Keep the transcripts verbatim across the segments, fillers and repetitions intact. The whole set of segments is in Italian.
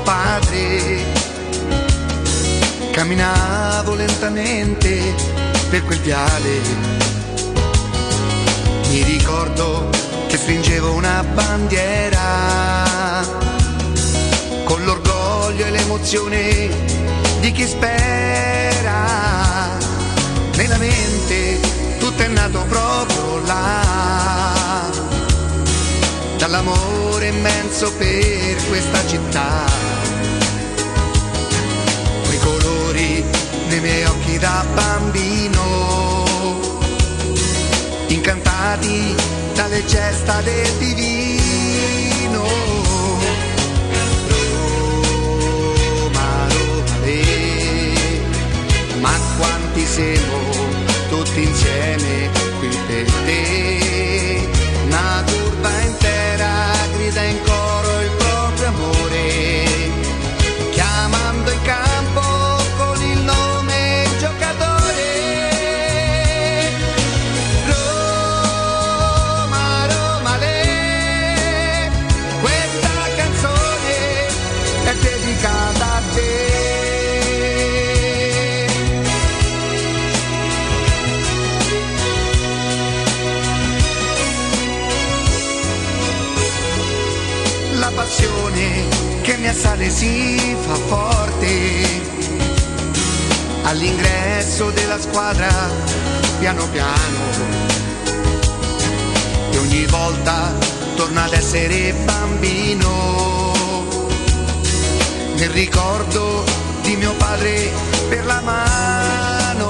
padre. Camminavo lentamente per quel viale, mi ricordo che stringevo una bandiera con l'orgoglio e l'emozione di chi spera. Nella mente tutto è nato proprio là, dall'amore immenso per questa città. Quei colori nei miei occhi da bambino, incantati dalle gesta del divino. Roma, Roma, le, ma quanti siamo tutti insieme qui per te. Una curva intera grida in coro il proprio amore, chiamando in campo con il nome giocatore. Roma, Roma, le, questa canzone è dedicata a te. La passione che mi assale si fa forte all'ingresso della squadra, piano piano, e ogni volta torna ad essere bambino nel ricordo di mio padre per la mano.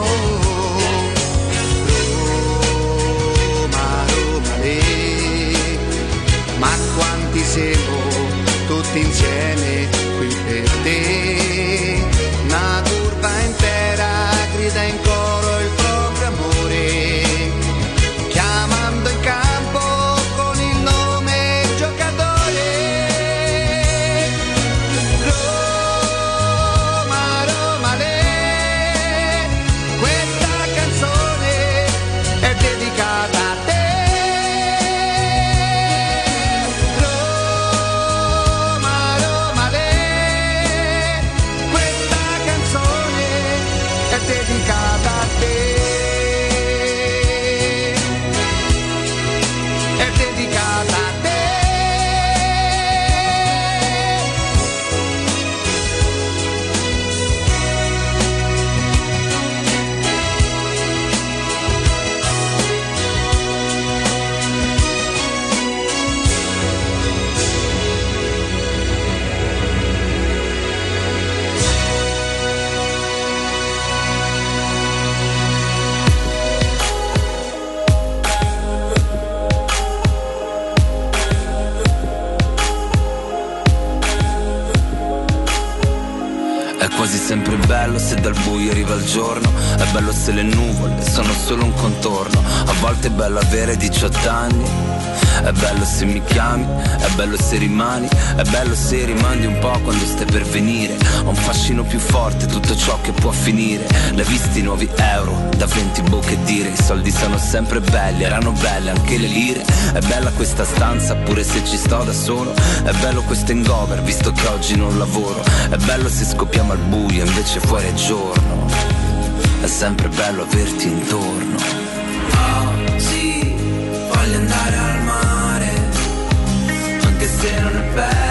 Roma, Roma, le, ma quanti siamo tutti insieme qui per te. Una curva intera grida in coro il proprio amore, chiamando in campo con il nome giocatore. Roma, Roma, le, questa canzone è dedicata a te. Dedicata a te, è dedicata a te. È quasi sempre bello se dal buio arriva il giorno, è bello se le nuvole sono solo un contorno, a volte è bello avere diciotto anni, è bello se mi chiami, è bello se rimani, è bello se rimandi un po' quando stai per venire, ho un fascino più forte, tutto ciò che può finire, l'hai visti i nuovi euro, da venti bocche dire, i soldi sono sempre belli, erano belle anche le lire, è bella questa stanza pure se ci sto da solo, è bello questo hangover visto che oggi non lavoro, è bello se scoppiamo al buio invece fuori è giorno, è sempre bello averti intorno. Oh sì, voglio andare al mare, anche se non è bello.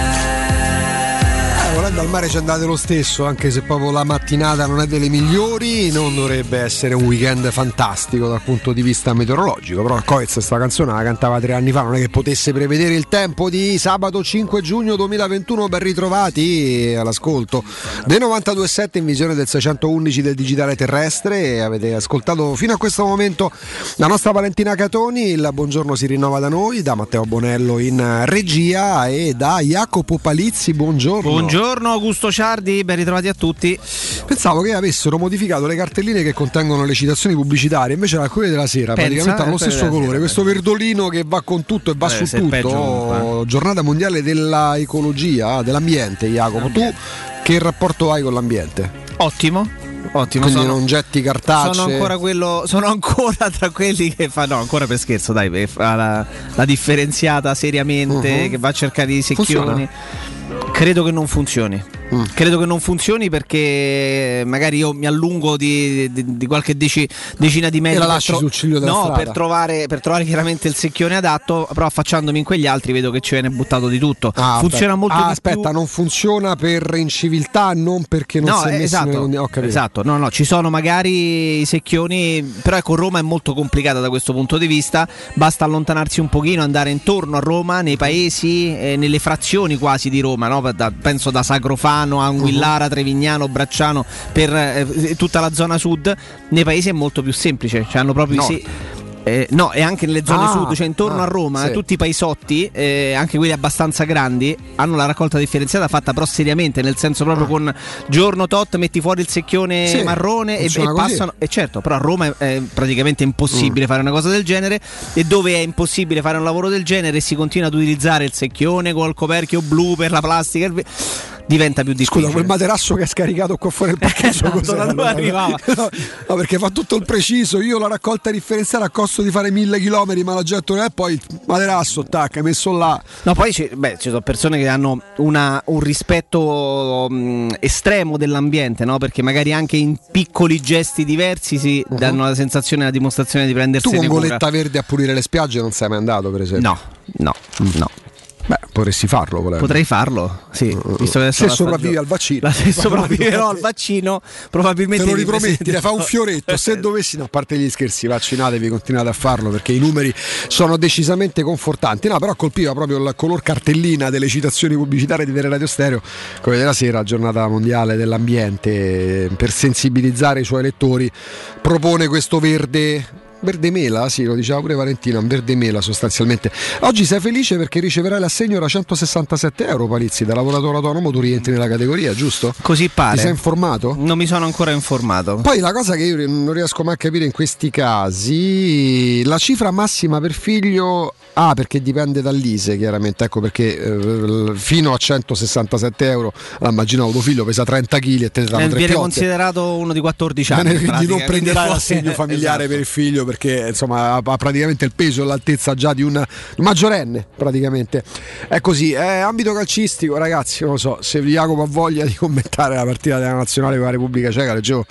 Volendo al mare ci andate lo stesso, anche se proprio la mattinata non è delle migliori, non dovrebbe essere un weekend fantastico dal punto di vista meteorologico, però Coez sta canzone la cantava tre anni fa, non è che potesse prevedere il tempo di sabato cinque giugno duemilaventuno. Ben ritrovati all'ascolto dei novantadue virgola sette in visione del seicentoundici del digitale terrestre, avete ascoltato fino a questo momento la nostra Valentina Catoni, il buongiorno si rinnova da noi, da Matteo Bonello in regia e da Jacopo Palizzi, buongiorno. Buongiorno Augusto Ciardi, ben ritrovati a tutti. Pensavo che avessero modificato le cartelline che contengono le citazioni pubblicitarie, invece la Corriere della Sera Pensa, praticamente hanno lo stesso colore, sera, questo verdolino che va con tutto e va eh, su tutto. Oh, giornata mondiale della ecologia, dell'ambiente, Jacopo. Tu che rapporto hai con l'ambiente? Ottimo. Ottimo, quindi sono, non getti cartacee. Sono ancora quello, sono ancora tra quelli che fa, no, ancora per scherzo, dai, fa la, la differenziata seriamente, uh-huh. che va a cercare i secchioni. Funziona. Credo che non funzioni. Mm. Credo che non funzioni perché magari io mi allungo di, di, di qualche deci, decina di metri e la lasci sul ciglio della no, strada. per trovare, per trovare chiaramente il secchione adatto, però affacciandomi in quegli altri vedo che ci viene buttato di tutto. Ah, funziona aspetta. molto ah, di aspetta, più. non funziona per inciviltà, non perché non no, si è messo esatto, nelle... Ho capito. esatto. No, no, ci sono magari i secchioni, però ecco, Roma è molto complicata da questo punto di vista. Basta allontanarsi un pochino, andare intorno a Roma, nei paesi, eh, nelle frazioni quasi di Roma, no? Da, penso da Sacrofano a Anguillara, uh-huh. Trevignano, Bracciano, per eh, tutta la zona sud. Nei paesi è molto più semplice, cioè hanno proprio no. sì, eh, no, e anche nelle zone ah, sud, cioè intorno ah, a Roma, sì. tutti i paesotti, eh, anche quelli abbastanza grandi, hanno la raccolta differenziata fatta però seriamente, nel senso proprio ah. con giorno tot metti fuori il secchione sì, marrone e, e passano. E certo, però a Roma è, è praticamente impossibile mm. fare una cosa del genere, e dove è impossibile fare un lavoro del genere si continua ad utilizzare il secchione col coperchio blu per la plastica. Il... diventa più difficile. Scusa, quel materasso che ha scaricato qua fuori il parcheggio esatto, da dove arrivava? No, no, perché fa tutto il preciso. Io la raccolta differenziata a costo di fare mille chilometri, ma la getto e poi il materasso, tac, hai messo là. No, poi ci, beh, ci sono persone che hanno una, un rispetto mh, estremo dell'ambiente, no? Perché magari anche in piccoli gesti diversi si uh-huh. danno la sensazione, la dimostrazione di prendersene cura. Tu con cura. Goletta Verde a pulire le spiagge non sei mai andato, per esempio? No, no, no. Beh, potresti farlo, volendo. Potrei farlo, sì. Visto che se sopravvivi al vaccino. Se sopravviverò al vaccino, probabilmente. Te lo riprometti, fa un fioretto. Se dovessi, no, a parte gli scherzi, vaccinatevi, continuate a farlo perché i numeri sono decisamente confortanti. No, però colpiva proprio il color cartellina delle citazioni pubblicitarie di Teleradio Stereo, come della sera, giornata mondiale dell'ambiente, per sensibilizzare i suoi lettori, propone questo verde. Verde mela, sì, lo diceva pure Valentina, un verde mela sostanzialmente. Oggi sei felice perché riceverai l'assegno da centosessantasette euro, Palizzi, da lavoratore autonomo. Tu rientri nella categoria, giusto? Così pare. Ti sei informato? Non mi sono ancora informato. Poi la cosa che io non riesco mai a capire in questi casi, la cifra massima per figlio. Ah, perché dipende dall'I S E, chiaramente, ecco perché eh, fino a centosessantasette euro, la immaginavo tuo figlio pesa trenta chili e te ne danno tre viene piotte. considerato uno di quattordici anni. Quindi non prenderai l'assegno familiare esatto. per il figlio perché insomma ha praticamente il peso e l'altezza già di un maggiorenne, praticamente. È così, è ambito calcistico, ragazzi, non lo so, se Jacopo ha voglia di commentare la partita della nazionale con la Repubblica Ceca, leggevo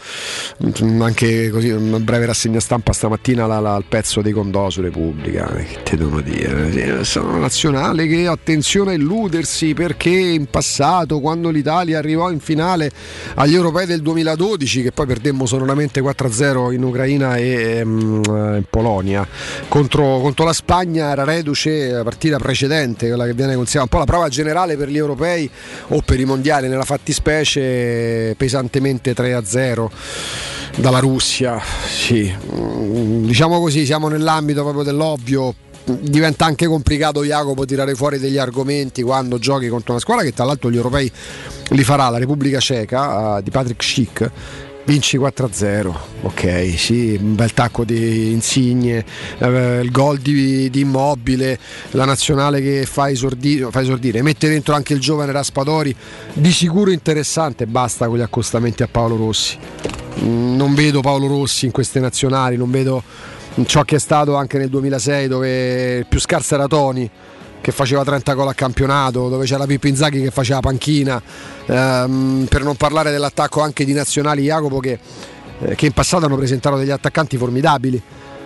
anche così una breve rassegna stampa stamattina la, la, il pezzo dei Condò su Repubblica, che te devono dire? Sono una nazionale che, attenzione a illudersi, perché in passato, quando l'Italia arrivò in finale agli europei del duemiladodici, che poi perdemmo sonoramente quattro a zero in Ucraina e um, in Polonia contro, contro la Spagna, era reduce la partita precedente, quella che viene considerata un po' la prova generale per gli europei o per i mondiali nella fattispecie, pesantemente tre a zero dalla Russia. Sì, diciamo così, siamo nell'ambito proprio dell'ovvio. Diventa anche complicato, Jacopo, tirare fuori degli argomenti quando giochi contro una squadra che tra l'altro gli europei li farà, la Repubblica Ceca uh, di Patrick Schick. Vinci quattro a zero, ok, sì, un bel tacco di Insigne, eh, il gol di, di Immobile, la nazionale che fa esordire, fa esordire, mette dentro anche il giovane Raspadori, di sicuro interessante. Basta con gli accostamenti a Paolo Rossi. Non vedo Paolo Rossi in queste nazionali, non vedo ciò che è stato anche nel duemilasei, dove il più scarso era Toni, che faceva trenta gol a campionato, dove c'era Pippo Inzaghi che faceva panchina, ehm, per non parlare dell'attacco anche di nazionali, Jacopo, che, eh, che in passato hanno presentato degli attaccanti formidabili.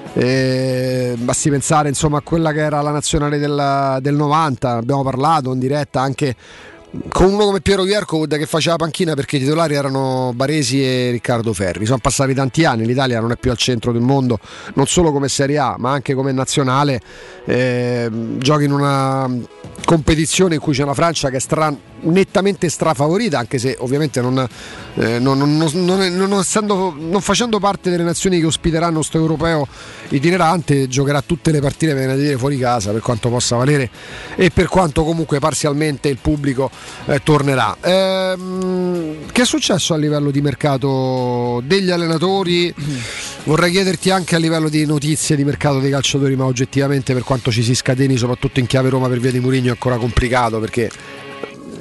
Eh, basti pensare insomma a quella che era la nazionale del, del novanta, abbiamo parlato in diretta anche con uno come Piero Viercovud che faceva panchina perché i titolari erano Baresi e Riccardo Ferri. Sono passati tanti anni, l'Italia non è più al centro del mondo, non solo come Serie A ma anche come nazionale, eh, giochi in una competizione in cui c'è una Francia che è stra- nettamente strafavorita, anche se ovviamente non, eh, non, non, non, non, non, essendo, non facendo parte delle nazioni che ospiteranno sto europeo itinerante, giocherà tutte le partite, viene a dire, fuori casa, per quanto possa valere e per quanto comunque parzialmente il pubblico eh, tornerà. Ehm, che è successo a livello di mercato degli allenatori? Vorrei chiederti anche a livello di notizie di mercato dei calciatori, ma oggettivamente per quanto ci si scateni soprattutto in chiave Roma per via di Mourinho è ancora complicato, perché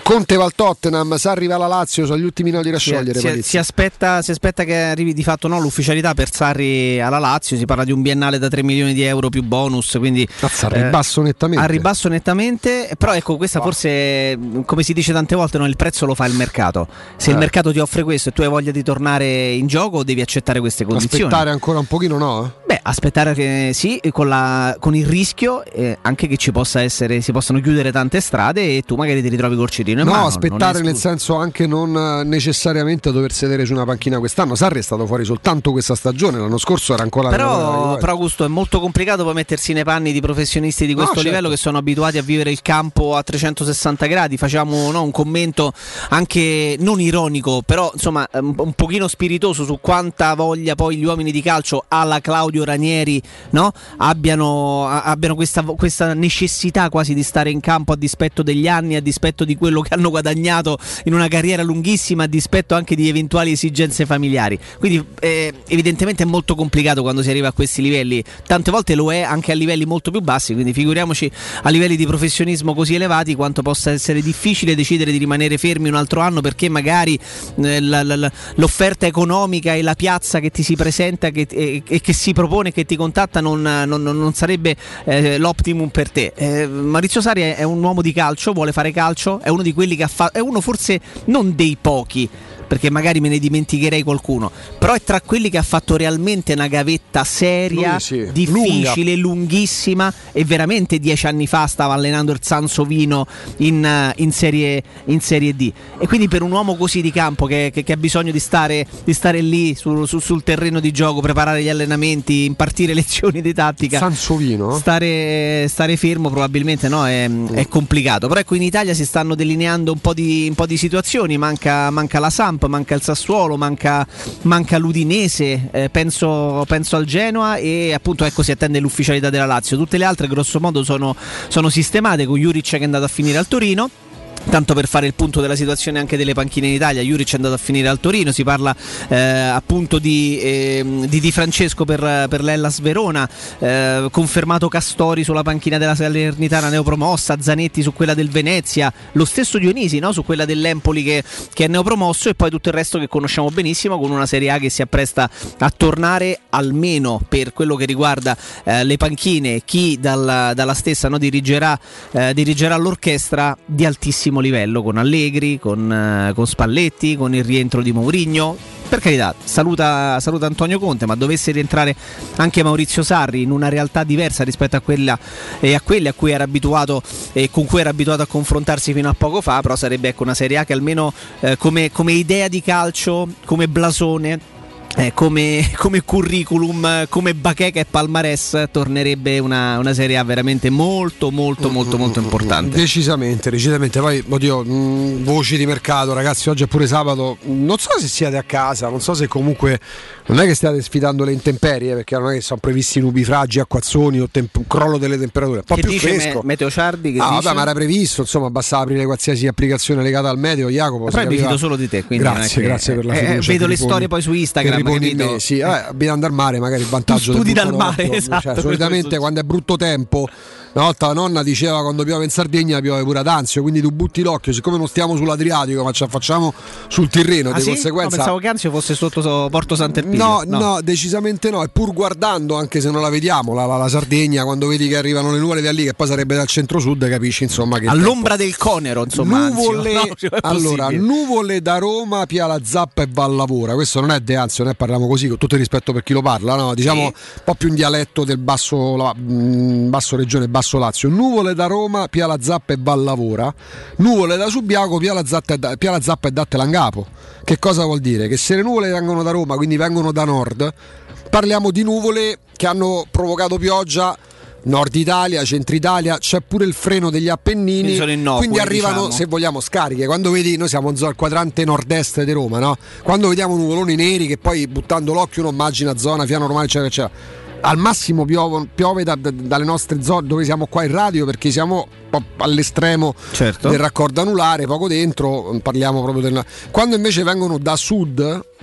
Conte va al Tottenham, sa arriva alla Lazio, sono gli ultimi nodi da sciogliere. Si, si, aspetta, si aspetta che arrivi di fatto no, l'ufficialità per Sarri alla Lazio, si parla di un biennale da tre milioni di euro più bonus, quindi Cazzo, a ribasso eh, nettamente. A ribasso nettamente, però ecco, questa wow. forse, come si dice tante volte, no, il prezzo lo fa il mercato. Se eh. il mercato ti offre questo e tu hai voglia di tornare in gioco, devi accettare queste condizioni. Aspettare ancora un pochino, no? Beh, aspettare che sì, con, la, con il rischio eh, anche che ci possa essere, si possano chiudere tante strade e tu magari ti ritrovi col cerino in no, mano. No, aspettare nel senso anche non necessariamente a dover sedere su una panchina quest'anno. Sarri è stato fuori soltanto questa stagione, l'anno scorso era ancora però, però Augusto, è molto complicato poi mettersi nei panni di professionisti di questo no, livello certo. che sono abituati a vivere il campo a trecentosessanta gradi. Facciamo no, un commento anche non ironico, però insomma un, un pochino spiritoso su quanta voglia poi gli uomini di calcio alla Claudio Ranieri no? abbiano, abbiano questa, questa necessità quasi di stare in campo a dispetto degli anni, a dispetto di quello che hanno guadagnato in una carriera lunghissima, a dispetto anche di eventuali esigenze familiari. Quindi eh, evidentemente è molto complicato quando si arriva a questi livelli, tante volte lo è anche a livelli molto più bassi, quindi figuriamoci a livelli di professionismo così elevati quanto possa essere difficile decidere di rimanere fermi un altro anno, perché magari eh, la, la, l'offerta economica e la piazza che ti si presenta che, e, e che si propone, che ti contatta non, non, non sarebbe eh, l'optimum per te. eh, Maurizio Sarri è, è un uomo di calcio, vuole fare calcio, è uno di quelli che ha fatto, è uno forse non dei pochi, perché magari me ne dimenticherei qualcuno, però è tra quelli che ha fatto realmente una gavetta seria, sì, difficile, lunga. lunghissima, e veramente dieci anni fa stava allenando il Sansovino in, in, serie, in Serie D, e quindi per un uomo così di campo che, che, che ha bisogno di stare, di stare lì su, su, sul terreno di gioco, preparare gli allenamenti, impartire lezioni di tattica, Sansovino stare, stare fermo probabilmente no, è, è complicato. Però ecco, in Italia si stanno delineando un po' di, un po' di situazioni, manca, manca la Samp, manca il Sassuolo, manca, manca l'Udinese, eh, penso, penso al Genoa, e appunto ecco si attende l'ufficialità della Lazio. Tutte le altre grosso modo sono, sono sistemate, con Juric che è andato a finire al Torino. Tanto per fare il punto della situazione anche delle panchine in Italia, Juric è andato a finire al Torino, si parla eh, appunto di, eh, di Di Francesco per, per l'Hellas Verona, eh, confermato Castori sulla panchina della Salernitana neopromossa, Zanetti su quella del Venezia, lo stesso Dionisi no? su quella dell'Empoli che, che è neopromosso, e poi tutto il resto che conosciamo benissimo, con una Serie A che si appresta a tornare, almeno per quello che riguarda eh, le panchine, chi dalla, dalla stessa no, dirigerà, eh, dirigerà l'orchestra di altissimo livello, con Allegri, con, uh, con Spalletti, con il rientro di Mourinho. Per carità, saluta, saluta Antonio Conte, ma dovesse rientrare anche Maurizio Sarri in una realtà diversa rispetto a quella e eh, a quelle a cui era abituato e con cui era abituato a confrontarsi fino a poco fa, però sarebbe ecco una Serie A che almeno eh, come, come idea di calcio, come blasone, Eh, come, come curriculum, come bacheca e palmarès, tornerebbe una, una Serie A veramente molto molto molto molto importante. Decisamente, decisamente. Poi oddio, mh, voci di mercato, ragazzi, oggi è pure sabato, non so se siete a casa, non so se comunque non è che stiate sfidando le intemperie, perché non è che sono previsti nubifragi, acquazzoni o temp- crollo delle temperature, un po' che più dice fresco. Me- Meteo Ciardi che ah, dice? Vabbè, ma era previsto, insomma, basta aprire qualsiasi applicazione legata al meteo, Jacopo. Però mi fido solo di te, quindi grazie, che, grazie per la eh, fiducia. vedo le riponi, storie poi su Instagram. Me, sì, vabbè, abbiamo dal mare, magari il vantaggio tu studi del dal mare, occhio, esatto, cioè, solitamente quando è brutto tempo. Una volta la nonna diceva quando piove in Sardegna piove pure ad Anzio, quindi tu butti l'occhio, siccome non stiamo sull'Adriatico ma ce la facciamo sul Tirreno, ah, di sì? conseguenza. No, pensavo che Anzio fosse sotto Porto Sant'Erpino. No, no, no, decisamente no, e pur guardando, anche se non la vediamo, la, la, la Sardegna, quando vedi che arrivano le nuvole da lì, che poi sarebbe dal centro-sud, capisci insomma che all'ombra tempo. Del Conero, insomma. Nuvole, Anzio, no, allora, nuvole da Roma, Piala Zappa e Vallavora. Questo non è De Anzio, ne parliamo così, con tutto il rispetto per chi lo parla, no? Diciamo sì. Un po' più in dialetto del basso, la, mh, basso regione, basso Lazio. Nuvole da Roma, Piala Zappa e Vallavora. Nuvole da Subiaco, Piala Zappa e, da, Piala Zappa e Dattelangapo. Che cosa vuol dire? Che se le nuvole vengono da Roma, quindi vengono da nord, parliamo di nuvole che hanno provocato pioggia Nord Italia, Centro Italia, c'è pure il freno degli Appennini, quindi, innocui, quindi arrivano, diciamo. Se vogliamo, scariche. Quando vedi, noi siamo al quadrante nord-est di Roma, no? Quando vediamo nuvoloni neri che poi buttando l'occhio uno immagina zona, Fiano Romano, eccetera, eccetera. Al massimo piove, piove da, da, dalle nostre zone dove siamo qua in radio, perché siamo un po' all'estremo certo. del raccordo anulare, poco dentro, parliamo proprio del. Quando invece vengono da sud,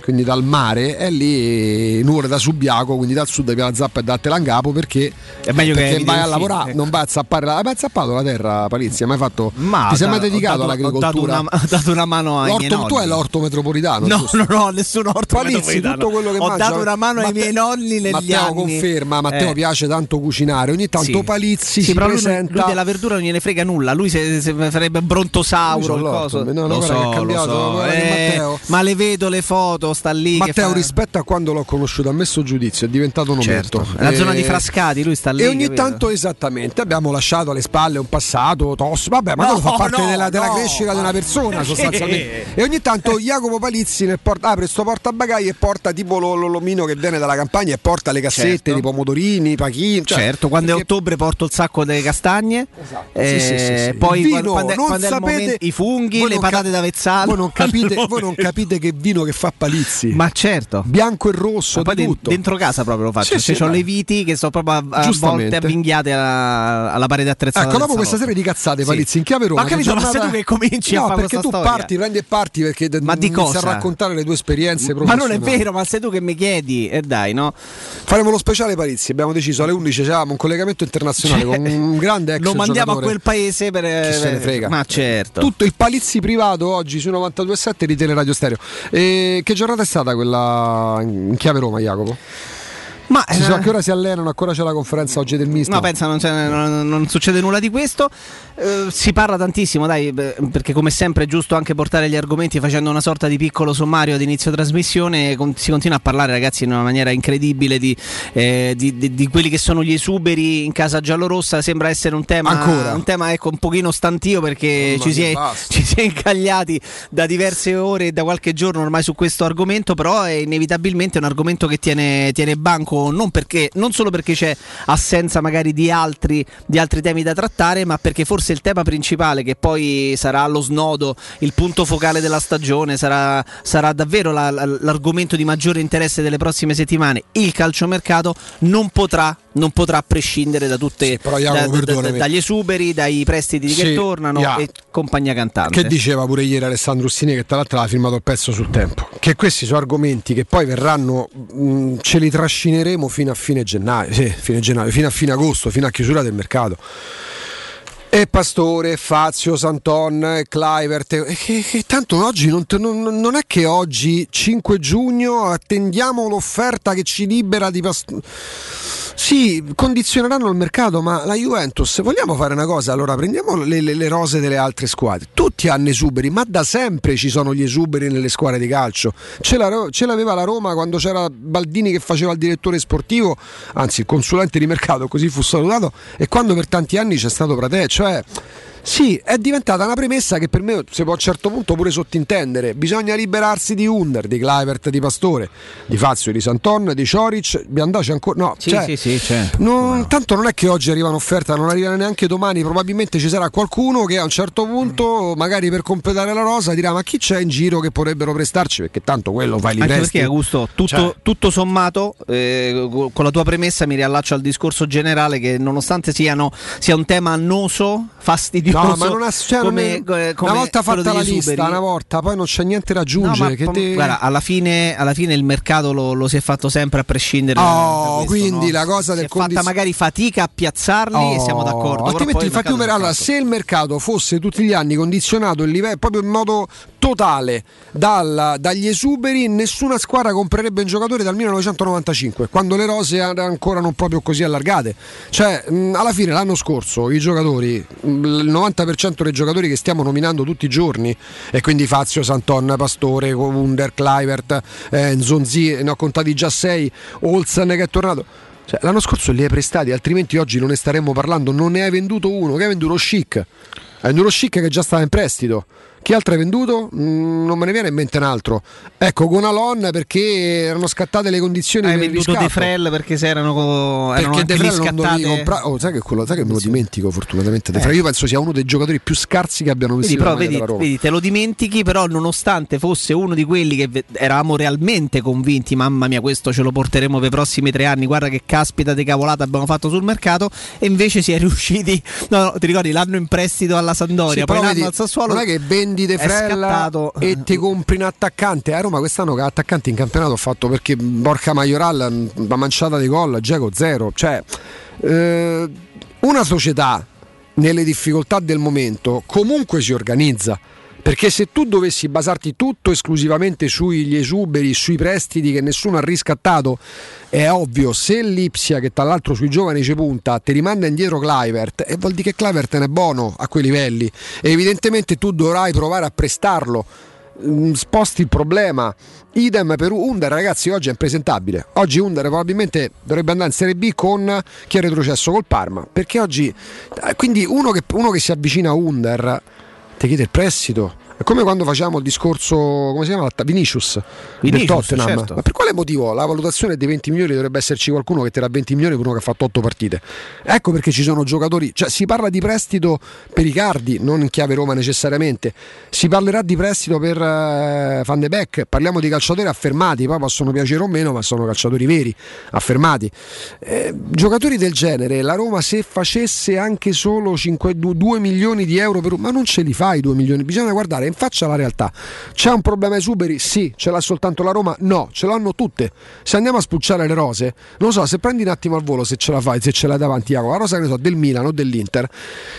quindi dal mare, e lì nuvole da Subiaco, quindi dal sud via la Zappa e da Telangapo, perché è meglio perché che vai a lavorare, ecco. Non vai a zappare la, hai mai zappato la terra, Palizzi? Hai mai fatto? Ma ti sei mai dedicato dato, all'agricoltura? Ho dato, una, ho dato una mano ai l'orto, miei nonni. Tu hai l'orto metropolitano? No, giusto? no, no, nessun orto Palizzi, metropolitano. tutto quello che ho mangia. dato una mano Matteo, ai miei nonni negli Matteo anni. conferma, Matteo eh. piace tanto cucinare, ogni tanto sì. Palizzi sì, si però presenta. Lui, lui della verdura non gliene frega nulla, lui se, se farebbe brontosauro il coso. No, lo so, che è cambiato, lo so. Eh, ma le vedo le foto, sta lì. Matteo che fa... rispetto a quando l'ho conosciuto, ha messo giudizio, è diventato un ometto. Certo. La e... zona di Frascati, lui sta lì. E ogni capito? Tanto esattamente abbiamo lasciato alle spalle un passato tosto, vabbè, ma no, quello fa parte no, della, della no, crescita di una persona sostanzialmente. E ogni tanto Jacopo Palizzi nel porta, apre sto portabagagli e porta tipo lo, lo, l'omino che viene dalla campagna e porta le cassette certo. di pomodorini, pachini. Cioè, certo, quando perché... è ottobre porto il sacco delle castagne. Esatto. Eh, sì, sì, sì, sì. Poi vino, quando, non quando sapete, è il momento, i funghi, le patate ca- d'Avezzano. Voi non capite, voi non capite che vino che fa Palizzi. Ma certo. Bianco e rosso, ma poi tutto. Dentro casa proprio lo faccio. Sì, cioè, sì, ho le viti che sono proprio a, a volte avvinghiate alla, alla parete attrezzata. Ecco, dopo questa serie di cazzate, sì. Palizzi in chiave Roma. Ma capito, ma sei tu che cominci no, a fare perché tu storia. parti, prendi e parti perché ma di cosa? a raccontare le tue esperienze ma non è vero, ma sei tu che mi chiedi. E eh dai, no? Faremo lo speciale Palizzi, abbiamo deciso alle undici c'avevamo un collegamento internazionale cioè, con un grande ex lo mandiamo giocatore. a quel paese per chi se ne frega. Ma certo. Tutto il Palizzi privato oggi su novantadue virgola sette di Teleradio Stereo. E che giornata è stata quella in chiave Roma, Jacopo? Ma si so, a che ora si allenano, ancora c'è la conferenza oggi del misto. No, pensa, non, non, non succede nulla di questo. Eh, si parla tantissimo, dai, perché come sempre è giusto anche portare gli argomenti facendo una sorta di piccolo sommario ad inizio trasmissione. Con, si continua a parlare, ragazzi, in una maniera incredibile di, eh, di, di, di quelli che sono gli esuberi in casa giallorossa. Sembra essere un tema, ancora. un tema ecco, un pochino stantio perché ci si, è, ci si è incagliati da diverse ore e da qualche giorno ormai su questo argomento, però è inevitabilmente un argomento che tiene, tiene banco. Non, perché, non solo perché c'è assenza magari di altri, di altri temi da trattare, ma perché forse il tema principale, che poi sarà allo snodo, il punto focale della stagione, sarà, sarà davvero la, la, l'argomento di maggiore interesse delle prossime settimane, il calciomercato, non potrà non potrà prescindere da tutte sì, però, Jacopo, da, da, da, dagli esuberi, dai prestiti sì, che tornano yeah. e compagnia cantante. Che diceva pure ieri Alessandro Ussini, che tra l'altro ha firmato il pezzo sul Tempo, che questi sono argomenti che poi verranno, mh, ce li trascineremo fino a fine gennaio, sì, fine gennaio, fino a fine agosto, fino a chiusura del mercato. E Pastore, Fazio, Santon, e Kluivert, e che, che tanto oggi non, non, non è che oggi cinque giugno attendiamo l'offerta che ci libera di Pastore. Sì, condizioneranno il mercato, ma la Juventus, se vogliamo fare una cosa, allora prendiamo le, le, le rose delle altre squadre. Tutti hanno esuberi, ma da sempre ci sono gli esuberi nelle squadre di calcio. Ce, la, ce l'aveva la Roma quando c'era Baldini che faceva il direttore sportivo, anzi il consulente di mercato, così fu salutato, e quando per tanti anni c'è stato Pratè, cioè... Sì, è diventata una premessa che per me si può a un certo punto pure sottintendere. Bisogna liberarsi di Under, di Kluivert, di Pastore, di Fazio, di Santon, di Cioric. Biandaci ancora. No, sì, cioè, sì, sì, certo. non, no. Tanto non è che oggi arriva un'offerta, non arriva neanche domani. Probabilmente ci sarà qualcuno che a un certo punto, magari per completare la rosa, dirà: ma chi c'è in giro che potrebbero prestarci? Perché tanto quello fai li Anche presti. Perché, Augusto, tutto, cioè. tutto sommato, eh, con la tua premessa mi riallaccio al discorso generale che, nonostante siano, sia un tema annoso, fastidioso. No, ma non ha, cioè, come, come una volta fatta la lista, esuberi. Una volta, poi non c'è niente da aggiungere. No, che ma, te... guarda, alla fine, alla fine il mercato lo, lo si è fatto sempre a prescindere. Oh, da questo, quindi no? la cosa si del è condiz... fatta magari fatica a piazzarli oh, e siamo d'accordo. Altrimenti infatti il allora, se il mercato fosse tutti gli anni condizionato il livello proprio in modo totale dal, dagli esuberi, nessuna squadra comprerebbe un giocatore dal millenovecentonovantacinque, quando le rose erano ancora non proprio così allargate. Cioè, mh, alla fine l'anno scorso i giocatori, mh, il novanta per cento dei giocatori che stiamo nominando tutti i giorni, e quindi Fazio, Santon, Pastore, Under, Kluivert, eh, Nzonzi, ne ho contati già sei, Olsen che è tornato. Cioè, l'anno scorso li hai prestati, altrimenti oggi non ne staremmo parlando. Non ne hai venduto uno, che hai venduto Schick. Hai venduto Schick che già stava in prestito. Chi altro hai venduto? Mm, non me ne viene in mente un altro. Ecco, Gonalon perché erano scattate le condizioni. Hai per venduto riscatto. De Frel perché se erano, co- erano perché De Frel non dovevi scattate... comprare. Oh, sai che quello, sai che me lo dimentico fortunatamente. De Frel, eh. Io penso sia uno dei giocatori più scarsi che abbiano visto. Però vedi, vedi, te lo dimentichi, però nonostante fosse uno di quelli che eravamo realmente convinti, mamma mia, questo ce lo porteremo per i prossimi tre anni, guarda che caspita di cavolata abbiamo fatto sul mercato, e invece si è riusciti. No, no, ti ricordi l'anno in prestito alla Sampdoria, sì, poi l'anno vedi, al Sassuolo. Non è che vendi vendi De Frella e ti compri un attaccante. A Roma quest'anno che attaccante in campionato ha fatto, perché Borca Majoral la manciata di gol, Dzeko zero. Cioè eh, una società nelle difficoltà del momento comunque si organizza, perché se tu dovessi basarti tutto esclusivamente sugli esuberi, sui prestiti che nessuno ha riscattato, è ovvio, se l'Ipsia, che tra l'altro sui giovani ci punta, ti rimanda indietro Kluivert, e vuol dire che Kluivert è buono a quei livelli, e evidentemente tu dovrai provare a prestarlo. Sposti il problema. Idem per Under, ragazzi, oggi è impresentabile. Oggi Under probabilmente dovrebbe andare in Serie B con chi è retrocesso col Parma, perché oggi quindi uno che, uno che si avvicina a Under ti chiede il prestito. È come quando facciamo il discorso, come si chiama? Vinicius, Vinicius del Tottenham. Certo. Ma per quale motivo la valutazione dei venti milioni dovrebbe esserci qualcuno che ti dà venti milioni per uno che ha fatto otto partite? Ecco perché ci sono giocatori, cioè si parla di prestito per Icardi, non in chiave Roma necessariamente, si parlerà di prestito per uh, Van de Beek, parliamo di calciatori affermati, poi possono piacere o meno, ma sono calciatori veri, affermati. Eh, giocatori del genere, la Roma se facesse anche solo due milioni di euro per uno, ma non ce li fai due milioni, bisogna guardare in faccia la realtà. C'è un problema esuberi? Sì. Ce l'ha soltanto la Roma? No, ce l'hanno tutte. Se andiamo a spulciare le rose, non so, se prendi un attimo al volo, se ce la fai, se ce l'hai davanti, Jacopo, la rosa che ne so, del Milan o dell'Inter,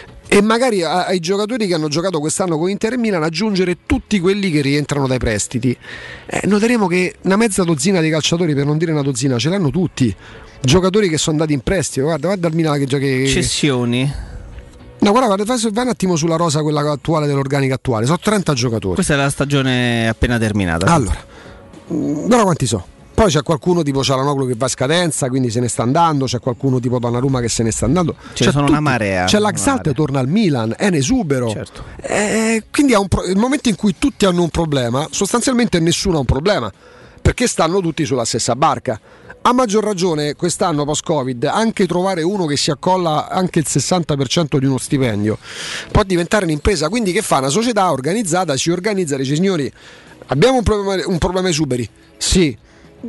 e magari ai giocatori che hanno giocato quest'anno con Inter e Milan aggiungere tutti quelli che rientrano dai prestiti, eh, noteremo che una mezza dozzina di calciatori, per non dire una dozzina, ce l'hanno tutti. Giocatori che sono andati in prestito. Guarda, guarda il Milan che gioca. Cessioni. No, guarda, guarda, vai un attimo sulla rosa, quella attuale dell'organico attuale. Sono trenta giocatori. Questa è la stagione appena terminata. Allora, guarda quanti so. Poi c'è qualcuno tipo Cialanoglu che va a scadenza, quindi se ne sta andando. C'è qualcuno tipo Donnarumma che se ne sta andando. Ce ne sono tutti. Una marea. C'è l'Axalt, torna al Milan, è un esubero. Certo. Eh, quindi è un pro- il momento in cui tutti hanno un problema, sostanzialmente nessuno ha un problema, perché stanno tutti sulla stessa barca. A maggior ragione quest'anno post-Covid anche trovare uno che si accolla anche il sessanta per cento di uno stipendio può diventare un'impresa. Quindi che fa? Una società organizzata si organizza e dice: signori, abbiamo un problema, un problema esuberi? Sì.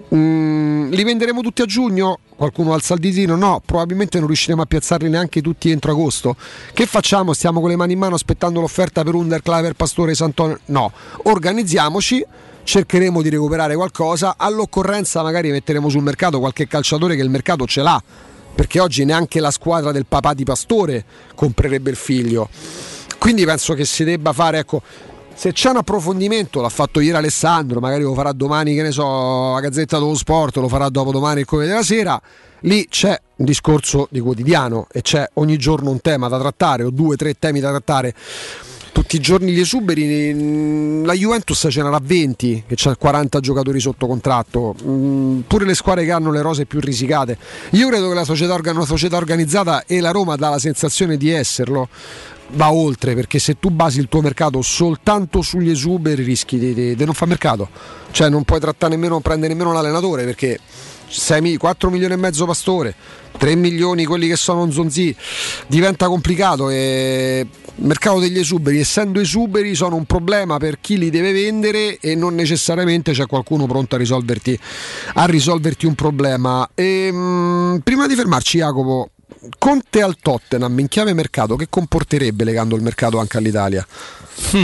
Mm, li venderemo tutti a giugno? Qualcuno alza il ditino? No, probabilmente non riusciremo a piazzarli neanche tutti entro agosto. Che facciamo? Stiamo con le mani in mano aspettando l'offerta per Under, Kluivert, Pastore, Sant'Antonio? No, organizziamoci, cercheremo di recuperare qualcosa, all'occorrenza magari metteremo sul mercato qualche calciatore che il mercato ce l'ha, perché oggi neanche la squadra del papà di Pastore comprerebbe il figlio. Quindi penso che si debba fare, ecco, se c'è un approfondimento, l'ha fatto ieri Alessandro, magari lo farà domani, che ne so, la Gazzetta dello Sport, lo farà dopodomani il Corriere della Sera, lì c'è un discorso di quotidiano e c'è ogni giorno un tema da trattare o due, tre temi da trattare. Tutti i giorni gli esuberi, la Juventus ce n'era venti, che c'ha quaranta giocatori sotto contratto, mm, pure le squadre che hanno le rose più risicate. Io credo che la società, una società organizzata, e la Roma dà la sensazione di esserlo, va oltre, perché se tu basi il tuo mercato soltanto sugli esuberi rischi di, di, di non fare mercato, cioè non puoi trattare nemmeno, prendere nemmeno l'allenatore, perché sei, quattro milioni e mezzo Pastore, tre milioni quelli che sono Nzonzi, diventa complicato. E il mercato degli esuberi, essendo esuberi, sono un problema per chi li deve vendere e non necessariamente c'è qualcuno pronto a risolverti, a risolverti un problema. E, mh, prima di fermarci, Jacopo, Conte al Tottenham in chiave mercato, che comporterebbe legando il mercato anche all'Italia? Hmm.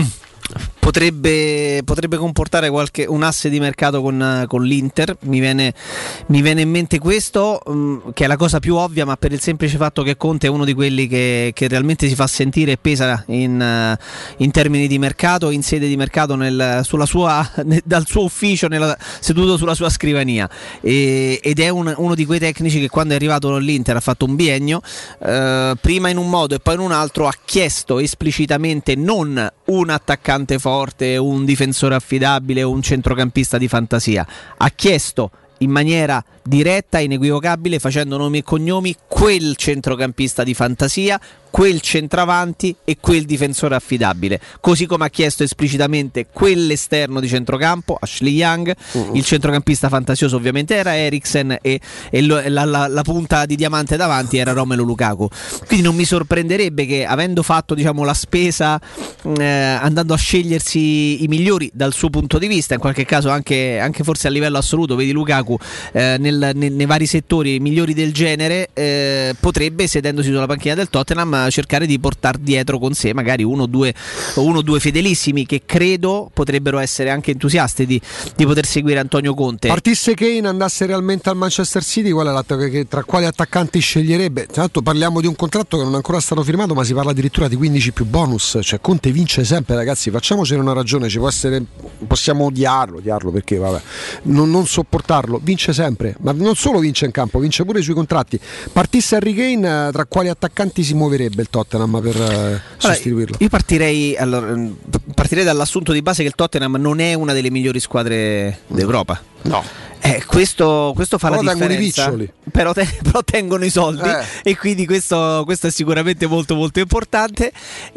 Potrebbe, potrebbe comportare qualche, un asse di mercato con, con l'Inter. Mi viene, mi viene in mente questo, um, che è la cosa più ovvia, ma per il semplice fatto che Conte è uno di quelli che, che realmente si fa sentire e pesa in, uh, in termini di mercato, in sede di mercato, nel, sulla sua, nel, dal suo ufficio, nella, seduto sulla sua scrivania, e, ed è un, uno di quei tecnici che quando è arrivato all'Inter ha fatto un biennio, uh, prima in un modo e poi in un altro, ha chiesto esplicitamente non un attaccante forte, un difensore affidabile o un centrocampista di fantasia, ha chiesto in maniera diretta e inequivocabile, facendo nomi e cognomi, quel centrocampista di fantasia, quel centravanti e quel difensore affidabile, così come ha chiesto esplicitamente quell'esterno di centrocampo, Ashley Young, uh-huh. il centrocampista fantasioso ovviamente era Eriksen e, e lo, la, la, la punta di diamante davanti era Romelu Lukaku. Quindi non mi sorprenderebbe che, avendo fatto, diciamo, la spesa, eh, andando a scegliersi i migliori dal suo punto di vista, in qualche caso anche, anche forse a livello assoluto, vedi Lukaku eh, nel, nei, nei vari settori migliori del genere, eh, potrebbe, sedendosi sulla panchina del Tottenham, Tottenham cercare di portare dietro con sé magari uno o due, uno o due fedelissimi che credo potrebbero essere anche entusiasti di, di poter seguire Antonio Conte. Partisse Kane, andasse realmente al Manchester City, qual è l'attacco che, tra quali attaccanti sceglierebbe? Tra l'altro parliamo di un contratto che non è ancora stato firmato, ma si parla addirittura di quindici più bonus, cioè Conte vince sempre, ragazzi, facciamocene una ragione, ci può essere, possiamo odiarlo, odiarlo perché vabbè, non, non sopportarlo, vince sempre, ma non solo vince in campo, vince pure sui contratti. Partisse Harry Kane, tra quali attaccanti si muoverebbe il Tottenham per eh, sostituirlo? Io partirei, allora, partirei dall'assunto di base che il Tottenham non è una delle migliori squadre d'Europa. No. Eh, questo, questo fa però la differenza. Tengono i però, te, però tengono i soldi eh. e quindi questo, questo è sicuramente molto molto importante.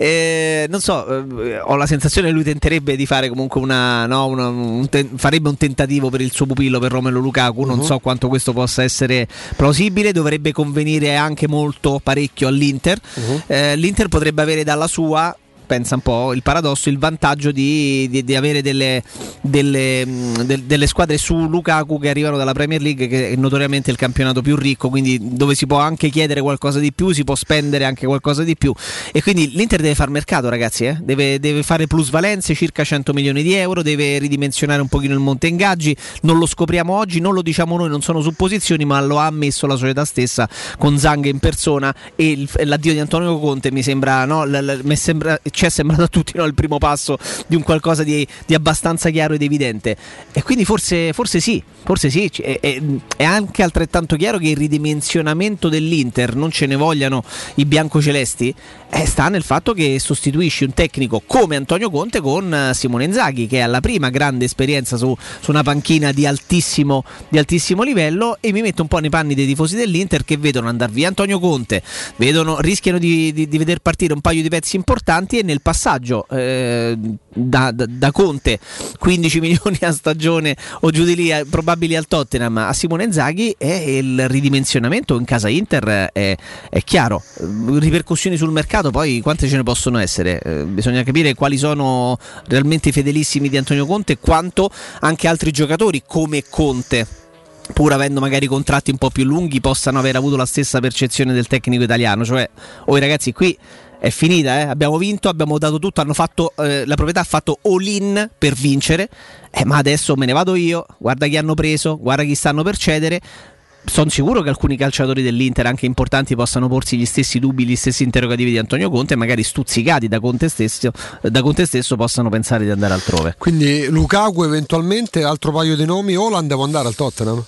Eh, non so, eh, ho la sensazione che lui tenterebbe di fare comunque una, no, una un te, farebbe un tentativo per il suo pupillo, per Romelu Lukaku. Uh-huh. Non so quanto questo possa essere plausibile. Dovrebbe convenire anche molto parecchio all'Inter. Uh-huh. Eh, L'Inter potrebbe avere dalla sua, pensa un po', il paradosso, il vantaggio di, di, di avere delle, delle, de, delle squadre su Lukaku che arrivano dalla Premier League, che è notoriamente il campionato più ricco, quindi dove si può anche chiedere qualcosa di più, si può spendere anche qualcosa di più, e quindi l'Inter deve far mercato, ragazzi, eh? deve, deve fare plusvalenze, circa cento milioni di euro, deve ridimensionare un pochino il monte ingaggi. Non lo scopriamo oggi, non lo diciamo noi, non sono supposizioni, ma lo ha ammesso la società stessa con Zang in persona, e il, l'addio di Antonio Conte mi sembra, no, l, l, mi sembra ci è sembrato a tutti, no, il primo passo di un qualcosa di, di abbastanza chiaro ed evidente, e quindi forse, forse sì, forse sì, è, è, è anche altrettanto chiaro che il ridimensionamento dell'Inter, non ce ne vogliano i biancocelesti, eh, sta nel fatto che sostituisci un tecnico come Antonio Conte con Simone Inzaghi, che ha la prima grande esperienza su, su una panchina di altissimo, di altissimo livello, e mi metto un po' nei panni dei tifosi dell'Inter che vedono andare via Antonio Conte, vedono, rischiano di, di, di veder partire un paio di pezzi importanti, e nel passaggio eh, da, da, da Conte quindici milioni a stagione o giù di lì, probabili al Tottenham, a Simone Inzaghi, e il ridimensionamento in casa Inter è, è chiaro. Ripercussioni sul mercato poi quante ce ne possono essere? Eh, bisogna capire quali sono realmente i fedelissimi di Antonio Conte, quanto anche altri giocatori come Conte, pur avendo magari contratti un po' più lunghi, possano aver avuto la stessa percezione del tecnico italiano, cioè, oh ragazzi, qui è finita, eh? abbiamo vinto, abbiamo dato tutto, hanno fatto, eh, la proprietà ha fatto all-in per vincere, eh, ma adesso me ne vado io, guarda chi hanno preso, guarda chi stanno per cedere. Sono sicuro che alcuni calciatori dell'Inter, anche importanti, possano porsi gli stessi dubbi, gli stessi interrogativi di Antonio Conte, e magari stuzzicati da Conte stesso, da Conte stesso possano pensare di andare altrove. Quindi Lukaku eventualmente, altro paio di nomi. Haaland può andare al Tottenham?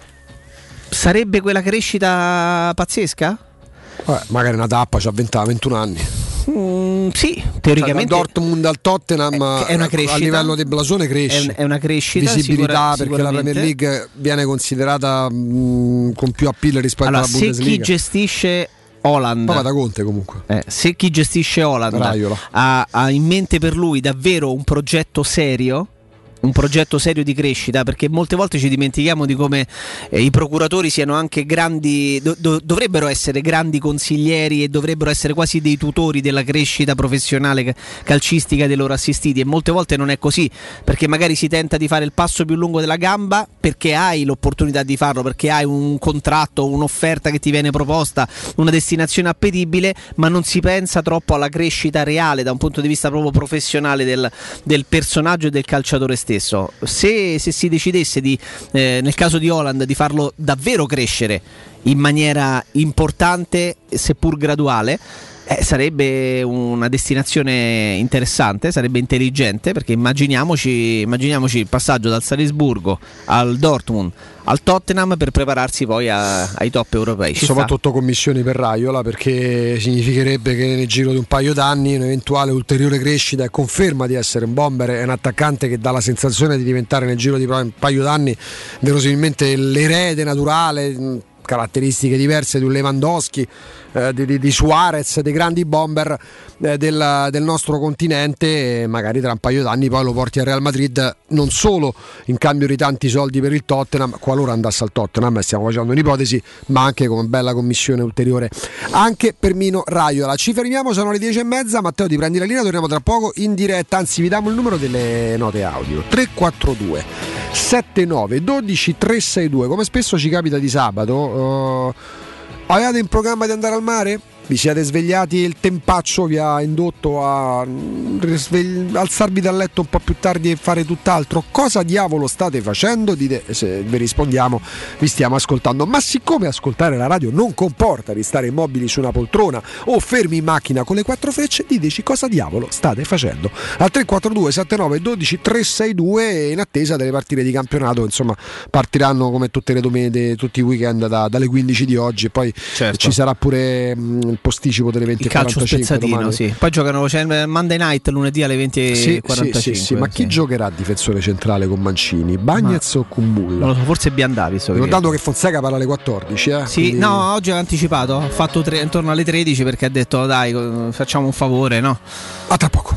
Sarebbe quella crescita pazzesca? Vabbè, magari una tappa, c'ha venti ventuno anni. Mm, sì, teoricamente. Cioè, dal Dortmund al Tottenham è una crescita, a livello di blasone cresce. È una crescita, visibilità, sicura, perché la Premier League viene considerata mh, con più appeal rispetto allora, alla Bundesliga. Se chi gestisce Haaland, poi va da Conte comunque. Eh, se chi gestisce Haaland ha, ha in mente per lui davvero un progetto serio, un progetto serio di crescita, perché molte volte ci dimentichiamo di come eh, i procuratori siano anche grandi, do, do, dovrebbero essere grandi consiglieri e dovrebbero essere quasi dei tutori della crescita professionale calcistica dei loro assistiti, e molte volte non è così, perché magari si tenta di fare il passo più lungo della gamba perché hai l'opportunità di farlo, perché hai un contratto, un'offerta che ti viene proposta, una destinazione appetibile, ma non si pensa troppo alla crescita reale da un punto di vista proprio professionale del, del personaggio e del calciatore stesso. Se, se si decidesse di, eh, nel caso di Haaland, di farlo davvero crescere in maniera importante, seppur graduale, eh, sarebbe una destinazione interessante, sarebbe intelligente, perché immaginiamoci, immaginiamoci il passaggio dal Salisburgo al Dortmund al Tottenham per prepararsi poi a, ai top europei. Ci soprattutto sta. Commissioni per Raiola, perché significherebbe che nel giro di un paio d'anni un'eventuale ulteriore crescita e conferma di essere un bomber, è un attaccante che dà la sensazione di diventare nel giro di un paio d'anni verosimilmente l'erede naturale, caratteristiche diverse di un Lewandowski, eh, di, di Suarez, dei grandi bomber eh, del, del nostro continente, e magari tra un paio d'anni poi lo porti al Real Madrid, non solo in cambio di tanti soldi per il Tottenham, qualora andasse al Tottenham, stiamo facendo un'ipotesi, ma anche come bella commissione ulteriore anche per Mino Raiola. Ci fermiamo, sono le dieci e mezza. Matteo, ti prendi la linea, torniamo tra poco in diretta, anzi vi diamo il numero delle note audio: tre quattro due sette nove uno due tre sei due. Come spesso ci capita di sabato, uh, avevate in programma di andare al mare? vi siete svegliati e il tempaccio vi ha indotto a risvegli- alzarvi dal letto un po' più tardi e fare tutt'altro? Cosa diavolo state facendo? Dite, se vi rispondiamo, vi stiamo ascoltando. Ma siccome ascoltare la radio non comporta di stare immobili su una poltrona o fermi in macchina con le quattro frecce, diteci cosa diavolo state facendo al tre quattro due sette nove uno due tre sei due, in attesa delle partite di campionato. Insomma, partiranno come tutte le domeniche, tutti i weekend da, dalle quindici di oggi, e poi certo. ci sarà pure mh, il posticipo delle venti e quarantacinque domani. Sì. Poi giocano, c'è il Monday Night lunedì alle venti e quarantacinque. Sì, sì, sì. Ma chi sì. giocherà difensore centrale con Mancini? Bagnez Ma... o Kumbulla? Non lo so, forse Biandavi. Ricordando che Fonseca parla alle quattordici. Eh? Sì, quindi... no, oggi ha anticipato, ha fatto tre, intorno alle tredici, perché ha detto dai, facciamo un favore, no? A tra poco.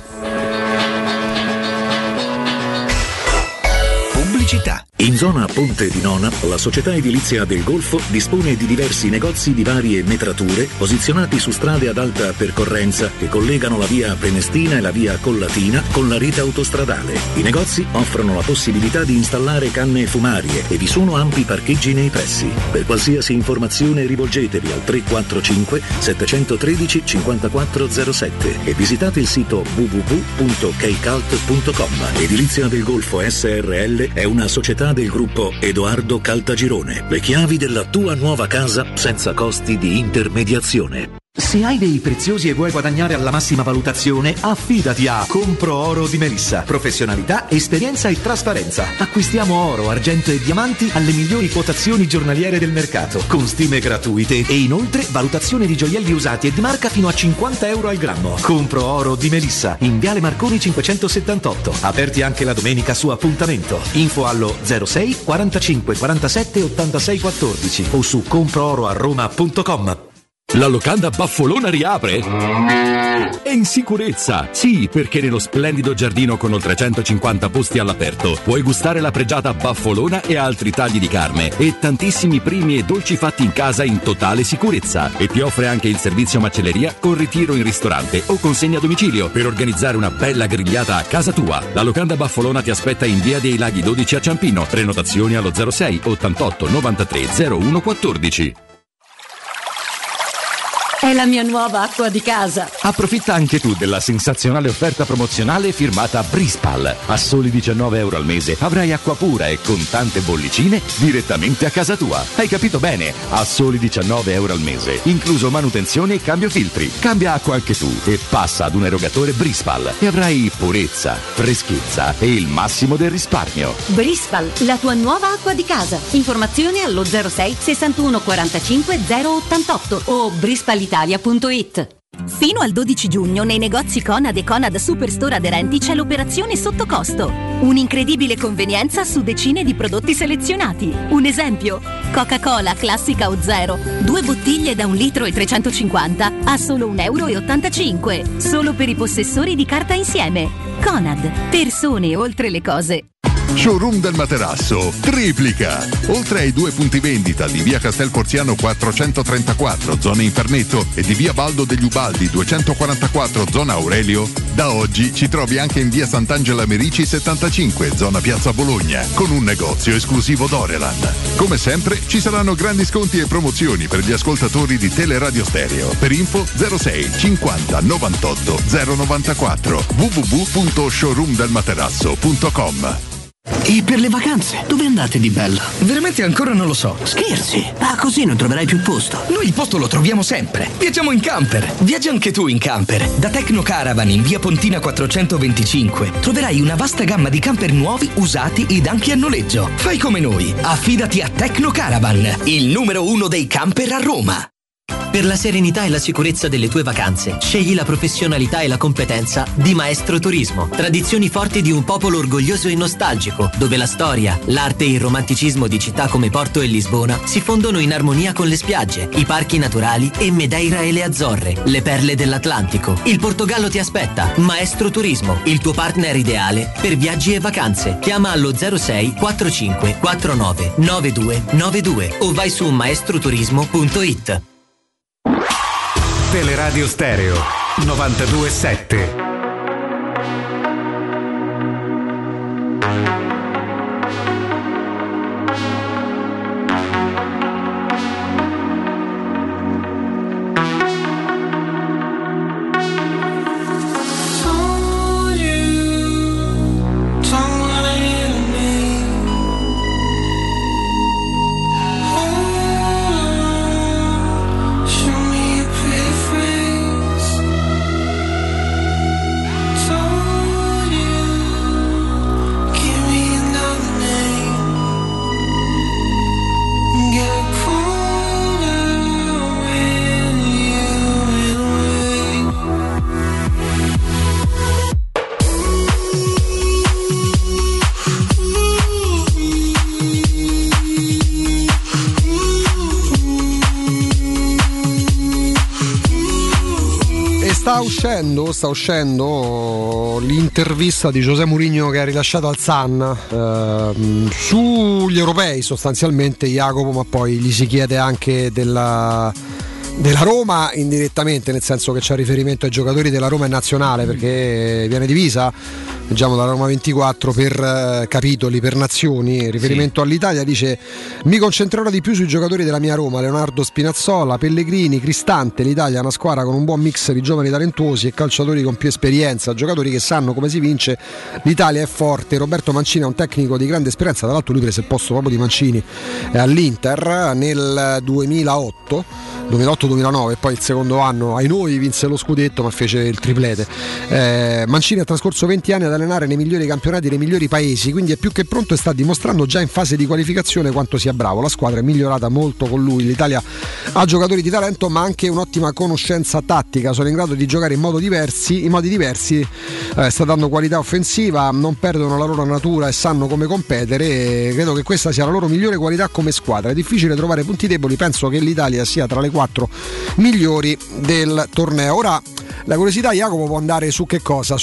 Pubblicità. In zona Ponte di Nona, la società edilizia del Golfo dispone di diversi negozi di varie metrature posizionati su strade ad alta percorrenza che collegano la via Prenestina e la via Collatina con la rete autostradale. I negozi offrono la possibilità di installare canne fumarie e vi sono ampi parcheggi nei pressi. Per qualsiasi informazione rivolgetevi al tre quattro cinque sette uno tre cinque zero sette e visitate il sito w w w punto keicalt punto com. Edilizia del Golfo S R L è una società del gruppo Edoardo Caltagirone. Le chiavi della tua nuova casa senza costi di intermediazione. Se hai dei preziosi e vuoi guadagnare alla massima valutazione, affidati a Compro Oro di Melissa. Professionalità, esperienza e trasparenza. Acquistiamo oro, argento e diamanti alle migliori quotazioni giornaliere del mercato, con stime gratuite e inoltre valutazione di gioielli usati e di marca fino a cinquanta euro al grammo. Compro Oro di Melissa, in Viale Marconi cinquecentosettantotto. Aperti anche la domenica su appuntamento. Info allo zero sei quarantacinque quarantasette ottantasei quattordici o su compro oro a roma punto com. La locanda Baffolona riapre? È in sicurezza! Sì, perché nello splendido giardino con oltre centocinquanta posti all'aperto puoi gustare la pregiata Baffolona e altri tagli di carne e tantissimi primi e dolci fatti in casa in totale sicurezza. E ti offre anche il servizio macelleria con ritiro in ristorante o consegna a domicilio per organizzare una bella grigliata a casa tua. La locanda Baffolona ti aspetta in via dei Laghi dodici a Ciampino. Prenotazioni allo zero sei ottantotto novantatré zero uno quattordici. È la mia nuova acqua di casa. Approfitta anche tu della sensazionale offerta promozionale firmata Brispal. A soli diciannove euro al mese avrai acqua pura e con tante bollicine direttamente a casa tua. Hai capito bene? A soli diciannove euro al mese, incluso manutenzione e cambio filtri. Cambia acqua anche tu e passa ad un erogatore Brispal e avrai purezza, freschezza e il massimo del risparmio. Brispal, la tua nuova acqua di casa. Informazioni allo zero sei sessantuno quarantacinque zero ottantotto o brispal italia punto it. Fino al dodici giugno nei negozi Conad e Conad Superstore aderenti c'è l'operazione sotto costo. Un'incredibile convenienza su decine di prodotti selezionati. Un esempio: Coca-Cola classica o zero, due bottiglie da un litro e trecentocinquanta a solo un euro e ottantacinque, solo per i possessori di carta insieme. Conad, persone oltre le cose. Showroom del Materasso triplica. Oltre ai due punti vendita di via Castel Porziano quattrocentotrentaquattro, zona Infernetto, e di via Baldo degli Ubaldi duecentoquarantaquattro, zona Aurelio, da oggi ci trovi anche in via Sant'Angela Merici settantacinque, zona Piazza Bologna, con un negozio esclusivo Doreland. Come sempre ci saranno grandi sconti e promozioni per gli ascoltatori di Teleradio Stereo. Per info zero sei cinquanta novantotto zero novantaquattro w w w punto showroom del materasso punto com. E per le vacanze, dove andate di bello? Veramente ancora non lo so. Scherzi? Ma così non troverai più posto. Noi il posto lo troviamo sempre. Viaggiamo in camper. Viaggia anche tu in camper. Da Tecno Caravan in via Pontina quattrocentoventicinque troverai una vasta gamma di camper nuovi, usati ed anche a noleggio. Fai come noi. Affidati a Tecno Caravan, il numero uno dei camper a Roma. Per la serenità e la sicurezza delle tue vacanze, scegli la professionalità e la competenza di Maestro Turismo. Tradizioni forti di un popolo orgoglioso e nostalgico, dove la storia, l'arte e il romanticismo di città come Porto e Lisbona si fondono in armonia con le spiagge, i parchi naturali e Madeira e le Azzorre, le perle dell'Atlantico. Il Portogallo ti aspetta. Maestro Turismo, il tuo partner ideale per viaggi e vacanze. Chiama allo zero sei quarantacinque quarantanove novantadue novantadue o vai su maestroturismo punto it. Teleradio Stereo novantadue sette. sta uscendo, sta uscendo l'intervista di José Mourinho che ha rilasciato al Sun eh, sugli europei sostanzialmente, Jacopo, ma poi gli si chiede anche della, della Roma indirettamente, nel senso che c'è riferimento ai giocatori della Roma e nazionale, perché viene divisa, leggiamo da Roma ventiquattro, per eh, capitoli, per nazioni. Riferimento sì. all'Italia, dice: mi concentrerò di più sui giocatori della mia Roma, Leonardo Spinazzola, Pellegrini, Cristante. L'Italia è una squadra con un buon mix di giovani talentuosi e calciatori con più esperienza, giocatori che sanno come si vince. L'Italia è forte. Roberto Mancini è un tecnico di grande esperienza, tra l'altro lui prese il posto proprio di Mancini all'Inter nel duemilaotto duemilaotto duemilanove, poi il secondo anno ai noi vinse lo scudetto ma fece il triplete. eh, Mancini ha trascorso venti anni ad allenare nei migliori campionati nei migliori paesi, quindi è più che pronto e sta dimostrando già in fase di qualificazione quanto sia bravo. La squadra è migliorata molto con lui. L'Italia ha giocatori di talento ma anche un'ottima conoscenza tattica, sono in grado di giocare in, modo diversi, in modi diversi, eh, sta dando qualità offensiva, non perdono la loro natura e sanno come competere, e credo che questa sia la loro migliore qualità come squadra. È difficile trovare punti deboli, penso che l'Italia sia tra le quattro migliori del torneo. Ora la curiosità, Jacopo, può andare su che cosa?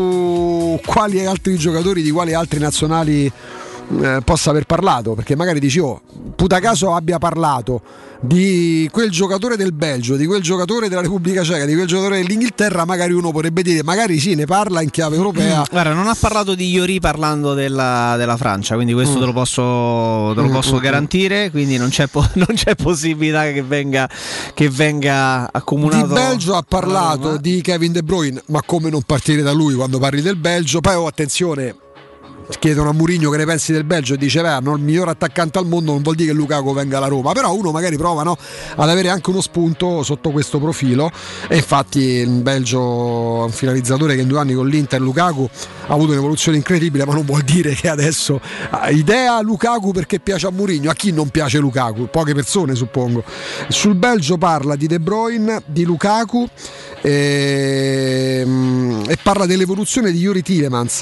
Su quali altri giocatori di quali altri nazionali eh, possa aver parlato, perché magari dici, oh, puta caso abbia parlato di quel giocatore del Belgio, di quel giocatore della Repubblica Ceca, di quel giocatore dell'Inghilterra, magari uno potrebbe dire, magari sì, ne parla in chiave europea. Guarda, non ha parlato di Iori parlando della, della Francia, quindi questo mm. te lo posso, te lo posso mm. garantire, quindi non c'è, po- non c'è possibilità che venga, che venga accomunato. Di Belgio ha parlato di Kevin De Bruyne, ma come non partire da lui quando parli del Belgio? Poi oh, attenzione, chiedono a Mourinho che ne pensi del Belgio e dice, beh, non il miglior attaccante al mondo, non vuol dire che Lukaku venga alla Roma, però uno magari prova, no, ad avere anche uno spunto sotto questo profilo. E infatti il Belgio è un finalizzatore che in due anni con l'Inter, Lukaku, ha avuto un'evoluzione incredibile, ma non vuol dire che adesso ha idea Lukaku perché piace a Mourinho. A chi non piace Lukaku? Poche persone, suppongo. Sul Belgio parla di De Bruyne, di Lukaku e, e parla dell'evoluzione di Youri Tielemans.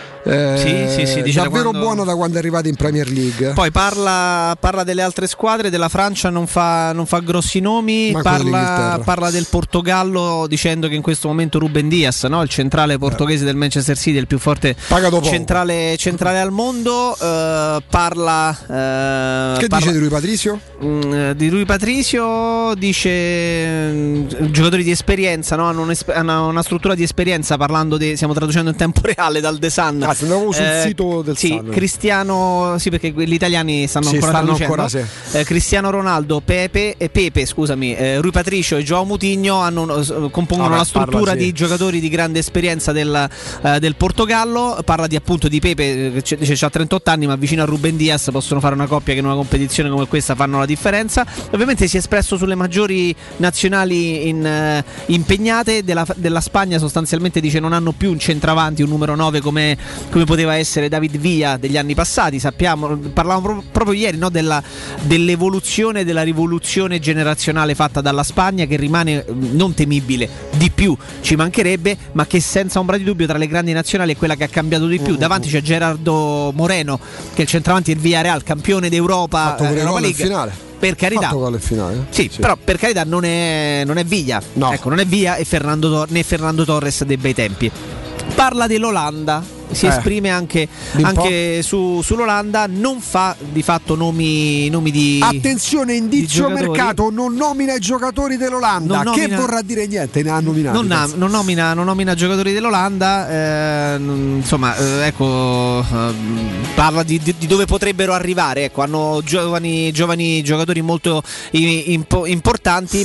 Eh, sì, sì, sì, dice davvero quando... buono da quando è arrivato in Premier League. Poi parla, parla delle altre squadre, della Francia non fa, non fa grossi nomi, parla, parla del Portogallo dicendo che in questo momento Ruben Dias, no? Il centrale portoghese eh. del Manchester City, il più forte centrale, centrale al mondo. eh, parla eh, che parla, dice di Rui Patricio? Mh, di Rui Patricio dice mh, giocatori di esperienza, no? Hanno, hanno una struttura di esperienza, parlando di, stiamo traducendo in tempo reale dal The Sun. Ah, andiamo sul eh, sito del sì, Sun. Cristiano, sì, perché gli italiani stanno sì, ancora stanno traducendo. Ancora, sì. eh, Cristiano Ronaldo, Pepe, eh, Pepe scusami, eh, Rui Patricio e Joao Moutinho hanno, eh, compongono ah, la struttura parla, sì. di giocatori di grande esperienza del, eh, del Portogallo. Parla di, appunto, di Pepe che c- ha trentotto anni, ma vicino a Ruben Dias possono fare una coppia che in una competizione come questa fanno la differenza. Ovviamente si è espresso sulle maggiori nazionali in, eh, impegnate della, della Spagna. Sostanzialmente dice non hanno più un centravanti, un numero nove come come poteva essere David Villa degli anni passati. Sappiamo, parlavamo proprio, proprio ieri, no, della, dell'evoluzione, della rivoluzione generazionale fatta dalla Spagna, che rimane non temibile, di più ci mancherebbe, ma che senza ombra di dubbio tra le grandi nazionali è quella che ha cambiato di più. Uh-huh. Davanti c'è Gerardo Moreno, che è il centravanti del Villarreal, campione d'Europa, eh, Europa League. Finale. Per carità, finale. Sì, sì, però per carità non è, non è Villa, no. Ecco, non è Villa e Fernando, né Fernando Torres dei bei tempi. Parla dell'Olanda, si eh, esprime anche, anche su, sull'Olanda, non fa di fatto nomi, nomi di attenzione, indizio di mercato, non nomina i giocatori dell'Olanda, nomina, che vorrà dire niente, ne ha nominati. Non, ha, non, nomina, non nomina giocatori dell'Olanda, eh, insomma, eh, ecco, eh, parla di, di, di dove potrebbero arrivare. Ecco, hanno giovani, giovani giocatori molto impo, importanti,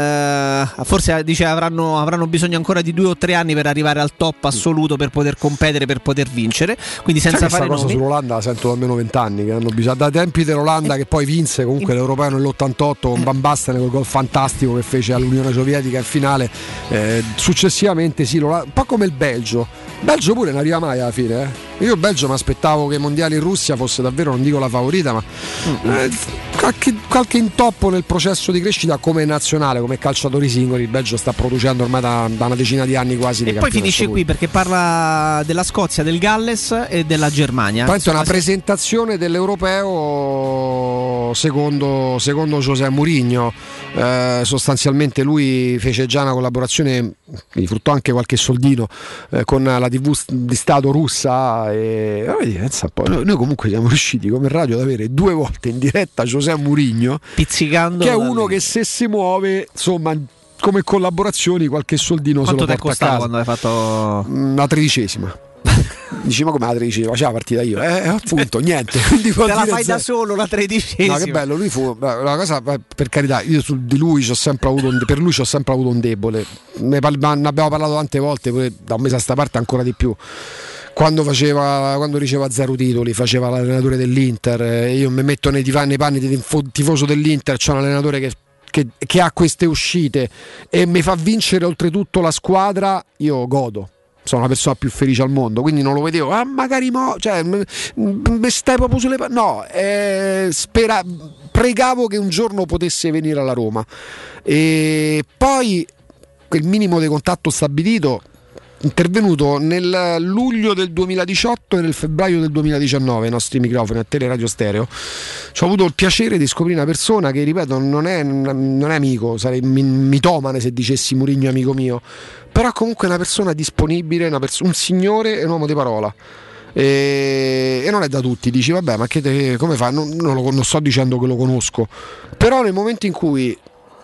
ma eh, forse dice avranno, avranno bisogno ancora di due o tre anni per arrivare al top assoluto, per poter competere, per poter vincere, quindi senza fare cosa nomi. Sull'Olanda la sento da almeno vent'anni, che hanno bisogno, dai tempi dell'Olanda, eh, che poi vinse comunque eh, l'Europeo nell'ottantotto con Van Basten, quel gol fantastico che fece all'Unione Sovietica in finale. Eh, successivamente sì, un po' come il Belgio. Belgio pure non arriva mai alla fine, eh. Io il Belgio mi aspettavo che i mondiali in Russia fosse davvero, non dico la favorita, ma eh, qualche, qualche intoppo nel processo di crescita come nazionale, come calciatori singoli. Il Belgio sta producendo ormai da, da una decina di anni quasi. E poi finisce qui perché parla della Scozia, del Galles e della Germania. Poi è una presentazione dell'Europeo secondo, secondo José Mourinho. Eh, sostanzialmente lui fece già una collaborazione, gli fruttò anche qualche soldino eh, con la tivù di Stato russa e eh, noi, noi comunque siamo riusciti come radio ad avere due volte in diretta José Mourinho, pizzicando, che è uno che se si muove, insomma, come collaborazioni qualche soldino quanto se lo porta a casa. Quando hai fatto la tredicesima? Dici, ma come la tredicesima? Faceva la partita io, eh, appunto, niente. Quindi te la fai zero. Da solo la tredicesima. No, che bello, lui fu la cosa, per carità, io su di lui c'ho sempre avuto un, per lui c'ho sempre avuto un debole. Ne, ne abbiamo parlato tante volte, pure da un mese a sta parte ancora di più. Quando faceva, quando riceveva zero titoli, faceva l'allenatore dell'Inter. Io mi metto nei, nei panni di tifoso dell'Inter, c'è un allenatore che Che, che ha queste uscite e mi fa vincere oltretutto la squadra, io godo, sono la persona più felice al mondo, quindi non lo vedevo, ah magari mo, cioè mi stai proprio sulle pa- no, eh, spera, pregavo che un giorno potesse venire alla Roma e poi quel minimo di contatto stabilito intervenuto nel luglio del duemiladiciotto e nel febbraio del duemiladiciannove ai nostri microfoni a Teleradio Stereo. Ci ho avuto il piacere di scoprire una persona che, ripeto, non è, non è amico, sarei mitomane se dicessi Mourinho è amico mio, però comunque è una persona disponibile, una pers- un signore e un uomo di parola. E, e non è da tutti, dici vabbè ma che te, come fa? Non, non, lo, non sto dicendo che lo conosco, però nel momento in cui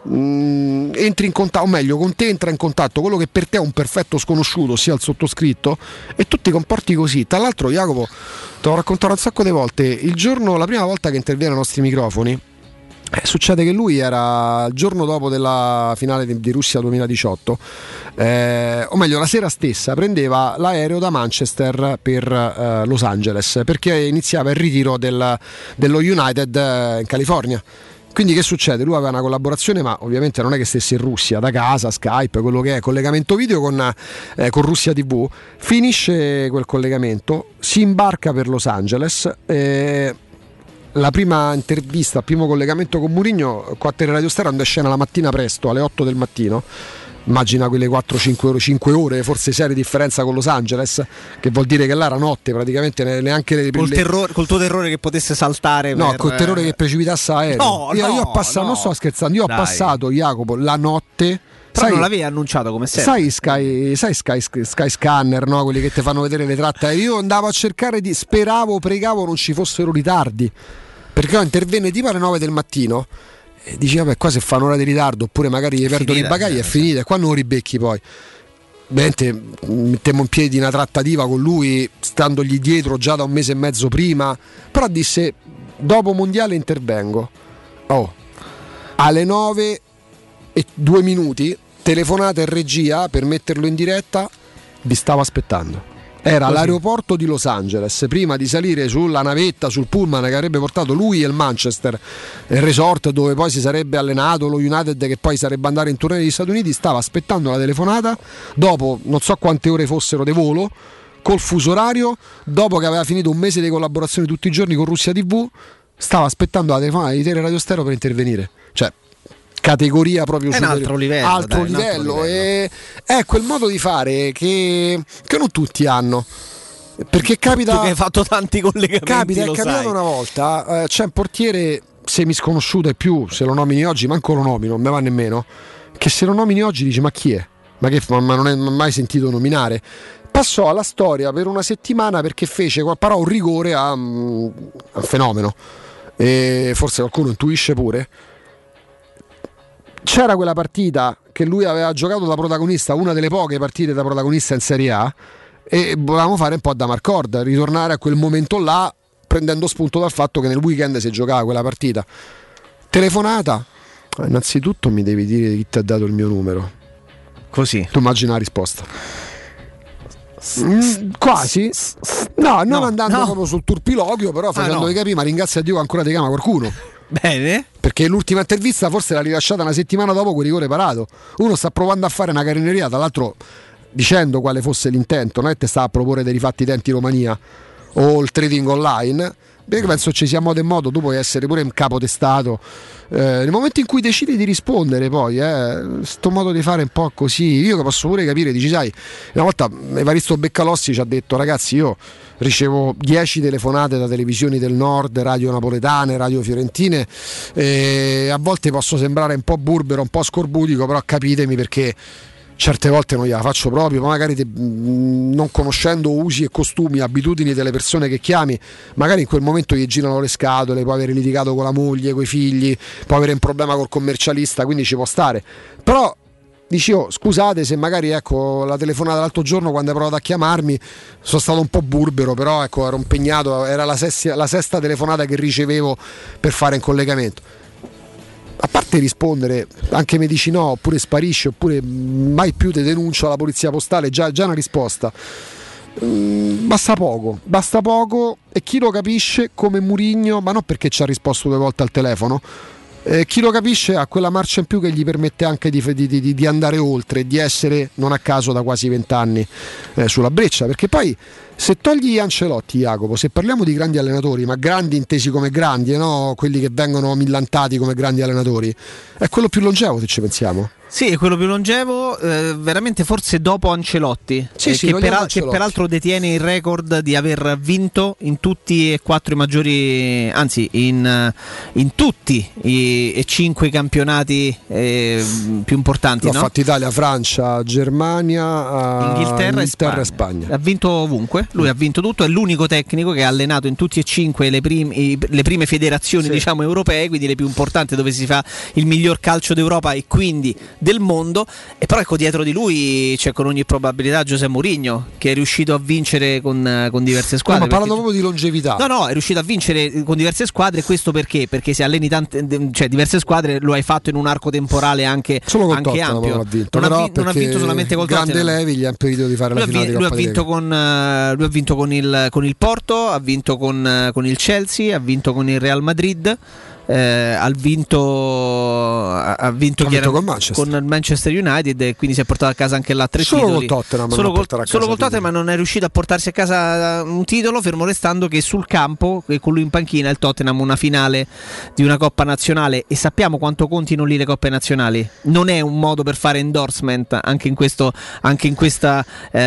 Mm, entri in contatto, o meglio con te entra in contatto quello che per te è un perfetto sconosciuto, sia il sottoscritto, e tu ti comporti così. Tra l'altro, Jacopo, te l'ho raccontato un sacco di volte, il giorno, la prima volta che interviene ai nostri microfoni, eh, succede che lui era il giorno dopo della finale di, di Russia duemiladiciotto, eh, o meglio la sera stessa prendeva l'aereo da Manchester per eh, Los Angeles, perché iniziava il ritiro del, dello United eh, in California. Quindi che succede? Lui aveva una collaborazione, ma ovviamente non è che stesse in Russia, da casa, Skype, quello che è, collegamento video con, eh, con Russia tivù, finisce quel collegamento, si imbarca per Los Angeles, eh, la prima intervista, il primo collegamento con Mourinho qua a Teleradio Stereo andò in scena la mattina presto, alle otto del mattino. Immagina quelle quattro cinque ore, forse sei di differenza con Los Angeles, che vuol dire che là era notte praticamente, neanche le, col, terrore, col tuo terrore che potesse saltare, no, per... col terrore che precipitasse l'aereo. No, io, no, io ho passato, no. non sto scherzando, io Dai. ho passato, Jacopo, la notte. Però sai, non l'avevi annunciato come sempre. Sai Sky, sai Sky, Sky Scanner, no? Quelli che ti fanno vedere le tratte. Io andavo a cercare di, speravo, pregavo non ci fossero ritardi, perché io intervenne tipo alle nove del mattino. E dici vabbè, qua se fa un'ora di ritardo oppure magari gli perdono i bagagli è finita, e qua non ribecchi poi. Ovviamente mettemmo in piedi una trattativa con lui standogli dietro già da un mese e mezzo prima, però disse dopo mondiale intervengo. Oh, alle nove e due minuti telefonata in regia per metterlo in diretta, vi stavo aspettando. Era Così. L'aeroporto di Los Angeles, prima di salire sulla navetta, sul pullman che avrebbe portato lui e il Manchester, il resort dove poi si sarebbe allenato lo United, che poi sarebbe andato in tournée negli Stati Uniti. Stava aspettando la telefonata dopo non so quante ore fossero di volo, col fuso orario, dopo che aveva finito un mese di collaborazione tutti i giorni con Russia tivù, stava aspettando la telefonata di Teleradio Stereo per intervenire. Cioè categoria proprio è un altro livello, altro dai, livello, altro livello. E è quel modo di fare che, che non tutti hanno, perché capita, tu che hai fatto tanti collegamenti, capita, lo è capitato sai. Una volta, eh, c'è un portiere semi sconosciuto e più, se lo nomini oggi manco lo nomino, non me va nemmeno, che se lo nomini oggi dici ma chi è? Ma che ma non è mai sentito nominare. Passò alla storia per una settimana perché fece parò un rigore a, a un fenomeno, e forse qualcuno intuisce pure. C'era quella partita che lui aveva giocato da protagonista, una delle poche partite da protagonista in Serie A, e volevamo fare un po' da Marcord, ritornare a quel momento là, prendendo spunto dal fatto che nel weekend si giocava quella partita. Telefonata, innanzitutto mi devi dire chi ti ha dato il mio numero. Così. Tu immagina la risposta. Mm, quasi. No, non no, andando no. proprio sul turpiloquio, però facendo ah, no. capire, ma ringrazia Dio che ancora ti chiama qualcuno. Bene. Perché l'ultima intervista forse l'ha rilasciata una settimana dopo quel rigore parato. Uno sta provando a fare una carineria, tra l'altro dicendo quale fosse l'intento, non è che te stava a proporre dei rifatti denti Romania o il trading online, Perché penso ci sia modo e modo, tu puoi essere pure un capotestato eh, nel momento in cui decidi di rispondere, poi eh, sto modo di fare un po' così, io che posso pure capire, dici sai, una volta Evaristo Beccalossi ci ha detto ragazzi io ricevo dieci telefonate da televisioni del nord, radio napoletane, radio fiorentine, e a volte posso sembrare un po' burbero, un po' scorbutico, però capitemi perché certe volte non gliela faccio proprio, ma magari te, non conoscendo usi e costumi, abitudini delle persone che chiami, magari in quel momento gli girano le scatole, può avere litigato con la moglie, coi figli, può avere un problema col commercialista, quindi ci può stare. Però dici oh, scusate se magari ecco la telefonata l'altro giorno quando hai provato a chiamarmi sono stato un po' burbero, però ecco ero impegnato, era la, sessia, la sesta telefonata che ricevevo per fare un collegamento. A parte rispondere, anche mi dici no, oppure sparisci, oppure mai più ti denuncio alla polizia postale, già, già una risposta. Mm, basta poco, basta poco, e chi lo capisce come Mourinho, ma non perché ci ha risposto due volte al telefono, eh, chi lo capisce ha quella marcia in più che gli permette anche di, di, di, di andare oltre, di essere non a caso da quasi vent'anni eh, sulla breccia, perché poi se togli Ancelotti, Jacopo, se parliamo di grandi allenatori, ma grandi intesi come grandi, no? Quelli che vengono millantati come grandi allenatori, è quello più longevo se ci pensiamo. Sì, è quello più longevo, eh, veramente forse dopo Ancelotti, sì, eh, sì, che, per, Ancelotti. che peraltro detiene il record di aver vinto in tutti e quattro i maggiori, anzi in, in tutti i e cinque i campionati eh, più importanti. L'ha no? fatto Italia, Francia, Germania, Inghilterra, Inghilterra e, e Spagna. Spagna. Ha vinto ovunque, lui ha vinto tutto, è l'unico tecnico che ha allenato in tutti e cinque le, prim- i, le prime federazioni sì. diciamo europee, quindi le più importanti dove si fa il miglior calcio d'Europa e quindi del mondo. E però ecco dietro di lui c'è con ogni probabilità José Mourinho, che è riuscito a vincere con, con diverse squadre. No, ma parlando proprio di longevità. No, no, è riuscito a vincere con diverse squadre, e questo perché? Perché se alleni tante, cioè diverse squadre lo hai fatto in un arco temporale anche, Solo anche Tottenham ampio. Non ha vinto, non, ha, vi- non ha vinto solamente col grande Tottenham. Levi gli ha impedito di fare lui la finale vi- di lui Coppa ha vinto con uh, lui ha vinto con il, con il Porto, ha vinto con, uh, con il Chelsea, ha vinto con il Real Madrid. Eh, ha vinto, ha vinto, ha vinto con, Manchester. con il Manchester United, e quindi si è portato a casa anche là tre solo titoli. Col Tottenham solo col, solo solo col Tottenham, ma non è riuscito a portarsi a casa un titolo, fermo restando che sul campo e con lui in panchina il Tottenham una finale di una Coppa Nazionale, e sappiamo quanto contino lì le Coppe Nazionali. Non è un modo per fare endorsement anche in questo, anche in questa,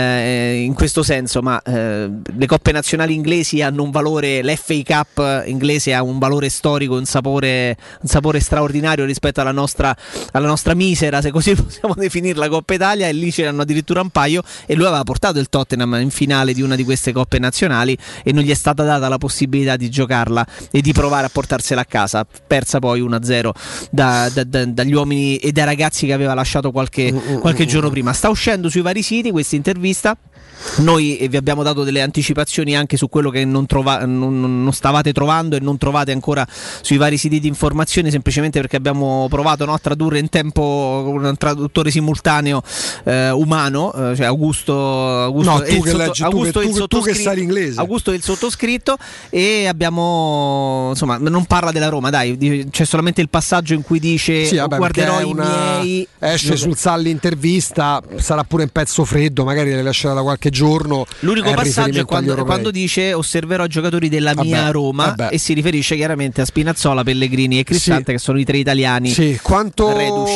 eh, in questo senso, ma eh, le Coppe Nazionali inglesi hanno un valore, l'F A Cup inglese ha un valore storico, un sapore un sapore straordinario rispetto alla nostra, alla nostra misera, se così possiamo definirla, Coppa Italia, e lì c'erano addirittura un paio, e lui aveva portato il Tottenham in finale di una di queste Coppe Nazionali e non gli è stata data la possibilità di giocarla e di provare a portarsela a casa, persa poi uno a zero da, da, da, dagli uomini e dai ragazzi che aveva lasciato qualche, qualche giorno prima. Sta uscendo sui vari siti questa intervista. Noi vi abbiamo dato delle anticipazioni anche su quello che non, trova, non, non stavate trovando e non trovate ancora sui vari siti di informazione, semplicemente perché abbiamo provato, no, a tradurre in tempo con un traduttore simultaneo eh, umano, eh, cioè Augusto, Augusto, no, tu il che sotto, leggi, Augusto tu, il tu, tu che sai l'inglese. Augusto il sottoscritto, e abbiamo, insomma, non parla della Roma, dai, c'è solamente il passaggio in cui dice sì, vabbè, guarderò i una... miei, esce sul Salli intervista, sarà pure un pezzo freddo, magari le lascerà da qualche giorno. L'unico passaggio è quando, quando dice osserverò i giocatori della vabbè, mia Roma, vabbè. e si riferisce chiaramente a Spinazzola, Pellegrini e Cristante, sì, che sono i tre italiani. Sì, quanto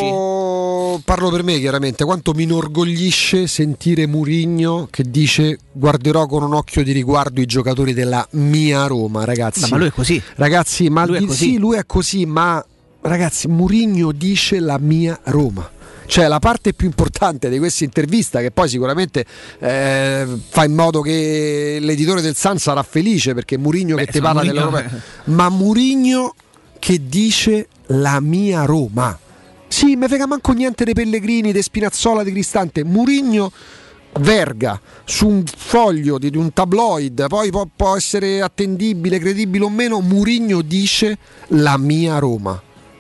reduci. Parlo per me chiaramente, quanto mi inorgoglisce sentire Mourinho che dice guarderò con un occhio di riguardo i giocatori della mia Roma, ragazzi. No, ma lui è così. Ragazzi, ma lui di, è così. Sì, lui è così, ma ragazzi, Mourinho dice la mia Roma. Cioè la parte più importante di questa intervista, che poi sicuramente eh, fa in modo che l'editore del Sun sarà felice, perché Mourinho che ti parla della Roma, ma Mourinho che dice la mia Roma. Sì, me frega manco niente dei Pellegrini, dei Spinazzola, di Cristante. Mourinho verga su un foglio di, di un tabloid, poi può, può essere attendibile, credibile o meno. Mourinho dice la mia Roma.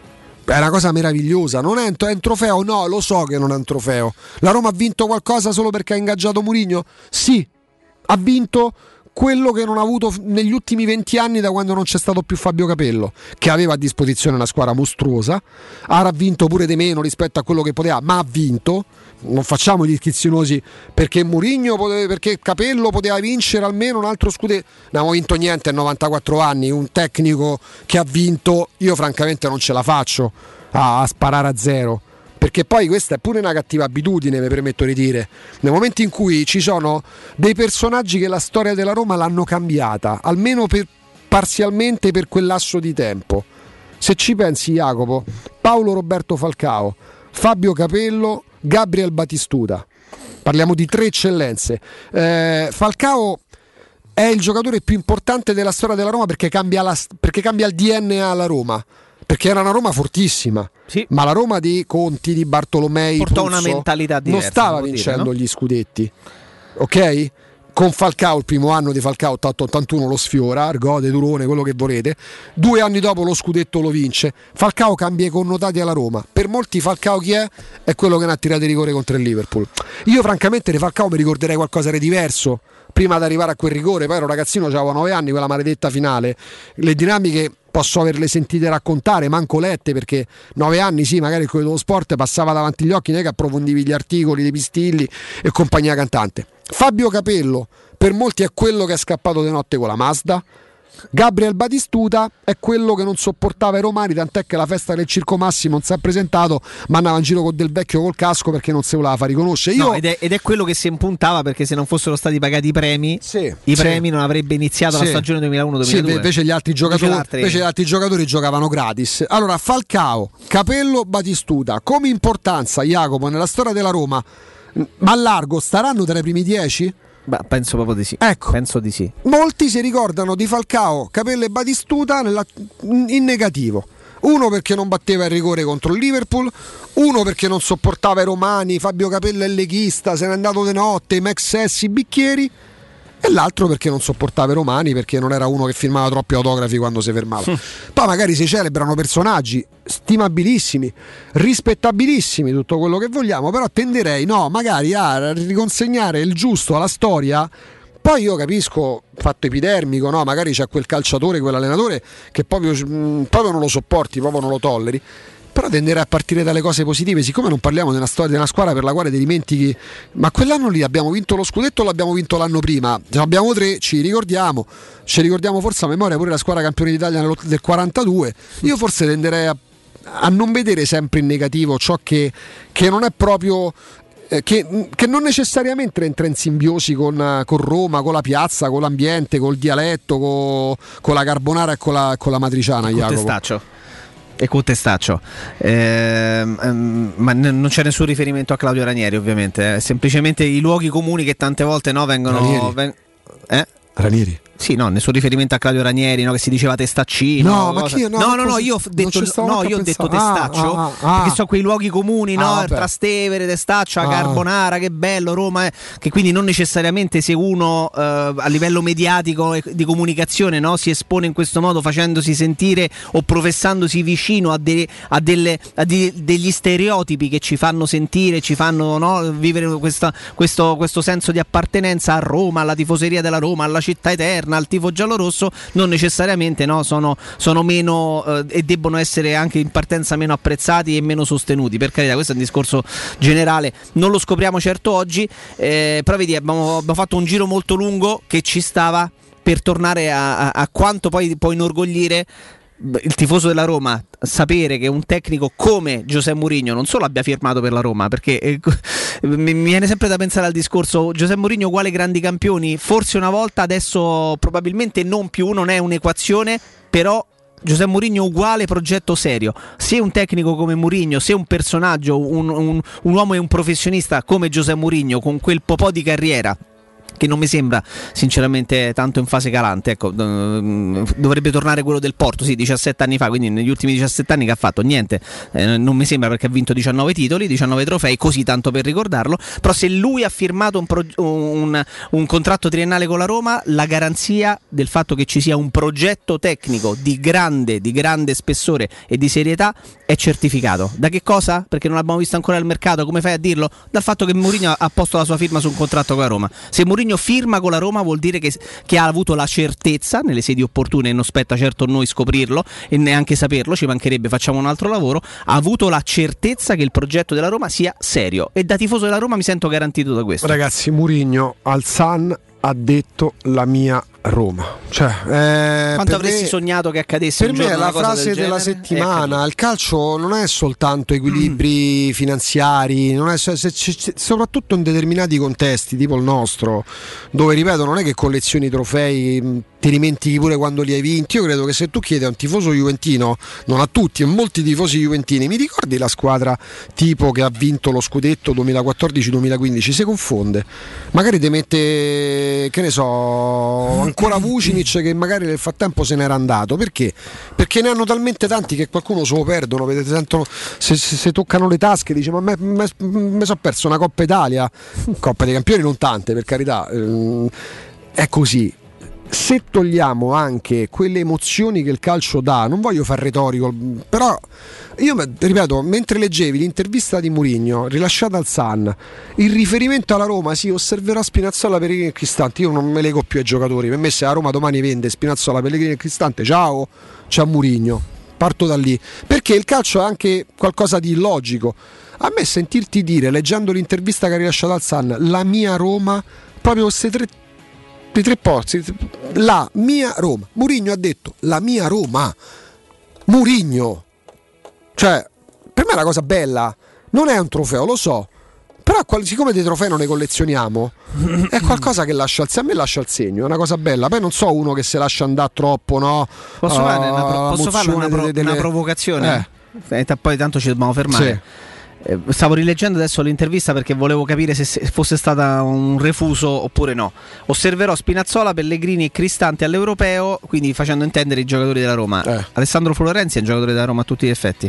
È una cosa meravigliosa. Non è un, è un trofeo? No, lo so che non è un trofeo. La Roma ha vinto qualcosa solo perché ha ingaggiato Mourinho? Sì, ha vinto quello che non ha avuto negli ultimi venti anni, da quando non c'è stato più Fabio Capello, che aveva a disposizione una squadra mostruosa, ha vinto pure di meno rispetto a quello che poteva, ma ha vinto. Non facciamo gli schizzinosi perché Mourinho poteva, perché Capello poteva vincere almeno un altro scudetto. Non abbiamo vinto niente a novantaquattro anni. Un tecnico che ha vinto, io francamente non ce la faccio a, a sparare a zero, perché poi questa è pure una cattiva abitudine, mi permetto di dire. Nel momento in cui ci sono dei personaggi che la storia della Roma l'hanno cambiata, almeno per, parzialmente per quel lasso di tempo. Se ci pensi, Jacopo, Paolo Roberto Falcao, Fabio Capello, Gabriel Batistuta, parliamo di tre eccellenze. eh, Falcao è il giocatore più importante della storia della Roma perché cambia, la, perché cambia il D N A alla Roma, perché era una Roma fortissima, sì. Ma la Roma di Conti, di Bartolomei portò Puzzo, una mentalità diversa, non stava vincendo dire, no? gli scudetti, ok? Con Falcao, il primo anno di Falcao ottanta ottantuno lo sfiora, Argode, Durone, quello che volete. Due anni dopo lo scudetto lo vince. Falcao cambia i connotati alla Roma. Per molti Falcao chi è? È quello che ne ha tirato i rigore contro il Liverpool. Io francamente di Falcao mi ricorderei qualcosa di diverso prima di arrivare a quel rigore. Poi ero ragazzino, avevo nove anni, quella maledetta finale. Le dinamiche posso averle sentite raccontare, manco lette, perché nove anni sì, magari il Corriere dello Sport passava davanti agli occhi, non è che approfondivi gli articoli dei Pistilli e compagnia cantante. Fabio Capello per molti è quello che è scappato di notte con la Mazda. Gabriel Batistuta è quello che non sopportava i romani, tant'è che alla festa del Circo Massimo non si è presentato, ma andava in giro con Del Vecchio col casco perché non si voleva far riconoscere. Io... No, ed, è, ed è quello che si impuntava, perché se non fossero stati pagati i premi, sì, i sì. premi non avrebbe iniziato sì. la stagione duemilauno duemiladue. Sì, invece gli altri giocatori, invece invece gli altri giocatori giocavano gratis. Allora, Falcao, Capello, Batistuta, come importanza, Jacopo, nella storia della Roma, ma a largo staranno tra i primi dieci? Beh, penso proprio di sì. Ecco, penso di sì. Molti si ricordano di Falcao, Capello e Batistuta nella, in negativo. Uno perché non batteva il rigore contro il Liverpool, uno perché non sopportava i romani, Fabio Capello è leghista, se n'è andato di notte, Max Sessi, bicchieri, e l'altro perché non sopportava i romani, perché non era uno che firmava troppi autografi quando si fermava. Mm. Poi magari si celebrano personaggi stimabilissimi, rispettabilissimi, tutto quello che vogliamo, però tenderei no, magari a riconsegnare il giusto alla storia. Poi io capisco, fatto epidermico, no? Magari c'è quel calciatore, quell'allenatore che proprio, mh, proprio non lo sopporti, proprio non lo tolleri. Però tenderei a partire dalle cose positive, siccome non parliamo di una storia di una squadra per la quale ti dimentichi, ma quell'anno lì abbiamo vinto lo scudetto o l'abbiamo vinto l'anno prima? Ne abbiamo tre, ci ricordiamo, ci ricordiamo forse a memoria pure la squadra campione d'Italia del quarantadue. Io forse tenderei a, a non vedere sempre in negativo ciò che, che non è proprio... Che, che non necessariamente entra in simbiosi con, con Roma, con la piazza, con l'ambiente, col dialetto, con, con la carbonara e con la, con la matriciana, Jacopo. Testaccio. E con Testaccio, eh, ehm, ma n- non c'è nessun riferimento a Claudio Ranieri, ovviamente, eh. Semplicemente i luoghi comuni che tante volte no vengono. Ranieri. Ven- eh? Ranieri. Sì, no, nessun riferimento a Claudio Ranieri, no, che si diceva Testaccino. No, ma chi, no, no, no, no, io ho detto, no, io ho detto Testaccio, ah, ah, ah. perché sono quei luoghi comuni, no, ah, Trastevere, Testaccio, ah. Carbonara, che bello, Roma, eh, che quindi non necessariamente se uno eh, a livello mediatico e di comunicazione, no, si espone in questo modo facendosi sentire o professandosi vicino a, de, a, delle, a de, degli stereotipi che ci fanno sentire, ci fanno, no, vivere questa, questo, questo senso di appartenenza a Roma, alla tifoseria della Roma, alla città eterna, al tifo giallorosso, non necessariamente no, sono, sono meno eh, e debbono essere anche in partenza meno apprezzati e meno sostenuti. Per carità, questo è un discorso generale, non lo scopriamo certo oggi, eh, però vedi, abbiamo, abbiamo fatto un giro molto lungo che ci stava per tornare a, a, a quanto poi può inorgoglire il tifoso della Roma sapere che un tecnico come Giuseppe Mourinho non solo abbia firmato per la Roma, perché eh, mi viene sempre da pensare al discorso Giuseppe Mourinho uguale grandi campioni, forse una volta, adesso probabilmente non più, non è un'equazione, però Giuseppe Mourinho uguale progetto serio. Se un tecnico come Mourinho, se un personaggio, un, un, un uomo e un professionista come Giuseppe Mourinho con quel po' di carriera che non mi sembra sinceramente tanto in fase calante, ecco, dovrebbe tornare quello del Porto, sì, diciassette anni fa, quindi negli ultimi diciassette anni che ha fatto niente, eh, non mi sembra, perché ha vinto diciannove titoli, diciannove trofei, così tanto per ricordarlo. Però se lui ha firmato un, pro, un, un contratto triennale con la Roma, la garanzia del fatto che ci sia un progetto tecnico di grande, di grande spessore e di serietà è certificato. Da che cosa? Perché non l'abbiamo visto ancora al mercato. Come fai a dirlo? Dal fatto che Mourinho ha posto la sua firma su un contratto con la Roma. Se Mourinho Mourinho firma con la Roma vuol dire che, che ha avuto la certezza nelle sedi opportune, e non spetta certo a noi scoprirlo e neanche saperlo, ci mancherebbe, facciamo un altro lavoro, ha avuto la certezza che il progetto della Roma sia serio, e da tifoso della Roma mi sento garantito da questo. Ragazzi, Mourinho al Sun ha detto la mia Roma, cioè, eh, quanto avresti me, sognato che accadesse per un me giorno è la una cosa frase del della genere? settimana. Il calcio non è soltanto equilibri mm. finanziari, non è, se, se, se, soprattutto in determinati contesti tipo il nostro, dove ripeto non è che collezioni trofei, ti dimentichi pure quando li hai vinti. Io credo che se tu chiedi a un tifoso juventino, non a tutti, a molti tifosi juventini, mi ricordi la squadra tipo che ha vinto lo scudetto duemilaquattordici duemilaquindici, si confonde, magari ti mette, che ne so, ancora Vucinic che magari nel frattempo se n'era andato. Perché? Perché ne hanno talmente tanti che qualcuno se lo perdono, vedete, sentono, se, se, se toccano le tasche dice ma mi sono perso una Coppa Italia, Coppa dei Campioni non tante per carità, ehm, è così. Se togliamo anche quelle emozioni che il calcio dà, non voglio far retorico, però io ripeto, mentre leggevi l'intervista di Mourinho rilasciata al Sun, il riferimento alla Roma, sì, osserverò Spinazzola, Pellegrini e Cristante, io non me lego più ai giocatori, per me se la Roma domani vende Spinazzola, Pellegrini e Cristante, ciao, c'è Mourinho, parto da lì, perché il calcio è anche qualcosa di illogico. A me sentirti dire, leggendo l'intervista che ha rilasciato al Sun, la mia Roma, proprio queste tre i tre pozzi, la mia Roma. Mourinho ha detto la mia Roma. Mourinho, cioè, per me è una cosa bella, non è un trofeo, lo so, però siccome dei trofei non ne collezioniamo, è qualcosa che lascia il, a me lascia il segno, è una cosa bella. Poi non so uno che se lascia andare troppo, no? Posso, uh, fare, una pro- posso fare una, pro- delle... una provocazione? Eh. E poi tanto ci dobbiamo fermare. Sì. Stavo rileggendo adesso l'intervista perché volevo capire se fosse stata un refuso oppure no. Osserverò Spinazzola, Pellegrini e Cristante all'Europeo, quindi facendo intendere i giocatori della Roma. eh. Alessandro Florenzi è un giocatore della Roma a tutti gli effetti?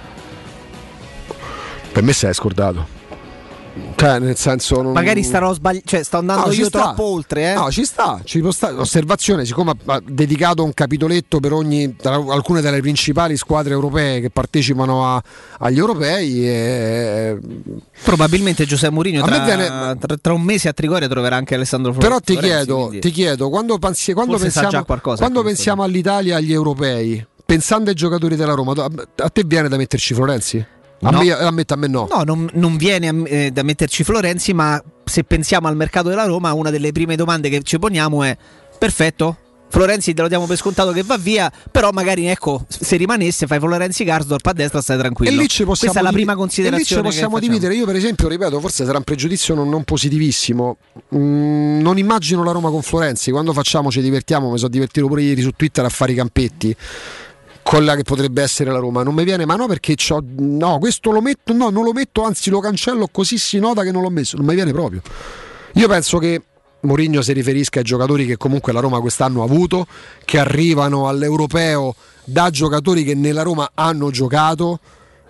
Per me si è scordato, cioè nel senso non... magari starò sbagliando, cioè sto andando no, io sta. troppo oltre, eh? No, ci sta, ci può stare. Osservazione, siccome ha dedicato un capitoletto per ogni, tra alcune delle principali squadre europee che partecipano a, agli europei, e... probabilmente Giuseppe Mourinho tra, viene... tra, tra un mese a Trigoria troverà anche Alessandro Florenzi. Però ti chiedo, quindi... ti chiedo quando, pensi, quando pensiamo, quando pensiamo all'Italia, agli europei, pensando ai giocatori della Roma, a te viene da metterci Florenzi? A no. me, ammetta a me no. No, non, non viene a, eh, da metterci Florenzi, ma se pensiamo al mercato della Roma, una delle prime domande che ci poniamo è: perfetto, Florenzi te lo diamo per scontato che va via, però magari ecco, se rimanesse fai Florenzi Karsdorp a destra, stai tranquillo. E lì ci Questa è la prima considerazione. E lì ci possiamo dividere. Io per esempio, ripeto, forse sarà un pregiudizio non, non positivissimo. Mm, non immagino la Roma con Florenzi. Quando facciamo ci divertiamo, mi sono divertito pure ieri su Twitter a fare i campetti. Quella che potrebbe essere la Roma non mi viene, ma no, perché c'ho, no, questo lo metto, no, non lo metto, anzi lo cancello, così si nota che non l'ho messo, non mi viene proprio. Io penso che Mourinho si riferisca ai giocatori che comunque la Roma quest'anno ha avuto, che arrivano all'Europeo da giocatori che nella Roma hanno giocato,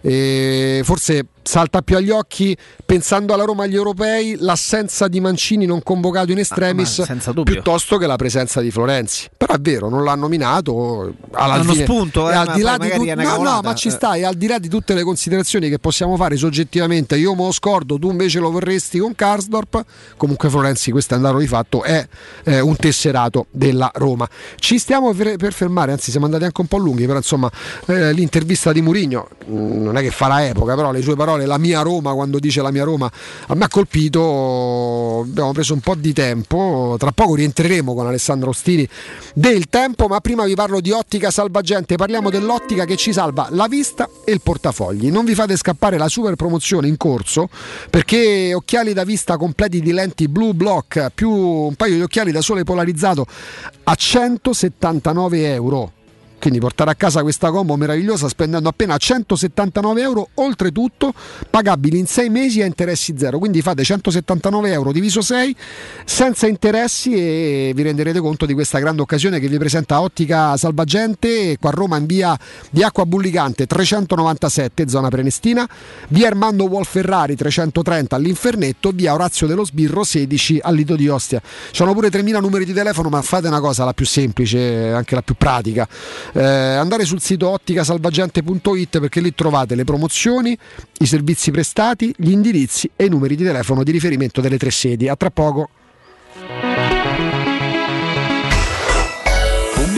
e forse salta più agli occhi, pensando alla Roma agli europei, l'assenza di Mancini non convocato in extremis, ah, piuttosto che la presenza di Florenzi. Però è vero, non l'ha nominato alla hanno fine, spunto, eh, al di là di tu- no, no, ma ci sta, e al di là di tutte le considerazioni che possiamo fare soggettivamente, io me lo scordo, tu invece lo vorresti con Karsdorp, comunque Florenzi, questo è un dato di fatto, è eh, un tesserato della Roma. Ci stiamo per, per fermare, anzi siamo andati anche un po' lunghi, però insomma eh, l'intervista di Mourinho mh, non è che farà epoca, però le sue parole, la mia Roma, quando dice la mia Roma, a me ha colpito. Abbiamo preso un po' di tempo, tra poco rientreremo con Alessandro Ostini del tempo, ma prima vi parlo di Ottica Salvagente. Parliamo dell'ottica che ci salva la vista e il portafogli. Non vi fate scappare la super promozione in corso, perché occhiali da vista completi di lenti Blue Block più un paio di occhiali da sole polarizzato a centosettantanove euro. Quindi portare a casa questa combo meravigliosa spendendo appena centosettantanove euro, oltretutto pagabili in sei mesi a interessi zero. Quindi fate centosettantanove euro diviso sei senza interessi e vi renderete conto di questa grande occasione che vi presenta Ottica Salvagente, qua a Roma in via di Acqua Bullicante trecentonovantasette, zona Prenestina, via Armando Wolferrari trecentotrenta all'Infernetto, via Orazio dello Sbirro sedici al Lido di Ostia. Ci sono pure tremila numeri di telefono, ma fate una cosa, la più semplice, anche la più pratica. Eh, andare sul sito ottica salvagente punto it, perché lì trovate le promozioni, i servizi prestati, gli indirizzi e i numeri di telefono di riferimento delle tre sedi. A tra poco.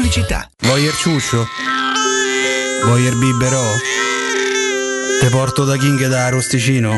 pubblicità. Voyer ciuccio? Voyer biberò? Te porto da King da Arosticino?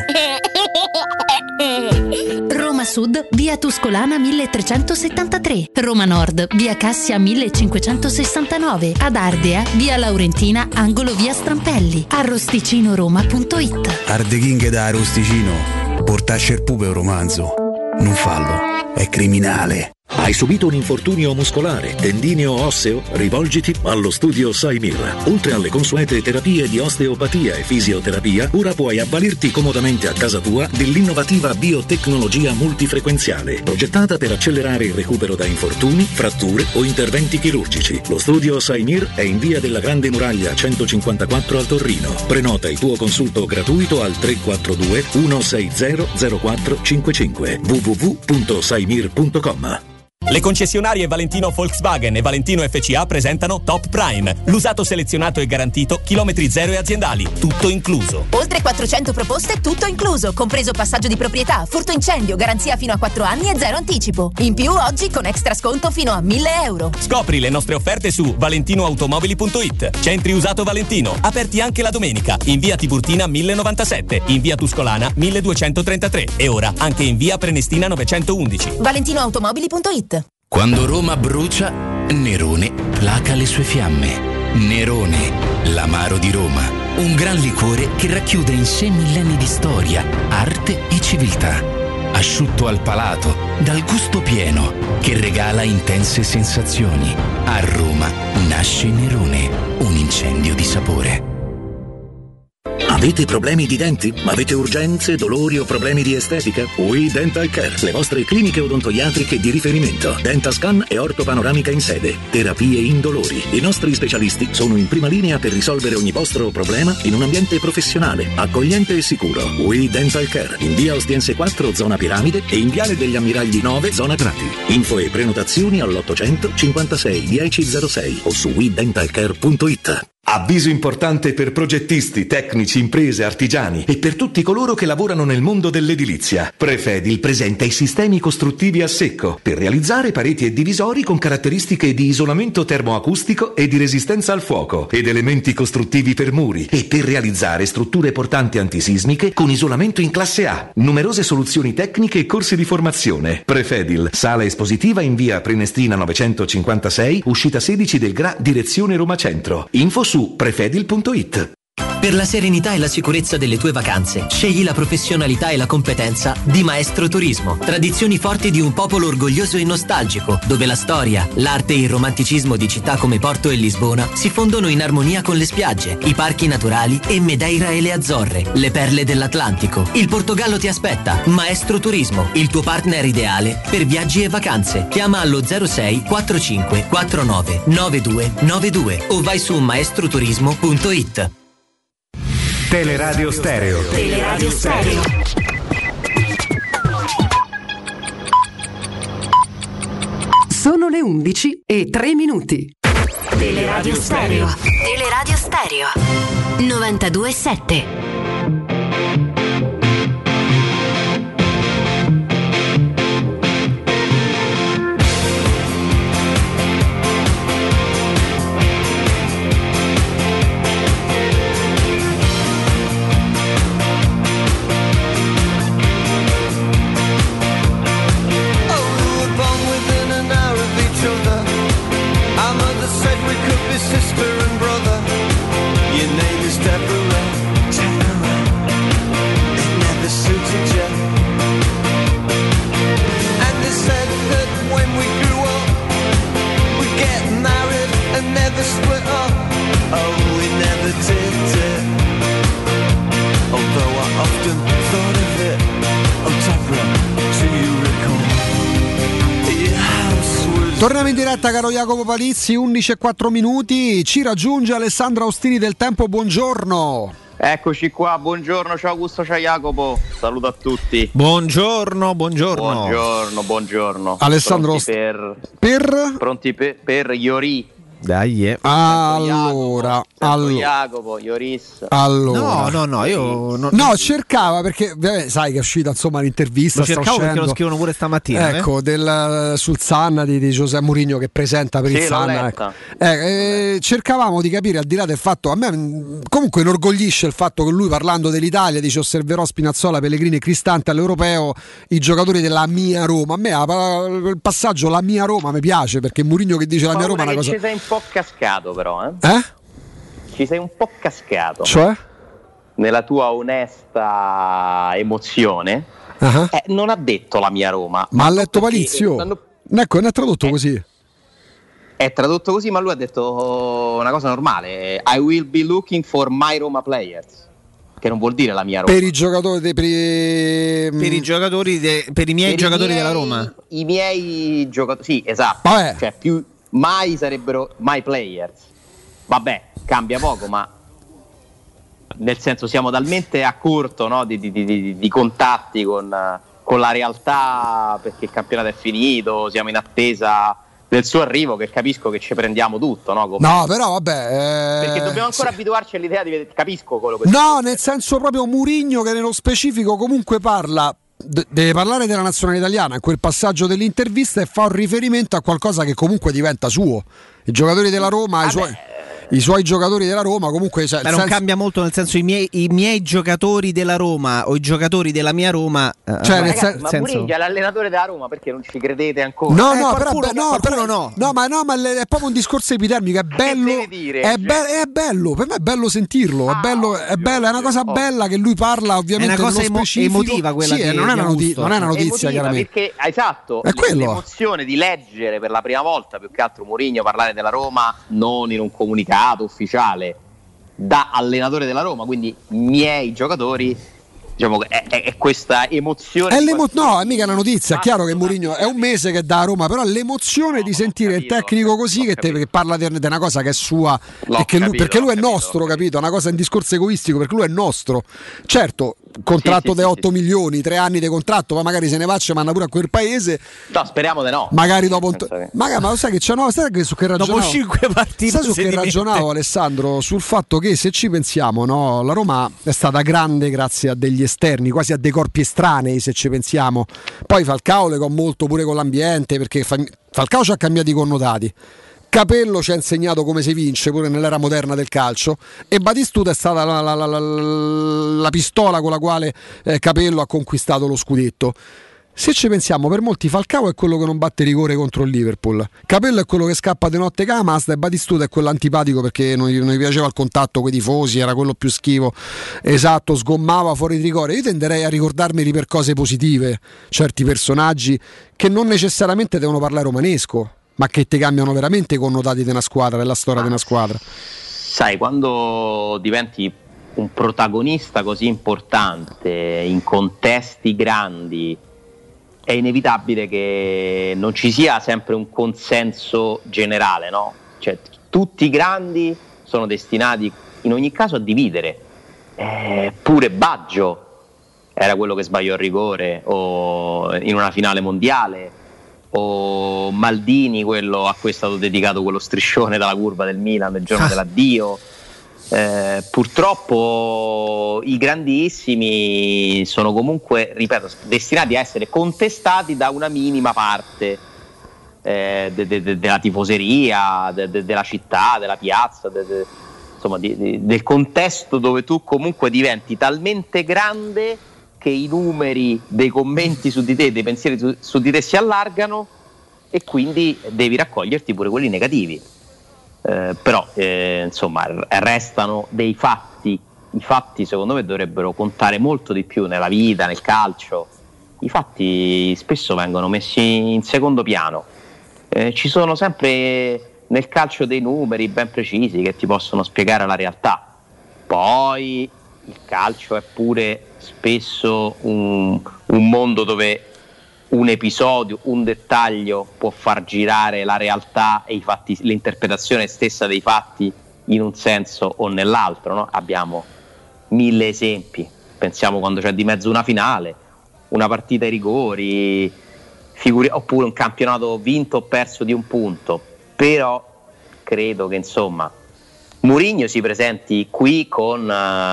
Roma Sud, via Tuscolana milletrecentosettantatré. Roma Nord, via Cassia millecinquecentosessantanove. Ad Ardea, via Laurentina, angolo via Strampelli. arrosticinoroma punto it. Arde King da Arosticino. Portasce il pupe un romanzo. Non fallo, è criminale. Hai subito un infortunio muscolare, tendineo o osseo? Rivolgiti allo studio Saimir. Oltre alle consuete terapie di osteopatia e fisioterapia, ora puoi avvalerti comodamente a casa tua dell'innovativa biotecnologia multifrequenziale, progettata per accelerare il recupero da infortuni, fratture o interventi chirurgici. Lo studio Saimir è in via della Grande Muraglia centocinquantaquattro al Torrino. Prenota il tuo consulto gratuito al tre quattro due uno sei zero zero quattro cinque cinque w w w punto saimir punto com. Le concessionarie Valentino Volkswagen e Valentino F C A presentano Top Prime, l'usato selezionato e garantito, chilometri zero e aziendali, tutto incluso. Oltre quattrocento proposte, tutto incluso, compreso passaggio di proprietà, furto incendio, garanzia fino a quattro anni e zero anticipo. In più oggi con extra sconto fino a mille euro. Scopri le nostre offerte su valentinoautomobili punto it. Centri usato Valentino, aperti anche la domenica, in via Tiburtina mille novantasette, in via Tuscolana milleduecentotrentatré e ora anche in via Prenestina novecentoundici. valentinoautomobili punto it. Quando Roma brucia, Nerone placa le sue fiamme. Nerone, l'amaro di Roma. Un gran liquore che racchiude in sé millenni di storia, arte e civiltà. Asciutto al palato, dal gusto pieno, che regala intense sensazioni. A Roma nasce Nerone, un incendio di sapore. Avete problemi di denti? Avete urgenze, dolori o problemi di estetica? We Dental Care, le vostre cliniche odontoiatriche di riferimento. Dentascan e ortopanoramica in sede. Terapie indolori. I nostri specialisti sono in prima linea per risolvere ogni vostro problema in un ambiente professionale, accogliente e sicuro. We Dental Care, in via Ostiense quattro, zona Piramide, e in viale degli Ammiragli nove, zona Crati. Info e prenotazioni all'ottocento cinquantasei dieci zero sei o su we dental care punto it. Avviso importante per progettisti, tecnici, imprese, artigiani e per tutti coloro che lavorano nel mondo dell'edilizia. Prefedil presenta i sistemi costruttivi a secco per realizzare pareti e divisori con caratteristiche di isolamento termoacustico e di resistenza al fuoco ed elementi costruttivi per muri e per realizzare strutture portanti antisismiche con isolamento in classe A. Numerose soluzioni tecniche e corsi di formazione. Prefedil, sala espositiva in via Prenestina novecentocinquantasei, uscita sedici del Gra, direzione Roma Centro. Info su prefedil punto it. Per la serenità e la sicurezza delle tue vacanze, scegli la professionalità e la competenza di Maestro Turismo. Tradizioni forti di un popolo orgoglioso e nostalgico, dove la storia, l'arte e il romanticismo di città come Porto e Lisbona si fondono in armonia con le spiagge, i parchi naturali e Madeira e le Azzorre, le perle dell'Atlantico. Il Portogallo ti aspetta. Maestro Turismo, il tuo partner ideale per viaggi e vacanze. Chiama allo zero sei quarantacinque quarantanove novantadue novantadue o vai su maestroturismo punto it. Teleradio Stereo. Teleradio Stereo. Sono le undici e tre minuti. Teleradio Stereo. Teleradio Stereo. novantadue sette. Sister and brother, your name is Deborah, Deborah. It never suited you. And they said that when we grew up, we'd get married and never split up. Oh, we never did it. Although I often thought of it. Oh, Deborah, do you recall? Your house was... Torniamo in diretta, caro Jacopo Palizzi, undici e quattro minuti, ci raggiunge Alessandro Austini del Tempo, buongiorno. Eccoci qua, buongiorno, ciao Augusto, ciao Jacopo, saluto a tutti. Buongiorno, buongiorno. Buongiorno, buongiorno. Alessandro, pronti per... per... Pronti per, per Iori. Dai, eh. Allora, allora, Jacopo, Ioris. allora. No, no, no, io no, no cercava perché beh, sai che è uscita insomma l'intervista. Lo cercavo perché lo scrivono pure stamattina. Ecco, eh? del, sul Sun di, di José Mourinho che presenta per sì, il Sun. Ecco. Eh, eh, cercavamo di capire, al di là del fatto, a me comunque inorgoglisce il fatto che lui, parlando dell'Italia, dice: osserverò Spinazzola, Pellegrini e Cristante all'Europeo, i giocatori della mia Roma. A me il passaggio la mia Roma mi piace, perché Mourinho che dice la mia Roma è una cosa. Ci sei un po' cascato però, eh? Eh? Ci sei un po' cascato. Cioè? Nella tua onesta emozione. Uh-huh. Eh, non ha detto la mia Roma. Ma ha letto Palizio. Stanno... Ecco, non è tradotto eh. così. È tradotto così, ma lui ha detto una cosa normale: I will be looking for my Roma players. Che non vuol dire la mia Roma. Per i giocatori de, per, i... per i giocatori de, per i miei per giocatori i miei, della Roma. I miei giocatori. Sì, esatto. Vabbè. Cioè più mai sarebbero my players. Vabbè, cambia poco, ma nel senso siamo talmente a corto, no, di, di, di, di contatti con, con la realtà, perché il campionato è finito, siamo in attesa del suo arrivo, che capisco che ci prendiamo tutto, no? Come... No, però vabbè. Eh... Perché dobbiamo ancora sì. abituarci all'idea di capisco quello che No, nel senso proprio Mourinho che nello specifico comunque parla. Deve parlare della nazionale italiana in quel passaggio dell'intervista e fa un riferimento a qualcosa che comunque diventa suo. I giocatori della Roma, i suoi, i suoi giocatori della Roma comunque cioè, ma non senso... cambia molto, nel senso i miei, i miei giocatori della Roma o i giocatori della mia Roma eh, cioè, ma, nel ragazzi, sen- ma senso... Mourinho è l'allenatore della Roma, perché non ci credete ancora? No, eh, no, qualcuno, però, no, però no. no, ma no, ma è proprio un discorso epidermico, è bello, dire, è, be- è bello, per me è bello sentirlo, ah, è bello, è bello, è una cosa oh. bella che lui parla ovviamente è una cosa emo- emotiva quella sì, che non è una, noti- non è una notizia emotiva, chiaramente. Perché esatto, è quello. L'emozione di leggere per la prima volta più che altro Mourinho parlare della Roma non in un comunicato ufficiale da allenatore della Roma, quindi miei giocatori, diciamo che è, è, è questa emozione. È l'emo- no, è mica una notizia. È chiaro che Mourinho è un mese che dà a Roma, però l'emozione no, di sentire capito, il tecnico così che, te, che parla di una cosa che è sua, e che lui, capito, perché lui è capito, nostro, capito? Una cosa, un discorso egoistico, perché lui è nostro. Certo, contratto sì, sì, di otto sì, milioni, sì. tre anni di contratto, ma magari se ne va, ci manda pure a quel paese. No, speriamo di no. Magari dopo un t- che... magari, ma lo sai che c'è, no, sai che su che ragionavo? Dopo cinque partite. Sai su che ragionavo, Alessandro? Sul fatto che se ci pensiamo, no, la Roma è stata grande grazie a degli esterni, quasi a dei corpi estranei, se ci pensiamo. Poi Falcao legò molto pure con l'ambiente, perché Falcao ci ha cambiato i connotati. Capello ci ha insegnato come si vince pure nell'era moderna del calcio, e Batistuta è stata la, la, la, la, la pistola con la quale eh, Capello ha conquistato lo scudetto. Se ci pensiamo, per molti Falcao è quello che non batte rigore contro il Liverpool, Capello è quello che scappa di notte Camasta, e Batistuta è quello antipatico perché non gli, non gli piaceva il contatto con i tifosi, era quello più schivo, esatto, sgommava fuori di rigore. Io tenderei a ricordarmi per cose positive certi personaggi che non necessariamente devono parlare romanesco, ma che ti cambiano veramente i connotati di una squadra, della storia di una squadra. Sai, quando diventi un protagonista così importante in contesti grandi, è inevitabile che non ci sia sempre un consenso generale, no? Cioè, tutti i grandi sono destinati in ogni caso a dividere. Eh, pure Baggio era quello che sbagliò il rigore o in una finale mondiale, o Maldini quello a cui è stato dedicato quello striscione dalla curva del Milan il giorno dell'addio. Eh, purtroppo i grandissimi sono comunque, ripeto, destinati a essere contestati da una minima parte eh, de, de, de, della tifoseria, de, de, della città, della piazza, de, de, insomma di, de, del contesto dove tu comunque diventi talmente grande che i numeri dei commenti su di te, dei pensieri su, su di te si allargano, e quindi devi raccoglierti pure quelli negativi. Eh, però eh, insomma restano dei fatti. I fatti secondo me dovrebbero contare molto di più nella vita, nel calcio. I fatti spesso vengono messi in secondo piano. Eh, ci sono sempre nel calcio dei numeri ben precisi che ti possono spiegare la realtà. Poi il calcio è pure spesso un, un mondo dove un episodio, un dettaglio può far girare la realtà e i fatti, l'interpretazione stessa dei fatti in un senso o nell'altro, no? Abbiamo mille esempi, pensiamo quando c'è di mezzo una finale, una partita ai rigori, figuri- oppure un campionato vinto o perso di un punto, però credo che insomma Mourinho si presenti qui con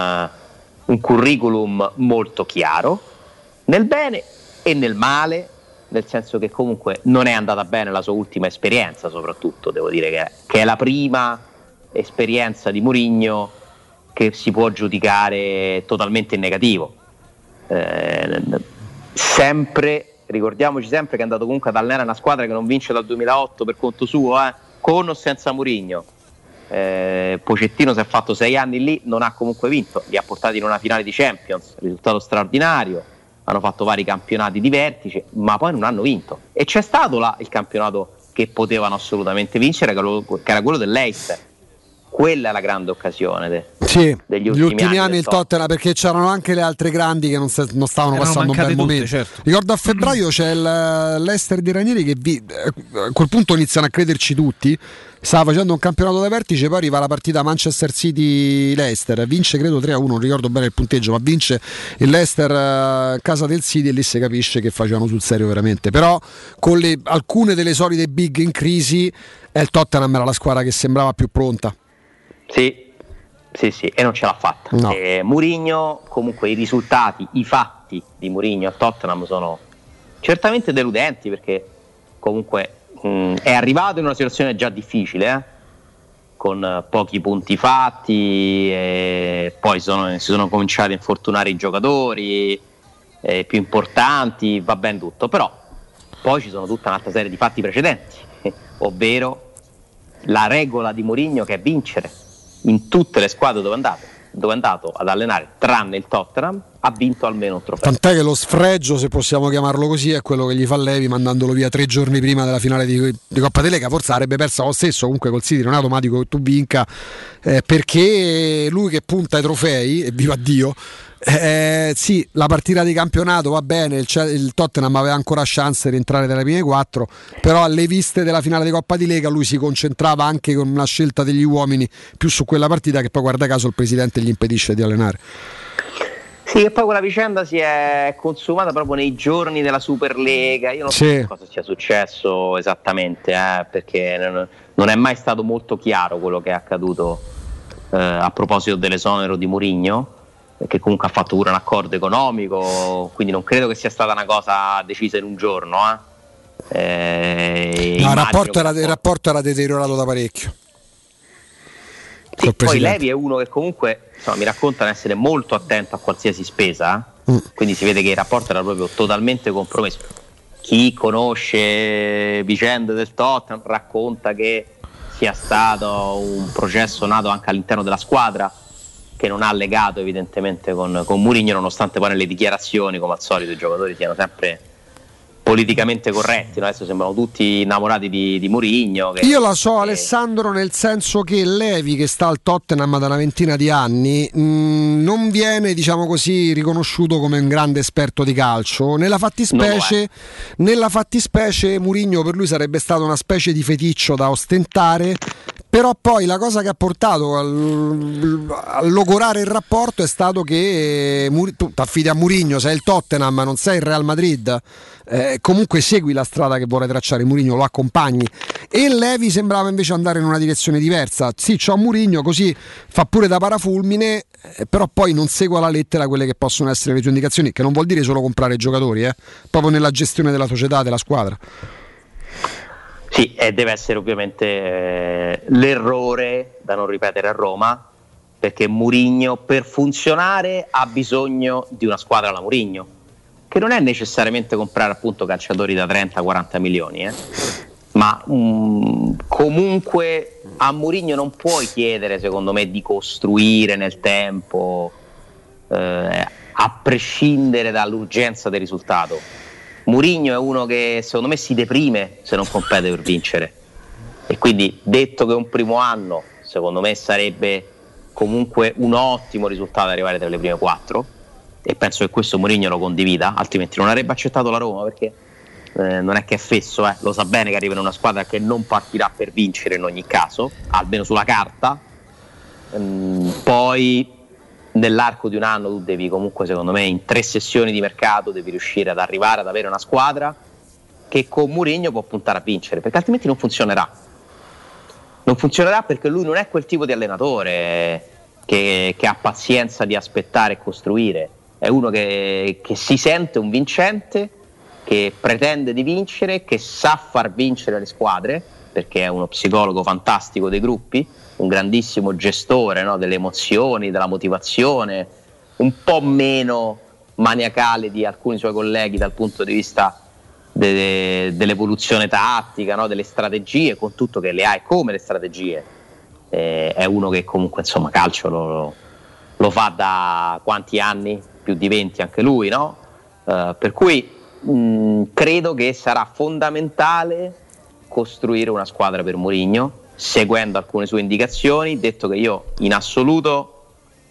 uh, un curriculum molto chiaro, nel bene e nel male, nel senso che comunque non è andata bene la sua ultima esperienza, soprattutto devo dire che, che è la prima esperienza di Mourinho che si può giudicare totalmente in negativo. Eh, sempre, ricordiamoci sempre che è andato comunque ad allenare una squadra che non vince dal duemilaotto per conto suo, eh, con o senza Mourinho. Eh, Pochettino si è fatto sei anni lì, non ha comunque vinto, li ha portati in una finale di Champions, risultato straordinario, hanno fatto vari campionati di vertice, ma poi non hanno vinto. E c'è stato là il campionato che potevano assolutamente vincere, che era quello dell'Leicester. Quella è la grande occasione de, sì, degli ultimi, gli ultimi anni, anni il Tottenham, perché c'erano anche le altre grandi che non, se, non stavano Erano passando un bel tutte, momento. Certo. Ricordo a febbraio c'è il Leicester di Ranieri che vi, a quel punto iniziano a crederci tutti. Stava facendo un campionato da vertice, poi arriva la partita Manchester City-Leicester, vince credo tre a uno, non ricordo bene il punteggio, ma vince il Leicester a casa del City e lì si capisce che facevano sul serio veramente. Però con le, alcune delle solite big in crisi, eh, il Tottenham era la squadra che sembrava più pronta. Sì, sì, sì, e non ce l'ha fatta. No. Eh, Mourinho, comunque i risultati, i fatti di Mourinho a Tottenham sono certamente deludenti, perché comunque mh, è arrivato in una situazione già difficile, eh? con uh, pochi punti fatti, e poi sono, si sono cominciati a infortunare i giocatori eh, più importanti, va ben tutto, però poi ci sono tutta un'altra serie di fatti precedenti, ovvero la regola di Mourinho che è vincere. In tutte le squadre dove è andato, dove è andato ad allenare, tranne il Tottenham, ha vinto almeno un trofeo. Tant'è che lo sfregio, se possiamo chiamarlo così, è quello che gli fa Levi mandandolo via tre giorni prima della finale di, di Coppa di Lega. Forse avrebbe perso lo stesso, comunque col City non è automatico che tu vinca, eh, perché lui che punta ai trofei, e viva Dio, eh, sì, la partita di campionato va bene, il, il Tottenham aveva ancora chance di entrare tra le prime quattro, però alle viste della finale di Coppa di Lega lui si concentrava anche con una scelta degli uomini più su quella partita, che poi guarda caso il presidente gli impedisce di allenare. Sì, e poi quella vicenda si è consumata proprio nei giorni della Superlega. Io non sì. so cosa sia successo esattamente, eh, perché non, non è mai stato molto chiaro quello che è accaduto eh, a proposito dell'esonero di Mourinho, che comunque ha fatto pure un accordo economico, quindi non credo che sia stata una cosa decisa in un giorno. Eh. Eh, no, il, rapporto era, il rapporto era deteriorato da parecchio. Sì, poi Levi è uno che comunque, insomma, mi raccontano essere molto attento a qualsiasi spesa, mm. quindi si vede che il rapporto era proprio totalmente compromesso. Chi conosce vicende del Tottenham racconta che sia stato un processo nato anche all'interno della squadra, che non ha legato evidentemente con, con Mourinho, nonostante poi nelle dichiarazioni, come al solito, i giocatori siano sempre politicamente corretti, no? Adesso sembrano tutti innamorati di, di Mourinho. Che, Io la so, che... Alessandro, nel senso che Levi, che sta al Tottenham da una ventina di anni, mh, non viene, diciamo così, riconosciuto come un grande esperto di calcio. Nella fattispecie, nella fattispecie Mourinho per lui sarebbe stato una specie di feticcio da ostentare. Però poi la cosa che ha portato al, a logorare il rapporto è stato che tu ti affidi a Mourinho, sei il Tottenham ma non sei il Real Madrid, eh, comunque segui la strada che vuole tracciare Mourinho, lo accompagni. E Levi sembrava invece andare in una direzione diversa. Sì, c'ho Mourinho, così fa pure da parafulmine, eh, però poi non segue alla lettera quelle che possono essere le tue indicazioni, che non vuol dire solo comprare giocatori, eh, proprio nella gestione della società, della squadra. Sì, e deve essere ovviamente eh, l'errore da non ripetere a Roma, perché Mourinho per funzionare ha bisogno di una squadra alla Mourinho, che non è necessariamente comprare appunto calciatori da trenta quaranta milioni, eh, ma um, comunque a Mourinho non puoi chiedere, secondo me, di costruire nel tempo eh, a prescindere dall'urgenza del risultato. Mourinho è uno che secondo me si deprime se non compete per vincere, e quindi, detto che un primo anno secondo me sarebbe comunque un ottimo risultato arrivare tra le prime quattro, e penso che questo Mourinho lo condivida, altrimenti non avrebbe accettato la Roma, perché eh, non è che è fesso, eh. Lo sa bene che arriva in una squadra che non partirà per vincere in ogni caso, almeno sulla carta. ehm, poi nell'arco di un anno tu devi comunque, secondo me, in tre sessioni di mercato devi riuscire ad arrivare ad avere una squadra che con Mourinho può puntare a vincere, perché altrimenti non funzionerà. non funzionerà perché lui non è quel tipo di allenatore che, che ha pazienza di aspettare e costruire, è uno che, che si sente un vincente, che pretende di vincere, che sa far vincere le squadre, perché è uno psicologo fantastico dei gruppi, un grandissimo gestore, no, delle emozioni, della motivazione, un po' meno maniacale di alcuni suoi colleghi dal punto di vista de- dell'evoluzione tattica, no, delle strategie, con tutto che le ha e come le strategie. Eh, è uno che comunque insomma calcio lo, lo fa da quanti anni? Più di venti anche lui, no? Uh, per cui mh, credo che sarà fondamentale costruire una squadra per Mourinho, seguendo alcune sue indicazioni, detto che io in assoluto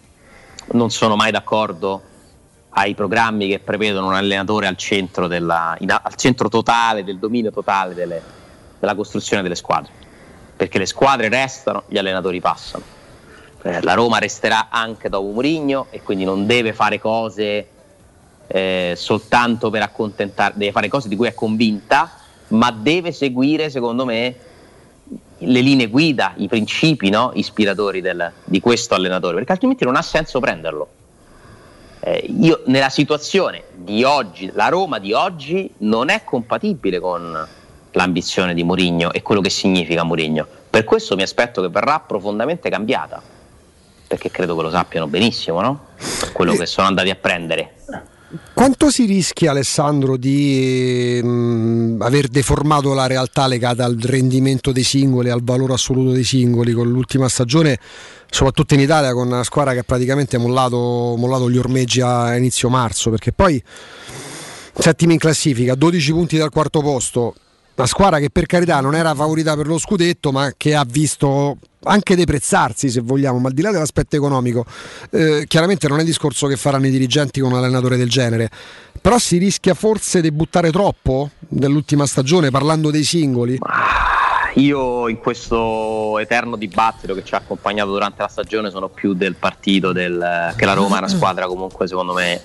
non sono mai d'accordo ai programmi che prevedono un allenatore al centro, della, in, al centro totale del dominio totale delle, della costruzione delle squadre, perché le squadre restano, gli allenatori passano. Eh, la Roma resterà anche dopo Mourinho e quindi non deve fare cose eh, soltanto per accontentare, deve fare cose di cui è convinta, ma deve seguire, secondo me, le linee guida, i principi, no, ispiratori del, di questo allenatore, perché altrimenti non ha senso prenderlo. Eh, io nella situazione di oggi, la Roma di oggi non è compatibile con l'ambizione di Mourinho e quello che significa Mourinho. Per questo mi aspetto che verrà profondamente cambiata, perché credo che lo sappiano benissimo, no? Quello che sono andati a prendere. Quanto si rischia, Alessandro, di mh, aver deformato la realtà legata al rendimento dei singoli, al valore assoluto dei singoli, con l'ultima stagione, soprattutto in Italia, con una squadra che praticamente ha mollato, mollato gli ormeggi a inizio marzo, perché poi settimi in classifica, dodici punti dal quarto posto, una squadra che per carità non era favorita per lo scudetto, ma che ha visto anche deprezzarsi, se vogliamo, ma al di là dell'aspetto economico, eh, chiaramente non è discorso che faranno i dirigenti con un allenatore del genere, però si rischia forse di buttare troppo nell'ultima stagione parlando dei singoli. Io in questo eterno dibattito che ci ha accompagnato durante la stagione sono più del partito del, che la Roma è una squadra comunque secondo me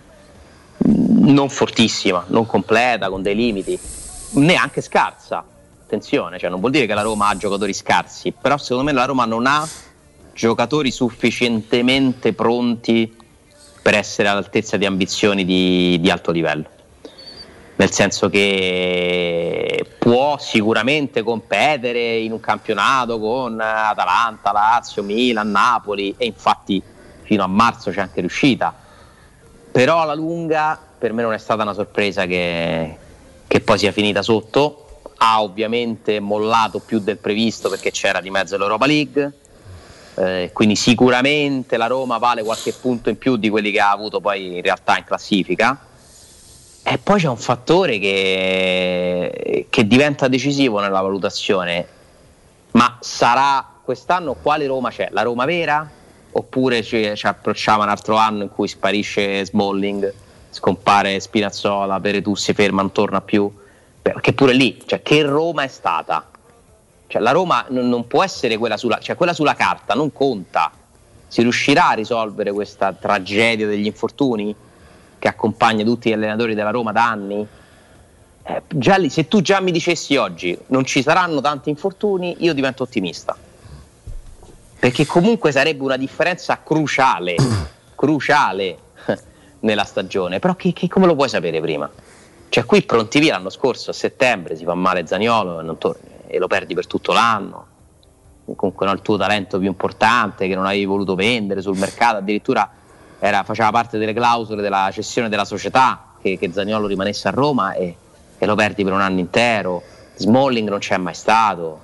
non fortissima, non completa, con dei limiti, neanche scarsa, attenzione, cioè non vuol dire che la Roma ha giocatori scarsi, però secondo me la Roma non ha giocatori sufficientemente pronti per essere all'altezza di ambizioni di, di alto livello, nel senso che può sicuramente competere in un campionato con Atalanta, Lazio, Milan, Napoli, e infatti fino a marzo c'è anche riuscita, però alla lunga per me non è stata una sorpresa che, che poi sia finita sotto. Ha ovviamente mollato più del previsto perché c'era di mezzo l'Europa League, eh, quindi sicuramente la Roma vale qualche punto in più di quelli che ha avuto poi in realtà in classifica. E poi c'è un fattore che, che diventa decisivo nella valutazione, ma sarà quest'anno quale Roma c'è? La Roma vera? Oppure ci, ci approcciamo a un altro anno in cui sparisce Smalling, scompare Spinazzola, Veretout si ferma, non torna più? Perché pure lì, cioè, che Roma è stata? Cioè, la Roma non, non può essere quella sulla, cioè quella sulla carta, non conta. Si riuscirà a risolvere questa tragedia degli infortuni che accompagna tutti gli allenatori della Roma da anni? Eh, già lì, se tu già mi dicessi oggi non ci saranno tanti infortuni, io divento ottimista, perché comunque sarebbe una differenza cruciale cruciale nella stagione. Però che, che, come lo puoi sapere prima? Cioè, qui pronti via l'anno scorso a settembre, si fa male Zaniolo e non torni, e lo perdi per tutto l'anno. Comunque no, il tuo talento più importante che non avevi voluto vendere sul mercato, addirittura era, faceva parte delle clausole della cessione della società che, che Zaniolo rimanesse a Roma, e, e lo perdi per un anno intero. Smalling non c'è mai stato,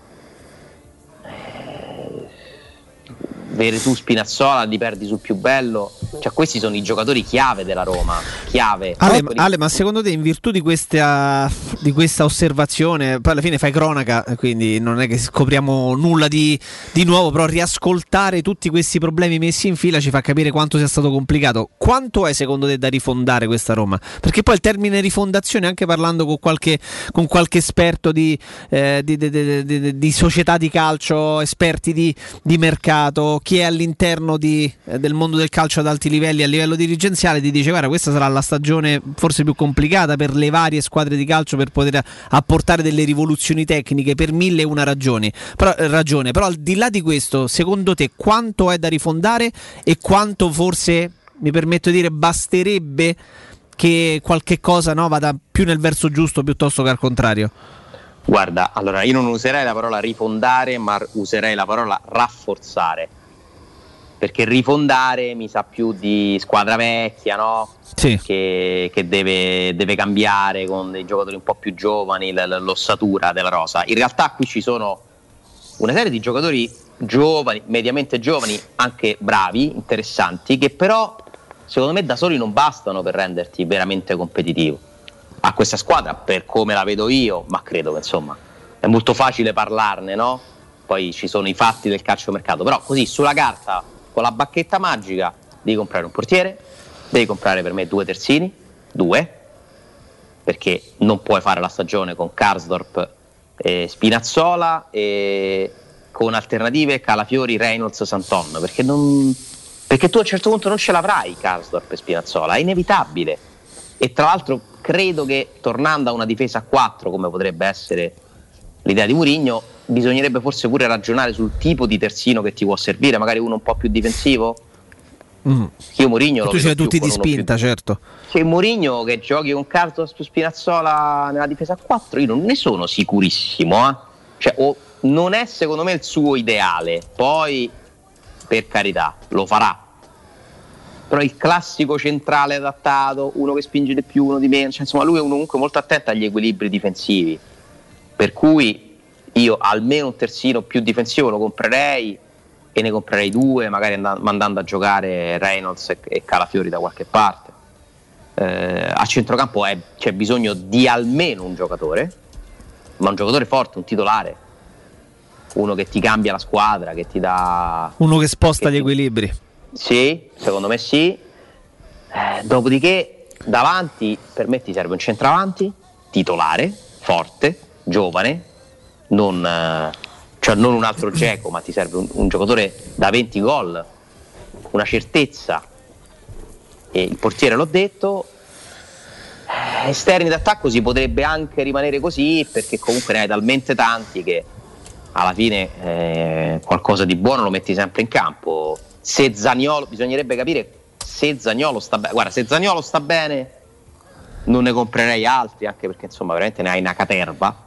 eh, Veretout, Spinazzola li perdi sul più bello. Cioè, questi sono i giocatori chiave della Roma, chiave. Ale, Ale, ma secondo te, in virtù di questa, di questa osservazione, poi alla fine fai cronaca, quindi non è che scopriamo nulla di, di nuovo, però riascoltare tutti questi problemi messi in fila ci fa capire quanto sia stato complicato. Quanto è secondo te da rifondare questa Roma? Perché poi il termine rifondazione, anche parlando con qualche, con qualche esperto di, eh, di, di, di, di, di società di calcio, esperti di, di mercato, chi è all'interno di, eh, del mondo del calcio ad alti livelli, a livello dirigenziale, ti dice guarda, questa sarà la stagione forse più complicata per le varie squadre di calcio per poter apportare delle rivoluzioni tecniche per mille e una ragioni. Però, eh, ragione. Però al di là di questo, secondo te quanto è da rifondare e quanto forse, mi permetto di dire, basterebbe che qualche cosa, no, vada più nel verso giusto piuttosto che al contrario? Guarda, allora io non userei la parola rifondare, ma userei la parola rafforzare, perché rifondare mi sa più di squadra vecchia, no? Sì. Che, che deve, deve cambiare con dei giocatori un po' più giovani, l- l'ossatura della rosa. In realtà qui ci sono una serie di giocatori giovani, mediamente giovani, anche bravi, interessanti, che però secondo me da soli non bastano per renderti veramente competitivo. A questa squadra, per come la vedo io, ma credo che insomma è molto facile parlarne, no? Poi ci sono i fatti del calciomercato, però così sulla carta, con la bacchetta magica, devi comprare un portiere, devi comprare per me due terzini, due, perché non puoi fare la stagione con Karsdorp e Spinazzola e con alternative Calafiori, Reynolds, Santon, perché non, perché tu a un certo punto non ce l'avrai Karsdorp e Spinazzola, è inevitabile. E tra l'altro credo che tornando a una difesa a quattro, come potrebbe essere l'idea di Mourinho, bisognerebbe forse pure ragionare sul tipo di terzino che ti può servire, magari uno un po' più difensivo. Mm. Io Mourinho lo tu vedo c'è tutti di spinta, più... certo. C'è Mourinho che giochi con Carlos più Spinazzola nella difesa a quattro, io non ne sono sicurissimo, eh? Cioè, o non è secondo me il suo ideale, poi per carità lo farà, però il classico centrale adattato, uno che spinge di più, uno di meno, cioè, insomma lui è uno comunque molto attento agli equilibri difensivi, per cui io almeno un terzino più difensivo lo comprerei e ne comprerei due, magari and- mandando a giocare Reynolds e, e Calafiori da qualche parte. Eh, a centrocampo è, c'è bisogno di almeno un giocatore, ma un giocatore forte, un titolare, uno che ti cambia la squadra, che ti dà, uno che sposta che gli ti... equilibri. Sì, secondo me sì. Eh, dopodiché davanti per me ti serve un centravanti titolare, forte, giovane, non, eh, cioè non un altro Dzeko, ma ti serve un, un giocatore da venti gol, una certezza. E il portiere l'ho detto. Eh, esterni d'attacco si potrebbe anche rimanere così, perché comunque ne hai talmente tanti che alla fine eh, qualcosa di buono lo metti sempre in campo. Se Zaniolo, bisognerebbe capire se Zaniolo sta bene. Guarda, se Zaniolo sta bene non ne comprerei altri, anche perché insomma veramente ne hai una caterva.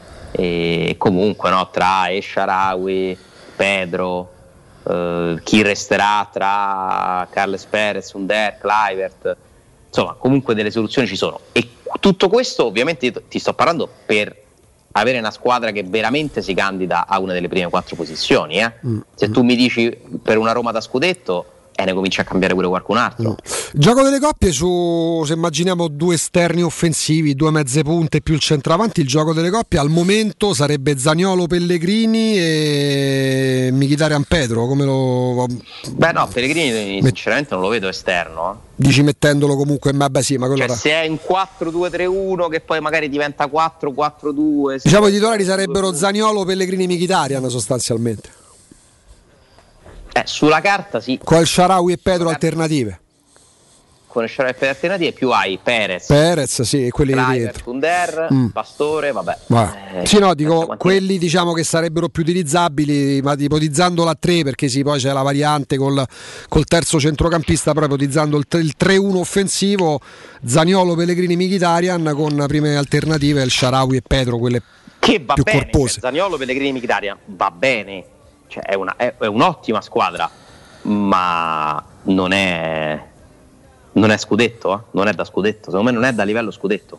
E comunque no, tra El Shaarawy, Pedro, eh, chi resterà tra Carles Perez, Under, Kluivert, insomma comunque delle soluzioni ci sono. E tutto questo ovviamente ti sto parlando per avere una squadra che veramente si candida a una delle prime quattro posizioni, eh? mm. Se tu mi dici per una Roma da scudetto, e ne comincia a cambiare pure qualcun altro. Mm. Gioco delle coppie, su, se immaginiamo due esterni offensivi, due mezze punte più il centravanti, il gioco delle coppie al momento sarebbe Zaniolo, Pellegrini e Mkhitaryan Pedro, come lo... Beh no, Pellegrini sinceramente non lo vedo esterno, eh. Dici mettendolo comunque, ma beh sì, ma quello cioè, era... se è in quattro due tre uno che poi magari diventa quattro quattro due, diciamo i titolari sarebbero Zaniolo, Pellegrini, Mkhitaryan sostanzialmente. Eh, sulla carta sì. Con il Shaarawy e Pedro alternative. Con il Shaarawy e Pedro alternative più hai Perez. Perez, sì, quelli di dentro. Under, mm. Pastore, vabbè. Eh, sì, no, dico quelli diciamo che sarebbero più utilizzabili, ma ipotizzandola a tre, perché sì, poi c'è la variante col, col terzo centrocampista, però ipotizzando il, il tre uno offensivo, Zaniolo, Pellegrini, Mkhitaryan con prime alternative il Shaarawy e Pedro, quelle che va più bene, corpose. Cioè, Zaniolo, Pellegrini, Mkhitaryan va bene. Cioè, è, una, è, è un'ottima squadra, ma non è non è scudetto, eh? Non è da scudetto, secondo me non è da livello scudetto.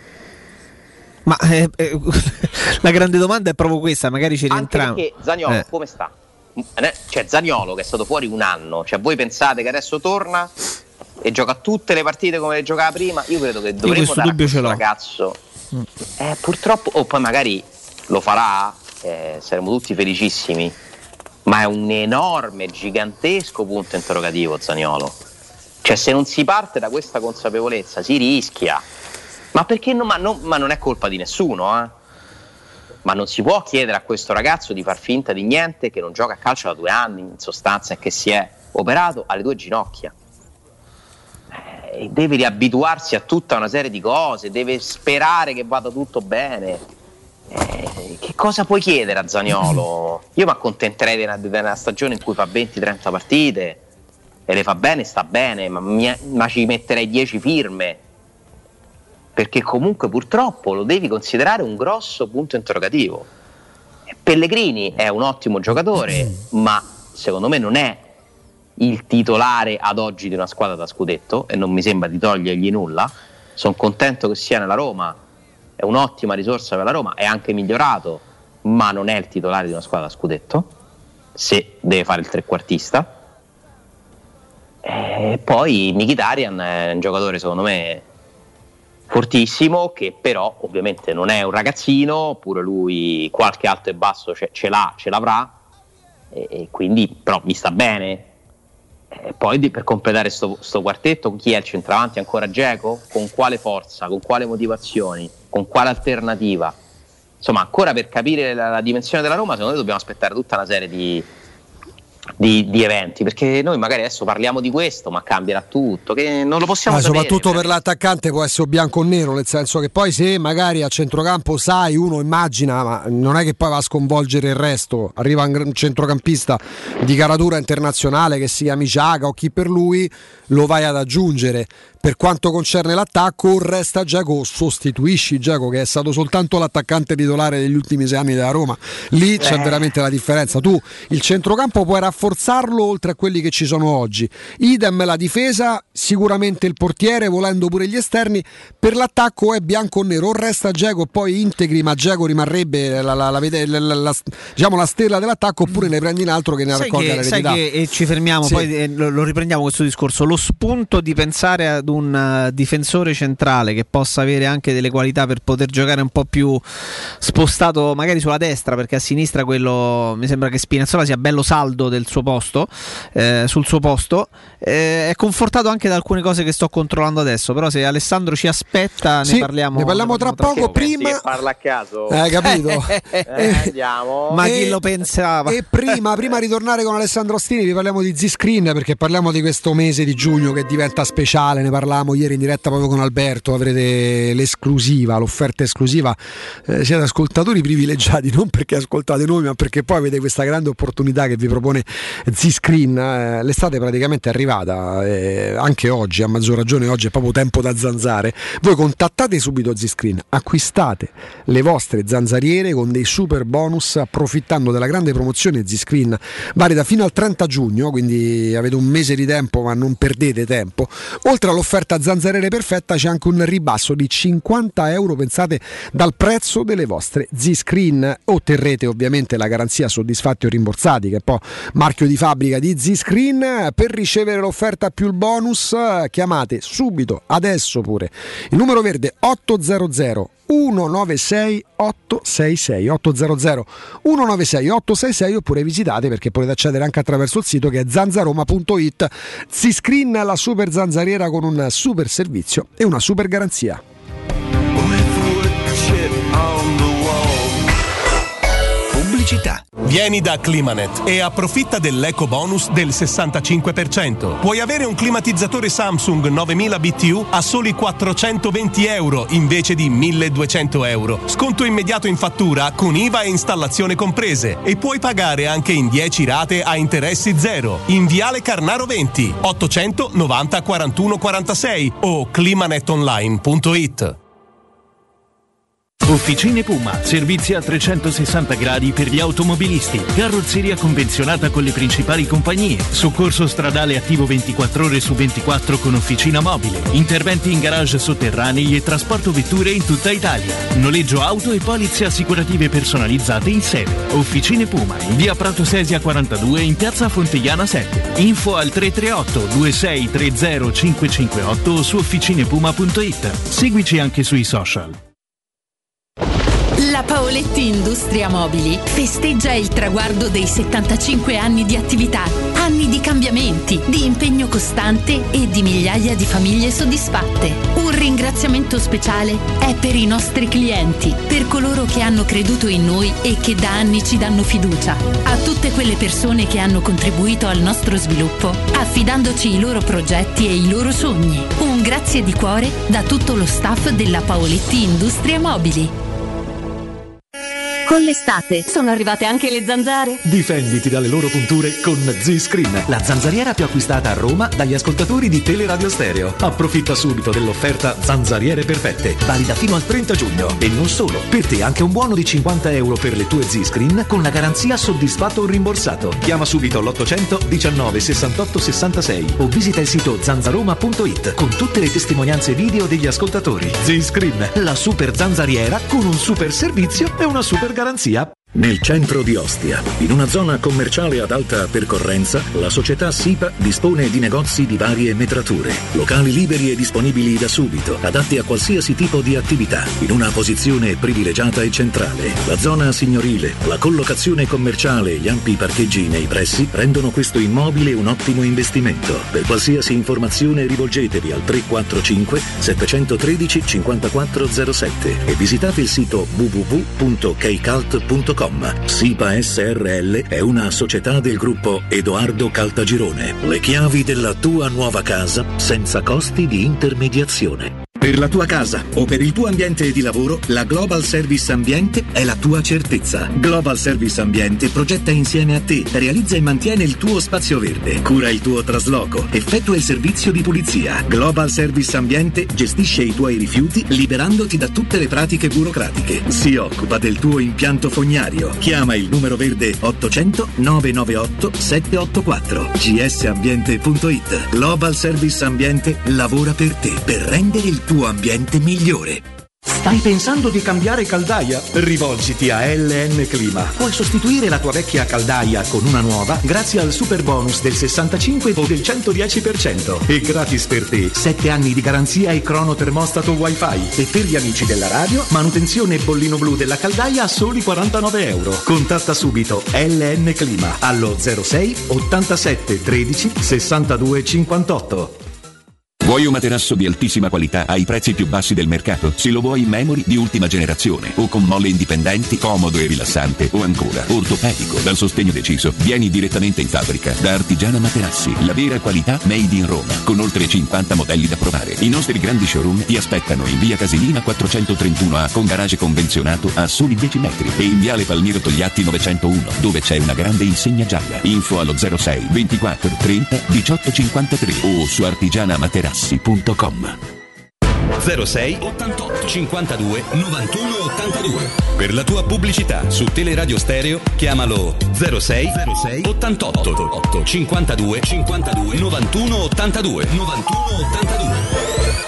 Ma eh, eh, la grande domanda è proprio questa, magari ci rientriamo. Anche perché Zaniolo eh. come sta? Cioè Zaniolo che è stato fuori un anno, cioè voi pensate che adesso torna e gioca tutte le partite come le giocava prima? Io credo che dovremmo dare a questo ragazzo mm. eh, purtroppo, o poi magari lo farà, eh, saremo tutti felicissimi, ma è un enorme, gigantesco punto interrogativo Zaniolo. Cioè se non si parte da questa consapevolezza si rischia, ma perché no, ma, no, ma non è colpa di nessuno, eh? ma non si può chiedere a questo ragazzo di far finta di niente, che non gioca a calcio da due anni in sostanza e che si è operato alle due ginocchia. Eh, deve riabituarsi a tutta una serie di cose, deve sperare che vada tutto bene. Eh, che cosa puoi chiedere a Zaniolo? Io mi accontenterei di una, di una stagione in cui fa venti trenta partite e le fa bene, sta bene, ma, mi, ma ci metterei dieci firme, perché comunque purtroppo lo devi considerare un grosso punto interrogativo. Pellegrini è un ottimo giocatore, ma secondo me non è il titolare ad oggi di una squadra da scudetto e non mi sembra di togliergli nulla. Sono contento che sia nella Roma, è un'ottima risorsa per la Roma, è anche migliorato, ma non è il titolare di una squadra da scudetto, se deve fare il trequartista. E poi Mkhitaryan è un giocatore secondo me fortissimo, che però ovviamente non è un ragazzino, pure lui qualche alto e basso ce, ce l'ha, ce l'avrà, e, e quindi però mi sta bene. E poi di, per completare sto, sto quartetto, chi è il centravanti? Ancora Dzeko? Con quale forza, con quale motivazioni, con quale alternativa? Insomma, ancora per capire la, la dimensione della Roma, secondo me dobbiamo aspettare tutta una serie di Di, di eventi, perché noi magari adesso parliamo di questo, ma cambierà tutto, che non lo possiamo ah, sapere. Soprattutto per l'attaccante può essere bianco o nero, nel senso che poi se magari a centrocampo sai, uno immagina, ma non è che poi va a sconvolgere il resto, arriva un centrocampista di caratura internazionale che sia Xhaka o chi per lui, lo vai ad aggiungere. Per quanto concerne l'attacco, o resta Dzeko o sostituisci Dzeko, che è stato soltanto l'attaccante titolare degli ultimi sei anni della Roma. Lì c'è eh. veramente la differenza. Tu il centrocampo puoi rafforzarlo oltre a quelli che ci sono oggi. Idem la difesa, sicuramente il portiere, volendo pure gli esterni. Per l'attacco è bianco o nero, o resta Dzeko poi integri, ma Dzeko rimarrebbe la, la, la, la, la, la, diciamo la stella dell'attacco, oppure ne prendi un altro che ne raccolga l'eredità. Sai che, e ci fermiamo, sì. Poi eh, lo, lo riprendiamo questo discorso. Lo spunto di pensare ad un uh, difensore centrale che possa avere anche delle qualità per poter giocare un po' più spostato magari sulla destra, perché a sinistra quello mi sembra che Spinazzola sia bello saldo del suo posto, eh, sul suo posto, eh, è confortato anche da alcune cose che sto controllando adesso, però se Alessandro ci aspetta sì, ne parliamo ne parliamo tra, tra poco. Prima parla a caso, hai eh, capito? eh, andiamo. Ma e, chi lo pensava? E prima, prima di tornare con Alessandro Ostini vi parliamo di Z-Screen, perché parliamo di questo mese di giugno che diventa speciale. Ne parlavamo ieri in diretta proprio con Alberto, avrete l'esclusiva, l'offerta esclusiva, eh, siete ascoltatori privilegiati, non perché ascoltate noi, ma perché poi avete questa grande opportunità che vi propone Z-Screen. Eh, l'estate praticamente è arrivata, eh, anche oggi, a maggior ragione oggi è proprio tempo da zanzare. Voi contattate subito Z-Screen, acquistate le vostre zanzariere con dei super bonus, approfittando della grande promozione Z-Screen, valida fino al trenta giugno, quindi avete un mese di tempo, ma non perdete tempo. Oltre all'offerta zanzariere perfetta c'è anche un ribasso di cinquanta euro, pensate, dal prezzo delle vostre Z-Screen. Otterrete ovviamente la garanzia soddisfatti o rimborsati, che è poi marchio di fabbrica di Z-Screen. Per ricevere l'offerta più il bonus chiamate subito, adesso pure, il numero verde ottocento uno nove sei otto sei sei ottocento uno nove sei otto sei sei, oppure visitate, perché potete accedere anche attraverso il sito che è zanzaroma punto it. Z-Screen, la super zanzariera con un super servizio e una super garanzia. Pubblicità. Vieni da Climanet e approfitta dell'eco bonus del sessantacinque per cento. Puoi avere un climatizzatore Samsung novemila B T U a soli quattrocentoventi euro invece di milleduecento euro. Sconto immediato in fattura con I V A e installazione comprese, e puoi pagare anche in dieci rate a interessi zero. In Viale Carnaro venti, ottocento novanta quarantuno quarantasei o climanetonline punto it. Officine Puma, servizi a trecentosessanta gradi per gli automobilisti, carrozzeria convenzionata con le principali compagnie, soccorso stradale attivo ventiquattro ore su ventiquattro con officina mobile, interventi in garage sotterranei e trasporto vetture in tutta Italia, noleggio auto e polizze assicurative personalizzate in sede. Officine Puma, in via Prato Sesia quarantadue, in piazza Fontegliana sette. Info al tre tre otto due sei tre zero cinque cinque otto o su officinepuma punto it. Seguici anche sui social. La Paoletti Industria Mobili festeggia il traguardo dei settantacinque anni di attività. Anni di cambiamenti, di impegno costante e di migliaia di famiglie soddisfatte. Un ringraziamento speciale è per i nostri clienti, per coloro che hanno creduto in noi e che da anni ci danno fiducia. A tutte quelle persone che hanno contribuito al nostro sviluppo, affidandoci i loro progetti e i loro sogni. Un grazie di cuore da tutto lo staff della Paoletti Industrie Mobili. Con l'estate sono arrivate anche le zanzare. Difenditi dalle loro punture con Z-Screen, la zanzariera più acquistata a Roma dagli ascoltatori di Teleradio Stereo. Approfitta subito dell'offerta Zanzariere Perfette, valida fino al trenta giugno. E non solo, per te anche un buono di cinquanta euro per le tue Z-Screen con la garanzia soddisfatto o rimborsato. Chiama subito l'ottocento diciannove sessantotto sessantasei o visita il sito zanzaroma punto it con tutte le testimonianze video degli ascoltatori. Z-Screen, la super zanzariera con un super servizio e una super garanzia. Nel centro di Ostia, in una zona commerciale ad alta percorrenza, la società SIPA dispone di negozi di varie metrature, locali liberi e disponibili da subito, adatti a qualsiasi tipo di attività, in una posizione privilegiata e centrale. La zona signorile, la collocazione commerciale e gli ampi parcheggi nei pressi rendono questo immobile un ottimo investimento. Per qualsiasi informazione rivolgetevi al tre quattro cinque sette uno tre cinque zero sette e visitate il sito w w w punto keicalt punto com. SIPA S R L è una società del gruppo Edoardo Caltagirone. Le chiavi della tua nuova casa senza costi di intermediazione. Per la tua casa o per il tuo ambiente di lavoro, la Global Service Ambiente è la tua certezza. Global Service Ambiente progetta insieme a te, realizza e mantiene il tuo spazio verde, cura il tuo trasloco, effettua il servizio di pulizia. Global Service Ambiente gestisce i tuoi rifiuti liberandoti da tutte le pratiche burocratiche. Si occupa del tuo impianto fognario. Chiama il numero verde ottocento nove nove otto sette otto quattro g s ambiente punto it. Global Service Ambiente lavora per te, per rendere il tuo ambiente migliore. Stai pensando di cambiare caldaia? Rivolgiti a L N Clima. Puoi sostituire la tua vecchia caldaia con una nuova grazie al super bonus del sessantacinque o del centodieci per cento. E gratis per te sette anni di garanzia e cronotermostato wifi. E per gli amici della radio, manutenzione e bollino blu della caldaia a soli quarantanove euro. Contatta subito L N Clima allo zero sei ottantasette tredici sessantadue cinquantotto. Vuoi un materasso di altissima qualità ai prezzi più bassi del mercato? Se lo vuoi in memory di ultima generazione o con molle indipendenti, comodo e rilassante o ancora ortopedico dal sostegno deciso, vieni direttamente in fabbrica da Artigiana Materassi, la vera qualità made in Roma, con oltre cinquanta modelli da provare. I nostri grandi showroom ti aspettano in via Casilina quattrocentotrentuno A con garage convenzionato a soli dieci metri e in viale Palmiro Togliatti novecentouno dove c'è una grande insegna gialla. Info allo zero sei ventiquattro trenta diciotto cinquantatré o su artigiana materassi punto com. zero sei ottantotto cinquantadue novantuno ottantadue. Per la tua pubblicità su Teleradio Stereo chiamalo zero sei ottantotto cinquantadue cinquantadue novantuno ottantadue novantuno ottantadue.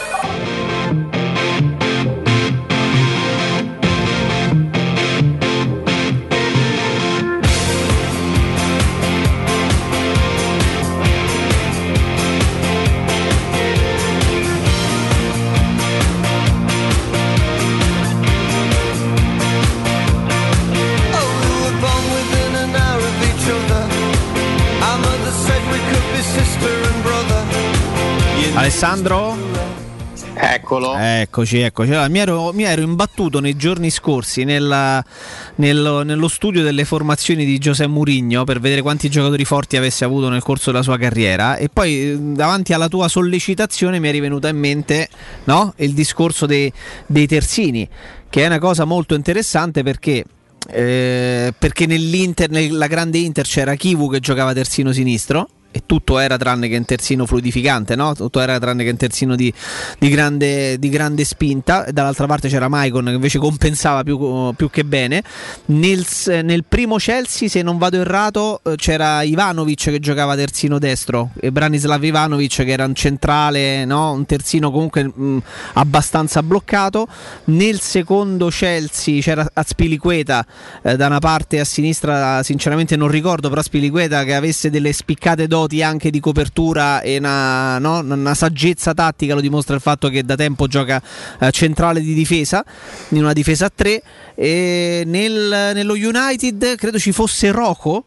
Alessandro? Eccolo. Eccoci, eccoci. Allora, mi, ero, mi ero imbattuto nei giorni scorsi nella, nello, nello studio delle formazioni di José Mourinho per vedere quanti giocatori forti avesse avuto nel corso della sua carriera e poi davanti alla tua sollecitazione mi è rivenuta in mente, no? Il discorso dei, dei terzini, che è una cosa molto interessante perché eh, perché nell'Inter, nella grande Inter c'era Chivu che giocava terzino sinistro e tutto era tranne che un terzino fluidificante, no? Tutto era tranne che un terzino di, di, grande, di grande spinta. E dall'altra parte c'era Maicon che invece compensava più, più che bene. Nel, nel primo Chelsea, se non vado errato, c'era Ivanovic che giocava terzino destro e Branislav Ivanovic che era un centrale, no? Un terzino comunque mh, abbastanza bloccato. Nel secondo Chelsea c'era Azpilicueta eh, da una parte, a sinistra sinceramente non ricordo, però Azpilicueta che avesse delle spiccate doti anche di copertura e una, no? una saggezza tattica, lo dimostra il fatto che da tempo gioca eh, centrale di difesa, in una difesa a tre. E nel, nello United credo ci fosse Rocco,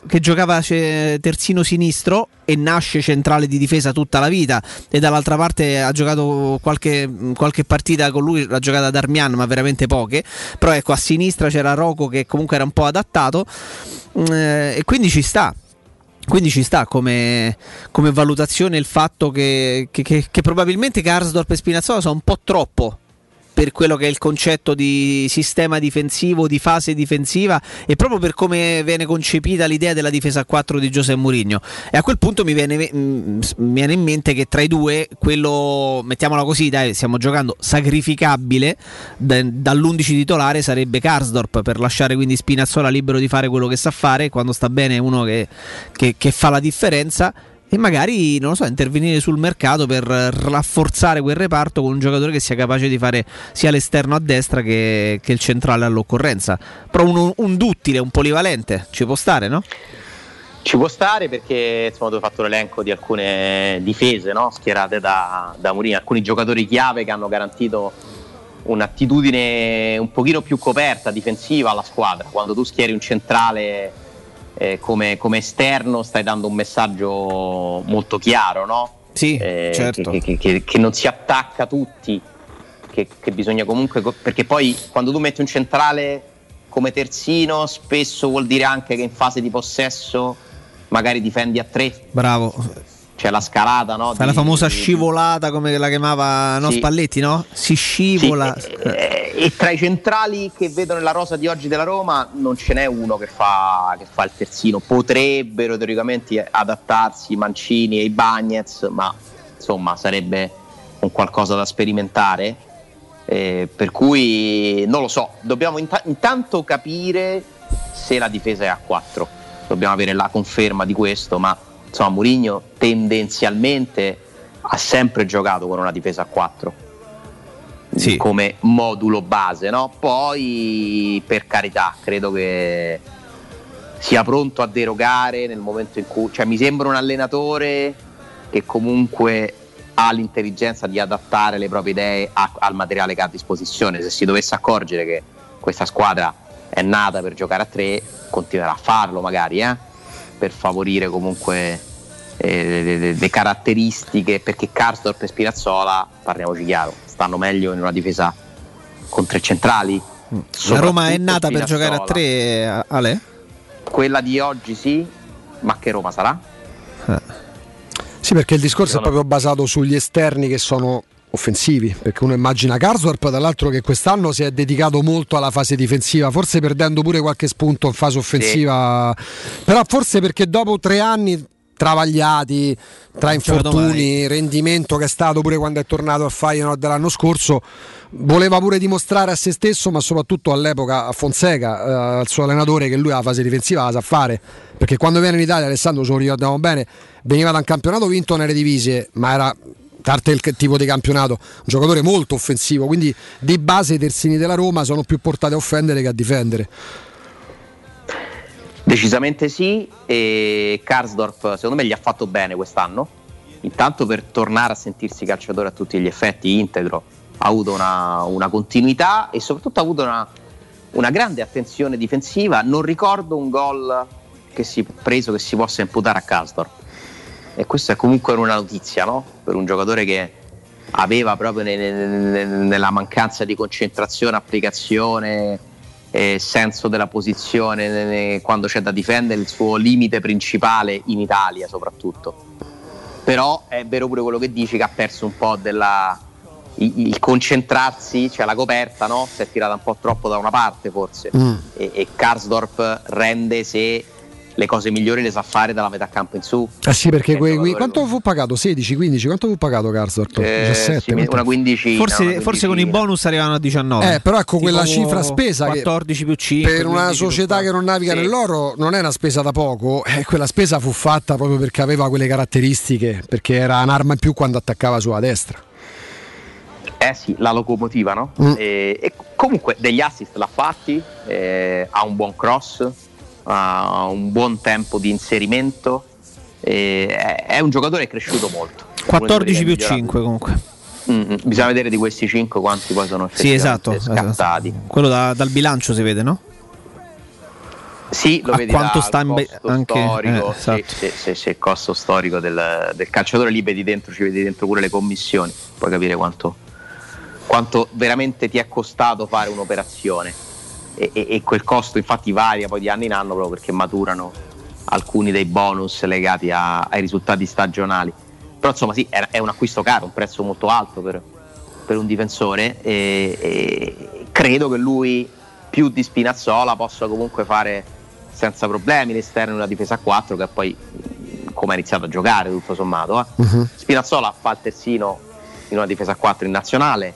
che giocava terzino sinistro e nasce centrale di difesa tutta la vita, e dall'altra parte ha giocato qualche, qualche partita con lui, l'ha giocata Darmian ma veramente poche, però ecco, a sinistra c'era Rocco che comunque era un po' adattato, eh, e quindi ci sta. Quindi ci sta come, come valutazione il fatto che, che, che, che probabilmente Karsdorp e Spinazzola sono un po' troppo per quello che è il concetto di sistema difensivo, di fase difensiva, e proprio per come viene concepita l'idea della difesa a quattro di José Mourinho. E a quel punto mi viene, mi viene in mente che tra i due, quello, mettiamola così, dai, stiamo giocando sacrificabile da, dall'undici titolare sarebbe Karsdorp, per lasciare quindi Spinazzola libero di fare quello che sa fare, quando sta bene è uno che, che, che fa la differenza, e magari, non lo so, intervenire sul mercato per rafforzare quel reparto con un giocatore che sia capace di fare sia l'esterno a destra che, che il centrale all'occorrenza. Però un, un duttile, un polivalente ci può stare, no? Ci può stare, perché insomma tu hai fatto l'elenco di alcune difese, no? Schierate da, da Mourinho, alcuni giocatori chiave che hanno garantito un'attitudine un pochino più coperta difensiva alla squadra. Quando tu schieri un centrale Eh, come, come esterno stai dando un messaggio molto chiaro, no? Sì, eh, certo. che, che, che, che non si attacca tutti, che, che bisogna comunque, perché poi quando tu metti un centrale come terzino spesso vuol dire anche che in fase di possesso magari difendi a tre. Bravo. C'è la scalata, no? Fai di, la famosa di, scivolata, come la chiamava no, sì. Spalletti, no? Si scivola. Sì, e, e tra i centrali che vedo nella rosa di oggi della Roma non ce n'è uno che fa, che fa il terzino. Potrebbero teoricamente adattarsi Mancini e i Bagnez, ma insomma sarebbe un qualcosa da sperimentare. Eh, per cui non lo so, dobbiamo int- intanto capire se la difesa è a quattro. Dobbiamo avere la conferma di questo, ma insomma Mourinho tendenzialmente ha sempre giocato con una difesa a quattro, sì, come modulo base, no? Poi per carità credo che sia pronto a derogare nel momento in cui, cioè mi sembra un allenatore che comunque ha l'intelligenza di adattare le proprie idee a, al materiale che ha a disposizione. Se si dovesse accorgere che questa squadra è nata per giocare a tre, continuerà a farlo magari, eh? per favorire comunque eh, le, le, le caratteristiche, perché Karsdorp e Spinazzola, parliamoci chiaro, stanno meglio in una difesa con tre centrali. La Roma è nata per giocare a tre, Ale? Quella di oggi sì, ma che Roma sarà? Eh. Sì, perché il discorso è proprio basato sugli esterni che sono offensivi, perché uno immagina Karsdorp, dall'altro che quest'anno si è dedicato molto alla fase difensiva, forse perdendo pure qualche spunto in fase offensiva, sì. Però forse perché dopo tre anni travagliati tra infortuni, rendimento che è stato pure quando è tornato al Feyenoord dell'anno scorso, voleva pure dimostrare a se stesso, ma soprattutto all'epoca a Fonseca, eh, al suo allenatore, che lui la fase difensiva la sa fare, perché quando viene in Italia, Alessandro, ce lo ricordiamo bene, veniva da un campionato vinto nelle divise, ma era, parte il tipo di campionato, un giocatore molto offensivo, quindi di base i terzini della Roma sono più portati a offendere che a difendere. Decisamente sì, e Karsdorp secondo me gli ha fatto bene quest'anno, intanto per tornare a sentirsi calciatore a tutti gli effetti, integro, ha avuto una, una continuità e soprattutto ha avuto una, una grande attenzione difensiva. Non ricordo un gol che si preso che si possa imputare a Karsdorp, e questa è comunque una notizia, no? Per un giocatore che aveva proprio ne, ne, nella mancanza di concentrazione, applicazione, eh, senso della posizione, ne, ne, quando c'è da difendere, il suo limite principale in Italia soprattutto. Però è vero pure quello che dici, che ha perso un po' della il, il concentrarsi, cioè la coperta, no? Si è tirata un po' troppo da una parte forse, mm. e, e Karsdorp rende se le cose migliori le sa fare dalla metà campo in su. Ah sì, perché quei, quei, quanto fu pagato? sedici, quindici, quanto fu pagato Karsdorp? Eh, diciassette, sì, una quindicina, forse, una forse con i bonus arrivavano a diciannove. Eh, però ecco, quella cifra spesa quattordici più cinque per una società che non naviga sì. nell'oro non è una spesa da poco, eh, quella spesa fu fatta proprio perché aveva quelle caratteristiche, perché era un'arma in più quando attaccava sulla destra. Eh sì, la locomotiva, no? Mm. E, e comunque degli assist l'ha fatti, eh, ha un buon cross, ha un buon tempo di inserimento, eh, è un giocatore cresciuto molto. quattordici più cinque comunque. Mm-hmm. Bisogna vedere di questi cinque quanti poi sono effettivamente sì, esatto, scattati. Quello da, dal bilancio si vede, no? Sì, lo a vedi quanto dal sta in be- costo anche storico, eh, esatto. sì, sì, sì, sì, il costo storico del, del calciatore, lì vedi dentro, ci vedi dentro pure le commissioni, puoi capire quanto, quanto veramente ti è costato fare un'operazione e, e, e quel costo infatti varia poi di anno in anno proprio perché maturano alcuni dei bonus legati a, ai risultati stagionali, però insomma sì, è, è un acquisto caro, un prezzo molto alto per, per un difensore e, e credo che lui più di Spinazzola possa comunque fare senza problemi l'esterno in una difesa a quattro, che poi come ha iniziato a giocare tutto sommato eh. uh-huh. Spinazzola fa il terzino in una difesa a quattro in nazionale,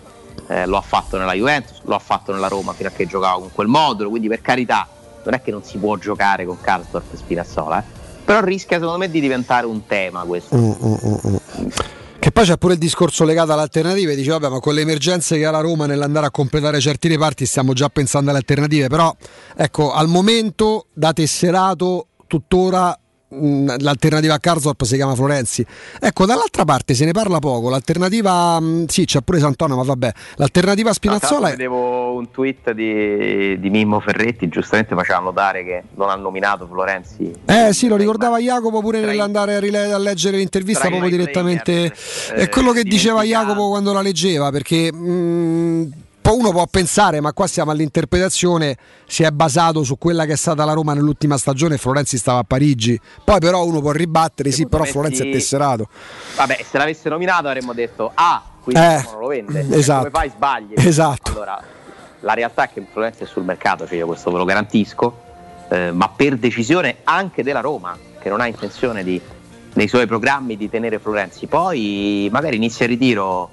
eh, lo ha fatto nella Juventus, lo ha fatto nella Roma fino a che giocava con quel modulo, quindi per carità non è che non si può giocare con Karsdorp e Spinazzola, eh. Però rischia secondo me di diventare un tema questo. uh, uh, uh, uh. Che poi c'è pure il discorso legato alle alternative, dice vabbè ma con le emergenze che ha la Roma nell'andare a completare certi reparti stiamo già pensando alle alternative, però ecco al momento da tesserato tuttora mh, l'alternativa a Karsdorp si chiama Florenzi. Ecco dall'altra parte se ne parla poco, l'alternativa mh, sì c'è pure Sant'Anna, ma vabbè l'alternativa a Spinazzola è... Vedevo un tweet di, di Mimmo Ferretti, giustamente faceva notare che non ha nominato Florenzi. Eh sì, lo ricordava Jacopo pure tra nell'andare a, rile- a leggere l'intervista proprio direttamente, è eh, quello che diceva Jacopo quando la leggeva, perché mh, poi uno può pensare, ma qua siamo all'interpretazione, si è basato su quella che è stata la Roma nell'ultima stagione, Florenzi stava a Parigi, poi però uno può ribattere, sì, però Florenzi è tesserato. Vabbè, se l'avesse nominato avremmo detto ah, quindi eh, non lo vende, esatto. Come fai sbagli. Esatto. Allora, la realtà è che Florenzi è sul mercato, cioè io questo ve lo garantisco, eh, ma per decisione anche della Roma, che non ha intenzione di, nei suoi programmi di tenere Florenzi. Poi magari inizia il ritiro,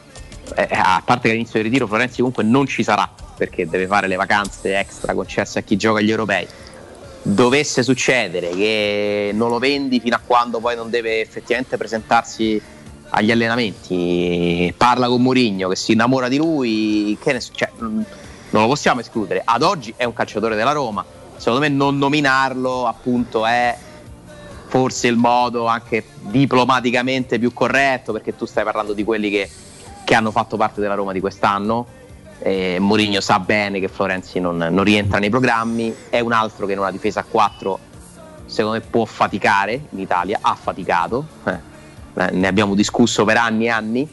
eh, a parte che all'inizio del ritiro Florenzi comunque non ci sarà, perché deve fare le vacanze extra concesse a chi gioca agli europei. Dovesse succedere che non lo vendi fino a quando poi non deve effettivamente presentarsi agli allenamenti, parla con Mourinho che si innamora di lui, che ne so, cioè, non lo possiamo escludere. Ad oggi è un calciatore della Roma, secondo me non nominarlo appunto è forse il modo anche diplomaticamente più corretto, perché tu stai parlando di quelli che, che hanno fatto parte della Roma di quest'anno. eh, Mourinho sa bene che Florenzi non, non rientra nei programmi, è un altro che in una difesa a quattro secondo me può faticare in Italia, ha faticato, eh. ne abbiamo discusso per anni e anni.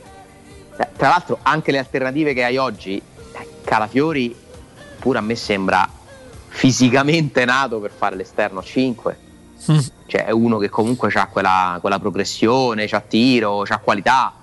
Tra l'altro anche le alternative che hai oggi, Calafiori pure a me sembra fisicamente nato per fare l'esterno a cinque, mm. cioè è uno che comunque ha quella, quella progressione, c'ha tiro, c'ha qualità,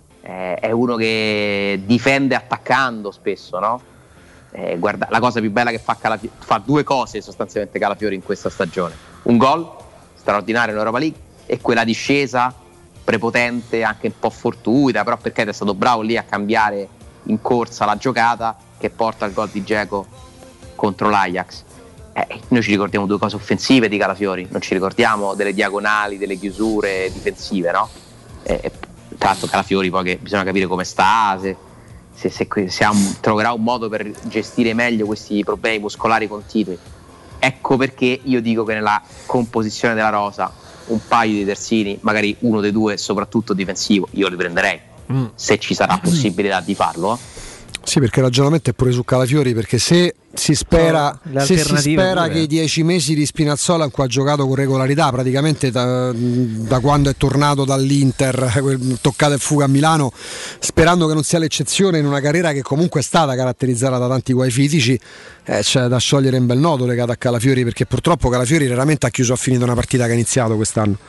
eh, è uno che difende attaccando spesso, no? Eh, guarda, la cosa più bella che fa Calafiori, fa due cose sostanzialmente Calafiori in questa stagione: un gol straordinario in Europa League e quella discesa prepotente, anche un po' fortuita, però perché è stato bravo lì a cambiare in corsa la giocata che porta al gol di Dzeko contro l'Ajax. Eh, noi ci ricordiamo due cose offensive di Calafiori, non ci ricordiamo delle diagonali, delle chiusure difensive, no? Eh, tra l'altro Calafiori poi che bisogna capire come sta, se, se, se, se ha un, troverà un modo per gestire meglio questi problemi muscolari continui. Ecco perché io dico che nella composizione della rosa un paio di terzini, magari uno dei due soprattutto difensivo, io li prenderei mm. se ci sarà possibilità di farlo, eh. Sì, perché il ragionamento è pure su Calafiori, perché se si spera, no, se si spera pure. che i dieci mesi di Spinazzola in cui ha giocato con regolarità praticamente da, da quando è tornato dall'Inter, quel toccato e fuga a Milano, sperando che non sia l'eccezione in una carriera che comunque è stata caratterizzata da tanti guai fisici, eh, c'è da sciogliere un bel nodo legato a Calafiori, perché purtroppo Calafiori raramente ha chiuso a finito una partita che ha iniziato quest'anno.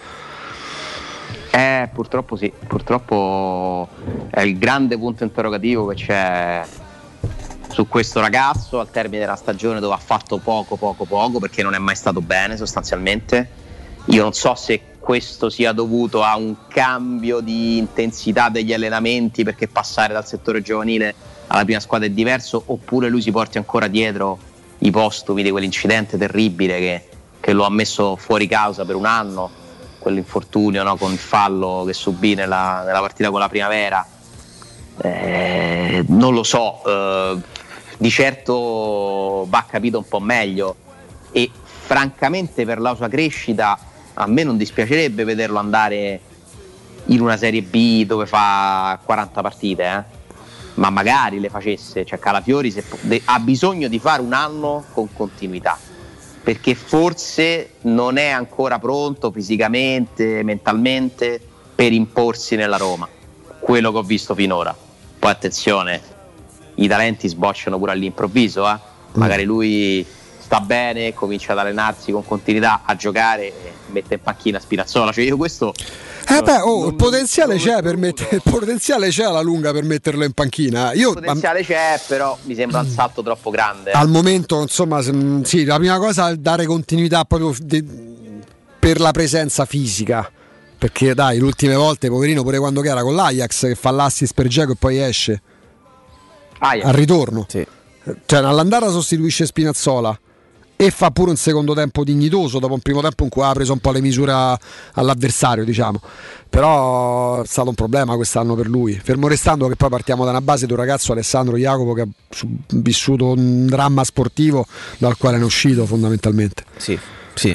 Eh, purtroppo sì, purtroppo è il grande punto interrogativo che c'è su questo ragazzo al termine della stagione, dove ha fatto poco poco poco perché non è mai stato bene sostanzialmente. Io non so se questo sia dovuto a un cambio di intensità degli allenamenti, perché passare dal settore giovanile alla prima squadra è diverso, oppure lui si porti ancora dietro i postumi di quell'incidente terribile che, che lo ha messo fuori causa per un anno, quell'infortunio, no, con il fallo che subì nella, nella partita con la Primavera. Eh, non lo so, eh, di certo va capito un po' meglio, e francamente per la sua crescita a me non dispiacerebbe vederlo andare in una Serie B dove fa quaranta partite, eh? ma magari le facesse. Cioè Calafiori se, de, ha bisogno di fare un anno con continuità, perché forse non è ancora pronto fisicamente, mentalmente per imporsi nella Roma, quello che ho visto finora. Poi attenzione, i talenti sbocciano pure all'improvviso, eh? Magari lui sta bene, comincia ad allenarsi con continuità, a giocare e mette in panchina Spinazzola, cioè io questo Eh beh, oh, il potenziale c'è per mettere, il potenziale c'è alla lunga per metterlo in panchina. Io, il potenziale c'è, però mi sembra un salto troppo grande. Al momento, insomma, se, sì, la prima cosa è dare continuità proprio de, per la presenza fisica. Perché dai, le ultime volte, poverino, pure quando era con l'Ajax che fa l'assist per Dzeko e poi esce Ajax. Al ritorno. Sì. Cioè, all'andata sostituisce Spinazzola e fa pure un secondo tempo dignitoso dopo un primo tempo in cui ha preso un po' le misure all'avversario, diciamo. Però è stato un problema quest'anno per lui, fermo restando che poi partiamo da una base di un ragazzo, Alessandro Jacopo, che ha vissuto un dramma sportivo dal quale ne è uscito fondamentalmente. Sì, sì.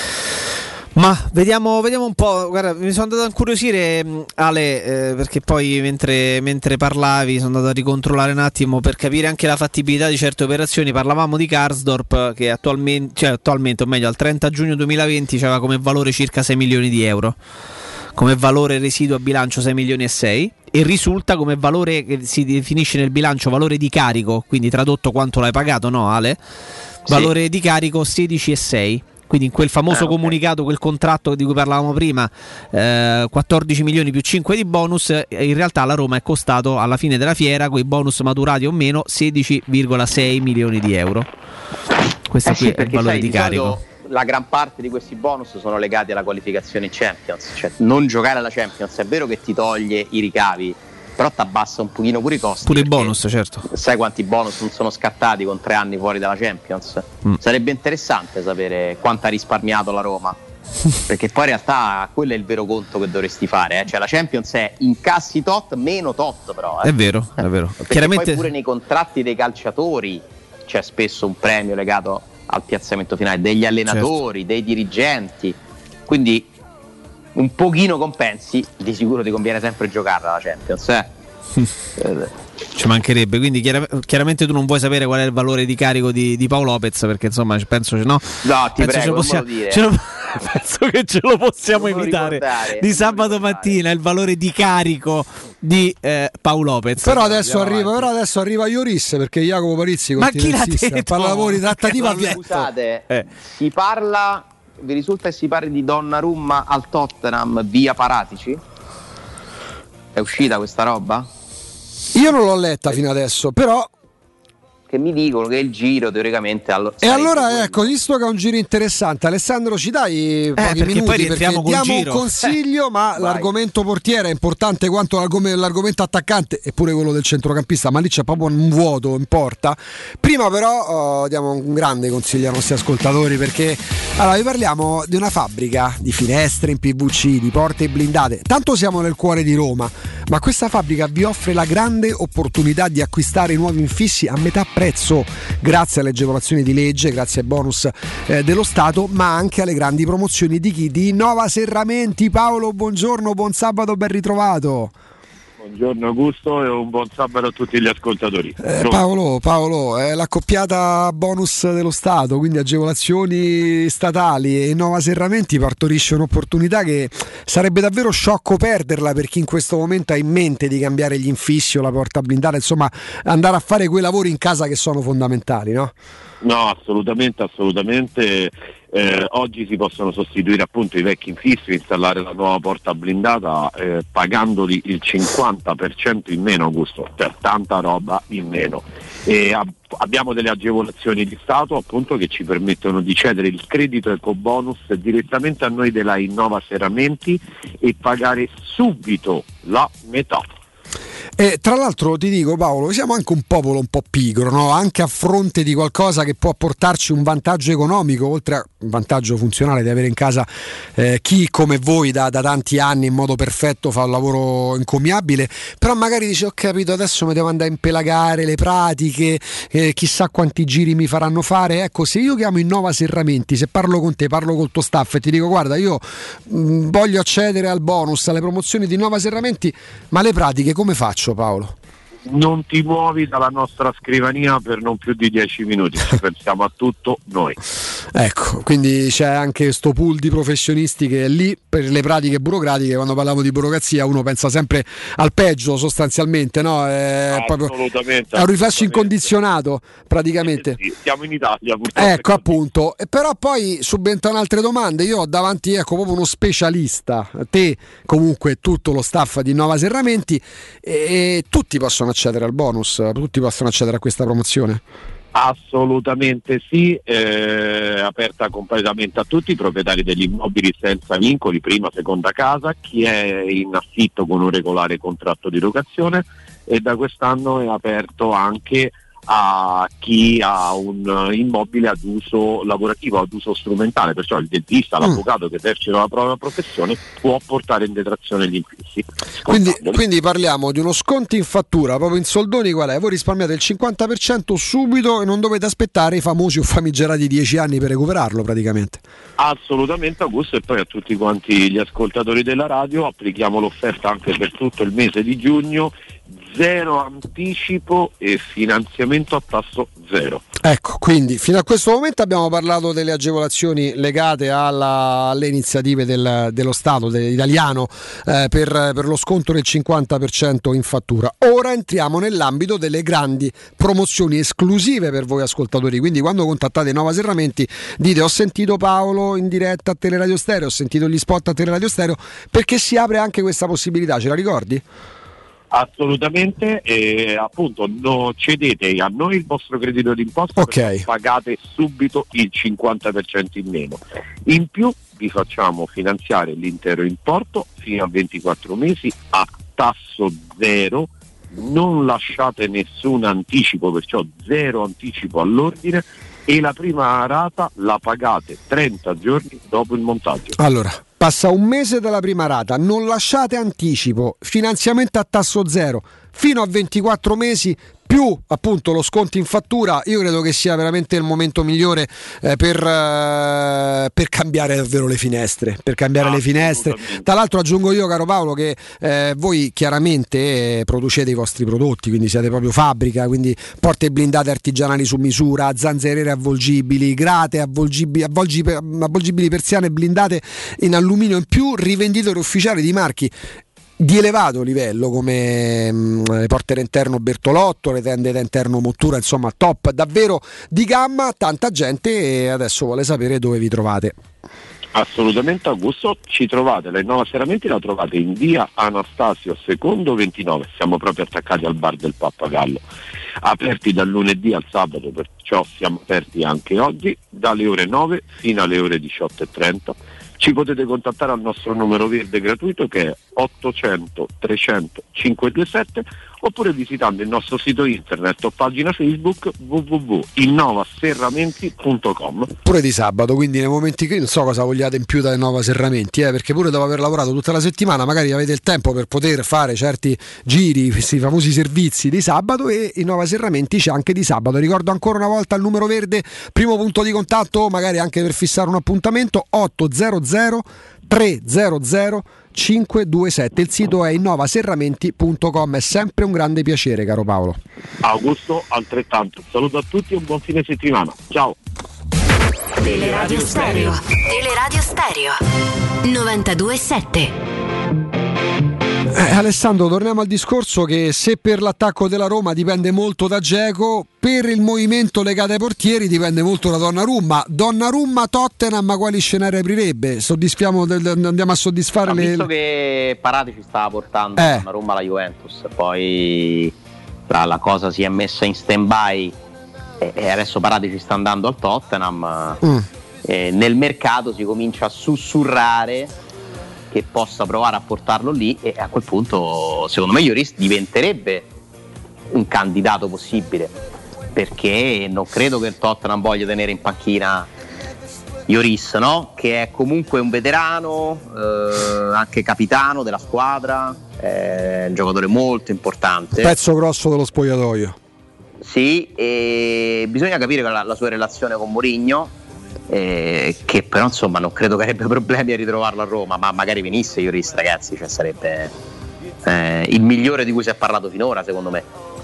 Ma vediamo, vediamo un po'. Guarda, mi sono andato a incuriosire, Ale, eh, perché poi mentre, mentre parlavi sono andato a ricontrollare un attimo per capire anche la fattibilità di certe operazioni. Parlavamo di Karsdorp che attualmente, cioè attualmente, o meglio al trenta giugno duemilaventi aveva come valore circa sei milioni di euro, come valore residuo a bilancio sei milioni e sei, e risulta come valore che si definisce nel bilancio valore di carico, quindi tradotto quanto l'hai pagato, no Ale? Valore sì. Di carico sedici e sei. Quindi in quel famoso ah, okay. comunicato, quel contratto di cui parlavamo prima, eh, quattordici milioni più cinque di bonus, in realtà la Roma è costato alla fine della fiera, con i bonus maturati o meno, sedici virgola sei milioni di euro. Questo eh qui sì, è il valore sai, di carico. La gran parte di questi bonus sono legati alla qualificazione in Champions, cioè non giocare alla Champions è vero che ti toglie i ricavi, però ti abbassa un pochino pure i costi. Pure i bonus, certo. Sai quanti bonus non sono scattati con tre anni fuori dalla Champions? Mm. Sarebbe interessante sapere quanto ha risparmiato la Roma, perché poi in realtà quello è il vero conto che dovresti fare, eh? Cioè la Champions è incassi tot meno tot, però. Eh? È vero, è vero. Perché Chiaramente poi pure nei contratti dei calciatori c'è spesso un premio legato al piazzamento finale, degli allenatori, certo. dei dirigenti, quindi un pochino compensi, di sicuro ti conviene sempre giocarla la Champions, eh? Ci mancherebbe, quindi chiar- chiaramente tu non vuoi sapere qual è il valore di carico di, di Paolo Lopez, perché insomma penso che no, no ti penso prego, ce lo possiamo, non me lo dire. Ce lo, penso che ce lo possiamo non evitare di sabato mattina il valore di carico di eh, Paolo Lopez. Però adesso arriva, però adesso arriva Ioris, perché Jacopo Parizzi ma chi l'ha detto? Parla di trattativa. Scusate, eh. si parla, vi risulta che si parli di Donnarumma al Tottenham via Paratici? È uscita questa roba? Io non l'ho letta fino adesso, però che mi dicono che il giro teoricamente allo- e allora quello. Ecco, visto che è un giro interessante, Alessandro ci dai eh, pochi perché minuti poi perché diamo un consiglio eh, ma vai. L'argomento portiere è importante quanto l'argom- l'argomento attaccante e pure quello del centrocampista, ma lì c'è proprio un vuoto in porta. Prima però uh, diamo un grande consiglio ai nostri ascoltatori, perché allora vi parliamo di una fabbrica di finestre in P V C, di porte blindate. Tanto siamo nel cuore di Roma, ma questa fabbrica vi offre la grande opportunità di acquistare i nuovi infissi a metà prezzo, grazie alle agevolazioni di legge, grazie ai bonus eh, dello Stato, ma anche alle grandi promozioni di chi? Di Innova Serramenti. Paolo, buongiorno, buon sabato, ben ritrovato. Buongiorno Augusto e un buon sabato a tutti gli ascoltatori. Eh, Paolo, Paolo, è l'accoppiata bonus dello Stato, quindi agevolazioni statali, e Innova Serramenti partorisce un'opportunità che sarebbe davvero sciocco perderla per chi in questo momento ha in mente di cambiare gli infissi o la porta blindata, insomma andare a fare quei lavori in casa che sono fondamentali, no? No, assolutamente, assolutamente. Eh, oggi si possono sostituire appunto i vecchi infissi, installare la nuova porta blindata eh, pagandoli il cinquanta per cento in meno, Augusto, per tanta roba in meno. E ab- abbiamo delle agevolazioni di Stato appunto che ci permettono di cedere il credito ecobonus direttamente a noi della Innova Serramenti e pagare subito la metà. E tra l'altro ti dico, Paolo, siamo anche un popolo un po' pigro, no? Anche a fronte di qualcosa che può portarci un vantaggio economico, oltre a un vantaggio funzionale di avere in casa eh, chi come voi da, da tanti anni in modo perfetto fa un lavoro encomiabile, però magari dice ho capito, adesso mi devo andare a impelagare le pratiche, eh, chissà quanti giri mi faranno fare. Ecco, se io chiamo Innova Serramenti, se parlo con te, parlo col tuo staff e ti dico guarda, io mh, voglio accedere al bonus, alle promozioni di Innova Serramenti, ma le pratiche come faccio, Paolo? non ti muovi dalla nostra scrivania per non più di dieci minuti, ci pensiamo a tutto noi. Ecco, quindi c'è anche sto pool di professionisti che è lì per le pratiche burocratiche. Quando parliamo di burocrazia uno pensa sempre al peggio sostanzialmente, no? È, proprio, è un riflesso incondizionato praticamente. Eh sì, siamo in Italia purtroppo. Ecco appunto, e però poi subentrano altre domande. Io ho davanti ecco proprio uno specialista, te comunque tutto lo staff di Innova Serramenti, e, e tutti possono accedere al bonus, tutti possono accedere a questa promozione. Assolutamente sì, eh, aperta completamente a tutti i proprietari degli immobili senza vincoli, prima, seconda casa, chi è in affitto con un regolare contratto di locazione, e da quest'anno è aperto anche a chi ha un immobile ad uso lavorativo, ad uso strumentale, perciò il dentista, mm. l'avvocato che esercita la propria professione può portare in detrazione gli infissi. Quindi, quindi parliamo di uno sconto in fattura proprio in soldoni. Qual è? Voi risparmiate il cinquanta per cento subito e non dovete aspettare i famosi o famigerati dieci anni per recuperarlo praticamente. Assolutamente, Augusto, e poi a tutti quanti gli ascoltatori della radio applichiamo l'offerta anche per tutto il mese di giugno. Zero anticipo e finanziamento a tasso zero. Ecco, quindi fino a questo momento abbiamo parlato delle agevolazioni legate alla, alle iniziative del, dello Stato de, italiano eh, per, per lo sconto del cinquanta per cento in fattura. Ora entriamo nell'ambito delle grandi promozioni esclusive per voi ascoltatori, quindi quando contattate Innova Serramenti dite: ho sentito Paolo in diretta a Teleradio Stereo, ho sentito gli spot a Teleradio Stereo, perché si apre anche questa possibilità, ce la ricordi? Assolutamente, e appunto no, cedete a noi il vostro credito d'imposta, okay. Pagate subito il cinquanta per cento in meno. In più vi facciamo finanziare l'intero importo fino a ventiquattro mesi a tasso zero, non lasciate nessun anticipo, perciò zero anticipo all'ordine, e la prima rata la pagate trenta giorni dopo il montaggio. Allora, passa un mese dalla prima rata, non lasciate anticipo, finanziamento a tasso zero fino a ventiquattro mesi più appunto lo sconto in fattura. Io credo che sia veramente il momento migliore eh, per, eh, per cambiare davvero le finestre, per cambiare le finestre. Tra l'altro aggiungo io, caro Paolo, che eh, voi chiaramente eh, producete i vostri prodotti, quindi siete proprio fabbrica, quindi porte blindate artigianali su misura, zanzariere avvolgibili, grate avvolgibili, avvolgibili, avvolgibili persiane blindate in alluminio, in più rivenditori ufficiali di marchi di elevato livello come mh, le porte d'interno Bertolotto, le tende d'interno Mottura, insomma top davvero di gamma. Tanta gente adesso vuole sapere dove vi trovate. Assolutamente, Augusto, ci trovate, la Innova Serramenti la trovate in via Anastasio secondo ventinove, siamo proprio attaccati al bar del Pappagallo, aperti dal lunedì al sabato, perciò siamo aperti anche oggi dalle ore nove fino alle ore diciotto e trenta. Ci potete contattare al nostro numero verde gratuito che è ottocento trecento cinquecentoventisette, oppure visitando il nostro sito internet o pagina Facebook w w w punto innova serramenti punto com. Pure di sabato, quindi nei momenti che non so cosa vogliate in più da Innova Serramenti, eh, perché pure dopo aver lavorato tutta la settimana magari avete il tempo per poter fare certi giri, questi famosi servizi di sabato, e Innova Serramenti c'è anche di sabato. Ricordo ancora una volta il numero verde, primo punto di contatto, magari anche per fissare un appuntamento, ottocento trecento cinquecentoventisette. Il sito è innova serramenti punto com. È sempre un grande piacere, caro Paolo. Augusto, altrettanto. Saluto a tutti e un buon fine settimana. Ciao. Teleradio Stereo. Teleradio Stereo novantadue sette. Eh, Alessandro, torniamo al discorso che se per l'attacco della Roma dipende molto da Dzeko, per il movimento legato ai portieri dipende molto da Donnarumma. Donnarumma Tottenham, quali scenari aprirebbe? Soddisfiamo, andiamo a soddisfare Ho le... visto che Parati ci stava portando eh. Donnarumma alla Juventus, poi la, la cosa si è messa in stand-by e, e adesso Parati ci sta andando al Tottenham. Mm. E nel mercato si comincia a sussurrare che possa provare a portarlo lì, e a quel punto secondo me Lloris diventerebbe un candidato possibile, perché non credo che il Tottenham voglia tenere in panchina Lloris, no? Che è comunque un veterano, eh, anche capitano della squadra, è un giocatore molto importante, pezzo grosso dello spogliatoio. Sì, e bisogna capire la, la sua relazione con Mourinho, Eh, che però insomma non credo che avrebbe problemi a ritrovarlo a Roma, ma magari venisse Lloris, ragazzi, cioè sarebbe eh, il migliore di cui si è parlato finora, secondo me.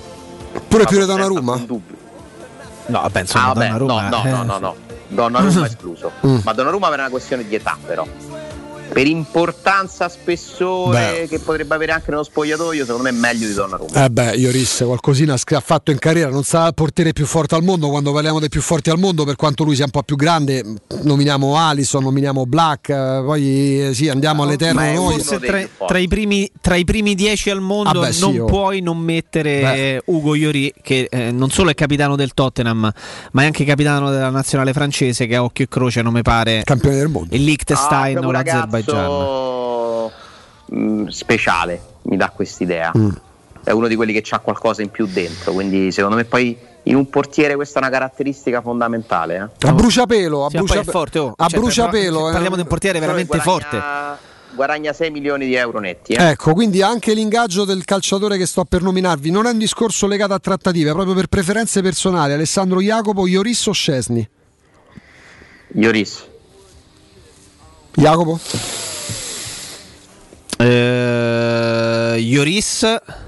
Pure più di Donnarumma? No, vabbè, insomma, ah, vabbè, Donnarumma, no, no, eh. no, no, no. Donnarumma è escluso. Mm. Ma Donnarumma per una questione di età, però. Per importanza, spessore Beh. che potrebbe avere anche nello spogliatoio, secondo me è meglio di Donnarumma. Eh beh, Lloris qualcosina ha fatto in carriera, non sarà il portiere più forte al mondo. Quando parliamo dei più forti al mondo, per quanto lui sia un po' più grande, nominiamo Alisson, nominiamo Black, eh, poi eh, sì, andiamo Ma all'eterno è noi. Forse tra, tra i primi, tra i primi dieci al mondo Ah beh, sì, non oh. puoi non mettere Beh. Ugo Lloris, che eh, non solo è capitano del Tottenham, ma è anche capitano della nazionale francese, che a occhio e croce non mi pare campione del mondo, il Liechtenstein Ah, o un l'Azerbaigian. ragazzo, mh, speciale, mi dà quest'idea. Mm. È uno di quelli che ha qualcosa in più dentro, quindi secondo me poi in un portiere questa è una caratteristica fondamentale. Eh. A bruciapelo, a, Sì, ma poi bruciape- è forte, oh. a Cioè, bruciapelo. par- eh. parliamo di un portiere veramente forte. Guadagna sei milioni di euro netti. Eh. Ecco, quindi anche l'ingaggio del calciatore che sto per nominarvi non è un discorso legato a trattative, è proprio per preferenze personali. Alessandro Jacopo, Lloris o Szczesny? Lloris. Jacopo? Eh, Lloris.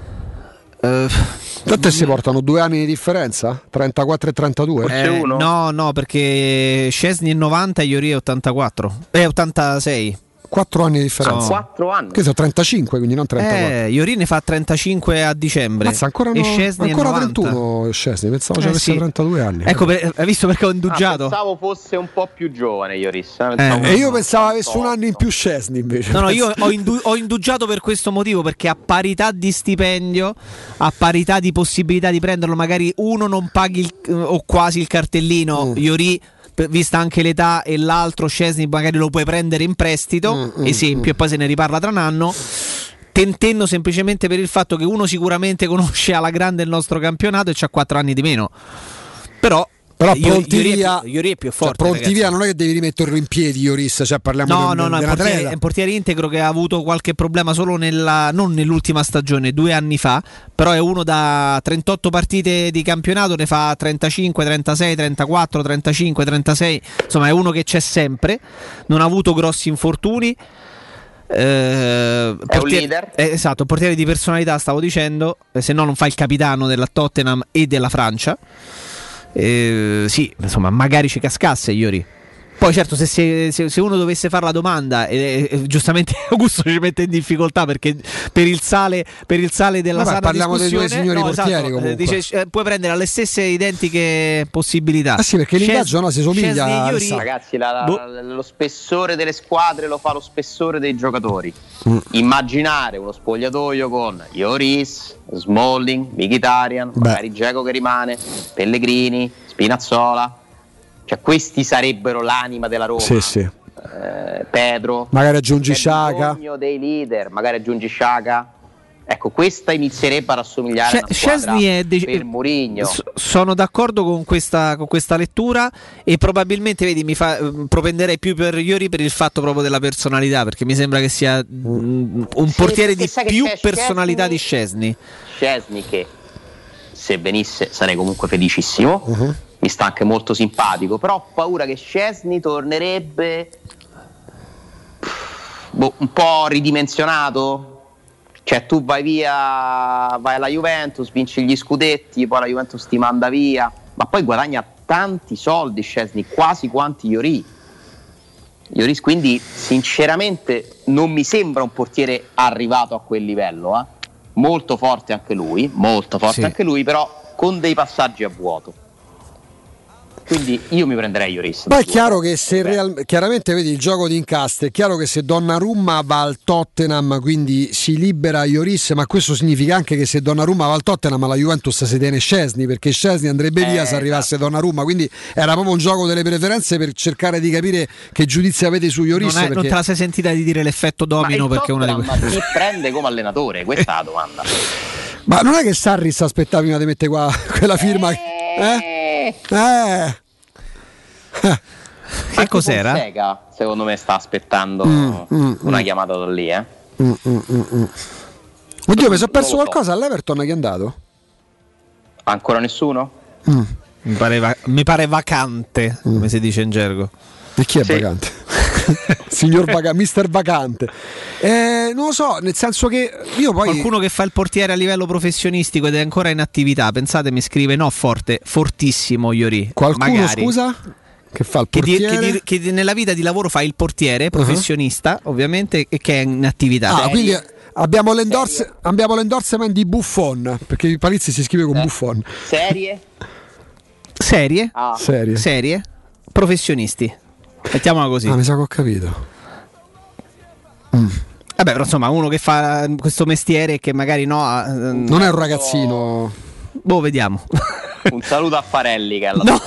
Eh, Da te si portano due anni di differenza? trentaquattro e trentadue? eh, no, no, perché Szczesny è novanta e Lloris è ottantaquattro. È ottantasei. quattro anni di differenza. Sono quattro anni. Che sono trentacinque, quindi non trentaquattro. Eh, Lloris ne fa trentacinque a dicembre. Mazza, ancora, e no, Szczesny ancora è novanta. trentuno Szczesny, pensavo ci Eh, avesse sì. trentadue anni. Ecco, per, hai visto perché ho indugiato? Ah, pensavo fosse un po' più giovane Lloris. Eh? Eh, Pensavo- e io pensavo avesse un anno in più Szczesny invece. No, no, io ho, indu- ho indugiato per questo motivo, perché a parità di stipendio, a parità di possibilità di prenderlo, magari uno non paghi il- o quasi il cartellino, Mm. Lloris, per- vista anche l'età, e l'altro Szczesny magari lo puoi prendere in prestito, Mm, mm, esempio, e poi se ne riparla tra un anno. Tentendo semplicemente per il fatto che uno sicuramente conosce alla grande il nostro campionato e c'ha quattro anni di meno. Però Però Io- pronti Lloris è via, più- Lloris è più cioè, forte, pronti ragazzi. via non è che devi rimetterlo in piedi Lloris, cioè parliamo No, di, no, no, di è un una portiere, atleta. è un portiere integro che ha avuto qualche problema solo nella, non nell'ultima stagione, due anni fa, però è uno da trentotto partite di campionato, ne fa trentacinque, trentasei, trentaquattro, trentacinque, trentasei, insomma è uno che c'è sempre, non ha avuto grossi infortuni. Eh, È un leader. eh, esatto, portiere di personalità, stavo dicendo, eh, se no non fa il capitano della Tottenham e della Francia. Eh, sì, insomma, magari ci cascasse Lloris. Poi certo, se, se, se uno dovesse fare la domanda, e, e giustamente Augusto ci mette in difficoltà perché per il sale, per il sale della Vabbè, sana parliamo dei discussione, due signori no, portieri, esatto, comunque. eh, dice, eh, puoi prendere alle stesse identiche possibilità. Ah sì, perché l'ingaggio no, si somiglia Szczesny e a Lloris- Ragazzi, la- la- Boh. lo spessore delle squadre lo fa lo spessore dei giocatori. Mm. Immaginare uno spogliatoio con Lloris, Smalling, Mkhitaryan, Beh. magari Dzeko che rimane, Pellegrini, Spinazzola. Cioè questi sarebbero l'anima della Roma. Sì, sì. Eh, Pedro. Magari aggiungi C'è Sciaca. bisogno dei leader, magari aggiungi Sciaca. Ecco, questa inizierebbe a rassomigliare a una Sce- squadra Szczesny è dec- per Mourinho. S- sono d'accordo con questa, con questa lettura e probabilmente vedi mi fa, eh, propenderei più per Lloris per il fatto proprio della personalità, perché mi sembra che sia mm, un Sì, portiere perché di sai che più c'è personalità Szczesny- di Szczesny. Szczesny che se venisse sarei comunque felicissimo. Uh-huh. Mi sta anche molto simpatico, però ho paura che Szczesny tornerebbe boh, un po' ridimensionato. Cioè tu vai via, vai alla Juventus, vinci gli scudetti, poi la Juventus ti manda via, ma poi guadagna tanti soldi Szczesny, quasi quanti Lloris. Lloris quindi sinceramente non mi sembra un portiere arrivato a quel livello, eh? Molto forte anche lui, molto forte Sì. anche lui, però con dei passaggi a vuoto. Quindi io mi prenderei Lloris. Ma è chiaro che se real- chiaramente vedi il gioco di incastre, è chiaro che se Donnarumma va al Tottenham quindi si libera Lloris, ma questo significa anche che se Donnarumma va al Tottenham la Juventus si tiene Szczesny, perché Szczesny andrebbe via Eh, se arrivasse esatto. Donnarumma, quindi era proprio un gioco delle preferenze per cercare di capire che giudizio avete su Lloris. Non, è- non perché... te la sei sentita di dire l'effetto domino, Ma il perché è una di Tottenham quelle. chi prende come allenatore? Questa è la domanda. Ma non è che Sarri si aspettava prima di mettere qua quella firma? Eh? Eh? Che cos'era? Fonseca, secondo me sta aspettando Mm, mm, una mm. chiamata da lì, eh. Mm, mm, mm, mm. Oddio, mi sono perso Non lo so. qualcosa all'Everton, chi è andato? Ancora nessuno? Mm. Mi pare, va- mi pare vacante, come si dice in gergo. E chi è Sì. vacante? Signor Vaca- mister Vacante. Eh, non lo so, nel senso che io poi. Qualcuno che fa il portiere a livello professionistico ed è ancora in attività, pensate, mi scrive no, forte, fortissimo Iori. Qualcuno, magari. scusa? Che fa il Che, di, portiere? che, di, che nella vita di lavoro fa il portiere professionista, uh-huh. ovviamente, e che è in attività. Ah, Serie. quindi abbiamo, l'endorse, abbiamo l'endorsement di Buffon, perché Palizzi si scrive con eh. Buffon. Serie? Serie? Ah. Serie. Serie? Professionisti. Mettiamola così. Ah, mi sa che ho capito. Mm. Vabbè, però insomma, uno che fa questo mestiere e che magari no. Non è un ragazzino. Boh, vediamo. Un saluto a Farelli che è alla no.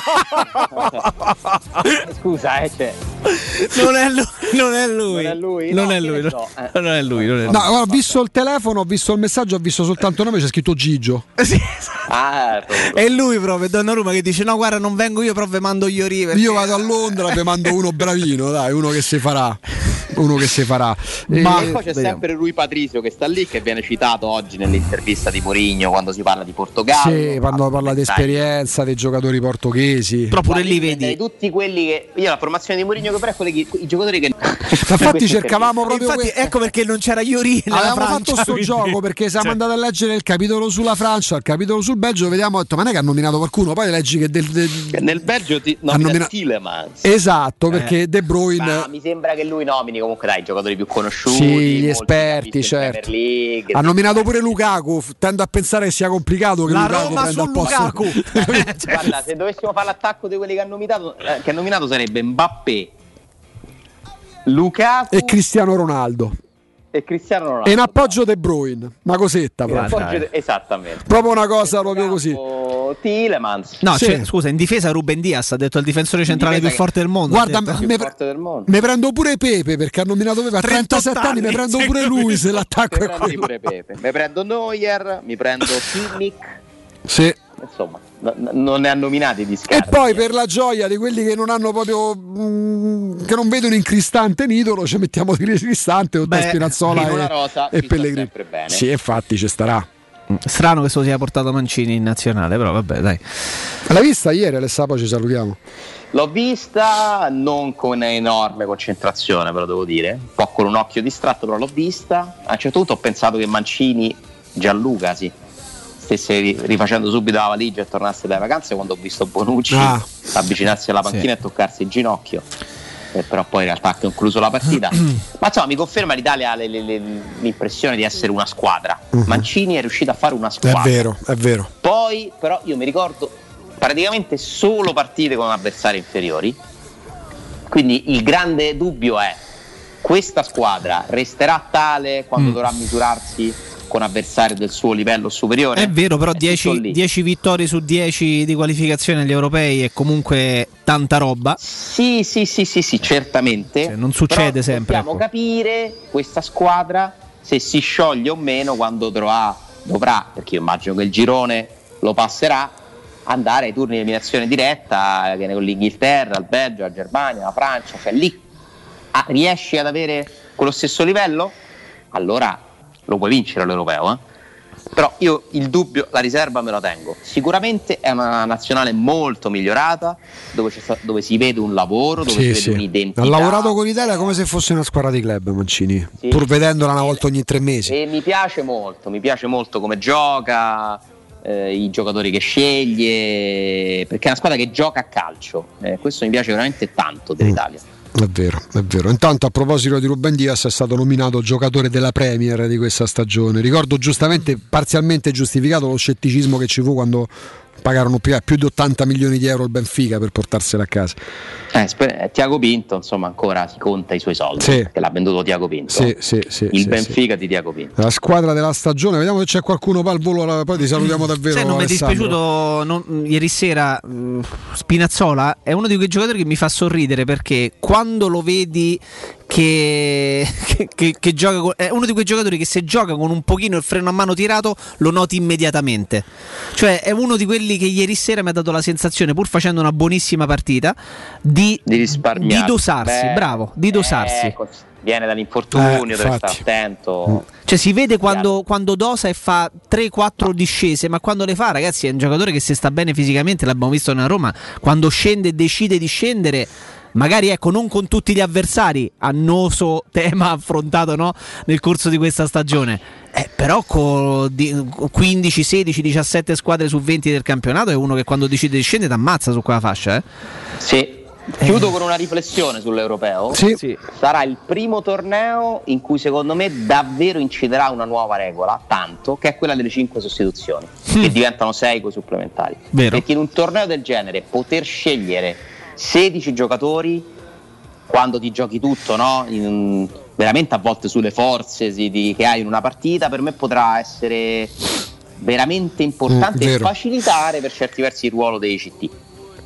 Scusa, eh, cioè. non, è lui, non è lui. Non è lui. Non no, è lui. So. Eh. Non è lui. Non è lui. No, ho visto il telefono, ho visto il messaggio, ho visto soltanto il nome, c'è scritto Gigio. Sì. Ah, è lui proprio, Donnarumma, che dice no, guarda, non vengo io, però vi mando Iori. Perché... Io vado a Londra, vi mando uno bravino, dai, uno che si farà. Uno che si farà. Ma e poi c'è vediamo. sempre Rui Patricio che sta lì, che viene citato oggi nell'intervista di Mourinho quando si parla di Portogallo. Sì, quando parla di esperienza dei giocatori portoghesi. Però pure lì vedi tutti quelli che io la formazione di Mourinho che però è quella che i giocatori che infatti cercavamo proprio infatti, que- ecco perché non c'era Iori nella avevamo Francia, fatto sto quindi... gioco perché siamo cioè. andati a leggere il capitolo sulla Francia, il capitolo sul Belgio, vediamo, ho detto ma non è che ha nominato qualcuno, poi leggi che del, del... nel Belgio ti nomina nomina... Tielemans. Esatto, eh. perché De Bruyne ma mi sembra che lui nomini comunque dai i giocatori più conosciuti, sì, gli esperti, certo. League, ha nominato pure Lukaku, tendo a pensare che sia complicato che la Lukaku Roma prenda su il posto. Lukaku. Guarda, se dovessimo fare l'attacco di quelli che hanno nominato, eh, che hanno nominato sarebbe Mbappé, Lukaku e Cristiano Ronaldo. E Cristiano Ronaldo. E in appoggio De Bruyne, una cosetta proprio. De... Esattamente. Proprio una cosa proprio così. Tielemans. No, sì. Cioè, scusa, in difesa Ruben Dias ha detto il difensore centrale più forte del mondo. Guarda, mi pre- me prendo pure Pepe perché ha nominato Pepe a trentasette anni, mi prendo pure lui se l'attacco è quello. Pure Pepe. Mi prendo Neuer, mi prendo Kimmich. Sì. Insomma, n- non ne ha nominati di scarti. E poi per la gioia di quelli che non hanno proprio mh, che non vedono in Cristante un idolo, ci mettiamo di Cristante o da Spinazzola e, rosa, e Pellegrini. Sì, infatti ci starà. Strano che se lo sia portato Mancini in nazionale, però vabbè, dai. L'hai vista ieri Alessandro? Ci salutiamo. L'ho vista non con enorme concentrazione, però devo dire, un po' con un occhio distratto, però l'ho vista. A un certo punto ho pensato che Mancini, Gianluca, sì, stesse rifacendo subito la valigia e tornasse dalle vacanze quando ho visto Bonucci ah. avvicinarsi alla panchina sì. e toccarsi il ginocchio. Eh, però poi in realtà ha concluso la partita. Ma insomma mi conferma l'Italia le, le, le, l'impressione di essere una squadra. Uh-huh. Mancini è riuscito a fare una squadra. È vero, è vero. Poi però io mi ricordo praticamente solo partite con avversari inferiori. Quindi il grande dubbio è: questa squadra resterà tale quando mm. dovrà misurarsi con avversari del suo livello superiore? È vero, però dieci vittorie su dieci di qualificazione agli europei è comunque tanta roba. Sì, sì, sì, sì, sì, certamente. Cioè, non succede però sempre. Dobbiamo ecco. capire questa squadra se si scioglie o meno quando dovrà, dovrà, perché io immagino che il girone lo passerà, andare ai turni di eliminazione diretta, che ne con l'Inghilterra, il Belgio, la Germania, la Francia, cioè lì ah, riesci ad avere quello stesso livello? Allora lo puoi vincere l'europeo, eh? Però io il dubbio, la riserva me la tengo. Sicuramente è una nazionale molto migliorata, dove, c'è sta, dove si vede un lavoro, dove sì, si vede sì. un'identità. Ha lavorato con l'Italia come se fosse una squadra di club, Mancini, sì, pur vedendola una volta ogni tre mesi. E mi piace molto, mi piace molto come gioca, eh, i giocatori che sceglie, perché è una squadra che gioca a calcio, eh, questo mi piace veramente tanto dell'Italia. Mm. È vero, è vero. Intanto a proposito di Ruben Dias è stato nominato giocatore della Premier di questa stagione. Ricordo giustamente, parzialmente giustificato lo scetticismo che ci fu quando pagarono più, più di ottanta milioni di euro il Benfica per portarsela a casa. Eh, sper- Tiago Pinto, insomma, ancora si conta i suoi soldi, sì. perché l'ha venduto Tiago Pinto. Sì, sì, sì, il sì, Benfica sì. di Tiago Pinto. La squadra della stagione, vediamo se c'è qualcuno poi al volo, poi ti salutiamo davvero. Sai, non mi è dispiaciuto non, ieri sera uh, Spinazzola è uno di quei giocatori che mi fa sorridere, perché quando lo vedi Che, che, che, che gioca con, è uno di quei giocatori che se gioca con un pochino il freno a mano tirato lo noti immediatamente, cioè è uno di quelli che ieri sera mi ha dato la sensazione, pur facendo una buonissima partita, di, di risparmiare, di dosarsi. Beh, bravo, di dosarsi. Eh, viene dall'infortunio, eh, deve stare attento. Cioè si vede quando, quando dosa e fa tre quattro discese, ma quando le fa, ragazzi, è un giocatore che se sta bene fisicamente, l'abbiamo visto nella Roma, quando scende e decide di scendere magari ecco non con tutti gli avversari, annoso tema affrontato, no, nel corso di questa stagione, eh, però con quindici, sedici, diciassette squadre su venti del campionato è uno che quando decide di scendere ti ammazza su quella fascia. Eh? Sì. Chiudo con una riflessione sull'Europeo. Sì. Sì. Sarà il primo torneo in cui secondo me davvero inciderà una nuova regola, tanto, che è quella delle cinque sostituzioni, mm. che diventano sei coi supplementari. Vero. Perché in un torneo del genere poter scegliere sedici giocatori quando ti giochi tutto, no? In, veramente a volte sulle forze di, che hai in una partita, per me potrà essere veramente importante mm, e facilitare per certi versi il ruolo dei C T.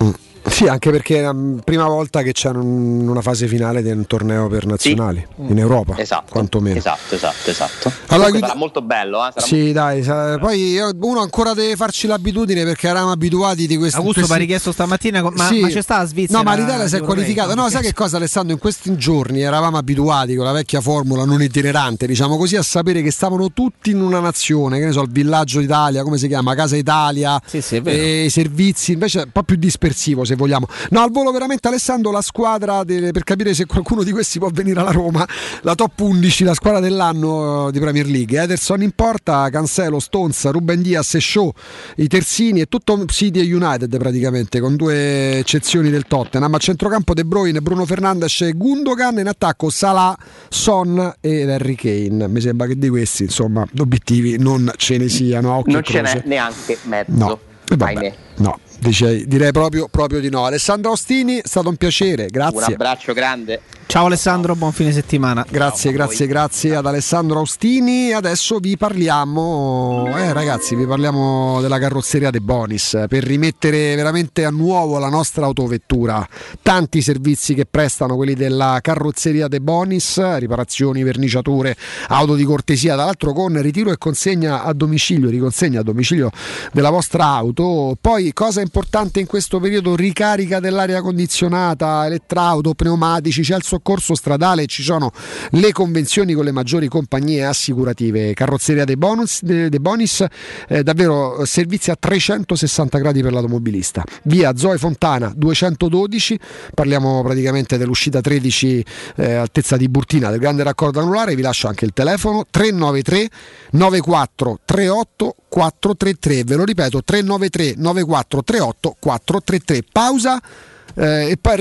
Sì, anche perché è la prima volta che c'è un, una fase finale di un torneo per nazionali, sì, in Europa, esatto, quantomeno. Esatto, esatto, esatto. Allora, quindi, sarà molto bello, eh? sarà sì, molto dai, sarà, poi uno ancora deve farci l'abitudine perché eravamo abituati di questo. Augusto mi ha richiesto stamattina, ma, sì. ma c'è sta la Svizzera. No, ma l'Italia si è qualificata. No, sai che cosa, Alessandro? In questi giorni eravamo abituati con la vecchia formula non itinerante, diciamo così, a sapere che stavano tutti in una nazione, che ne so, il villaggio Italia, come si chiama? Casa Italia, sì, sì, è vero. E i servizi, invece è un po' più dispersivo, se vogliamo. No, al volo veramente, Alessandro, la squadra de, per capire se qualcuno di questi può venire alla Roma, la top undici, la squadra dell'anno di Premier League: Ederson in porta, Cancelo, Stones, Ruben Dias e Shaw, i terzini, e tutto City e United praticamente, con due eccezioni del Tottenham. A centrocampo De Bruyne, Bruno Fernandes e Gundogan, in attacco Salah, Son ed Harry Kane. Mi sembra che di questi, insomma, obiettivi non ce ne siano. Non ce n'è neanche mezzo. No, e vabbè, no. Dice, direi proprio, proprio di no. Alessandro Austini, è stato un piacere, grazie. Un abbraccio grande. Ciao Alessandro, buon fine settimana. Grazie, Ciao, grazie, grazie ad Alessandro Austini. Adesso vi parliamo, eh ragazzi, vi parliamo della carrozzeria De Bonis, per rimettere veramente a nuovo la nostra autovettura. Tanti servizi che prestano quelli della carrozzeria De Bonis: riparazioni, verniciature, auto di cortesia, tra l'altro con ritiro e consegna a domicilio, riconsegna a domicilio della vostra auto. Poi, cosa importante in questo periodo, ricarica dell'aria condizionata, elettrauto, pneumatici, c'è il soccorso stradale, ci sono le convenzioni con le maggiori compagnie assicurative. Carrozzeria De Bonus, De, De Bonis, eh, davvero servizi a trecentosessanta gradi per l'automobilista. Via Zoe Fontana duecentododici, parliamo praticamente dell'uscita tredici, eh, altezza di Burtina, del grande raccordo anulare. Vi lascio anche il telefono tre nove tre nove quattro tre otto quattro tre tre, ve lo ripeto, tre nove tre nove quattro tre otto quattro tre tre. Pausa eh, e poi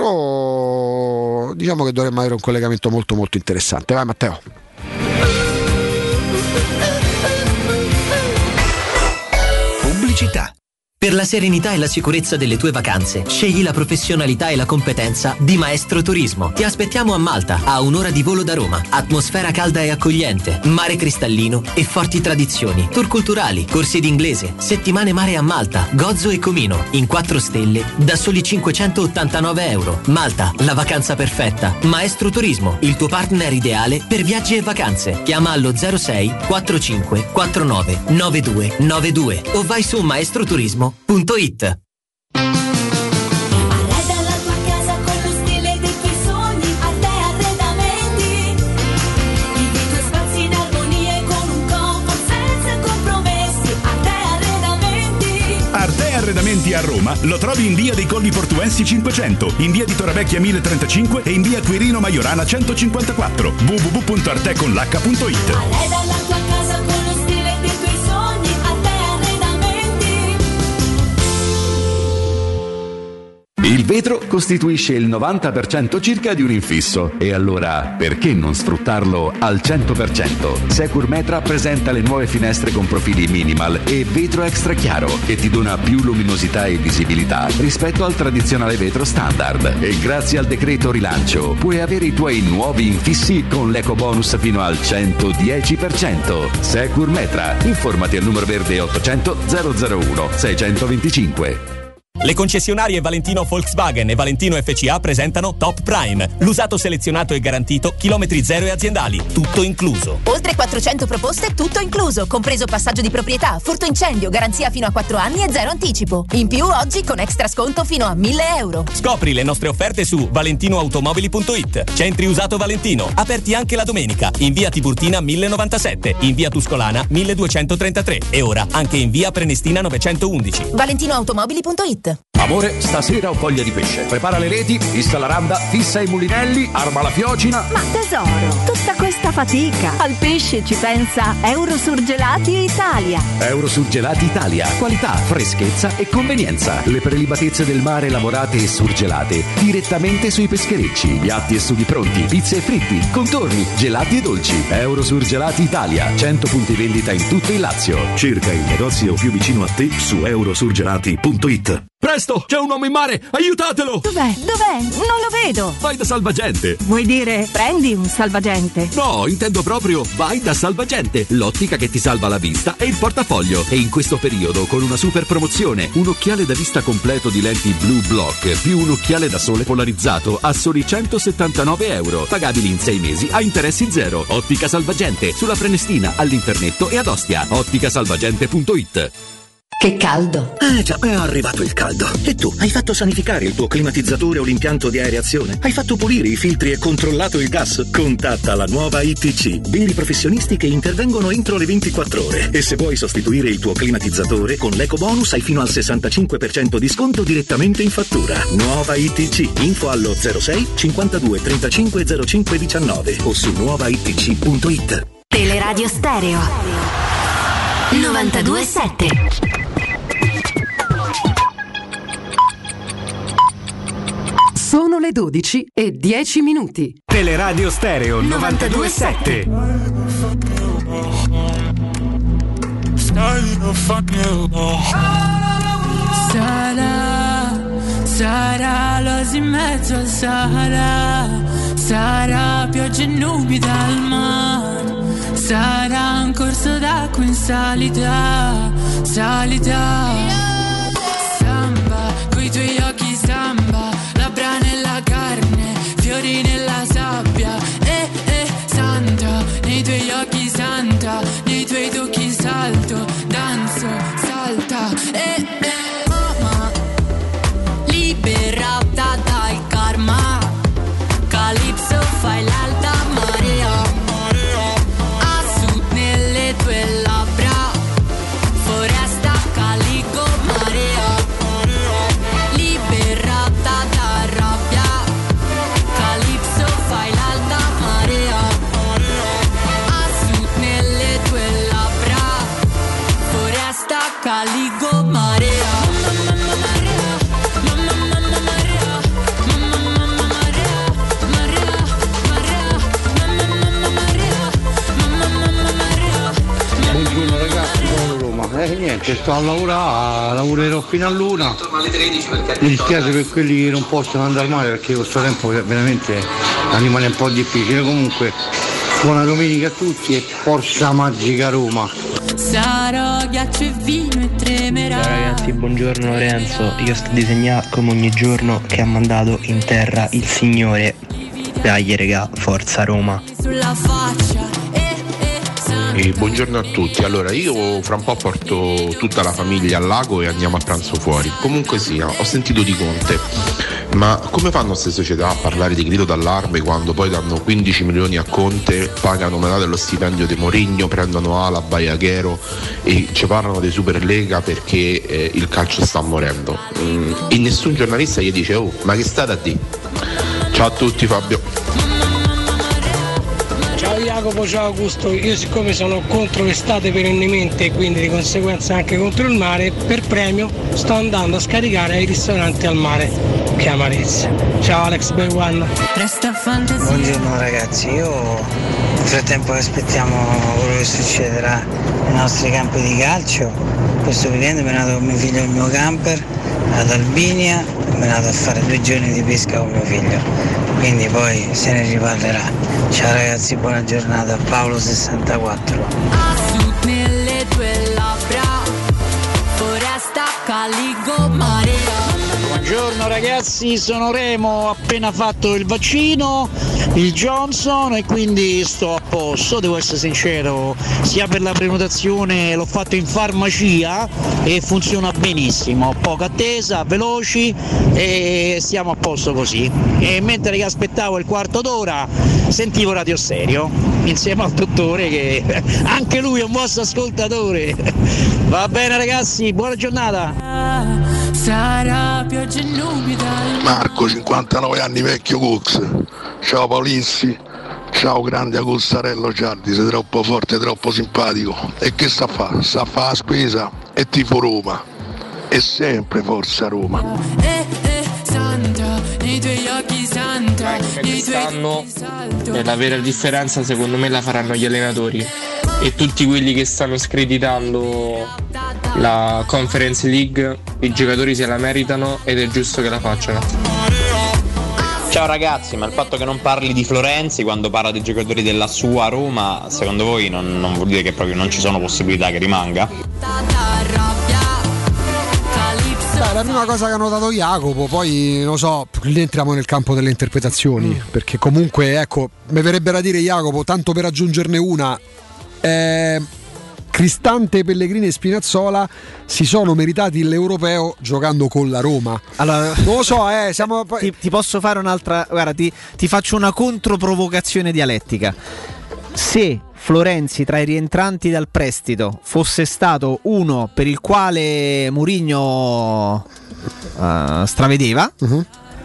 rientro. Diciamo che dovremmo avere un collegamento molto molto interessante. Vai Matteo. Pubblicità. Per la serenità e la sicurezza delle tue vacanze, scegli la professionalità e la competenza di Maestro Turismo. Ti aspettiamo a Malta, a un'ora di volo da Roma. Atmosfera calda e accogliente, mare cristallino e forti tradizioni, tour culturali, corsi d'inglese, settimane mare a Malta, Gozo e Comino, in quattro stelle, da soli cinquecentottantanove euro. Malta, la vacanza perfetta. Maestro Turismo, il tuo partner ideale per viaggi e vacanze. Chiama allo zero sei quarantacinque quarantanove novantadue novantadue o vai su maestroturismo punto it. Arreda la tua casa con lo stile dei tuoi sogni. Arte Arredamenti, i tuoi spazi in armonia e con un comfort senza compromessi. Arte Arredamenti. Arte Arredamenti a Roma lo trovi in via dei Colli Portuensi cinquecento, in via di Torrevecchia mille trentacinque e in via Quirino Maiorana centocinquantaquattro. w w w punto arte con l'h punto it. Arreda la tua casa con lo stile dei tuoi sogni. Arte Arredamenti. Il vetro costituisce il novanta per cento circa di un infisso e allora perché non sfruttarlo al cento per cento? Securmetra presenta le nuove finestre con profili minimal e vetro extra chiaro che ti dona più luminosità e visibilità rispetto al tradizionale vetro standard, e grazie al decreto rilancio puoi avere i tuoi nuovi infissi con l'eco bonus fino al centodieci per cento. Securmetra, informati al numero verde ottocento zero zero uno seicentoventicinque. Le concessionarie Valentino Volkswagen e Valentino F C A presentano Top Prime, l'usato selezionato e garantito, chilometri zero e aziendali, tutto incluso. Oltre quattrocento proposte, tutto incluso, compreso passaggio di proprietà, furto incendio, garanzia fino a quattro anni e zero anticipo. In più oggi con extra sconto fino a mille euro. Scopri le nostre offerte su valentinoautomobili punto it. Centri usato Valentino, aperti anche la domenica, in via Tiburtina mille novantasette, in via Tuscolana milleduecentotrentatré e ora anche in via Prenestina novecentoundici. valentinoautomobili punto it. Amore, stasera ho voglia di pesce. Prepara le reti, fissa la randa, fissa i mulinelli, arma la fiocina. Ma tesoro, tutta questa fatica. Al pesce ci pensa Eurosurgelati Italia. Eurosurgelati Italia. Qualità, freschezza e convenienza. Le prelibatezze del mare lavorate e surgelate direttamente sui pescherecci. Piatti e sughi pronti, pizze e fritti, contorni, gelati e dolci. Eurosurgelati Italia. cento punti vendita in tutto il Lazio. Cerca il negozio più vicino a te su eurosurgelati punto it. Presto, c'è un uomo in mare, aiutatelo! Dov'è? Dov'è? Non lo vedo. Vai da Salvagente. Vuoi dire prendi un salvagente? No, intendo proprio vai da Salvagente, l'ottica che ti salva la vista e il portafoglio. E in questo periodo con una super promozione, un occhiale da vista completo di lenti Blue Block più un occhiale da sole polarizzato a soli centosettantanove euro, pagabili in sei mesi a interessi zero. Ottica Salvagente, sulla Prenestina, all'Internetto e ad Ostia. ottica salvagente punto it. Che caldo! Eh già, è arrivato il caldo. E tu, hai fatto sanificare il tuo climatizzatore o l'impianto di areazione? Hai fatto pulire i filtri e controllato il gas? Contatta la nuova I T C. Veri professionisti che intervengono entro le ventiquattro ore. E se vuoi sostituire il tuo climatizzatore, con l'EcoBonus hai fino al sessantacinque per cento di sconto direttamente in fattura. Nuova I T C. Info allo zero sei cinquantadue trentacinque zero cinque diciannove o su nuova i t c punto it. Teleradio Stereo novantadue sette. Sono le dodici e dieci minuti. Teleradio Stereo novantadue sette. Sarà, sarà l'oasi in mezzo al Sahara, sarà pioggia e nubi dal mare, sarà un corso d'acqua in salita, salita. Samba, coi tuoi occhi samba, labbra nella carne, fiori nella sabbia. Eh, eh, santa, nei tuoi occhi santa, nei tuoi tocchi salto, danzo, salta. Eh, eh, mamma, liberata dal karma, Calypso fai l'alta marea, a sud nelle tue labbra, foresta calico marea, liberata da rabbia, Calypso fai l'alta marea, a sud nelle tue labbra, foresta calico marea. Buongiorno ragazzi, sono Roma. Eh niente, sto a lavorare, lavorerò fino a l'una. Mi dispiace per quelli che non possono andare male perché questo tempo veramente rimane un po' difficile. Comunque, buona domenica a tutti e forza magica Roma. Sarò ghiaccio e vino e tremerà. Ciao ragazzi, buongiorno Lorenzo. Io sto disegnando come ogni giorno che ha mandato in terra il Signore. Dai regà, forza Roma. Sulla faccia. E buongiorno a tutti, allora io fra un po' porto tutta la famiglia al lago e andiamo a pranzo fuori. Comunque sia, ho sentito di Conte, ma come fanno queste società a parlare di grido d'allarme quando poi danno quindici milioni a Conte, pagano metà dello stipendio di Mourinho, prendono Alaba e Aguero e ci parlano di Superlega perché eh, il calcio sta morendo? Mm, e nessun giornalista gli dice oh ma che state a dire? Ciao a tutti, Fabio. Ciao Jacopo, ciao Augusto, io siccome sono contro l'estate perennemente e quindi di conseguenza anche contro il mare, per premio sto andando a scaricare ai ristoranti al mare. Che amarezza. Ciao Alex Bay One. Buongiorno ragazzi, io nel frattempo aspettiamo quello che succederà nei nostri campi di calcio. Questo weekend mi è nato con mio figlio il mio camper ad Albinia, mi è nato a fare due giorni di pesca con mio figlio, quindi poi se ne riparlerà. Ciao ragazzi, buona giornata, Paolo sessantaquattro. Nelle tue labbra, foresta calico marea. Buongiorno ragazzi, sono Remo, ho appena fatto il vaccino, il Johnson, e quindi sto a posto, devo essere sincero, sia per la prenotazione l'ho fatto in farmacia e funziona benissimo, poca attesa, veloci e stiamo a posto così. E mentre che aspettavo il quarto d'ora sentivo Radio Stereo. insieme al dottore che anche lui è un vostro ascoltatore. Va bene ragazzi, buona giornata. Sarà pioggia e nubi dal Marco, cinquantanove anni, vecchio Cux. Ciao Paulissi. Ciao grande Agustarello Giardi, sei troppo forte, troppo simpatico. E che sta a fare? Sta a fare la spesa e tifo Roma. E sempre forza Roma. Eh, eh, santa, nei tuoi occhi santa, Ecco, nei tuoi quest'anno eh, la vera differenza secondo me la faranno gli allenatori e tutti quelli che stanno screditando la Conference League. I giocatori se la meritano ed è giusto che la facciano. Ciao ragazzi, ma il fatto che non parli di Florenzi quando parla dei giocatori della sua Roma, secondo voi non, non vuol dire che proprio non ci sono possibilità che rimanga? Beh, la prima cosa che ha notato Jacopo, poi non so, lì entriamo nel campo delle interpretazioni, mm. perché comunque ecco, mi verrebbe da dire Jacopo, tanto per aggiungerne una, eh, Cristante, Pellegrini e Spinazzola si sono meritati l'europeo giocando con la Roma. Allora, non lo so, eh, siamo... ti, ti posso fare un'altra, guarda, ti, ti faccio una controprovocazione dialettica. Se Florenzi tra i rientranti dal prestito fosse stato uno per il quale Mourinho uh, stravedeva, uh-huh.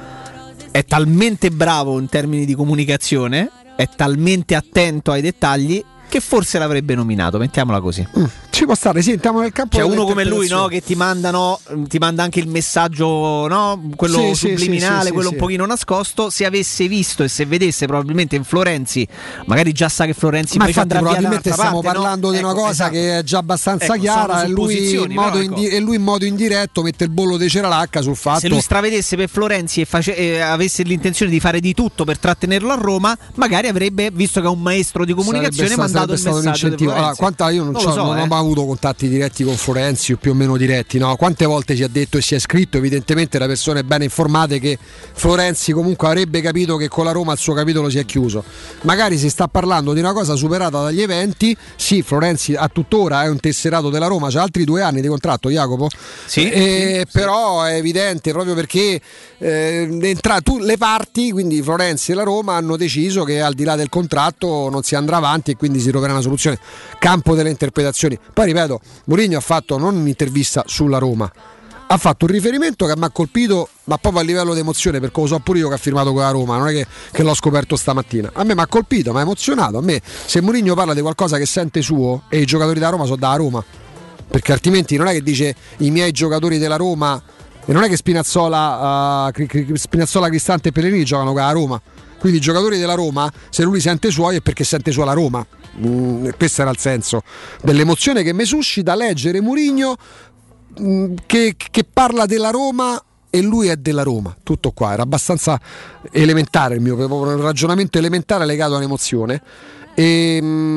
è talmente bravo in termini di comunicazione, è talmente attento ai dettagli che forse l'avrebbe nominato, mettiamola così. Mm, ci può stare, sì, entriamo nel campo. C'è uno come lui, no, che ti mandano, ti manda anche il messaggio, no, quello sì, subliminale, sì, sì, quello sì, un sì. pochino nascosto. Se avesse visto e se vedesse probabilmente in Florenzi, magari già sa che Florenzi ma invece infatti andrà via da probabilmente stiamo parte, parlando no? di una Ecco, cosa esatto. che è già abbastanza ecco, chiara e lui, in modo però, indi- ecco. e lui in modo indiretto mette il bollo di Ceralacca sul fatto. Se lui stravedesse per Florenzi e, face- e avesse l'intenzione di fare di tutto per trattenerlo a Roma, magari avrebbe, visto che è un maestro di comunicazione, Sarebbe sta- mandato il sarebbe stato messaggio. Allora, quanta, io non, non, so, so, non eh. ho mai avuto contatti diretti con Florenzi o più o meno diretti, no? Quante volte si è detto e si è scritto evidentemente da persone bene informate che Florenzi comunque avrebbe capito che con la Roma il suo capitolo si è chiuso. Magari si sta parlando di una cosa superata dagli eventi. Sì, Florenzi a tuttora è un tesserato della Roma, c'ha altri due anni di contratto, Jacopo. Sì, eh, sì, però è evidente proprio perché eh, entra, tu, le parti, quindi Florenzi e la Roma, hanno deciso che al di là del contratto non si andrà avanti e quindi si troverà una soluzione. Campo delle interpretazioni. Poi ripeto, Mourinho ha fatto non un'intervista sulla Roma, ha fatto un riferimento che mi ha colpito, ma proprio a livello di emozione, perché lo so pure io che ha firmato con la Roma, non è che, che l'ho scoperto stamattina. A me mi ha colpito, mi ha emozionato. A me, se Mourinho parla di qualcosa che sente suo, e i giocatori della Roma sono da Roma, perché altrimenti non è che dice i miei giocatori della Roma, e non è che Spinazzola, uh, Spinazzola, Cristante e Pellegrini giocano con la Roma. Quindi i giocatori della Roma, se lui li sente suoi, è perché sente sua la Roma. Mm, questo era il senso dell'emozione che mi suscita leggere Mourinho mm, che, che parla della Roma e lui è della Roma. Tutto qua, era abbastanza elementare il mio un ragionamento elementare legato all'emozione. E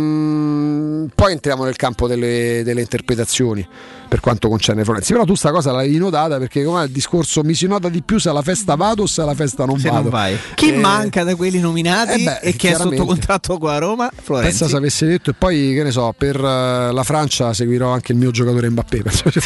mm, poi entriamo nel campo delle, delle interpretazioni per quanto concerne Florenzi. Però tu sta cosa l'avevi notata, perché come il discorso mi si nota di più se alla festa vado o se alla festa non se vado. Non vai. Chi eh, manca da quelli nominati eh beh, e che è sotto contratto con la Roma? Florenzi. Pensa se avesse detto, e poi che ne so, per uh, la Francia seguirò anche il mio giocatore Mbappé.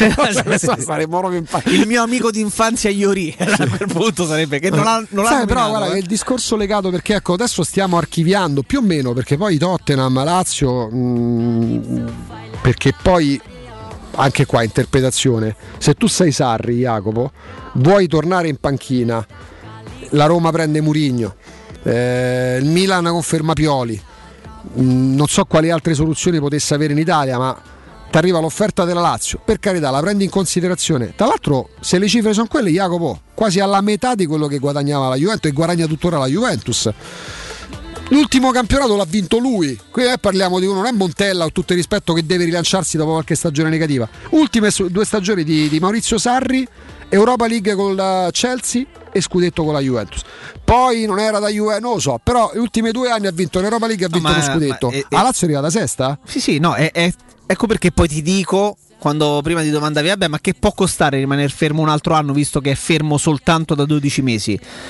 Il mio amico d'infanzia Iori a quel punto sarebbe che non l'ha, non Sai, l'ha però nominato, guarda eh. che il discorso legato, perché ecco adesso stiamo archiviando più o meno, perché poi Tottenham, Lazio, mh, perché poi anche qua interpretazione, se tu sei Sarri, Jacopo, vuoi tornare in panchina, la Roma prende Mourinho, eh, il Milan conferma Pioli, mh, non so quali altre soluzioni potesse avere in Italia, ma ti arriva l'offerta della Lazio, per carità, la prendi in considerazione. Tra l'altro, se le cifre sono quelle, Jacopo, quasi alla metà di quello che guadagnava la Juventus e guadagna tuttora la Juventus. L'ultimo campionato l'ha vinto lui. Qui eh, parliamo di uno, non è Montella, con tutto il rispetto, che deve rilanciarsi dopo qualche stagione negativa. Ultime due stagioni di, di Maurizio Sarri, Europa League con la Chelsea e scudetto con la Juventus. Poi non era da Juve, non lo so, però gli ultimi due anni ha vinto l'Europa League e ha vinto no, ma, lo scudetto. Ma, e, a Lazio è arrivata sesta? Sì, sì, no, è, è, ecco perché poi ti dico, quando prima ti domandavi, vabbè, ma che può costare rimanere fermo un altro anno visto che è fermo soltanto da dodici mesi?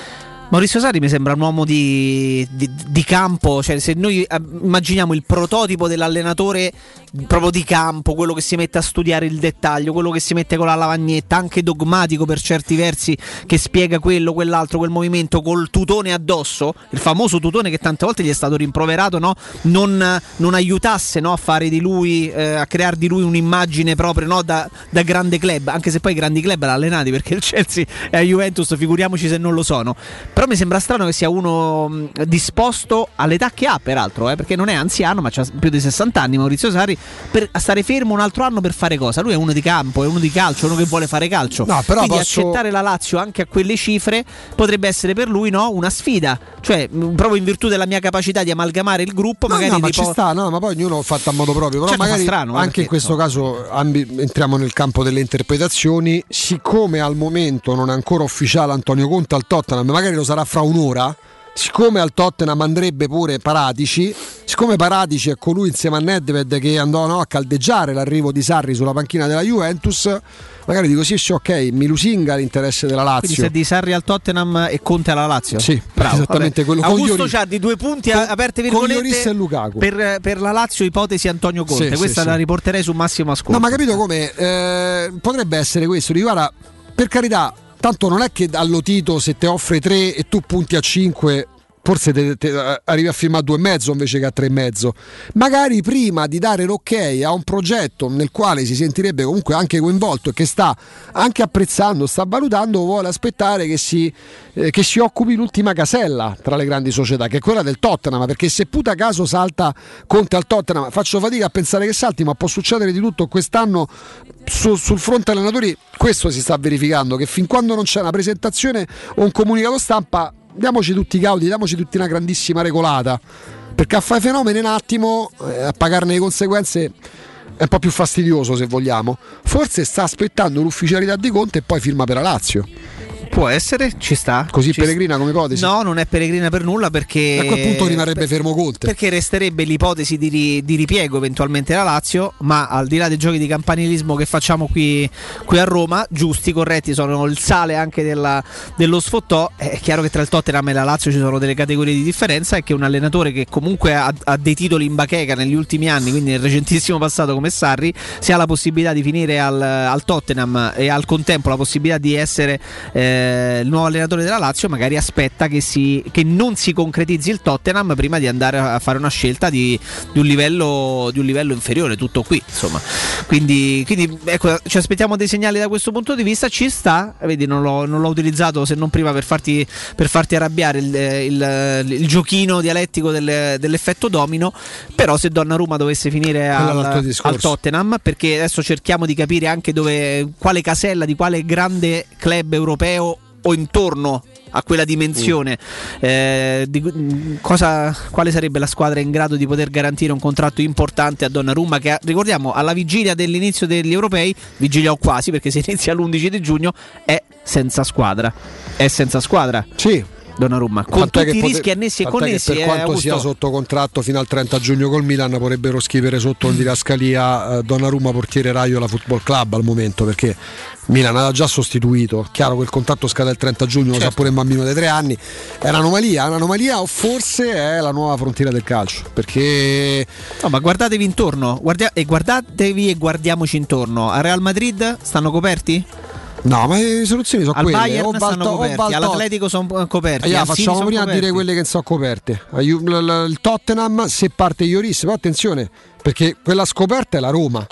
Maurizio Sarri mi sembra un uomo di, di, di campo, cioè se noi immaginiamo il prototipo dell'allenatore proprio di campo, quello che si mette a studiare il dettaglio, quello che si mette con la lavagnetta, anche dogmatico per certi versi, che spiega quello, quell'altro, quel movimento col tutone addosso, il famoso tutone che tante volte gli è stato rimproverato, no? non, non aiutasse, no? a fare di lui, eh, a creare di lui un'immagine proprio, no? da, da grande club, anche se poi i grandi club l'ha allenati, perché il Chelsea e la Juventus figuriamoci se non lo sono. Però mi sembra strano che sia uno mh, disposto all'età che ha, peraltro, eh, perché non è anziano, ma ha più di sessanta anni Maurizio Sarri, per a stare fermo un altro anno per fare cosa? Lui è uno di campo, è uno di calcio, uno che vuole fare calcio. No, però quindi posso... accettare la Lazio anche a quelle cifre potrebbe essere per lui, no, una sfida. Cioè, proprio in virtù della mia capacità di amalgamare il gruppo, no, magari no, ma ci po- sta, no, ma poi ognuno fa a modo proprio. Però certo, magari strano, anche perché, in questo no. caso ambi- entriamo nel campo delle interpretazioni. Siccome al momento non è ancora ufficiale Antonio Conte al Tottenham, magari lo sarà fra un'ora. Siccome al Tottenham andrebbe pure Paratici, siccome Paratici è colui insieme a Nedved che andò, no, a caldeggiare l'arrivo di Sarri sulla panchina della Juventus, magari dico sì, sì, ok, mi lusinga l'interesse della Lazio. Quindi se di Sarri al Tottenham e Conte alla Lazio? Sì, bravo, esattamente vabbè. quello. Augusto Ciardi, due punti con, aperte virgolette e Lukaku. Per, per la Lazio ipotesi Antonio Conte, sì, questa sì, la sì. riporterei su massimo ascolto. No, ma capito come? Eh, potrebbe essere questo, dico, guarda, per carità, tanto non è che allo Tito se te offre tre e tu punti a cinque, forse te, te, arrivi a firmare due e mezzo invece che a tre e mezzo. Magari prima di dare l'ok a un progetto nel quale si sentirebbe comunque anche coinvolto e che sta anche apprezzando, sta valutando, vuole aspettare che si, eh, che si occupi l'ultima casella tra le grandi società, che è quella del Tottenham, perché se puta caso salta Conte al Tottenham, faccio fatica a pensare che salti, ma può succedere di tutto quest'anno su, sul fronte allenatori. Questo si sta verificando, che fin quando non c'è una presentazione o un comunicato stampa, diamoci tutti i cauti, diamoci tutti una grandissima regolata, perché a fare fenomeni un attimo, eh, a pagarne le conseguenze è un po' più fastidioso, se vogliamo. Forse sta aspettando l'ufficialità di Conte e poi firma per la Lazio. Può essere, ci sta. Così ci peregrina come ipotesi? No, non è peregrina per nulla, perché a quel punto rimarrebbe per, fermo Conte. Perché resterebbe l'ipotesi di, ri, di ripiego eventualmente la Lazio, ma al di là dei giochi di campanilismo che facciamo qui, qui a Roma, giusti, corretti, sono il sale anche della, dello sfottò. È chiaro che tra il Tottenham e la Lazio ci sono delle categorie di differenza, e che un allenatore che comunque ha, ha dei titoli in bacheca negli ultimi anni, quindi nel recentissimo passato come Sarri, se ha la possibilità di finire al, al Tottenham e al contempo la possibilità di essere eh, il nuovo allenatore della Lazio, magari aspetta che, si, che non si concretizzi il Tottenham prima di andare a fare una scelta di, di, un, livello, di un livello inferiore. Tutto qui, insomma. Quindi, quindi ecco, ci aspettiamo dei segnali da questo punto di vista. Ci sta, vedi, non l'ho, non l'ho utilizzato se non prima per farti, per farti arrabbiare il, il, il giochino dialettico del, dell'effetto domino. Però se Donnarumma dovesse finire al, al Tottenham, perché adesso cerchiamo di capire anche dove, quale casella di quale grande club europeo o intorno a quella dimensione, mm. eh, di, cosa, quale sarebbe la squadra in grado di poter garantire un contratto importante a Donnarumma, che ricordiamo alla vigilia dell'inizio degli europei, vigilia o quasi, perché si inizia l'undici di giugno, è senza squadra, è senza squadra. Sì. Donnarumma, con Tant'è tutti i poter, rischi annessi e connessi, per quanto eh, sia sotto contratto fino al trenta giugno col Milan, vorrebbero scrivere sotto in didascalia eh, Donnarumma portiere Raiola Football Club al momento, perché Milan aveva già sostituito. Chiaro che il contratto scade il trenta giugno, certo. Lo sa pure un bambino dei tre anni. È un'anomalia, un'anomalia o forse è la nuova frontiera del calcio, perché no, ma guardatevi intorno, guardia- e guardatevi e guardiamoci intorno. A Real Madrid stanno coperti? No, ma le soluzioni sono al quelle. Bayern o stanno Valto, coperti, Valto, all'Atletico sono coperti. Yeah, facciamo son prima coperti. a dire quelle che non sono coperte. Il Tottenham, se parte Lloris, però attenzione, perché quella scoperta è la Roma.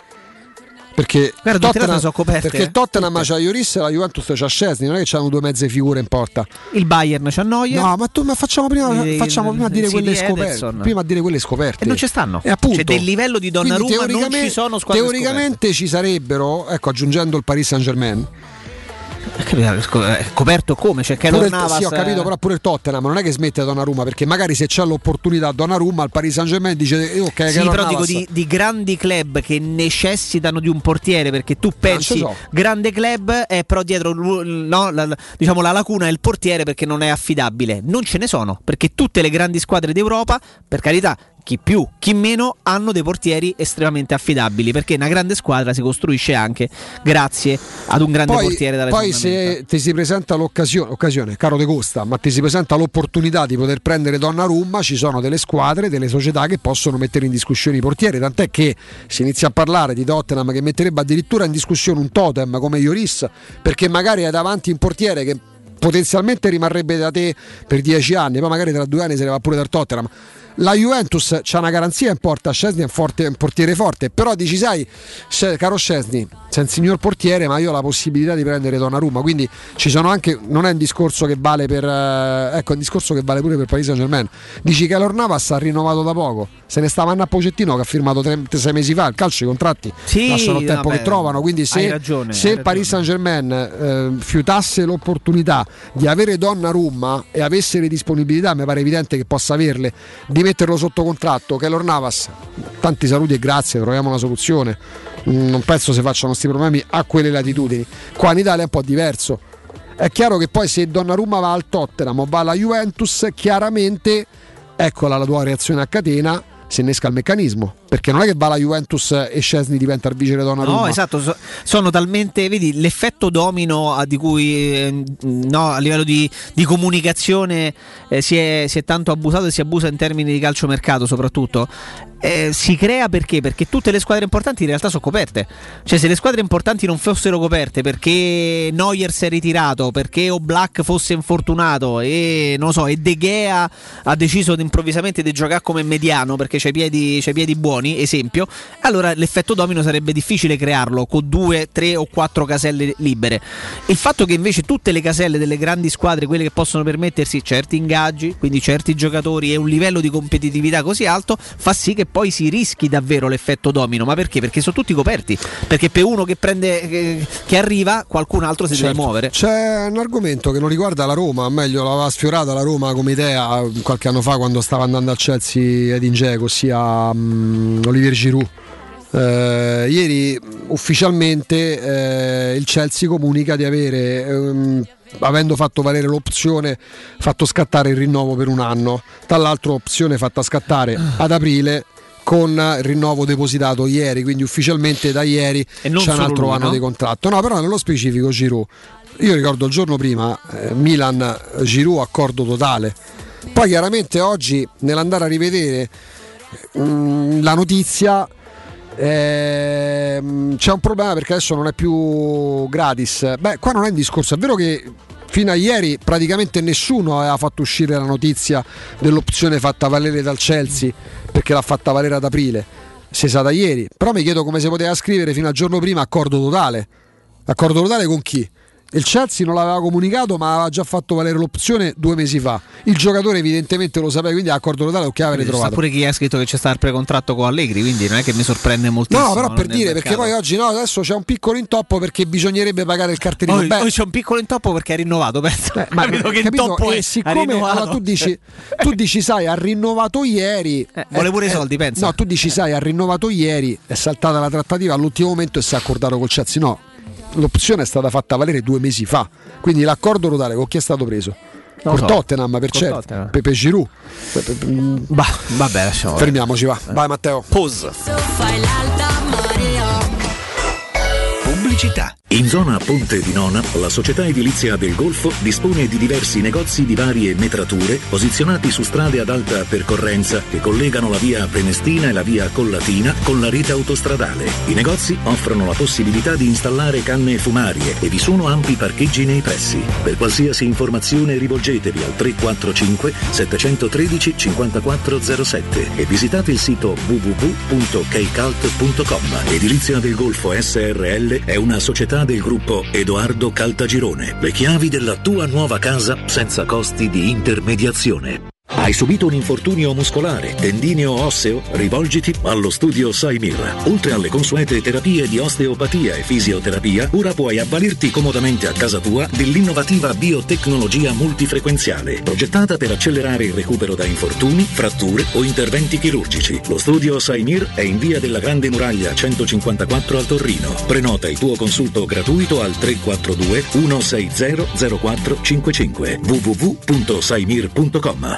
Perché Guarda, Tottenham, sono coperte, perché eh? Tottenham c'ha Lloris e la Juventus c'ha Szczesny, non è che c'hanno due mezze figure in porta. Il Bayern c'ha Neuer. No, ma tu ma facciamo prima, il, facciamo prima a dire quelle scoperte. Prima a dire quelle scoperte. E non ci stanno. E appunto, cioè, del livello di Donnarumma non ci sono squadre teoricamente scoperte. Ci sarebbero, ecco, aggiungendo il Paris Saint-Germain. Coperto come? Cioè, che pure Navas, sì, ho capito, però pure il Tottenham non è che smette Donnarumma, perché magari se c'è l'opportunità Donnarumma al Paris Saint-Germain dice eh, ok, sì, che però Navas. dico di, di grandi club che necessitano di un portiere, perché tu pensi so. grande club è però dietro no, la, diciamo la lacuna è il portiere, perché non è affidabile. Non ce ne sono, perché tutte le grandi squadre d'Europa, per carità, chi più, chi meno, hanno dei portieri estremamente affidabili, perché una grande squadra si costruisce anche grazie ad un grande poi, portiere dalle poi fondamenta. Se ti si presenta l'occasione, occasione, caro De Costa, ma ti si presenta l'opportunità di poter prendere Donnarumma, ci sono delle squadre, delle società che possono mettere in discussione i portieri, tant'è che si inizia a parlare di Tottenham che metterebbe addirittura in discussione un totem come Lloris, perché magari hai davanti un portiere che potenzialmente rimarrebbe da te per dieci anni, poi magari tra due anni se ne va pure dal Tottenham. La Juventus c'ha una garanzia in porta, Szczesny è un, forte, un portiere forte, però dici sai, caro Szczesny, sei un signor portiere ma io ho la possibilità di prendere Donnarumma, quindi ci sono anche, non è un discorso che vale per eh, ecco, è un discorso che vale pure per Paris Saint-Germain. Dici che Keylor Navas ha rinnovato da poco, se ne stava Anna Pochettino che ha firmato sei mesi fa, il calcio i contratti sì, lasciano il tempo vabbè, che trovano, quindi se, ragione, se il Paris Saint-Germain eh, fiutasse l'opportunità di avere Donnarumma e avesse le disponibilità, mi pare evidente che possa averle, di metterlo sotto contratto, Keylor Navas, tanti saluti e grazie, troviamo una soluzione. Non penso si facciano questi problemi a quelle latitudini. Qua in Italia è un po' diverso. È chiaro che poi se Donnarumma va al Tottenham o va alla Juventus, chiaramente eccola la tua reazione a catena, si innesca il meccanismo, perché non è che va alla Juventus e Szczesny diventa il vice Donnarumma. No, esatto, so, sono talmente, vedi, l'effetto domino di cui eh, no, a livello di, di comunicazione eh, si, è, si è tanto abusato e si abusa in termini di calciomercato soprattutto. Eh, si crea perché? Perché tutte le squadre importanti in realtà sono coperte. Cioè se le squadre importanti non fossero coperte perché Neuer si è ritirato, perché Oblak fosse infortunato e non so, e De Gea ha deciso improvvisamente di giocare come mediano perché c'ha i piedi, c'ha i piedi buoni, esempio, allora l'effetto domino sarebbe difficile crearlo con due, tre o quattro caselle libere. Il fatto che invece tutte le caselle delle grandi squadre, quelle che possono permettersi certi ingaggi, quindi certi giocatori e un livello di competitività così alto, fa sì che poi si rischi davvero l'effetto domino. Ma perché? Perché sono tutti coperti, perché per uno che prende che, che arriva qualcun altro si certo. deve muovere. C'è un argomento che non riguarda la Roma, meglio l'aveva sfiorata la Roma come idea qualche anno fa quando stava andando al Chelsea Edin Dzeko, ossia um, Olivier Giroud. Eh, ieri ufficialmente eh, il Chelsea comunica di avere um, avendo fatto valere l'opzione, fatto scattare il rinnovo per un anno, tra l'altro opzione fatta scattare ad aprile con il rinnovo depositato ieri, quindi ufficialmente da ieri c'è un altro lui, anno no? di contratto. No, però nello specifico Giroud, io ricordo il giorno prima eh, Milan Giroud accordo totale, poi chiaramente oggi nell'andare a rivedere mh, la notizia eh, c'è un problema perché adesso non è più gratis. Beh, qua non è un discorso, è vero che fino a ieri praticamente nessuno aveva fatto uscire la notizia dell'opzione fatta valere dal Chelsea perché l'ha fatta valere ad aprile, si sa da ieri, però mi chiedo come si poteva scrivere fino al giorno prima accordo totale. Accordo totale con chi? Il Chelsea non l'aveva comunicato ma aveva già fatto valere l'opzione due mesi fa, il giocatore evidentemente lo sapeva, quindi accordo totale o che avete trovato. Sa pure chi ha scritto che c'è stato il precontratto con Allegri, quindi non è che mi sorprende moltissimo. No, però per dire, perché poi oggi no, adesso c'è un piccolo intoppo perché bisognerebbe pagare il cartellino. Oh, Beh, oh, c'è un piccolo intoppo perché ha rinnovato, penso. Eh, ma capito che capito? Intoppo e è, siccome allora, tu dici tu dici sai, ha rinnovato ieri, eh, vuole pure i eh, soldi, pensa. No, tu dici sai, ha rinnovato ieri, è saltata la trattativa all'ultimo momento e si è accordato col Chelsea. No, l'opzione è stata fatta valere due mesi fa, quindi l'accordo totale con chi è stato preso? Non con so. Tottenham per certo, Tottenham. Pepe Giroud. Bah, vabbè, lasciamo. Fermiamoci, va. Vai Matteo. Pause. Pubblicità. In zona Ponte di Nona, la società edilizia del Golfo dispone di diversi negozi di varie metrature posizionati su strade ad alta percorrenza che collegano la via Prenestina e la via Collatina con la rete autostradale. I negozi offrono la possibilità di installare canne fumarie e vi sono ampi parcheggi nei pressi. Per qualsiasi informazione rivolgetevi al tre quattro cinque sette uno tre cinque zero sette e visitate il sito w w w punto keicalt punto com. Edilizia del Golfo S R L è una società del gruppo Edoardo Caltagirone. Le chiavi della tua nuova casa senza costi di intermediazione. Hai subito un infortunio muscolare, tendineo o osseo? Rivolgiti allo studio Saimir. Oltre alle consuete terapie di osteopatia e fisioterapia, ora puoi avvalerti comodamente a casa tua dell'innovativa biotecnologia multifrequenziale, progettata per accelerare il recupero da infortuni, fratture o interventi chirurgici. Lo studio Saimir è in via della Grande Muraglia centocinquantaquattro a Torino. Prenota il tuo consulto gratuito al tre quattro due uno sei zero zero quattro cinque cinque w w w punto saimir punto com.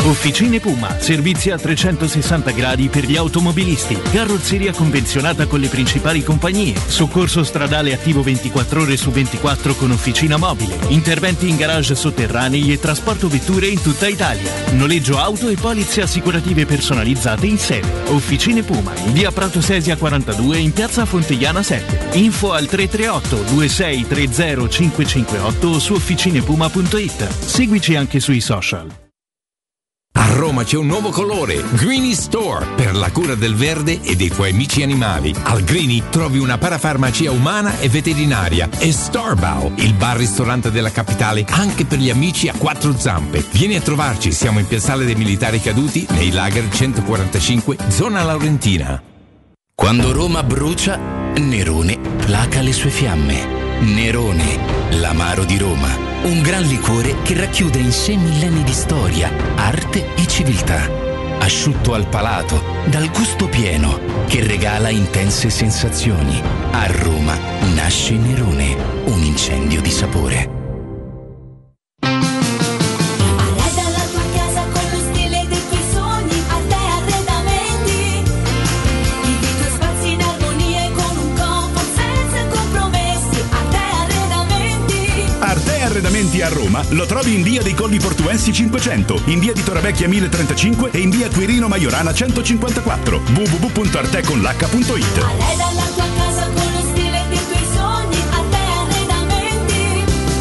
Officine Puma, servizi a trecentosessanta gradi per gli automobilisti, carrozzeria convenzionata con le principali compagnie, soccorso stradale attivo ventiquattro ore su ventiquattro con officina mobile, interventi in garage sotterranei e trasporto vetture in tutta Italia, noleggio auto e polizze assicurative personalizzate in sede. Officine Puma, in via Prato Sesia quarantadue in piazza Fontegliana sette. Info al tre tre otto due sei tre zero cinque cinque otto o su officinepuma punto it. Seguici anche sui social. A Roma c'è un nuovo colore, Greeny Store, per la cura del verde e dei tuoi amici animali. Al Greeny trovi una parafarmacia umana e veterinaria e Starbow, il bar-ristorante della capitale anche per gli amici a quattro zampe. Vieni a trovarci, siamo in Piazzale dei Militari Caduti, nei Lager centoquarantacinque, zona Laurentina. Quando Roma brucia, Nerone placa le sue fiamme. Nerone, l'amaro di Roma. Un gran liquore che racchiude in sé millenni di storia, arte e civiltà. Asciutto al palato, dal gusto pieno, che regala intense sensazioni. A Roma nasce Nerone, un incendio di sapore. Arredamenti a Roma lo trovi in via dei Colli Portuensi cinquecento, in via di Torrevecchia mille trentacinque e in via Quirino Maiorana centocinquantaquattro. w w w punto arteconlh punto it. Arreda la tua casa con lo stile dei tuoi sogni, Arte Arredamenti.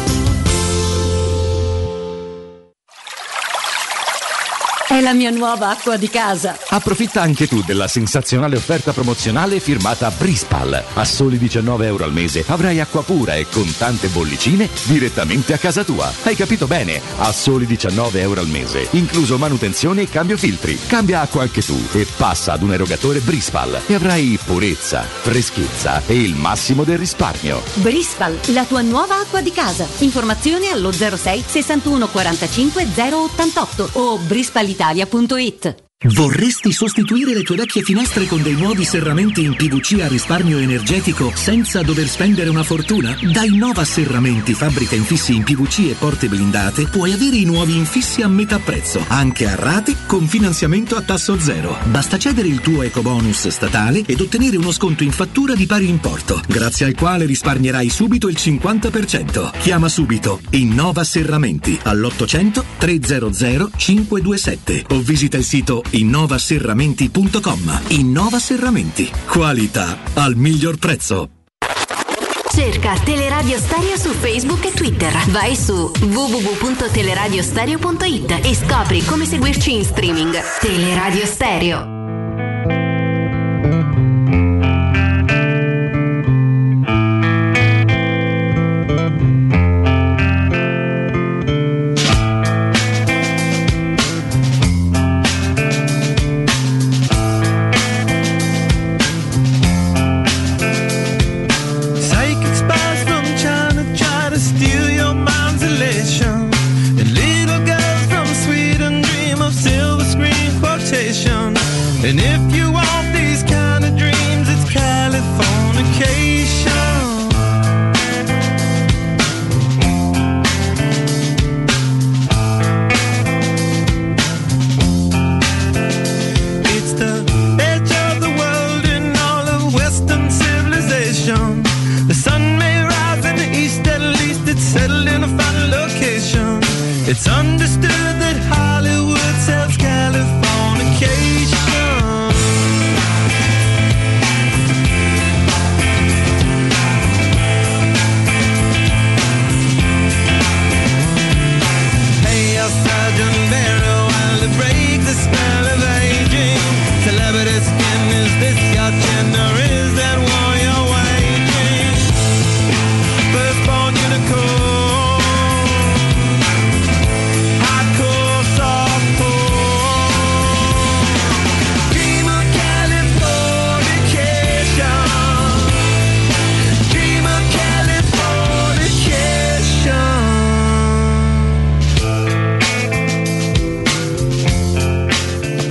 È la mia nuova acqua di casa. Approfitta anche tu della sensazionale offerta promozionale firmata Brispal. A soli diciannove euro al mese avrai acqua pura e con tante bollicine direttamente a casa tua. Hai capito bene? A soli diciannove euro al mese, incluso manutenzione e cambio filtri. Cambia acqua anche tu e passa ad un erogatore Brispal e avrai purezza, freschezza e il massimo del risparmio. Brispal, la tua nuova acqua di casa. Informazioni allo zero sei sessantuno quarantacinque zero ottantotto o brispalitalia punto it. Vorresti sostituire le tue vecchie finestre con dei nuovi serramenti in P V C a risparmio energetico senza dover spendere una fortuna? Da Innova Serramenti, fabbrica infissi in P V C e porte blindate, puoi avere i nuovi infissi a metà prezzo, anche a rate con finanziamento a tasso zero. Basta cedere il tuo ecobonus statale ed ottenere uno sconto in fattura di pari importo, grazie al quale risparmierai subito il cinquanta per cento. Chiama subito Innova Serramenti all'ottocento trecento cinquecentoventisette o visita il sito innova serramenti punto com. Innova Serramenti, qualità al miglior prezzo. Cerca Teleradio Stereo su Facebook e Twitter. Vai su w w w punto teleradiostereo punto it e scopri come seguirci in streaming. Teleradio Stereo. And if you want these kind of dreams, it's Californication. It's the edge of the world in all of Western civilization. The sun may rise in the east, at least it's settled in a final location. It's understood that Hollywood sells Californication. Hardcore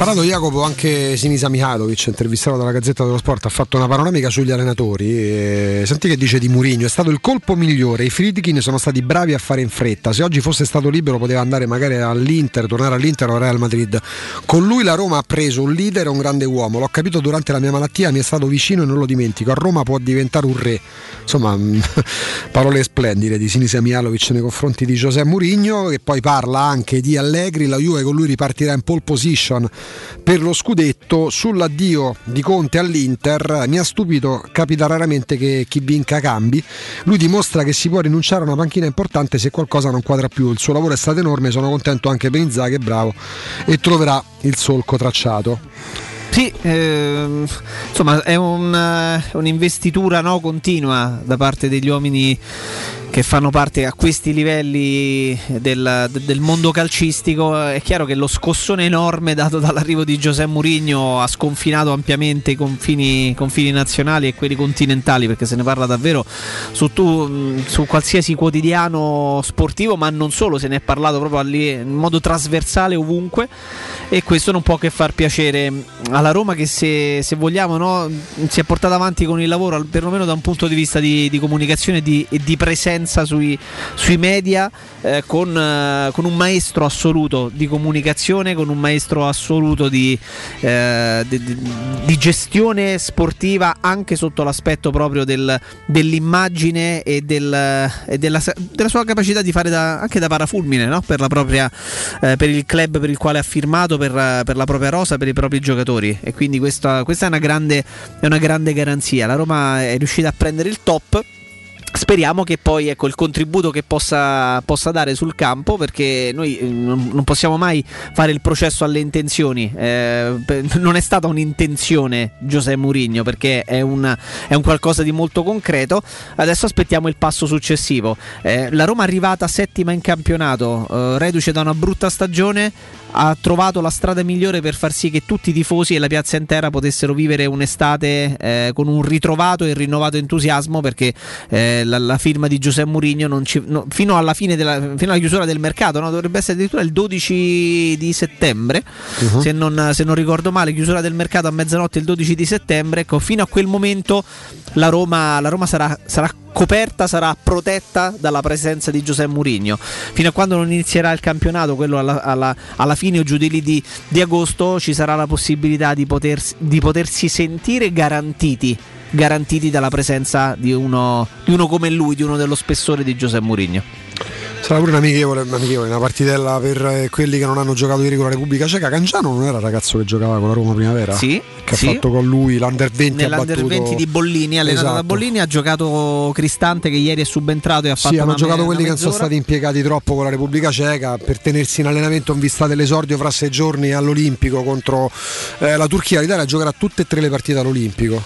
parlato Jacopo anche Sinisa Mihajlovic, intervistato dalla Gazzetta dello Sport, ha fatto una panoramica sugli allenatori. E senti che dice di Mourinho: è stato il colpo migliore, i Friedkin sono stati bravi a fare in fretta, se oggi fosse stato libero poteva andare magari all'Inter, tornare all'Inter o al Real Madrid. Con lui la Roma ha preso un leader e un grande uomo, l'ho capito durante la mia malattia, mi è stato vicino e non lo dimentico, a Roma può diventare un re. Insomma, parole splendide di Sinisa Mihajlovic nei confronti di José Mourinho, che poi parla anche di Allegri. La Juve con lui ripartirà in pole position per lo scudetto. Sull'addio di Conte all'Inter, mi ha stupito, capita raramente che chi vinca cambi, lui dimostra che si può rinunciare a una panchina importante se qualcosa non quadra più, il suo lavoro è stato enorme, sono contento anche per Inzaghi, è bravo e troverà il solco tracciato. Sì, ehm, insomma è un, un'investitura, no, continua da parte degli uomini che fanno parte a questi livelli del, del mondo calcistico. È chiaro che lo scossone enorme dato dall'arrivo di José Mourinho ha sconfinato ampiamente i confini, confini nazionali e quelli continentali, perché se ne parla davvero su, tu, su qualsiasi quotidiano sportivo, ma non solo, se ne è parlato proprio lì, in modo trasversale ovunque, e questo non può che far piacere alla Roma, che se, se vogliamo, no, si è portata avanti con il lavoro perlomeno da un punto di vista di, di comunicazione e di, e di presenza Sui, sui media, eh, con, eh, con un maestro assoluto di comunicazione, con un maestro assoluto di, eh, di, di gestione sportiva, anche sotto l'aspetto proprio del, dell'immagine e, del, e della, della sua capacità di fare da, anche da parafulmine, no? per, la propria, eh, per il club per il quale ha firmato, per, per la propria rosa, per i propri giocatori, e quindi questa, questa è una grande, è una grande garanzia. La Roma è riuscita a prendere il top. Speriamo che poi, ecco, il contributo che possa, possa dare sul campo, perché noi non, non possiamo mai fare il processo alle intenzioni, eh, non è stata un'intenzione José Mourinho, perché è un, è un qualcosa di molto concreto. Adesso aspettiamo il passo successivo. eh, la Roma, arrivata settima in campionato, eh, reduce da una brutta stagione, ha trovato la strada migliore per far sì che tutti i tifosi e la piazza intera potessero vivere un'estate eh, con un ritrovato e rinnovato entusiasmo, perché eh, la, la firma di José Mourinho non ci, no, fino alla fine della, fino alla chiusura del mercato, no, dovrebbe essere addirittura il dodici di settembre, uh-huh. se, non, se non ricordo male, chiusura del mercato a mezzanotte il dodici di settembre. Ecco, fino a quel momento la Roma, la Roma sarà, sarà coperta, sarà protetta dalla presenza di José Mourinho fino a quando non inizierà il campionato, quello alla, alla, alla fine o giù di lì di, di agosto. Ci sarà la possibilità di potersi, di potersi sentire garantiti garantiti dalla presenza di uno, di uno come lui, di uno dello spessore di José Mourinho. Sarà pure un'amichevole, un'amichevole, una partitella per quelli che non hanno giocato ieri con la Repubblica Ceca. Cangiano non era il ragazzo che giocava con la Roma Primavera? Sì, che sì. ha fatto con lui l'Under venti, nell'Under battuto... venti di Bollini, allenato esatto. da Bollini. Ha giocato Cristante, che ieri è subentrato e ha fatto sì, hanno una giocato me- quelli che non sono stati impiegati troppo con la Repubblica Ceca per tenersi in allenamento in vista dell'esordio fra sei giorni all'Olimpico contro eh, la Turchia. L'Italia giocherà tutte e tre le partite all'Olimpico.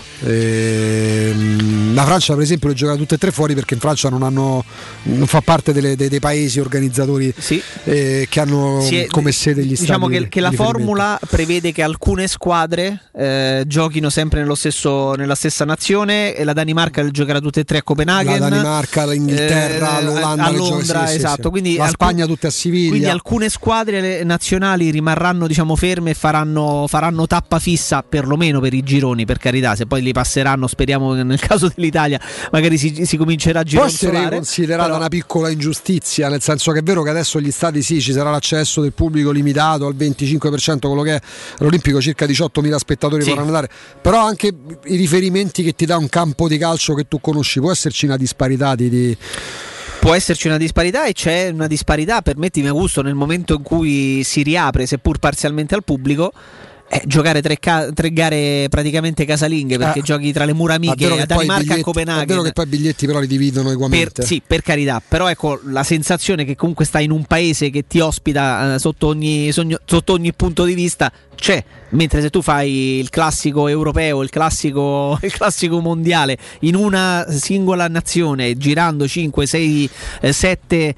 E, la Francia per esempio le giocherà tutte e tre fuori, perché in Francia non hanno non fa parte delle, dei, dei paesi organizzatori sì. eh, che hanno è, come sede gli diciamo stati. Diciamo che, che la formula prevede che alcune squadre eh, giochino sempre nello stesso, nella stessa nazione, e la Danimarca giocherà tutte e tre a Copenaghen, la Danimarca, l'Inghilterra, eh, l'Olanda, a Londra, sì, esatto. Sì, quindi la alcun, Spagna tutte a Siviglia. Quindi alcune squadre nazionali rimarranno, diciamo, ferme e faranno, faranno tappa fissa, perlomeno per i gironi, per carità. Se poi li passeranno, speriamo nel caso dell'Italia magari si, si comincerà a gironzolare. Può essere considerata però una piccola ingiustizia, nel senso che è vero che adesso gli stati sì, ci sarà l'accesso del pubblico limitato al venticinque per cento, quello che è all'Olimpico circa diciottomila spettatori sì. potranno andare, però anche i riferimenti che ti dà un campo di calcio che tu conosci, può esserci una disparità di, di... Può esserci una disparità, e c'è una disparità, permettimi Augusto, nel momento in cui si riapre, seppur parzialmente al pubblico. Eh, giocare tre, ca- tre gare praticamente casalinghe, perché eh, giochi tra le mura amiche a Danimarca e Copenaghen. È vero che poi i biglietti però li dividono ugualmente. Per, sì, per carità, però ecco la sensazione che comunque stai in un paese che ti ospita eh, sotto, ogni, sogno, sotto ogni punto di vista c'è, mentre se tu fai il classico europeo, il classico, il classico mondiale in una singola nazione, girando cinque, sei, sette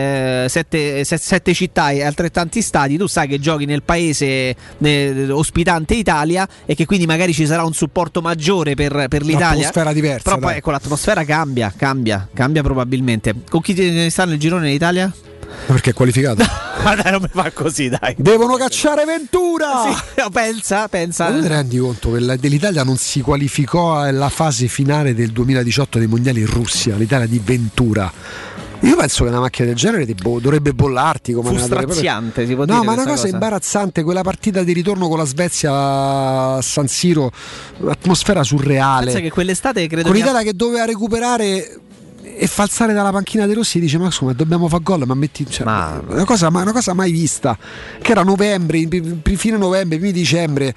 città e altrettanti stadi, tu sai che giochi nel paese eh, ospitante Italia, e che quindi magari ci sarà un supporto maggiore per, per l'Italia. L'atmosfera diversa. Però poi ecco, l'atmosfera cambia, cambia, cambia probabilmente. Con chi sta nel girone in Italia? Perché è qualificato. Ma dai, non mi fa così, dai. Devono cacciare Ventura. Sì, pensa, pensa. Ma tu ti rendi conto che l'Italia non si qualificò alla fase finale del duemiladiciotto dei mondiali in Russia, l'Italia di Ventura? Io penso che una macchina del genere ti bo- dovrebbe bollarti come fu straziante, si può no, dire. ma una cosa, cosa imbarazzante, quella partita di ritorno con la Svezia a San Siro, atmosfera surreale. Pensa che quell'estate credo con l'Italia che doveva recuperare e falsare dalla panchina dei Rossi, dice ma insomma dobbiamo far gol, ma metti cioè, ma... Una, cosa, una cosa mai vista, che era novembre, fine novembre, primi dicembre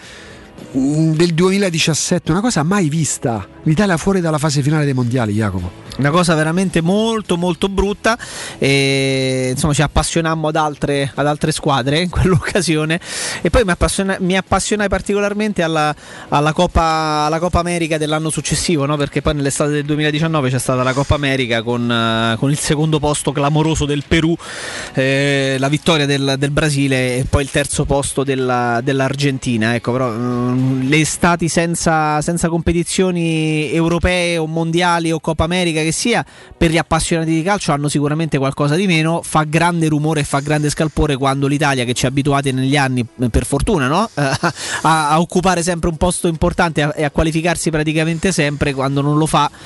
del duemiladiciassette, una cosa mai vista, l'Italia fuori dalla fase finale dei mondiali, Jacopo. Una cosa veramente molto molto brutta, e insomma ci appassionammo ad altre, ad altre squadre in quell'occasione, e poi mi, appassiona, mi appassionai particolarmente alla, alla, Coppa, alla Coppa America dell'anno successivo, no? Perché poi nell'estate del duemiladiciannove c'è stata la Coppa America con, uh, con il secondo posto clamoroso del Perù, eh, la vittoria del, del Brasile e poi il terzo posto della, dell'Argentina. Ecco, però um, le estati senza, senza competizioni europee o mondiali o Coppa America che sia, per gli appassionati di calcio hanno sicuramente qualcosa di meno. Fa grande rumore e fa grande scalpore quando l'Italia, che ci ha abituati negli anni, per fortuna, no? a, a occupare sempre un posto importante e a, a qualificarsi praticamente sempre, quando non lo fa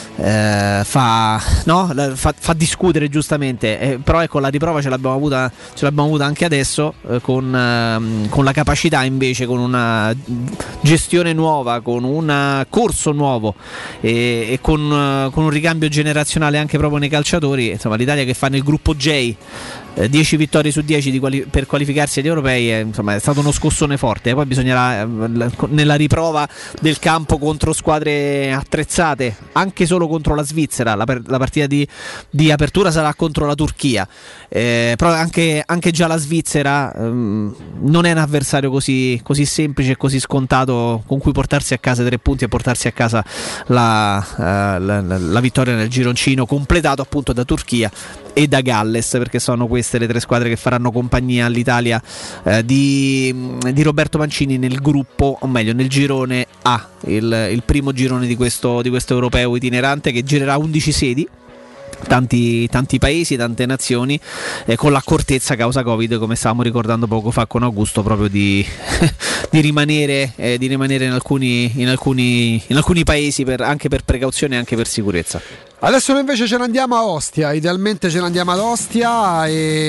Eh, fa, no? fa, fa discutere giustamente, eh, però ecco, la riprova ce l'abbiamo avuta, ce l'abbiamo avuta anche adesso, eh, con, eh, con la capacità invece, con una gestione nuova, con un corso nuovo e, e con, uh, con un ricambio generazionale anche proprio nei calciatori. Insomma, l'Italia che fa nel gruppo J dieci vittorie su dieci di quali- per qualificarsi agli europei, eh, insomma, è stato uno scossone forte. E poi bisognerà, eh, nella riprova del campo contro squadre attrezzate, anche solo contro la Svizzera, la, per- la partita di, di apertura sarà contro la Turchia, eh, però anche, anche già la Svizzera ehm, non è un avversario così, così semplice e così scontato con cui portarsi a casa tre punti e portarsi a casa la, uh, la, la, la vittoria nel gironcino, completato appunto da Turchia e da Galles, perché sono queste le tre squadre che faranno compagnia all'Italia eh, di, di Roberto Mancini nel gruppo, o meglio nel girone A, il, il primo girone di questo, di questo europeo itinerante che girerà undici sedi, tanti, tanti paesi, tante nazioni, eh, con l'accortezza causa Covid, come stavamo ricordando poco fa con Augusto, proprio di, di rimanere, eh, di rimanere in, alcuni, in, alcuni, in alcuni paesi per, anche per precauzione e anche per sicurezza. Adesso noi invece ce ne andiamo a Ostia, idealmente ce ne andiamo ad Ostia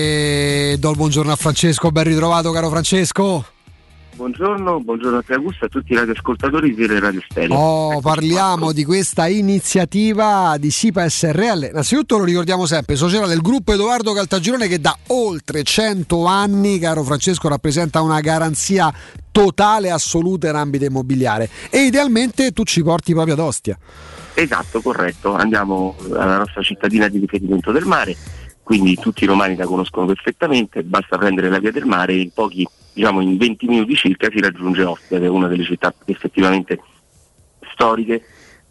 e do il buongiorno a Francesco. Ben ritrovato, caro Francesco. Buongiorno, buongiorno a te Augusto e a tutti i radioascoltatori di Radio Stereo. Oh, parliamo di questa iniziativa di SIPA S R L. Innanzitutto lo ricordiamo sempre, società del gruppo Edoardo Caltagirone, che da oltre cento anni, caro Francesco, rappresenta una garanzia totale, assoluta in ambito immobiliare, e idealmente tu ci porti proprio ad Ostia. Esatto, corretto, andiamo alla nostra cittadina di riferimento del mare, quindi tutti i romani la conoscono perfettamente, basta prendere la via del mare e in pochi, diciamo in venti minuti circa si raggiunge Ostia, che è una delle città effettivamente storiche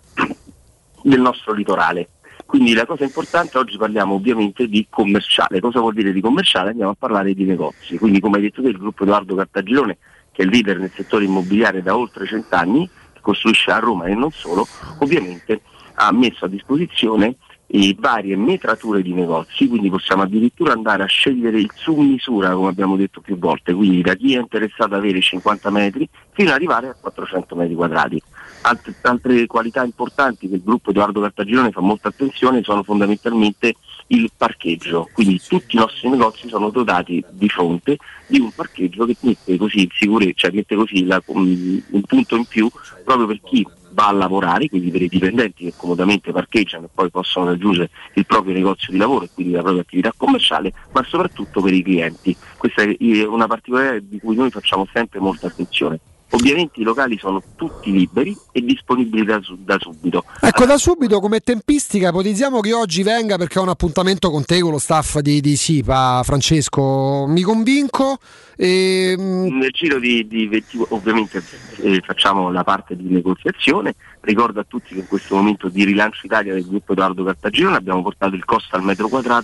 del nostro litorale. Quindi la cosa importante, oggi parliamo ovviamente di commerciale. Cosa vuol dire di commerciale? Andiamo a parlare di negozi, quindi come hai detto te il gruppo Edoardo Caltagirone, che è il leader nel settore immobiliare da oltre cent'anni, costruisce a Roma e non solo, ovviamente ha messo a disposizione eh, varie metrature di negozi, quindi possiamo addirittura andare a scegliere il su misura, come abbiamo detto più volte, quindi da chi è interessato ad avere cinquanta metri fino ad arrivare a quattrocento metri quadrati. Altre, altre qualità importanti che il gruppo Edoardo Caltagirone fa molta attenzione sono fondamentalmente il parcheggio, quindi tutti i nostri negozi sono dotati di fronte di un parcheggio che mette così in sicurezza, cioè mette così la, um, un punto in più proprio per chi va a lavorare, quindi per i dipendenti che comodamente parcheggiano e poi possono raggiungere il proprio negozio di lavoro e quindi la propria attività commerciale, ma soprattutto per i clienti. Questa è una particolarità di cui noi facciamo sempre molta attenzione. Ovviamente i locali sono tutti liberi e disponibili da, da subito. Ecco, da subito come tempistica ipotizziamo che oggi venga, perché ho un appuntamento con te, con lo staff di, di SIPA, Francesco, mi convinco. E... Nel giro di, di venti, ovviamente eh, facciamo la parte di negoziazione. Ricordo a tutti che in questo momento di rilancio Italia del gruppo Edoardo Caltagirone abbiamo portato il costo al metro quadrato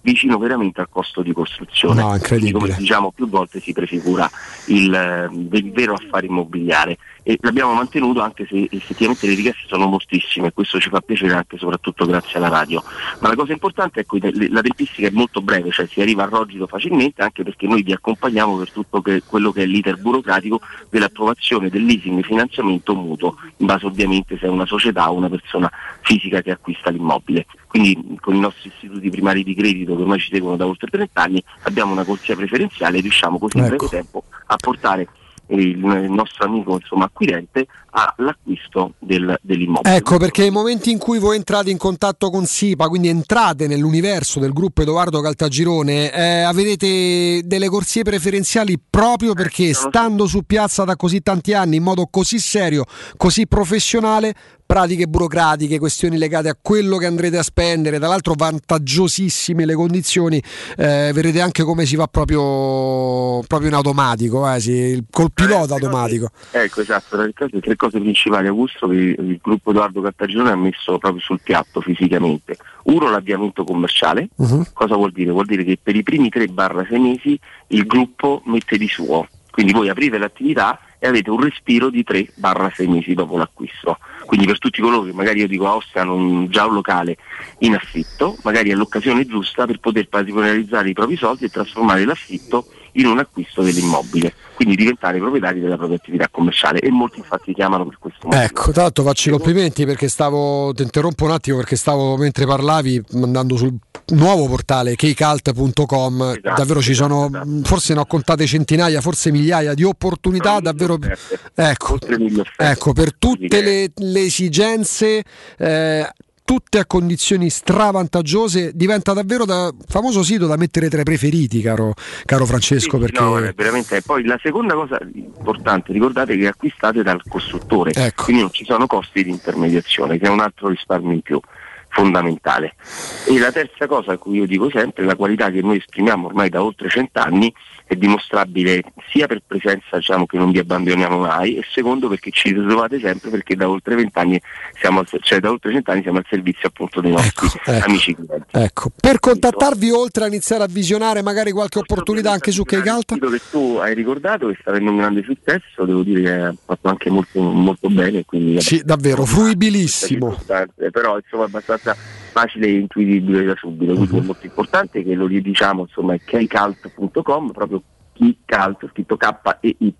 vicino veramente al costo di costruzione. No, incredibile. Come diciamo più volte si prefigura il, il vero affare immobiliare, e l'abbiamo mantenuto anche se effettivamente le richieste sono moltissime, e questo ci fa piacere anche e soprattutto grazie alla radio. Ma la cosa importante è che la tempistica è molto breve, cioè si arriva a Rogito facilmente, anche perché noi vi accompagniamo per tutto che, quello che è l'iter burocratico dell'approvazione del leasing, finanziamento mutuo, in base ovviamente se è una società o una persona fisica che acquista l'immobile. Quindi con i nostri istituti primari di credito che ormai ci seguono da oltre trenta anni abbiamo una corsia preferenziale e riusciamo così in ecco. breve tempo a portare il nostro amico insomma acquirente all'acquisto del, dell'immobile. Ecco perché nei momenti in cui voi entrate in contatto con SIPA, quindi entrate nell'universo del gruppo Edoardo Caltagirone, eh, avete delle corsie preferenziali proprio perché stando su piazza da così tanti anni in modo così serio, così professionale, pratiche burocratiche, questioni legate a quello che andrete a spendere, tra l'altro vantaggiosissime le condizioni, eh, vedrete anche come si va proprio, proprio in automatico, eh, sì, col pilota eh, automatico. Cose, ecco esatto, le tre cose principali, Augusto, che il gruppo Edoardo Caltagirone ha messo proprio sul piatto fisicamente. Uno, l'avviamento commerciale. Uh-huh. Cosa vuol dire? Vuol dire che per i primi tre sei mesi il gruppo mette di suo, quindi voi aprite l'attività e avete un respiro di tre sei mesi dopo l'acquisto. Quindi per tutti coloro che magari, io dico, a Ostia hanno già un locale in affitto, magari è l'occasione giusta per poter patrimonializzare i propri soldi e trasformare l'affitto in un acquisto dell'immobile, quindi diventare proprietari della propria attività commerciale, e molti infatti chiamano per questo motivo. Ecco, tra l'altro faccio i complimenti perché stavo, ti interrompo un attimo perché stavo, mentre parlavi, andando sul nuovo portale keycult punto com, esatto, davvero ci sono, esatto. forse ne ho contate centinaia, forse migliaia di opportunità, davvero, ecco, ecco, per tutte le, le esigenze, eh, tutte a condizioni stravantaggiose, diventa davvero da famoso sito da mettere tra i preferiti, caro, caro Francesco. Sì, perché no, è veramente. Poi la seconda cosa importante, ricordate che acquistate dal costruttore, ecco. quindi non ci sono costi di intermediazione, che è un altro risparmio in più fondamentale. E la terza cosa a cui io dico sempre, la qualità che noi esprimiamo ormai da oltre cent'anni è dimostrabile sia per presenza, diciamo, che non vi abbandoniamo mai, e secondo perché ci trovate sempre, perché da oltre vent'anni siamo al, cioè da oltre cent'anni siamo al servizio appunto dei nostri ecco, ecco, amici clienti. Ecco, per contattarvi, oltre a iniziare a visionare magari qualche opportunità anche su Keycult, il sito che tu hai ricordato, che sta avendo un grande successo, devo dire che ha fatto anche molto, molto bene, quindi sì, davvero fruibilissimo, però insomma abbastanza facile e intuibile da subito, quindi uh-huh. è molto importante che lo ridiciamo, insomma è keycult punto com, proprio Keycult, scritto K E Y,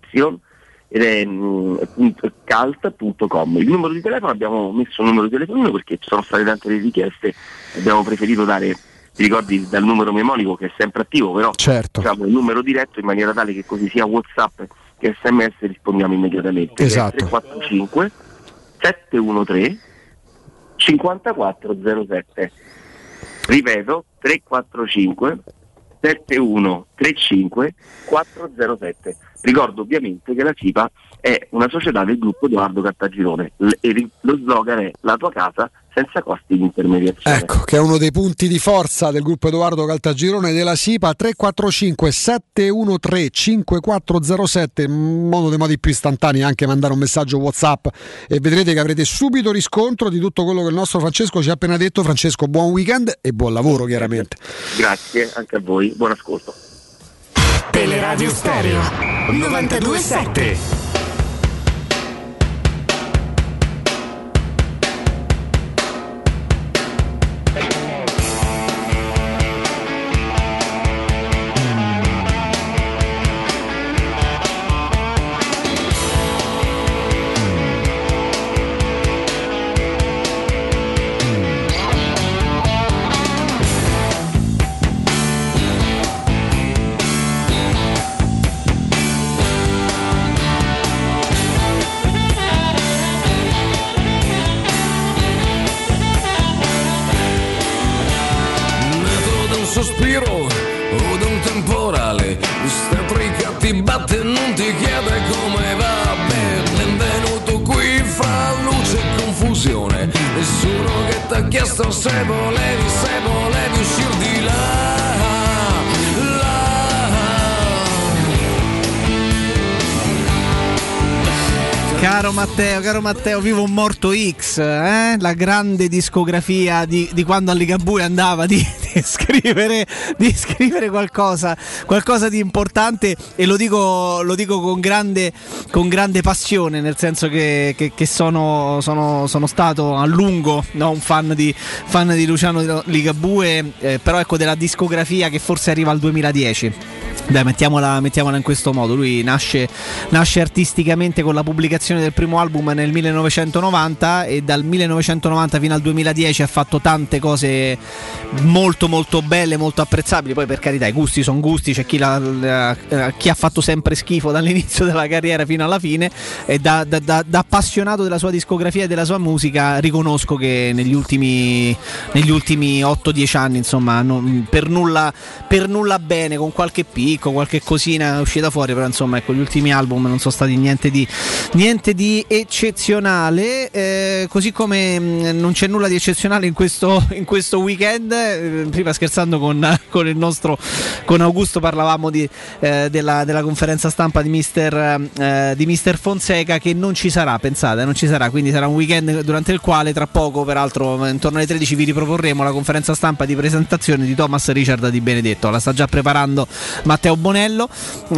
ed è mm, cult punto com. Il numero di telefono, abbiamo messo un numero di telefonino perché ci sono state tante le richieste, abbiamo preferito dare, ti ricordi, dal numero mnemonico che è sempre attivo, però certo. diciamo il numero diretto in maniera tale che così sia WhatsApp che S M S rispondiamo immediatamente. Esatto. tre quattro cinque sette uno tre cinque quattro zero sette, ripeto tre quattro cinque sette uno tre cinque quattro zero sette. Ricordo ovviamente che la SIPA è una società del gruppo Edoardo Caltagirone e lo slogan è la tua casa senza costi di intermediazione. Ecco, che è uno dei punti di forza del gruppo Edoardo Caltagirone della SIPA. Tre quattro cinque sette uno tre cinque quattro zero sette, in modo dei modi più istantanei anche mandare un messaggio WhatsApp e vedrete che avrete subito riscontro di tutto quello che il nostro Francesco ci ha appena detto. Francesco, buon weekend e buon lavoro chiaramente. Grazie anche a voi, buon ascolto. Teleradio Stereo novantadue sette. Batte non ti chiede come va, benvenuto qui fra luce e confusione, nessuno che t'ha chiesto se volevi, se volevi uscir di là, là. Caro Matteo, caro Matteo, vivo un morto X, eh? La grande discografia di, di quando a Ligabue andava di, di scrivere, di scrivere qualcosa, qualcosa di importante, e lo dico, lo dico con grande, con grande passione, nel senso che, che, che sono, sono, sono stato a lungo, no, un fan di, fan di Luciano Ligabue, eh, però ecco, della discografia che forse arriva al duemiladieci. Dai, mettiamola, mettiamola in questo modo. Lui nasce, nasce artisticamente con la pubblicazione del primo album nel millenovecentonovanta, e dal millenovecentonovanta fino al duemiladieci ha fatto tante cose molto molto belle, molto apprezzabili. Poi, per carità, i gusti sono gusti, c'è chi, la, la, chi ha fatto sempre schifo dall'inizio della carriera fino alla fine, e da, da, da, da appassionato della sua discografia e della sua musica riconosco che negli ultimi negli ultimi otto dieci anni, insomma, non, per nulla per nulla bene, con qualche picco, qualche cosina è uscita fuori, però insomma, ecco, gli ultimi album non sono stati niente di niente di eccezionale, eh, così come mh, non c'è nulla di eccezionale in questo, in questo weekend. Eh, prima, scherzando con, con il nostro con Augusto, parlavamo di, eh, della, della conferenza stampa di mister, eh, di mister Fonseca, che non ci sarà, pensate, non ci sarà, quindi sarà un weekend durante il quale tra poco, peraltro intorno alle tredici, vi riproporremo la conferenza stampa di presentazione di Thomas Richard Di Benedetto. La sta già preparando Matteo Bonello,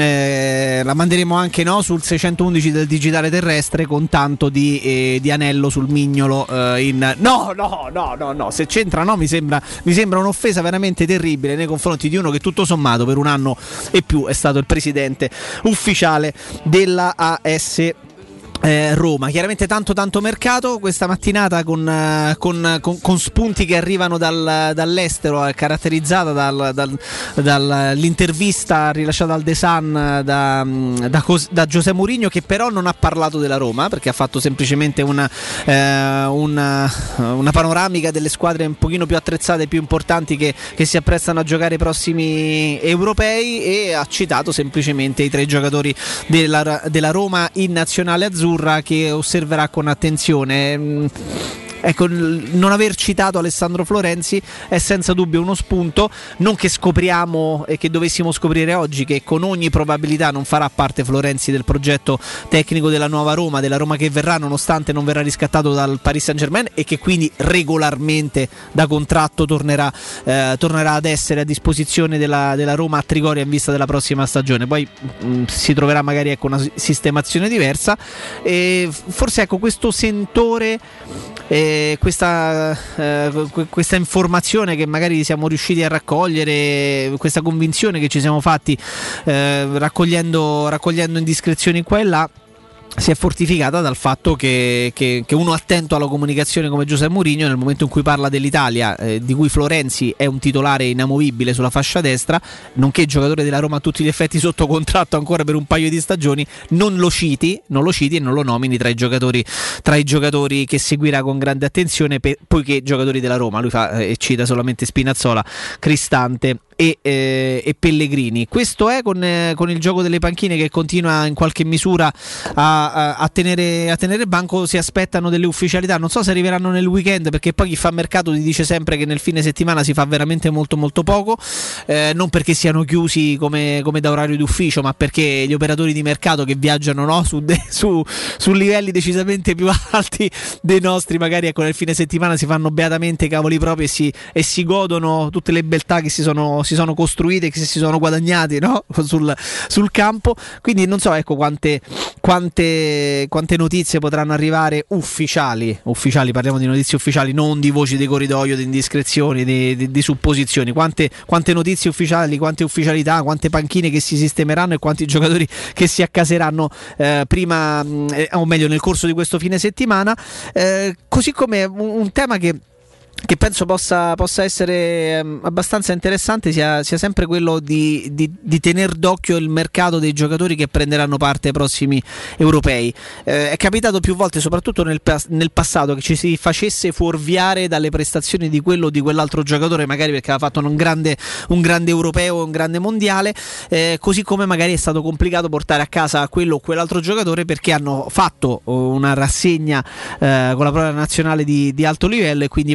eh, la manderemo anche, no, sul seicentoundici del digitale terrestre, con tanto di, eh, di anello sul mignolo, eh, in no no no no no se c'entra, no, mi sembra, mi sembra un'offesa veramente terribile nei confronti di uno che tutto sommato per un anno e più è stato il presidente ufficiale della A S Eh, Roma. Chiaramente tanto tanto mercato questa mattinata, con, uh, con, con, con spunti che arrivano dal, dall'estero, eh, caratterizzata dal, dal, dall'intervista rilasciata al The Sun da, da, da José Mourinho, che però non ha parlato della Roma, perché ha fatto semplicemente una, eh, una, una panoramica delle squadre un pochino più attrezzate e più importanti che, che si apprestano a giocare i prossimi europei, e ha citato semplicemente i tre giocatori della, della Roma in nazionale azzurra, che osserverà con attenzione. Ecco, non aver citato Alessandro Florenzi è senza dubbio uno spunto, non che scopriamo e che dovessimo scoprire oggi che con ogni probabilità non farà parte Florenzi del progetto tecnico della nuova Roma, della Roma che verrà, nonostante non verrà riscattato dal Paris Saint-Germain, e che quindi regolarmente da contratto tornerà, eh, tornerà ad essere a disposizione della, della Roma a Trigoria in vista della prossima stagione. Poi mh, si troverà magari, ecco, una sistemazione diversa, e forse, ecco, questo sentore, eh, Questa, eh, questa informazione che magari siamo riusciti a raccogliere, questa convinzione che ci siamo fatti, eh, raccogliendo, raccogliendo indiscrezioni qua e là, si è fortificata dal fatto che, che, che uno attento alla comunicazione come José Mourinho, nel momento in cui parla dell'Italia, eh, di cui Florenzi è un titolare inamovibile sulla fascia destra, nonché giocatore della Roma a tutti gli effetti sotto contratto ancora per un paio di stagioni, non lo citi, non lo citi e non lo nomini tra i giocatori, tra i giocatori che seguirà con grande attenzione, per, poiché giocatori della Roma, lui fa e eh, cita solamente Spinazzola, Cristante e, eh, e Pellegrini. Questo è con, eh, con il gioco delle panchine, che continua in qualche misura a, a, a, tenere, a tenere banco. Si aspettano delle ufficialità, non so se arriveranno nel weekend, perché poi chi fa mercato ti dice sempre che nel fine settimana si fa veramente molto molto poco, eh, non perché siano chiusi come, come da orario d'ufficio, ma perché gli operatori di mercato che viaggiano, no, su, de, su, su livelli decisamente più alti dei nostri, magari, ecco, nel fine settimana si fanno beatamente i cavoli propri e si, e si godono tutte le beltà che si sono si sono costruite, che si sono guadagnati, no? sul, sul campo. Quindi non so, ecco, quante, quante, quante notizie potranno arrivare ufficiali, ufficiali, parliamo di notizie ufficiali, non di voci di corridoio, di indiscrezioni, di, di, di supposizioni. Quante, quante notizie ufficiali, quante ufficialità, quante panchine che si sistemeranno e quanti giocatori che si accaseranno eh, prima, eh, o meglio nel corso di questo fine settimana, eh, così come un, un tema che che penso possa, possa essere um, abbastanza interessante sia, sia sempre quello di, di, di tener d'occhio il mercato dei giocatori che prenderanno parte ai prossimi europei. Eh, è capitato più volte, soprattutto nel, nel passato, che ci si facesse fuorviare dalle prestazioni di quello o di quell'altro giocatore, magari perché aveva fatto un grande, un grande europeo o un grande mondiale, eh, così come magari è stato complicato portare a casa quello o quell'altro giocatore perché hanno fatto una rassegna eh, con la propria nazionale di, di alto livello, e quindi poi la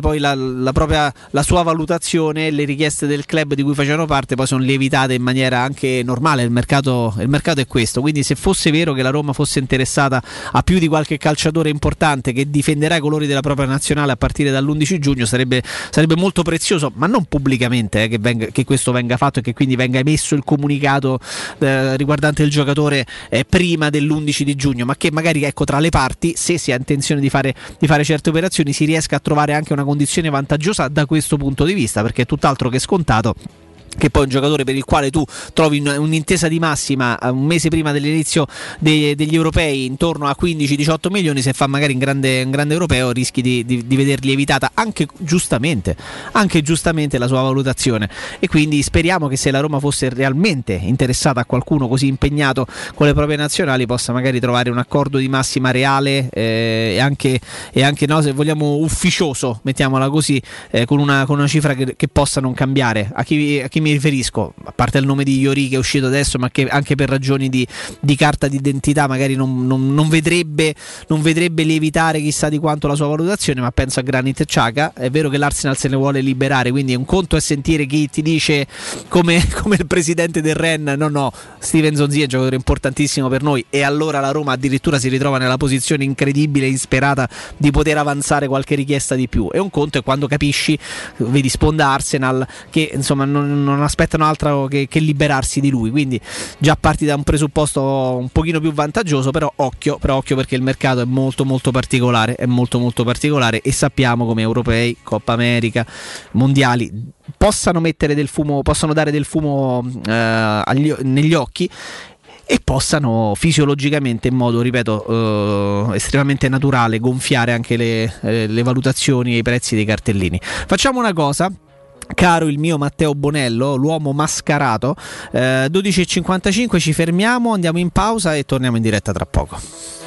la propria la sua valutazione, le richieste del club di cui facevano parte poi sono lievitate in maniera anche normale. Il mercato, il mercato è questo, quindi se fosse vero che la Roma fosse interessata a più di qualche calciatore importante che difenderà i colori della propria nazionale a partire dall'undici giugno, sarebbe, sarebbe molto prezioso, ma non pubblicamente eh, che, venga, che questo venga fatto e che quindi venga emesso il comunicato eh, riguardante il giocatore eh, prima dell'undici di giugno, ma che magari ecco tra le parti, se si ha intenzione di fare, di fare certe operazioni, si riesca a trovare anche una condizione vantaggiosa da questo punto di vista, perché è tutt'altro che scontato che poi un giocatore per il quale tu trovi un'intesa di massima un mese prima dell'inizio dei, degli europei intorno a quindici diciotto milioni, se fa magari un grande, un grande europeo rischi di, di, di vedergli evitata anche giustamente anche giustamente la sua valutazione. E quindi speriamo che se la Roma fosse realmente interessata a qualcuno così impegnato con le proprie nazionali possa magari trovare un accordo di massima reale eh, e anche, e anche no, se vogliamo ufficioso, mettiamola così, eh, con, una, con una cifra che, che possa non cambiare. A chi, a chi mi riferisco, a parte il nome di Iori che è uscito adesso, ma che anche per ragioni di, di carta d'identità magari non, non, non, vedrebbe, non vedrebbe lievitare chissà di quanto la sua valutazione, ma penso a Granit Xhaka. È vero che l'Arsenal se ne vuole liberare, quindi un conto è sentire chi ti dice come, come il presidente del Rennes no no, Steven Zonzi è un giocatore importantissimo per noi, e allora la Roma addirittura si ritrova nella posizione incredibile e insperata di poter avanzare qualche richiesta di più. E un conto è quando capisci, vedi sponda Arsenal che insomma non, non aspettano altro che, che liberarsi di lui, quindi già parti da un presupposto un pochino più vantaggioso, però occhio, però occhio perché il mercato è molto molto particolare, è molto molto particolare e sappiamo come europei, Coppa America, mondiali possano mettere del fumo, possono dare del fumo eh, agli, negli occhi e possano fisiologicamente in modo, ripeto, eh, estremamente naturale gonfiare anche le, eh, le valutazioni e i prezzi dei cartellini. Facciamo una cosa, caro il mio Matteo Bonello, l'uomo mascherato, eh, dodici e cinquantacinque ci fermiamo, andiamo in pausa e torniamo in diretta tra poco.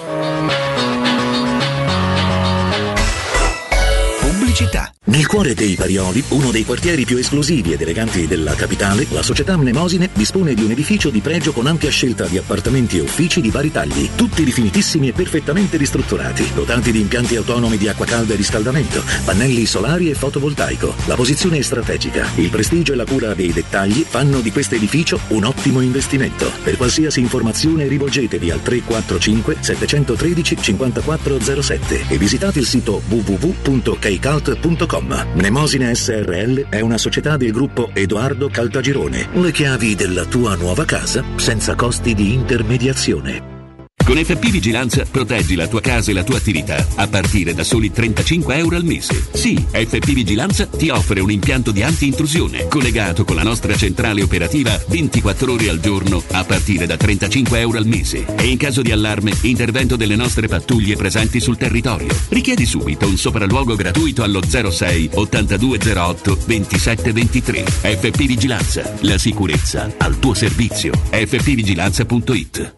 Pubblicità. Nel cuore dei Parioli, uno dei quartieri più esclusivi ed eleganti della capitale, la società Mnemosine dispone di un edificio di pregio con ampia scelta di appartamenti e uffici di vari tagli, tutti rifinitissimi e perfettamente ristrutturati, dotati di impianti autonomi di acqua calda e riscaldamento, pannelli solari e fotovoltaico. La posizione è strategica, il prestigio e la cura dei dettagli fanno di questo edificio un ottimo investimento. Per qualsiasi informazione rivolgetevi al tre quattro cinque sette uno tre cinque quattro zero sette e visitate il sito w w w punto keicalt punto com. Mnemosine S R L è una società del gruppo Edoardo Caltagirone. Le chiavi della tua nuova casa senza costi di intermediazione. Con F P Vigilanza proteggi la tua casa e la tua attività a partire da soli trentacinque euro al mese. Sì, F P Vigilanza ti offre un impianto di anti-intrusione collegato con la nostra centrale operativa ventiquattro ore al giorno a partire da trentacinque euro al mese. E in caso di allarme, intervento delle nostre pattuglie presenti sul territorio. Richiedi subito un sopralluogo gratuito allo zero sei ottantadue zero otto ventisette ventitré. F P Vigilanza, la sicurezza al tuo servizio. f p vigilanza punto it.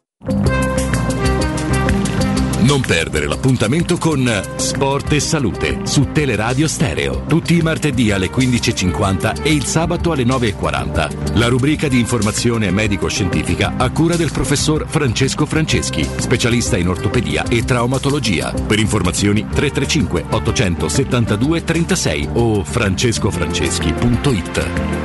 Non perdere l'appuntamento con Sport e Salute su Teleradio Stereo, tutti i martedì alle quindici e cinquanta e il sabato alle nove e quaranta. La rubrica di informazione medico-scientifica a cura del professor Francesco Franceschi, specialista in ortopedia e traumatologia. Per informazioni tre tre cinque ottocentosettantadue trentasei o francescofranceschi punto it.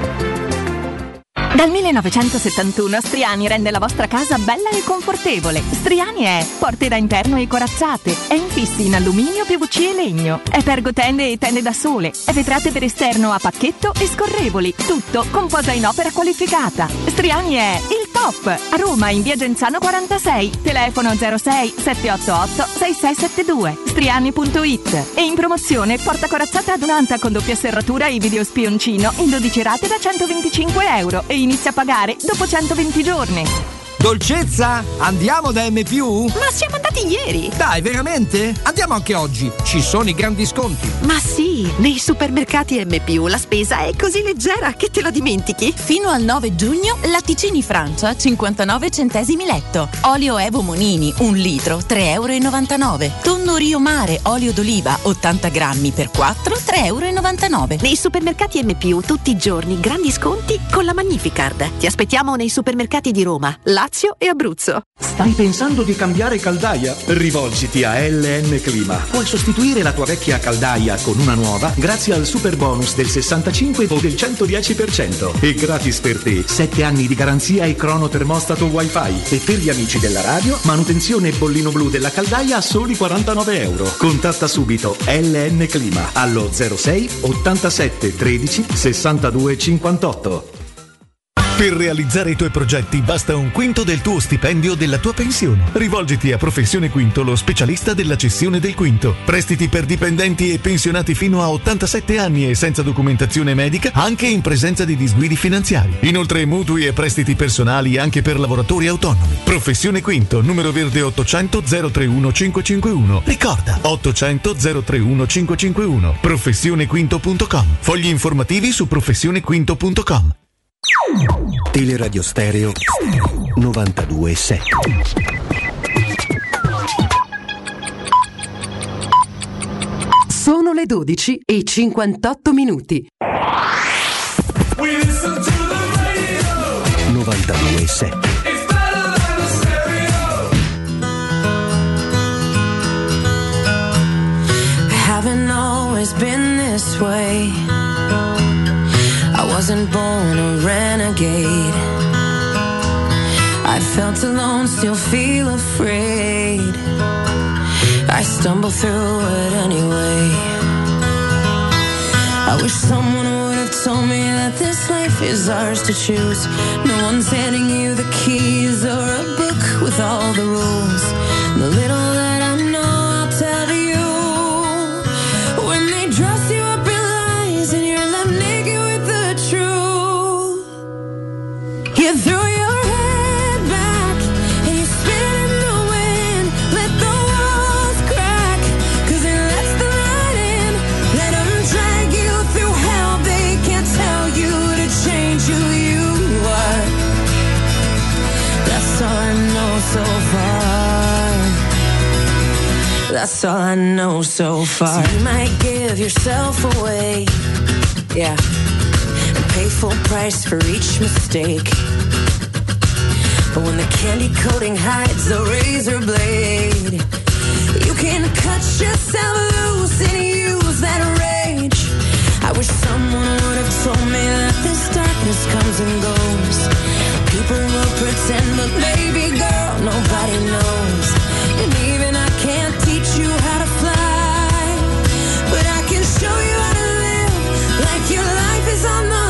Dal millenovecentosettantuno Striani rende la vostra casa bella e confortevole. Striani è porte da interno e corazzate, è infissi in alluminio, P V C e legno, è pergotende e tende da sole, è vetrate per esterno a pacchetto e scorrevoli, tutto con posa in opera qualificata. Striani è il top! A Roma in via Genzano quarantasei, telefono zero sei sette otto otto sei sei sette due, striani punto it. E in promozione porta corazzata adunata con doppia serratura e video spioncino in dodici rate da centoventicinque euro e inizia a pagare dopo centoventi giorni. Dolcezza, andiamo da M più? Ma siamo andati ieri! Dai, veramente? Andiamo anche oggi, ci sono i grandi sconti. Ma sì, nei supermercati M più la spesa è così leggera che te la dimentichi. Fino al nove giugno, latticini Francia cinquantanove centesimi letto, olio Evo Monini un litro tre euro e novantanove, tonno Rio Mare olio d'oliva ottanta grammi per quattro tre euro e novantanove. Nei supermercati M più tutti i giorni grandi sconti con la Magnificard. Ti aspettiamo nei supermercati di Roma, Lazio e Abruzzo. Stai pensando di cambiare caldaia? Rivolgiti a L N Clima. Puoi sostituire la tua vecchia caldaia con una nuova nuova grazie al super bonus del sessantacinque o del centodieci per cento. E gratis per te sette anni di garanzia e crono termostato wifi. E per gli amici della radio, manutenzione bollino blu della caldaia a soli quarantanove euro. Contatta subito L N Clima allo zero sei ottantasette tredici sessantadue cinquantotto. Per realizzare i tuoi progetti basta un quinto del tuo stipendio della tua pensione. Rivolgiti a Professione Quinto, lo specialista della cessione del quinto. Prestiti per dipendenti e pensionati fino a ottantasette anni e senza documentazione medica, anche in presenza di disguidi finanziari. Inoltre mutui e prestiti personali anche per lavoratori autonomi. Professione Quinto, numero verde ottocento zero trentuno cinquecentocinquantuno. Ricorda, ottocento zero trentuno cinquecentocinquantuno. professione quinto punto com. Fogli informativi su professione quinto punto com. Teleradio Stereo novantadue sette. Sono le dodici e cinquantotto minuti. novantadue sette. Haven't always been this way. I wasn't born a renegade. I felt alone, still feel afraid. I stumble through it anyway. I wish someone would have told me that this life is ours to choose. No one's handing you the keys or a book with all the rules. The little that I know I'll tell you. When they dress you up in lies and you're left naked with the truth, you threw your head back and you spin in the wind. Let the walls crack, cause it lets the light in. Let them drag you through hell. They can't tell you to change who you are. That's all I know so far. That's all I know so far. So you might give yourself away, yeah, and pay full price for each mistake. But when the candy coating hides the razor blade, you can cut yourself loose and use that rage. I wish someone would have told me that this darkness comes and goes. People will pretend, but baby girl, nobody knows. And even I can't teach you how to fly, but I can show you how to live like your life is on the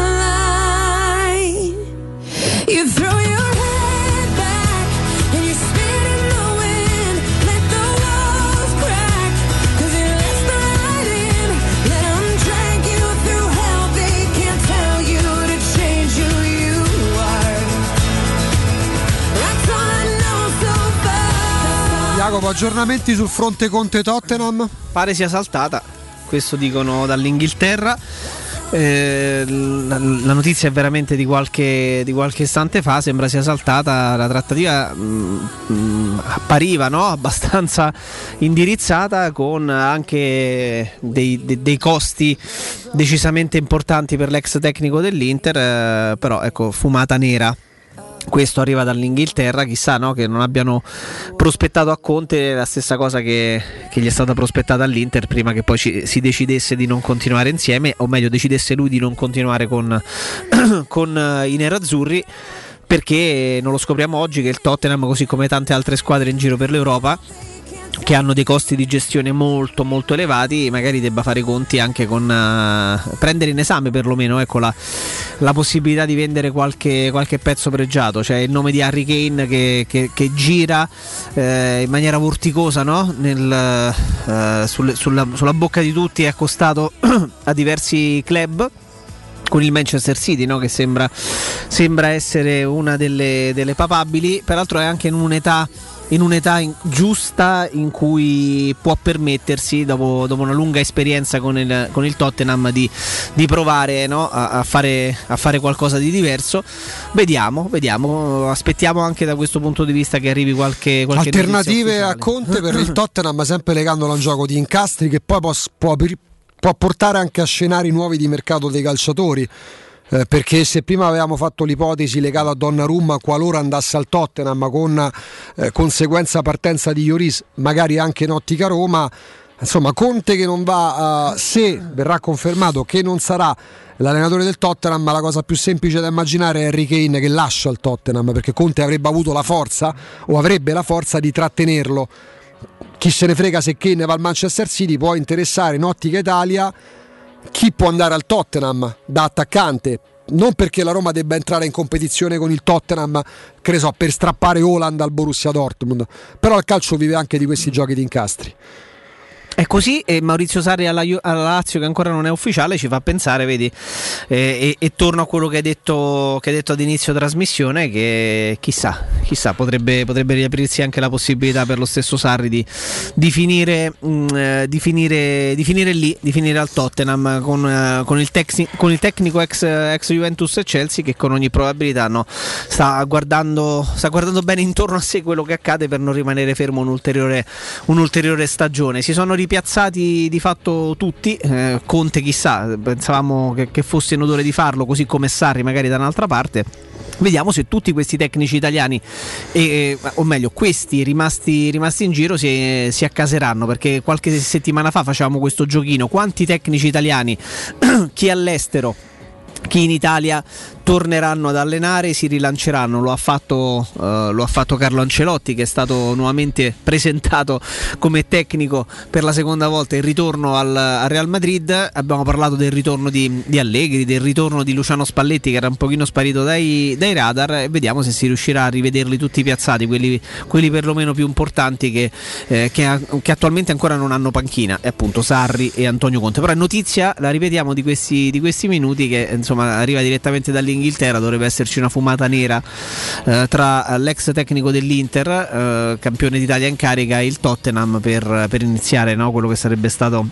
line. You throw your head back and you spin in the wind. Let the walls crack, cause it lets the light in. Let them drag you through hell. They can't tell you to change who you are. That's all I know so far. Jacopo, aggiornamenti sul fronte Conte-Tottenham? Pare sia saltata, questo dicono dall'Inghilterra. Eh, la, la notizia è veramente di qualche, di qualche istante fa. Sembra sia saltata la trattativa. Mh, mh, appariva, no? Abbastanza indirizzata, con anche dei, dei, dei costi decisamente importanti per l'ex tecnico dell'Inter, eh, però ecco, fumata nera. Questo arriva dall'Inghilterra, chissà, no? Che non abbiano prospettato a Conte la stessa cosa che, che gli è stata prospettata all'Inter prima che poi ci, si decidesse di non continuare insieme, o meglio decidesse lui di non continuare con, con i nerazzurri, perché non lo scopriamo oggi che il Tottenham, così come tante altre squadre in giro per l'Europa che hanno dei costi di gestione molto molto elevati, magari debba fare i conti anche con uh, prendere in esame perlomeno, ecco, la, la possibilità di vendere qualche, qualche pezzo pregiato. C'è il nome di Harry Kane che, che, che gira eh, in maniera vorticosa, no? Nel, uh, sul, sulla, sulla bocca di tutti, è accostato a diversi club, con il Manchester City, no? Che sembra, sembra essere una delle, delle papabili. Peraltro è anche in un'età in un'età in, giusta, in cui può permettersi, dopo, dopo una lunga esperienza con il, con il Tottenham, di, di provare, no? a, a, fare, a fare qualcosa di diverso. Vediamo, vediamo, aspettiamo anche da questo punto di vista che arrivi qualche, qualche alternative a Conte per il Tottenham, sempre legandolo a un gioco di incastri che poi può, può, può portare anche a scenari nuovi di mercato dei calciatori. Eh, perché se prima avevamo fatto l'ipotesi legata a Donnarumma qualora andasse al Tottenham con eh, conseguenza partenza di Lloris, magari anche in ottica Roma, insomma Conte che non va, uh, se verrà confermato che non sarà l'allenatore del Tottenham, ma la cosa più semplice da immaginare è Harry Kane che lascia il Tottenham, perché Conte avrebbe avuto la forza o avrebbe la forza di trattenerlo. Chi se ne frega se Kane va al Manchester City, può interessare in ottica Italia chi può andare al Tottenham da attaccante, non perché la Roma debba entrare in competizione con il Tottenham, che ne so, per strappare Haaland al Borussia Dortmund, però il calcio vive anche di questi giochi di incastri. È così, e Maurizio Sarri alla, alla Lazio, che ancora non è ufficiale, ci fa pensare, vedi, eh, e, e torno a quello che hai detto, che hai detto ad inizio trasmissione, che chissà, chissà potrebbe, potrebbe riaprirsi anche la possibilità per lo stesso Sarri di, di, finire, mh, di, finire, di finire lì, di finire al Tottenham con, uh, con, il, tecni, con il tecnico ex, ex Juventus e Chelsea, che con ogni probabilità no, sta, guardando, sta guardando bene intorno a sé quello che accade per non rimanere fermo un'ulteriore, un'ulteriore stagione. Si sono piazzati di fatto tutti, eh, Conte chissà, pensavamo che, che fosse in odore di farlo, così come Sarri magari da un'altra parte. Vediamo se tutti questi tecnici italiani, eh, o meglio questi rimasti, rimasti in giro si, si accaseranno, perché qualche settimana fa facevamo questo giochino: quanti tecnici italiani, chi all'estero, chi in Italia, torneranno ad allenare, si rilanceranno. Lo ha fatto, uh, lo ha fatto Carlo Ancelotti, che è stato nuovamente presentato come tecnico per la seconda volta, il ritorno al, al Real Madrid. Abbiamo parlato del ritorno di, di Allegri, del ritorno di Luciano Spalletti, che era un pochino sparito dai, dai radar, e vediamo se si riuscirà a rivederli tutti piazzati, quelli, quelli perlomeno più importanti che, eh, che, che attualmente ancora non hanno panchina, e appunto Sarri e Antonio Conte. Però è notizia, la ripetiamo, di questi, di questi minuti, che insomma arriva direttamente dall'Inghilterra. Dovrebbe esserci una fumata nera eh, tra l'ex tecnico dell'Inter, eh, campione d'Italia in carica, e il Tottenham, per, per iniziare, no, quello che sarebbe stato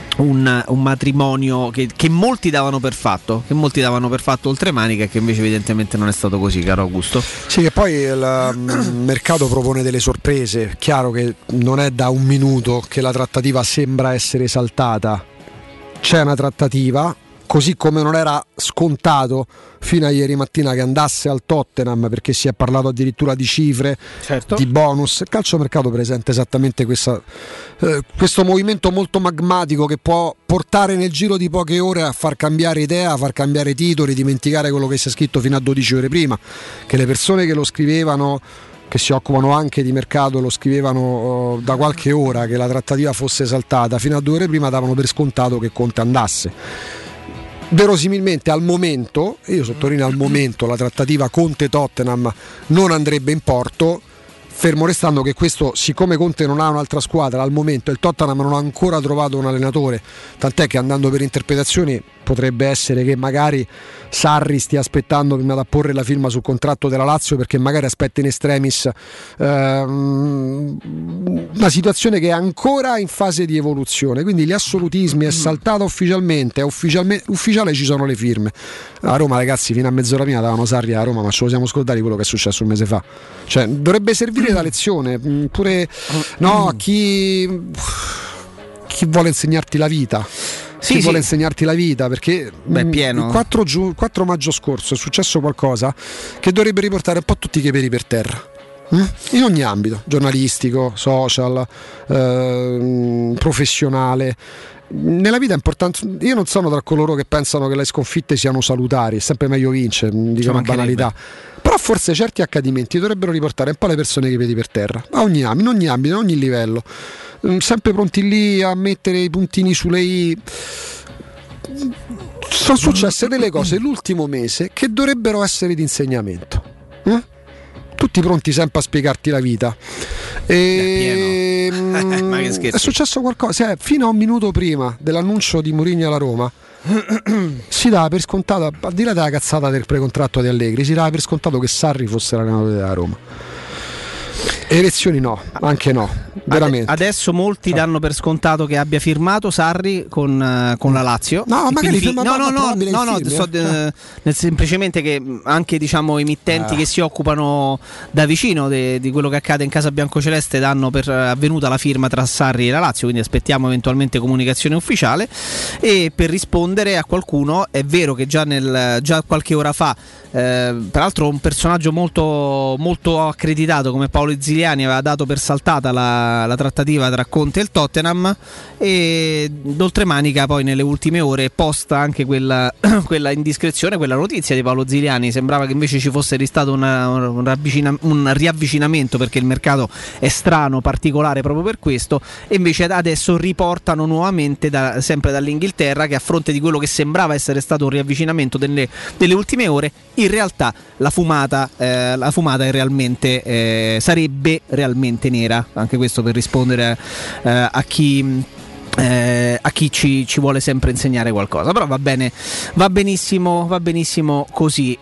un, un matrimonio che, che molti davano per fatto, che molti davano per fatto oltremanica, e che invece evidentemente non è stato così, caro Augusto. Sì, che poi il mercato propone delle sorprese. Chiaro che non è da un minuto che la trattativa sembra essere saltata, c'è una trattativa, così come non era scontato fino a ieri mattina che andasse al Tottenham, perché si è parlato addirittura di cifre, certo, di bonus. Il calciomercato presenta esattamente questa, eh, questo movimento molto magmatico, che può portare nel giro di poche ore a far cambiare idea, a far cambiare titoli, dimenticare quello che si è scritto fino a dodici ore prima, che le persone che lo scrivevano, che si occupano anche di mercato, lo scrivevano uh, da qualche ora, che la trattativa fosse saltata. Fino a due ore prima davano per scontato che Conte andasse. Verosimilmente al momento, io sottolineo al momento, la trattativa Conte-Tottenham non andrebbe in porto, fermo restando che questo, siccome Conte non ha un'altra squadra al momento, il Tottenham non ha ancora trovato un allenatore, tant'è che, andando per interpretazioni, potrebbe essere che magari Sarri stia aspettando prima da porre la firma sul contratto della Lazio, perché magari aspetta in extremis ehm, una situazione che è ancora in fase di evoluzione. Quindi gli assolutismi, è saltata ufficialmente, è ufficialmente ufficiale, ci sono le firme. A Roma, ragazzi, fino a mezz'ora prima davano Sarri a Roma, ma ce lo siamo scordati quello che è successo un mese fa. Cioè, dovrebbe servire da lezione pure, no, a chi, chi vuole insegnarti la vita. Chi sì, vuole sì. insegnarti la vita, perché Beh, pieno. il quattro, giu- quattro maggio scorso è successo qualcosa che dovrebbe riportare un po' tutti i piedi per terra, mm? in ogni ambito, giornalistico, social, eh, professionale. Nella vita è importante. Io non sono tra coloro che pensano che le sconfitte siano salutari, è sempre meglio vincere, dico una banalità, però forse certi accadimenti dovrebbero riportare un po' le persone che piedi per terra, a ogni ambito, in ogni ambito, in ogni livello, sempre pronti lì a mettere i puntini sulle i. Sono successe delle cose l'ultimo mese che dovrebbero essere di insegnamento, eh? Tutti pronti sempre a spiegarti la vita. E Ma che è successo qualcosa, eh, fino a un minuto prima dell'annuncio di Mourinho alla Roma si dava per scontato, al di là della cazzata del precontratto di Allegri, si dava per scontato che Sarri fosse l'allenatore della Roma. Elezioni no, anche no, veramente. Adesso molti danno per scontato che abbia firmato Sarri con, uh, con la Lazio. No, magari fi- firma no, no, no, no, no, no, so, eh. nel, semplicemente che anche, diciamo, emittenti eh. che si occupano da vicino de, di quello che accade in casa biancoceleste danno per avvenuta la firma tra Sarri e la Lazio, quindi aspettiamo eventualmente comunicazione ufficiale. E per rispondere a qualcuno, è vero che già, nel, già qualche ora fa, eh, peraltro un personaggio molto, molto accreditato come Paolo Ziliani aveva dato per saltata la la, la trattativa tra Conte e il Tottenham, e d'oltremanica poi nelle ultime ore posta anche quella, quella indiscrezione, quella notizia di Paolo Ziliani. Sembrava che invece ci fosse stato una, un, ravvicina, un riavvicinamento, perché il mercato è strano, particolare proprio per questo, e invece adesso riportano nuovamente da, sempre dall'Inghilterra che a fronte di quello che sembrava essere stato un riavvicinamento delle, delle ultime ore, in realtà la fumata, eh, la fumata è realmente eh, sarebbe realmente nera. Anche questo per rispondere eh, a chi Eh, a chi ci, ci vuole sempre insegnare qualcosa, però va bene, va benissimo, va benissimo così.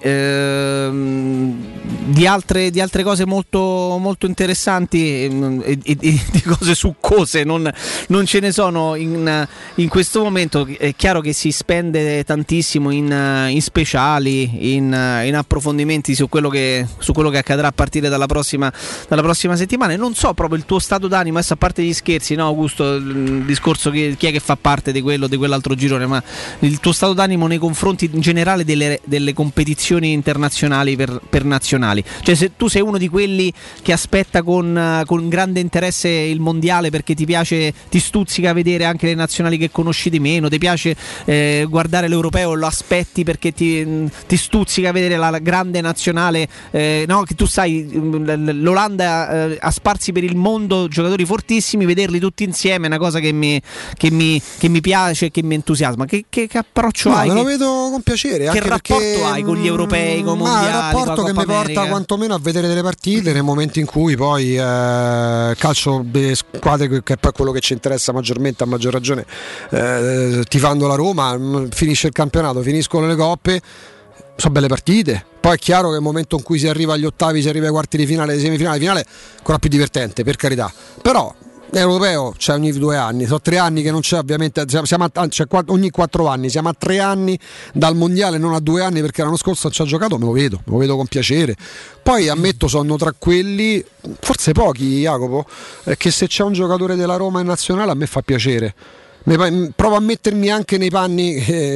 Ehm, di, altre, di altre cose molto, molto interessanti e, e, e di cose succose non, non ce ne sono in, in questo momento. È chiaro che si spende tantissimo in, in speciali, in, in approfondimenti su quello, che, su quello che accadrà a partire dalla prossima, dalla prossima settimana, e non so proprio il tuo stato d'animo adesso, a parte gli scherzi, no Augusto, il discorso che, chi è che fa parte di quello, di quell'altro girone, ma il tuo stato d'animo nei confronti in generale delle, delle competizioni internazionali per, per nazionali. Cioè, se tu sei uno di quelli che aspetta con, con grande interesse il mondiale perché ti piace, ti stuzzica vedere anche le nazionali che conosci di meno, ti piace eh, guardare l'europeo, lo aspetti perché ti, ti stuzzica vedere la, la grande nazionale, eh, no, che tu sai l'Olanda eh, ha sparsi per il mondo giocatori fortissimi, vederli tutti insieme è una cosa che mi Che mi, che mi piace e che mi entusiasma. Che, che, che approccio no, hai? Me lo che, vedo con piacere. Che anche rapporto perché, hai con gli europei, con i mondiali? Ma è un rapporto che mi porta quantomeno a vedere delle partite nel momento in cui poi eh, calcio delle squadre, che è poi quello che ci interessa maggiormente, a maggior ragione, eh, tifando la Roma, finisce il campionato, finiscono le coppe, sono belle partite. Poi è chiaro che nel momento in cui si arriva agli ottavi, si arriva ai quarti di finale, ai semifinali, finale, ancora più divertente, per carità. Però l'europeo c'è ogni due anni, sono tre anni che non c'è, ovviamente siamo a, cioè, ogni quattro anni, siamo a tre anni dal mondiale, non a due anni, perché l'anno scorso non ci ha giocato, me lo vedo, me lo vedo con piacere. Poi ammetto, sono tra quelli, forse pochi Jacopo, eh, che se c'è un giocatore della Roma in nazionale a me fa piacere. Provo a mettermi anche nei panni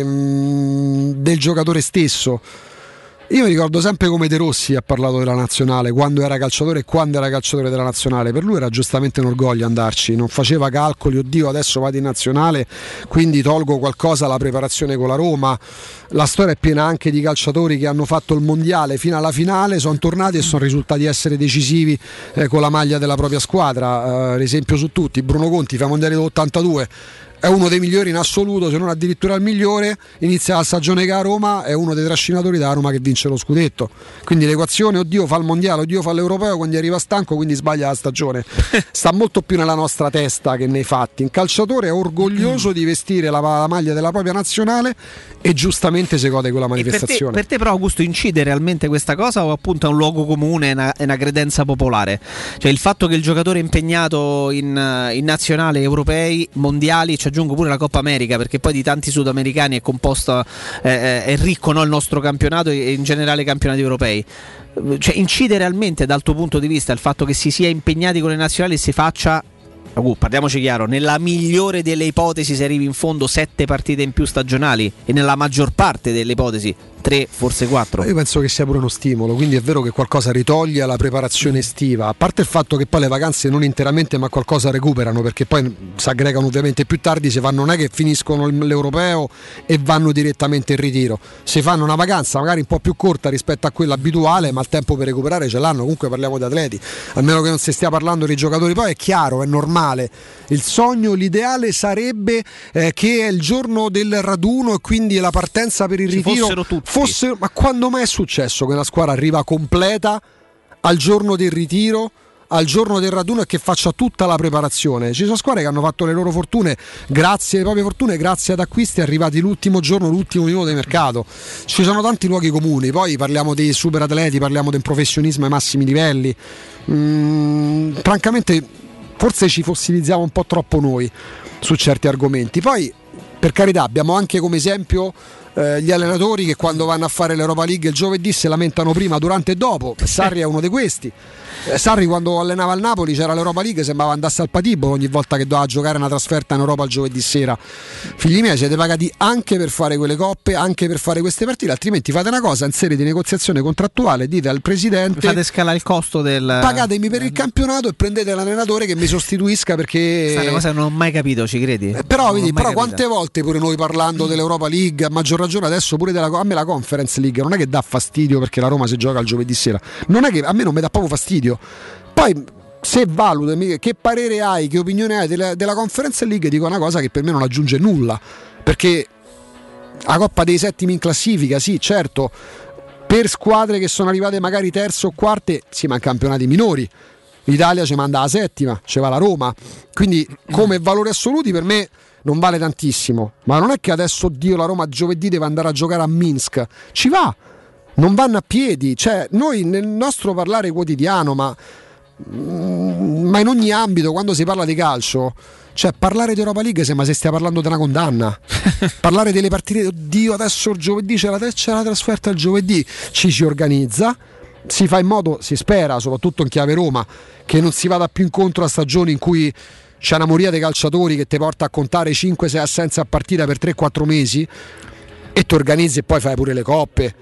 ehm, del giocatore stesso. Io mi ricordo sempre come De Rossi ha parlato della nazionale quando era calciatore e quando era calciatore della nazionale. Per lui era giustamente un orgoglio andarci, non faceva calcoli, oddio adesso vado in nazionale quindi tolgo qualcosa alla preparazione con la Roma. La storia è piena anche di calciatori che hanno fatto il mondiale fino alla finale, sono tornati e sono risultati essere decisivi eh, con la maglia della propria squadra. Uh, l'esempio su tutti, Bruno Conti fa mondiale dell'ottantadue, è uno dei migliori in assoluto, se non addirittura il migliore, inizia la stagione che a Roma è uno dei trascinatori da Roma che vince lo scudetto. Quindi l'equazione, oddio fa il mondiale, oddio fa l'europeo, quando arriva stanco quindi sbaglia la stagione, sta molto più nella nostra testa che nei fatti. Un calciatore è orgoglioso di vestire la, la maglia della propria nazionale e giustamente si gode quella manifestazione. Per te, per te però Augusto incide realmente questa cosa o appunto è un luogo comune, è una, è una credenza popolare? Cioè il fatto che il giocatore impegnato in, in nazionale, europei, mondiali, cioè aggiungo pure la Coppa America, perché poi di tanti sudamericani è composto, eh, è ricco, no, il nostro campionato e in generale i campionati europei. Cioè incide realmente dal tuo punto di vista il fatto che si sia impegnati con le nazionali e si faccia, uh, parliamoci chiaro, nella migliore delle ipotesi si arrivi in fondo sette partite in più stagionali e nella maggior parte delle ipotesi tre, forse quattro. Io penso che sia pure uno stimolo, quindi è vero che qualcosa ritoglie alla preparazione estiva, a parte il fatto che poi le vacanze non interamente ma qualcosa recuperano, perché poi si aggregano ovviamente più tardi, si fanno, non è che finiscono l'europeo e vanno direttamente in ritiro, si fanno una vacanza magari un po' più corta rispetto a quella abituale, ma il tempo per recuperare ce l'hanno. Comunque parliamo di atleti, almeno che non si stia parlando di giocatori, poi è chiaro, è normale, il sogno, l'ideale sarebbe eh, che è il giorno del raduno e quindi la partenza per il ci ritiro fossero tutti. Fosse, ma quando mai è successo che una squadra arriva completa al giorno del ritiro, al giorno del raduno e che faccia tutta la preparazione? Ci sono squadre che hanno fatto le loro fortune, grazie alle proprie fortune, grazie ad acquisti arrivati l'ultimo giorno, l'ultimo minuto di mercato. Ci sono tanti luoghi comuni, poi parliamo dei super atleti, parliamo del professionismo ai massimi livelli. Mm, francamente forse ci fossilizziamo un po' troppo noi su certi argomenti. Poi per carità, abbiamo anche come esempio eh, gli allenatori che quando vanno a fare l'Europa League il giovedì si lamentano prima, durante e dopo. Sarri è uno di questi. eh, Sarri quando allenava il Napoli c'era l'Europa League, sembrava andasse al patibolo ogni volta che doveva giocare una trasferta in Europa il giovedì sera. Figli miei, siete pagati anche per fare quelle coppe, anche per fare queste partite, altrimenti fate una cosa in serie di negoziazione contrattuale, dite al presidente fate scalare il costo del pagatemi per il campionato e prendete l'allenatore che mi sostituisca, perché questa è una cosa che non ho mai capito, ci credi? Eh, però Non vedi, l'ho mai però capita. quante volte pure noi parlando dell'Europa League, a maggior ragione adesso pure della, a me la Conference League non è che dà fastidio perché la Roma si gioca il giovedì sera, non è che a me non mi dà proprio fastidio. Poi se valuto che parere hai, che opinione hai della, della Conference League, dico una cosa che per me non aggiunge nulla, perché la Coppa dei Settimi in classifica, sì, certo, per squadre che sono arrivate magari terze o quarte, sì, ma in campionati minori. L'Italia ci manda la settima, ci va la Roma, quindi come valori assoluti per me non vale tantissimo, ma non è che adesso, oddio, la Roma giovedì deve andare a giocare a Minsk, ci va, non vanno a piedi, cioè noi nel nostro parlare quotidiano, ma, ma in ogni ambito quando si parla di calcio, cioè parlare di Europa League sembra se stia parlando di una condanna. Parlare delle partite, oddio adesso il giovedì c'è la, c'è la trasferta il giovedì, ci si organizza, si fa in modo, si spera, soprattutto in chiave Roma, che non si vada più incontro a stagioni in cui c'è una moria dei calciatori che ti porta a contare cinque sei assenze a partita per tre quattro mesi, e ti organizzi e poi fai pure le coppe,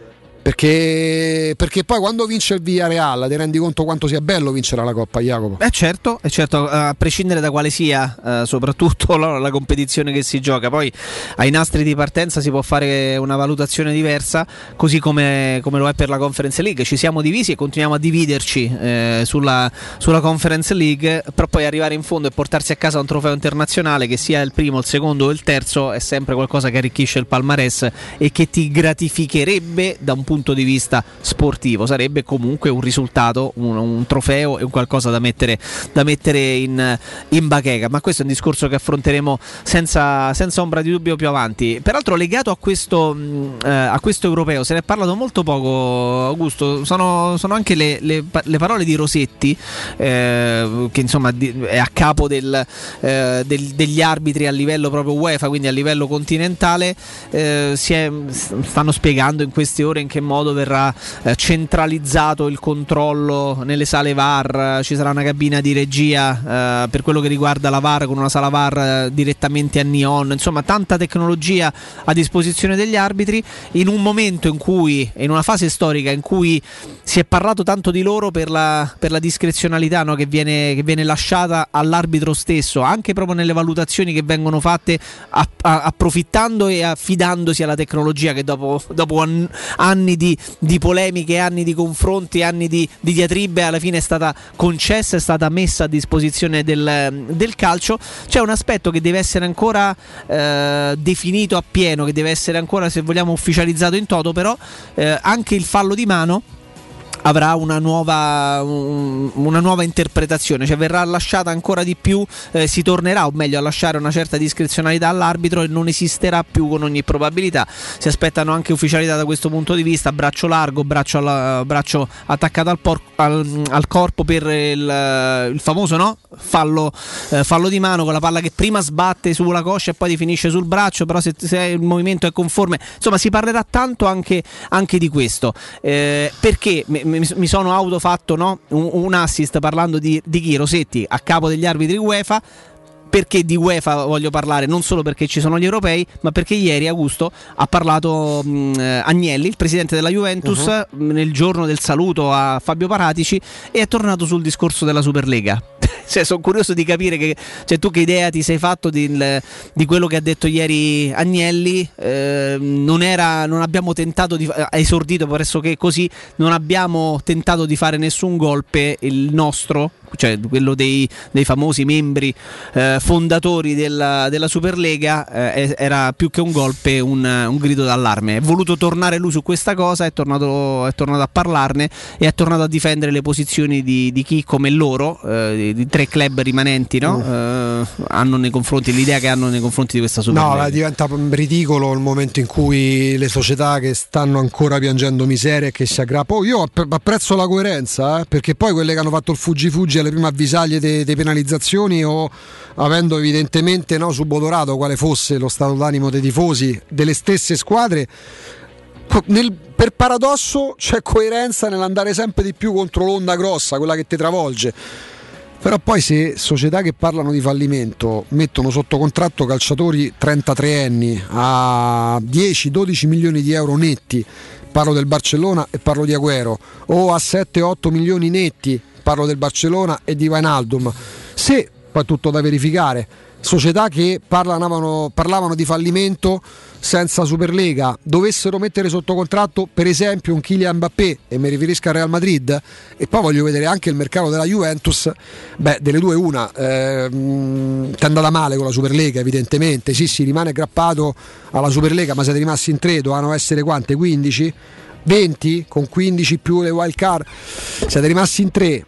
perché, perché poi quando vince il Villarreal ti rendi conto quanto sia bello vincere la Coppa, Jacopo. Eh certo, è certo, a prescindere da quale sia, eh, soprattutto la, la competizione che si gioca, poi ai nastri di partenza si può fare una valutazione diversa, così come, come lo è per la Conference League. Ci siamo divisi e continuiamo a dividerci eh, sulla, sulla Conference League, però poi arrivare in fondo e portarsi a casa un trofeo internazionale, che sia il primo, il secondo o il terzo, è sempre qualcosa che arricchisce il palmarès e che ti gratificherebbe da un punto di vista sportivo. Sarebbe comunque un risultato, un, un trofeo e un qualcosa da mettere, da mettere in, in bacheca, ma questo è un discorso che affronteremo senza, senza ombra di dubbio più avanti. Peraltro legato a questo, eh, a questo europeo se ne è parlato molto poco, Augusto, sono, sono anche le, le, le parole di Rossetti, eh, che insomma è a capo del, eh, del, degli arbitri a livello proprio UEFA, quindi a livello continentale. Eh, si è, stanno spiegando in queste ore in che modo verrà eh, centralizzato il controllo nelle sale V A R, ci sarà una cabina di regia eh, per quello che riguarda la V A R, con una sala V A R eh, direttamente a Neon, insomma tanta tecnologia a disposizione degli arbitri, in un momento in cui, in una fase storica in cui si è parlato tanto di loro per la, per la discrezionalità, no, che, viene, che viene lasciata all'arbitro stesso, anche proprio nelle valutazioni che vengono fatte, a, a, approfittando e affidandosi alla tecnologia che dopo, dopo an, anni Di, di polemiche, anni di confronti, anni di, di diatribe, alla fine è stata concessa, è stata messa a disposizione del, del calcio. C'è un aspetto che deve essere ancora eh, definito appieno, che deve essere ancora, se vogliamo, ufficializzato in toto, però eh, anche il fallo di mano avrà una nuova, un, una nuova interpretazione, cioè verrà lasciata ancora di più, eh, si tornerà o meglio a lasciare una certa discrezionalità all'arbitro e non esisterà più con ogni probabilità. Si aspettano anche ufficialità da questo punto di vista, braccio largo, braccio, alla, braccio attaccato al, por, al, al corpo per il, il famoso no? fallo, eh, fallo di mano, con la palla che prima sbatte sulla coscia e poi finisce sul braccio, però se, se il movimento è conforme, insomma si parlerà tanto anche, anche di questo, eh, perché mi sono autofatto no? un, un assist parlando di, di chi? Rossetti, a capo degli arbitri UEFA. Perché di UEFA voglio parlare? Non solo perché ci sono gli europei, ma perché ieri Augusto ha parlato mh, Agnelli, il presidente della Juventus, uh-huh. nel giorno del saluto a Fabio Paratici, e è tornato sul discorso della Superlega. Cioè, sono curioso di capire che, cioè, tu che idea ti sei fatto di, di quello che ha detto ieri Agnelli. Eh, non era, non abbiamo tentato di, ha esordito pressoché così, non abbiamo tentato di fare nessun golpe, il nostro, cioè quello dei, dei famosi membri eh, fondatori della, della Superlega, eh, era più che un golpe un, un grido d'allarme. È voluto tornare lui su questa cosa, è tornato, è tornato a parlarne e è tornato a difendere le posizioni di, di chi come loro, eh, di, di tre club rimanenti, no? Mm. eh, hanno nei confronti, l'idea che hanno nei confronti di questa Superlega. No, diventa ridicolo il momento in cui le società che stanno ancora piangendo miseria e che si aggrappano. Oh, io apprezzo la coerenza, eh, perché poi quelle che hanno fatto il fuggi-fuggi alle prime avvisaglie delle de penalizzazioni o avendo evidentemente no, subodorato quale fosse lo stato d'animo dei tifosi delle stesse squadre, nel, per paradosso c'è coerenza nell'andare sempre di più contro l'onda grossa, quella che ti travolge. Però poi se società che parlano di fallimento mettono sotto contratto calciatori trentatré anni a dieci dodici milioni di euro netti, parlo del Barcellona e parlo di Agüero, o a sette otto milioni netti, parlo del Barcellona e di Wijnaldum, se poi tutto da verificare, società che parlavano, parlavano di fallimento senza Superlega dovessero mettere sotto contratto per esempio un Kylian Mbappé, e mi riferisco al Real Madrid, e poi voglio vedere anche il mercato della Juventus, beh delle due una, eh, ti è andata male con la Superlega evidentemente, sì si rimane aggrappato alla Superlega, ma siete rimasti in tre, dovevano essere quante? quindici? venti? Con quindici più le wild card siete rimasti in tre,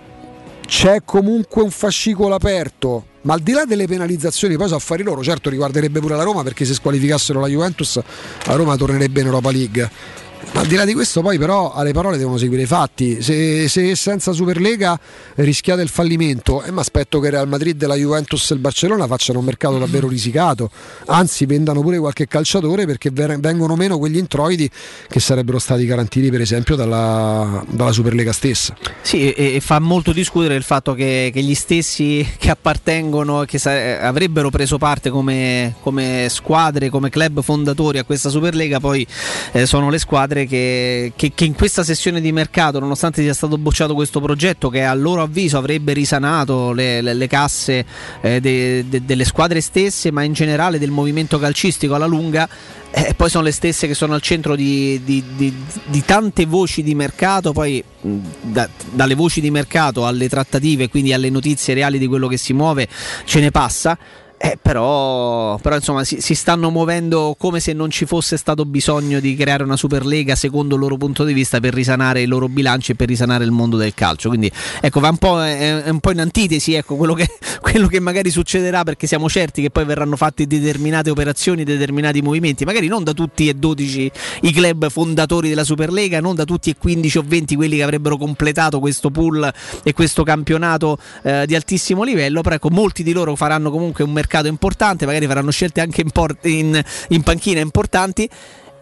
c'è comunque un fascicolo aperto. Ma al di là delle penalizzazioni, poi sono affari loro, certo riguarderebbe pure la Roma, perché se squalificassero la Juventus la Roma tornerebbe in Europa League. Ma al di là di questo poi però alle parole devono seguire i fatti. Se, se senza Superlega rischiate il fallimento, eh, mi aspetto che Real Madrid, la Juventus e il Barcellona facciano un mercato davvero risicato, anzi vendano pure qualche calciatore, perché vengono meno quegli introiti che sarebbero stati garantiti per esempio dalla, dalla Superlega stessa. Sì, e, e fa molto discutere il fatto che, che gli stessi che appartengono, che sa- avrebbero preso parte come, come squadre, come club fondatori a questa Superlega, poi eh, sono le squadre Che, che, che in questa sessione di mercato, nonostante sia stato bocciato questo progetto che a loro avviso avrebbe risanato le, le, le casse eh, de, de, delle squadre stesse, ma in generale del movimento calcistico alla lunga, eh, poi sono le stesse che sono al centro di, di, di, di tante voci di mercato, poi da, dalle voci di mercato alle trattative, quindi alle notizie reali di quello che si muove, ce ne passa. Eh, però, però insomma si, si stanno muovendo come se non ci fosse stato bisogno di creare una Superlega secondo il loro punto di vista per risanare i loro bilanci e per risanare il mondo del calcio. Quindi ecco, va un po', è, è un po' in antitesi ecco, quello, che, quello che magari succederà, perché siamo certi che poi verranno fatti determinate operazioni, determinati movimenti, magari non da tutti e dodici i club fondatori della Superlega, non da tutti e quindici o venti quelli che avrebbero completato questo pool e questo campionato eh, di altissimo livello, però ecco, molti di loro faranno comunque un mercato importante, magari faranno scelte anche in, port- in, in panchina importanti,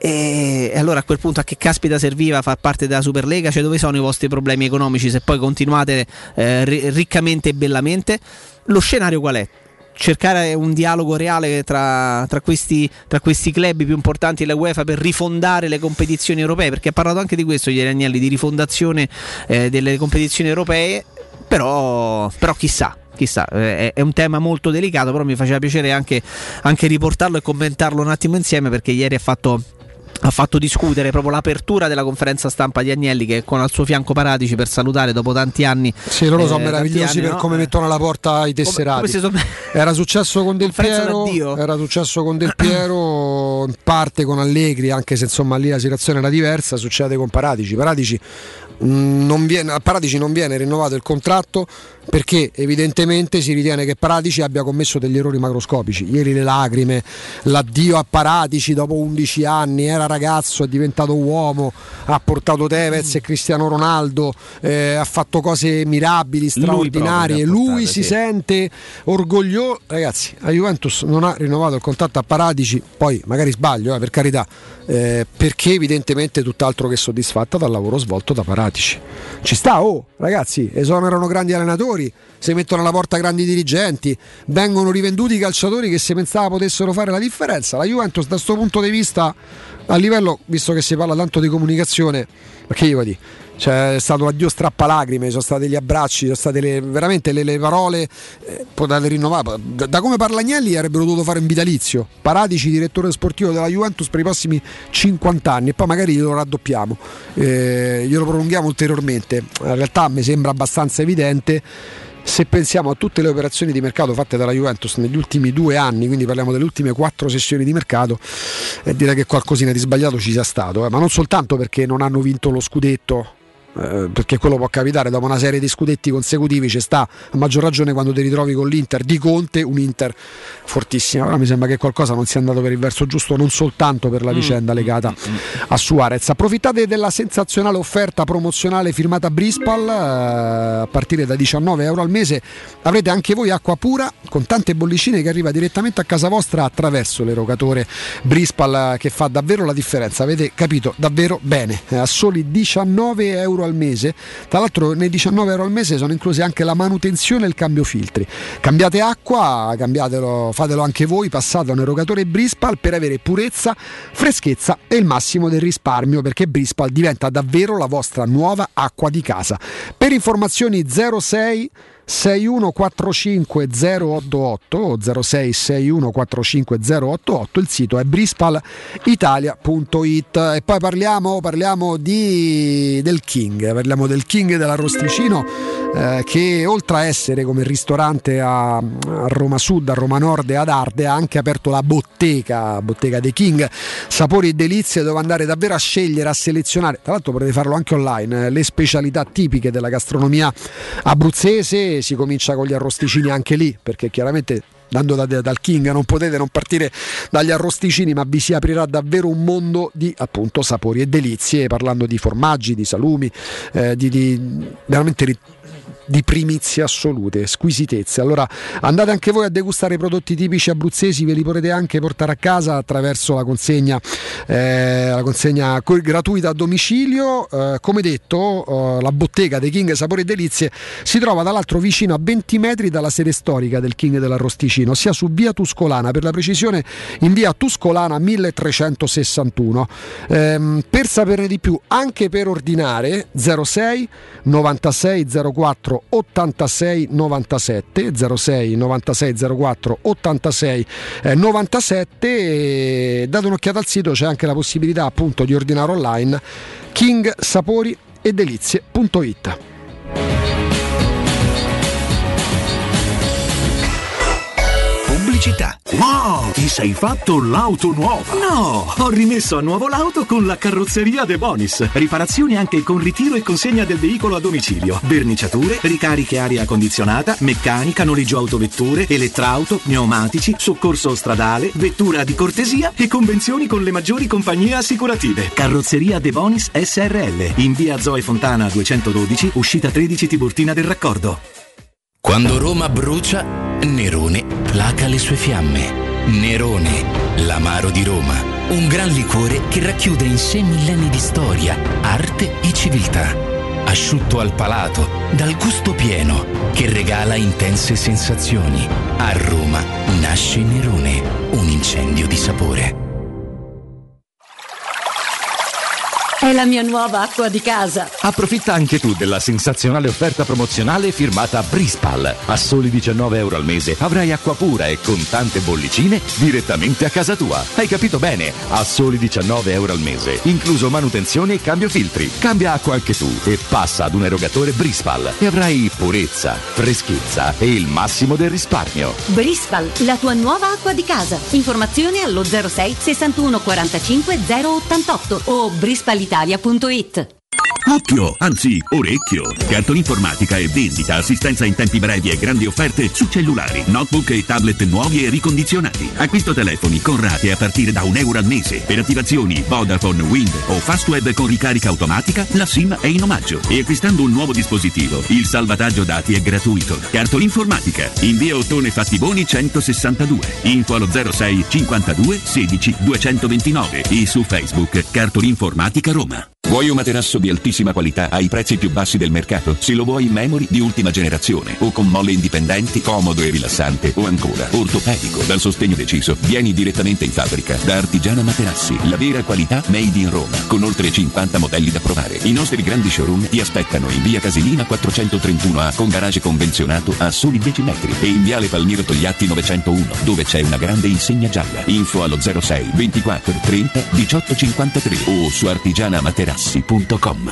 e allora a quel punto a che caspita serviva far parte della Superlega? Cioè, dove sono i vostri problemi economici se poi continuate eh, riccamente e bellamente? Lo scenario qual è? Cercare un dialogo reale tra, tra, questi, tra questi club più importanti della UEFA per rifondare le competizioni europee, perché ha parlato anche di questo ieri Agnelli, di rifondazione eh, delle competizioni europee, però, però chissà Chissà, è, è un tema molto delicato, però mi faceva piacere anche, anche riportarlo e commentarlo un attimo insieme, perché ieri ha fatto, ha fatto discutere proprio l'apertura della conferenza stampa di Agnelli, che con al suo fianco Paratici per salutare dopo tanti anni. Sì, loro sono eh, meravigliosi anni, per no? come mettono alla porta i tesserati. Come, come so... Era successo con Del Piero, era successo con Del Piero, in parte con Allegri, anche se insomma lì la situazione era diversa. Succede con Paratici. Paratici non viene, a Paratici non viene rinnovato il contratto perché evidentemente si ritiene che Paratici abbia commesso degli errori macroscopici. Ieri le lacrime, l'addio a Paratici dopo undici anni, era ragazzo, è diventato uomo, ha portato Tevez e Cristiano Ronaldo, eh, ha fatto cose mirabili, straordinarie, lui, lui si sì. sente orgoglioso. Ragazzi, la Juventus non ha rinnovato il contratto a Paratici, poi magari sbaglio, eh, per carità, eh, perché evidentemente è tutt'altro che soddisfatta dal lavoro svolto da Paratici. Ci sta, oh ragazzi, esonerano grandi allenatori, si mettono alla porta grandi dirigenti, vengono rivenduti i calciatori che si pensava potessero fare la differenza. La Juventus da questo punto di vista, a livello, visto che si parla tanto di comunicazione, perché io dico, c'è stato l'addio strappalacrime, sono stati gli abbracci, sono state le, veramente le, le parole eh, potete rinnovare. Da, da come parla Agnelli avrebbero dovuto fare un vitalizio. Paratici, direttore sportivo della Juventus per i prossimi cinquanta anni, e poi magari glielo raddoppiamo, eh, glielo prolunghiamo ulteriormente. In realtà mi sembra abbastanza evidente, se pensiamo a tutte le operazioni di mercato fatte dalla Juventus negli ultimi due anni, quindi parliamo delle ultime quattro sessioni di mercato, eh, direi che qualcosina di sbagliato ci sia stato, eh, ma non soltanto perché non hanno vinto lo scudetto eh, perché quello può capitare dopo una serie di scudetti consecutivi, ci sta a maggior ragione quando ti ritrovi con l'Inter di Conte, un Inter fortissimo. Ora mi sembra che qualcosa non sia andato per il verso giusto, non soltanto per la vicenda legata a Suarez. Approfittate della sensazionale offerta promozionale firmata Brispal, eh, a partire da diciannove euro al mese avrete anche voi acqua pura con tante bollicine che arriva direttamente a casa vostra attraverso l'erogatore Brispal, che fa davvero la differenza, avete capito davvero bene, a soli diciannove euro al mese. Tra l'altro nei diciannove euro al mese sono incluse anche la manutenzione e il cambio filtri. Cambiate acqua, cambiatelo, fatelo anche voi, passate a un erogatore Brispal per avere purezza, freschezza e il massimo del risparmio, perché Brispal diventa davvero la vostra nuova acqua di casa. Per informazioni zero sei sei uno quattro cinque zero otto otto o zero sei sei uno quattro cinque zero otto otto, il sito è brispal italia punto it. E poi parliamo, parliamo di, del King, parliamo del King dell'Arrosticino, eh, che oltre a essere come ristorante a, a Roma Sud, a Roma Nord e ad Arde, ha anche aperto la bottega, bottega dei King, sapori e delizie, dove andare davvero a scegliere, a selezionare, tra l'altro potete farlo anche online, eh, le specialità tipiche della gastronomia abruzzese. Si comincia con gli arrosticini anche lì, perché chiaramente dando da, dal King non potete non partire dagli arrosticini, ma vi si aprirà davvero un mondo di appunto sapori e delizie, parlando di formaggi, di salumi, eh, di, di veramente di, di primizie assolute, squisitezze. Allora andate anche voi a degustare i prodotti tipici abruzzesi, ve li potete anche portare a casa attraverso la consegna, eh, la consegna gratuita a domicilio. Eh, come detto, eh, la bottega dei King Sapori e Delizie si trova dall'altro vicino a venti metri dalla sede storica del King dell'Arrosticino, sia su via Tuscolana, per la precisione in via Tuscolana milletrecentosessantuno. Eh, per saperne di più, anche per ordinare, zero sei novantasei zero quattro ottantasei novantasette zero sei novantasei zero quattro ottantasei novantasette. Date un'occhiata al sito, c'è anche la possibilità appunto di ordinare online, king sapori e delizie punto it. Pubblicità. Wow, ti sei fatto l'auto nuova? No, ho rimesso a nuovo l'auto con la carrozzeria De Bonis. Riparazioni anche con ritiro e consegna del veicolo a domicilio. Verniciature, ricariche aria condizionata, meccanica, noleggio autovetture, elettrauto, pneumatici, soccorso stradale, vettura di cortesia e convenzioni con le maggiori compagnie assicurative. Carrozzeria De Bonis S R L, in via Zoe Fontana duecentododici, uscita tredici Tiburtina del Raccordo. Quando Roma brucia, Nerone placa le sue fiamme. Nerone, l'amaro di Roma. Un gran liquore che racchiude in sé millenni di storia, arte e civiltà. Asciutto al palato, dal gusto pieno, che regala intense sensazioni. A Roma nasce Nerone, un incendio di sapore. È la mia nuova acqua di casa. Approfitta anche tu della sensazionale offerta promozionale firmata Brispal. A soli diciannove euro al mese avrai acqua pura e con tante bollicine direttamente a casa tua. Hai capito bene? A soli diciannove euro al mese, incluso manutenzione e cambio filtri. Cambia acqua anche tu e passa ad un erogatore Brispal e avrai purezza, freschezza e il massimo del risparmio. Brispal, la tua nuova acqua di casa. Informazioni allo zero sei sessantuno quarantacinque zero ottantotto o brispal italia punto it. Occhio, anzi orecchio. Cartolinformatica e vendita, assistenza in tempi brevi e grandi offerte su cellulari, notebook e tablet nuovi e ricondizionati. Acquisto telefoni con rate a partire da un euro al mese. Per attivazioni Vodafone, Wind o Fastweb con ricarica automatica, la SIM è in omaggio. E acquistando un nuovo dispositivo, il salvataggio dati è gratuito. Cartolinformatica, in via Ottone Fattiboni centosessantadue. Info allo zero sei cinquantadue sedici duecentoventinove e su Facebook Cartolinformatica Roma. Vuoi un materasso di altissima qualità ai prezzi più bassi del mercato? Se lo vuoi in memory di ultima generazione o con molle indipendenti, comodo e rilassante, o ancora ortopedico dal sostegno deciso, vieni direttamente in fabbrica da Artigiana Materassi, la vera qualità made in Roma, con oltre cinquanta modelli da provare. I nostri grandi showroom ti aspettano in via Casilina quattrocentotrentuno A con garage convenzionato a soli dieci metri e in viale Palmiro Togliatti novecentouno, dove c'è una grande insegna gialla. Info allo zero sei ventiquattro trenta diciotto cinquantatré o su artigiana materassi punto com.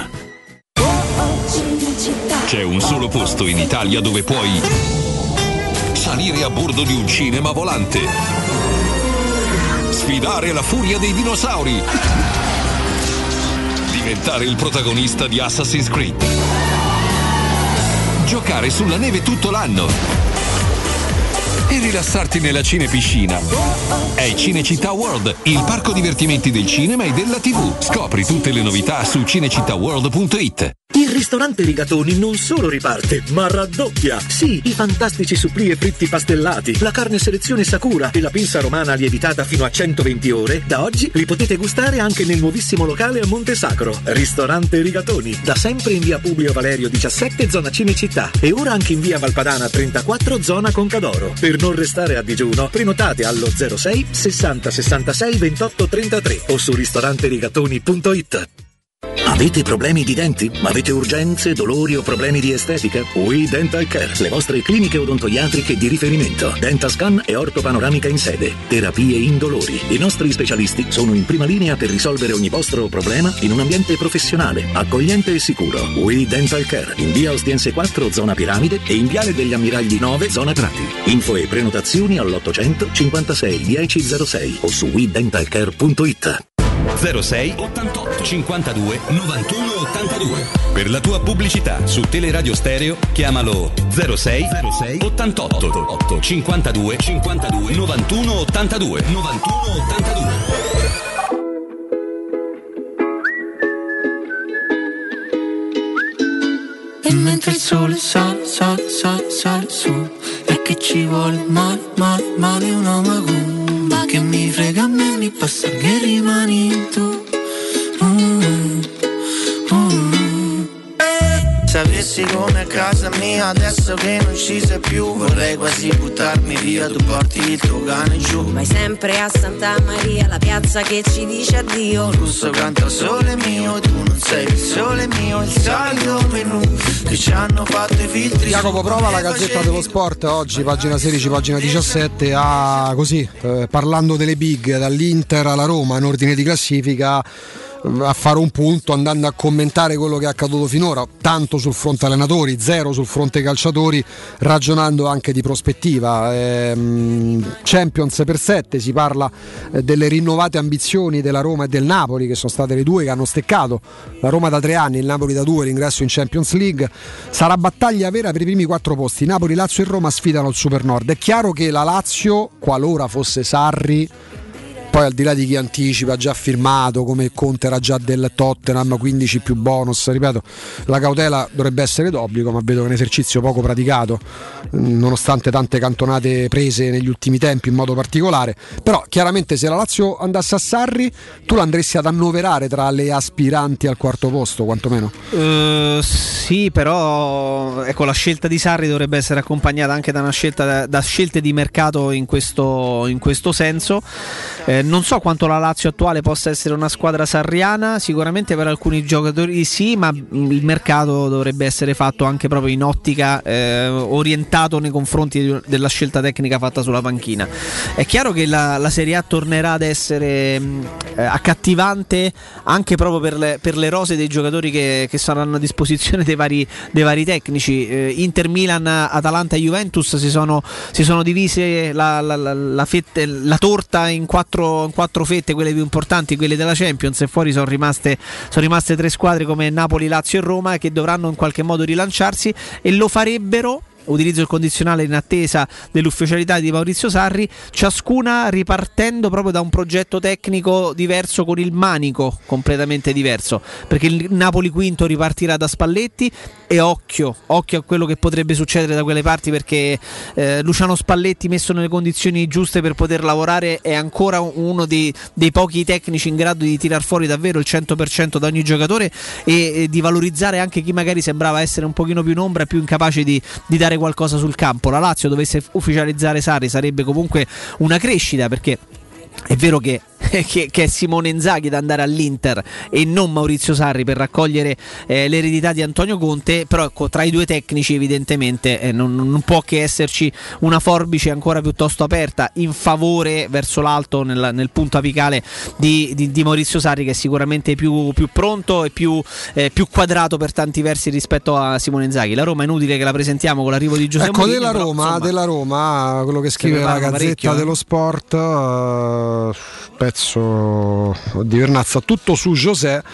C'è un solo posto in Italia dove puoi salire a bordo di un cinema volante, sfidare la furia dei dinosauri, Diventare il protagonista di Assassin's Creed. Giocare sulla neve tutto l'anno. E rilassarti nella cinepiscina. È Cinecittà World, il parco divertimenti del cinema e della tivù. Scopri tutte le novità su cinecittàworld punto it. Il ristorante Rigatoni non solo riparte, ma raddoppia. Sì, i fantastici supplì e fritti pastellati, la carne selezione Sakura e la pinza romana lievitata fino a centoventi ore, da oggi li potete gustare anche nel nuovissimo locale a Monte Sacro. Ristorante Rigatoni, da sempre in via Publio Valerio diciassette, zona Cinecittà, e ora anche in via Valpadana trentaquattro, zona Concadoro. Per non restare a digiuno, prenotate allo zero sei sessanta sessantasei ventotto trentatré o su ristoranterigatoni punto it. Avete problemi di denti? Avete urgenze, dolori o problemi di estetica? We Dental Care, le vostre cliniche odontoiatriche di riferimento. Dentascan e ortopanoramica in sede. Terapie indolori. I nostri specialisti sono in prima linea per risolvere ogni vostro problema in un ambiente professionale, accogliente e sicuro. We Dental Care, in via Ostiense quattro, zona Piramide, e in viale degli Ammiragli nove, zona Prati. Info e prenotazioni all'ottocento cinquantasei dieci zero sei o su we dental care punto it. zero sei ottantotto cinquantadue novantuno ottantadue. Per la tua pubblicità su Teleradio Stereo chiamalo zero sei ottantotto cinquantadue cinquantadue novantuno ottantadue novantuno ottantadue. E mentre il sole sale, sale, sale, sale su, e che ci vuole male, male, male una macumba, che mi frega a me, mi passa che rimani tu. Mm, mm. Sapessi come a casa mia adesso che non ci sei più, vorrei quasi buttarmi via, tu porti il tuo cane giù. Vai sempre a Santa Maria, la piazza che ci dice addio. Il russo canta sole mio, tu non sei il sole mio, il solito menù che ci hanno fatto i filtri. Jacopo, prova la Gazzetta dello Sport oggi, pagina sedici, pagina diciassette, a così, eh, parlando delle big, dall'Inter alla Roma in ordine di classifica, a fare un punto andando a commentare quello che è accaduto finora, tanto sul fronte allenatori, zero sul fronte calciatori, ragionando anche di prospettiva. ehm, Champions per sette, si parla eh, delle rinnovate ambizioni della Roma e del Napoli, che sono state le due che hanno steccato, la Roma da tre anni, il Napoli da due, l'ingresso in Champions League. Sarà battaglia vera per i primi quattro posti. Napoli, Lazio e Roma sfidano il Super Nord. È chiaro che la Lazio, qualora fosse Sarri, poi al di là di chi anticipa, già firmato, come Conte era già del Tottenham, quindici più bonus, ripeto, la cautela dovrebbe essere d'obbligo, ma vedo che è un esercizio poco praticato, nonostante tante cantonate prese negli ultimi tempi in modo particolare. Però chiaramente se la Lazio andasse a Sarri, tu l'andresti ad annoverare tra le aspiranti al quarto posto, quantomeno? Uh, sì, però ecco, la scelta di Sarri dovrebbe essere accompagnata anche da una scelta da, da scelte di mercato in questo, in questo senso. Eh, non so quanto la Lazio attuale possa essere una squadra sarriana, sicuramente per alcuni giocatori sì, ma il mercato dovrebbe essere fatto anche proprio in ottica eh, orientato nei confronti di, della scelta tecnica fatta sulla panchina. È chiaro che la, la Serie A tornerà ad essere eh, accattivante anche proprio per le, per le rose dei giocatori che, che saranno a disposizione dei vari, dei vari tecnici. eh, Inter, Milan, Atalanta e Juventus si sono, si sono divise la, la, la, la, fette, la torta in quattro in quattro fette, quelle più importanti, quelle della Champions, e fuori sono rimaste, sono rimaste tre squadre come Napoli, Lazio e Roma, che dovranno in qualche modo rilanciarsi, e lo farebbero, utilizzo il condizionale in attesa dell'ufficialità di Maurizio Sarri, ciascuna ripartendo proprio da un progetto tecnico diverso, con il manico completamente diverso, perché il Napoli quinto ripartirà da Spalletti, e occhio, occhio a quello che potrebbe succedere da quelle parti, perché eh, Luciano Spalletti, messo nelle condizioni giuste per poter lavorare, è ancora uno dei, dei pochi tecnici in grado di tirar fuori davvero il cento per cento da ogni giocatore e, e di valorizzare anche chi magari sembrava essere un pochino più in ombra, più incapace di, di dare qualcosa sul campo. La Lazio dovesse ufficializzare Sarri sarebbe comunque una crescita, perché è vero che, che, che è Simone Inzaghi da andare all'Inter e non Maurizio Sarri per raccogliere eh, l'eredità di Antonio Conte, però ecco, tra i due tecnici evidentemente eh, non, non può che esserci una forbice ancora piuttosto aperta in favore verso l'alto nel, nel punto apicale di, di, di Maurizio Sarri, che è sicuramente più, più pronto e più, eh, più quadrato per tanti versi rispetto a Simone Inzaghi. La Roma è inutile che la presentiamo con l'arrivo di Giuseppe ecco, Mourinho, della però, Roma, insomma, della Roma, quello che scrive la Gazzetta dello Sport, uh, pezzo di Vernazza, tutto su José.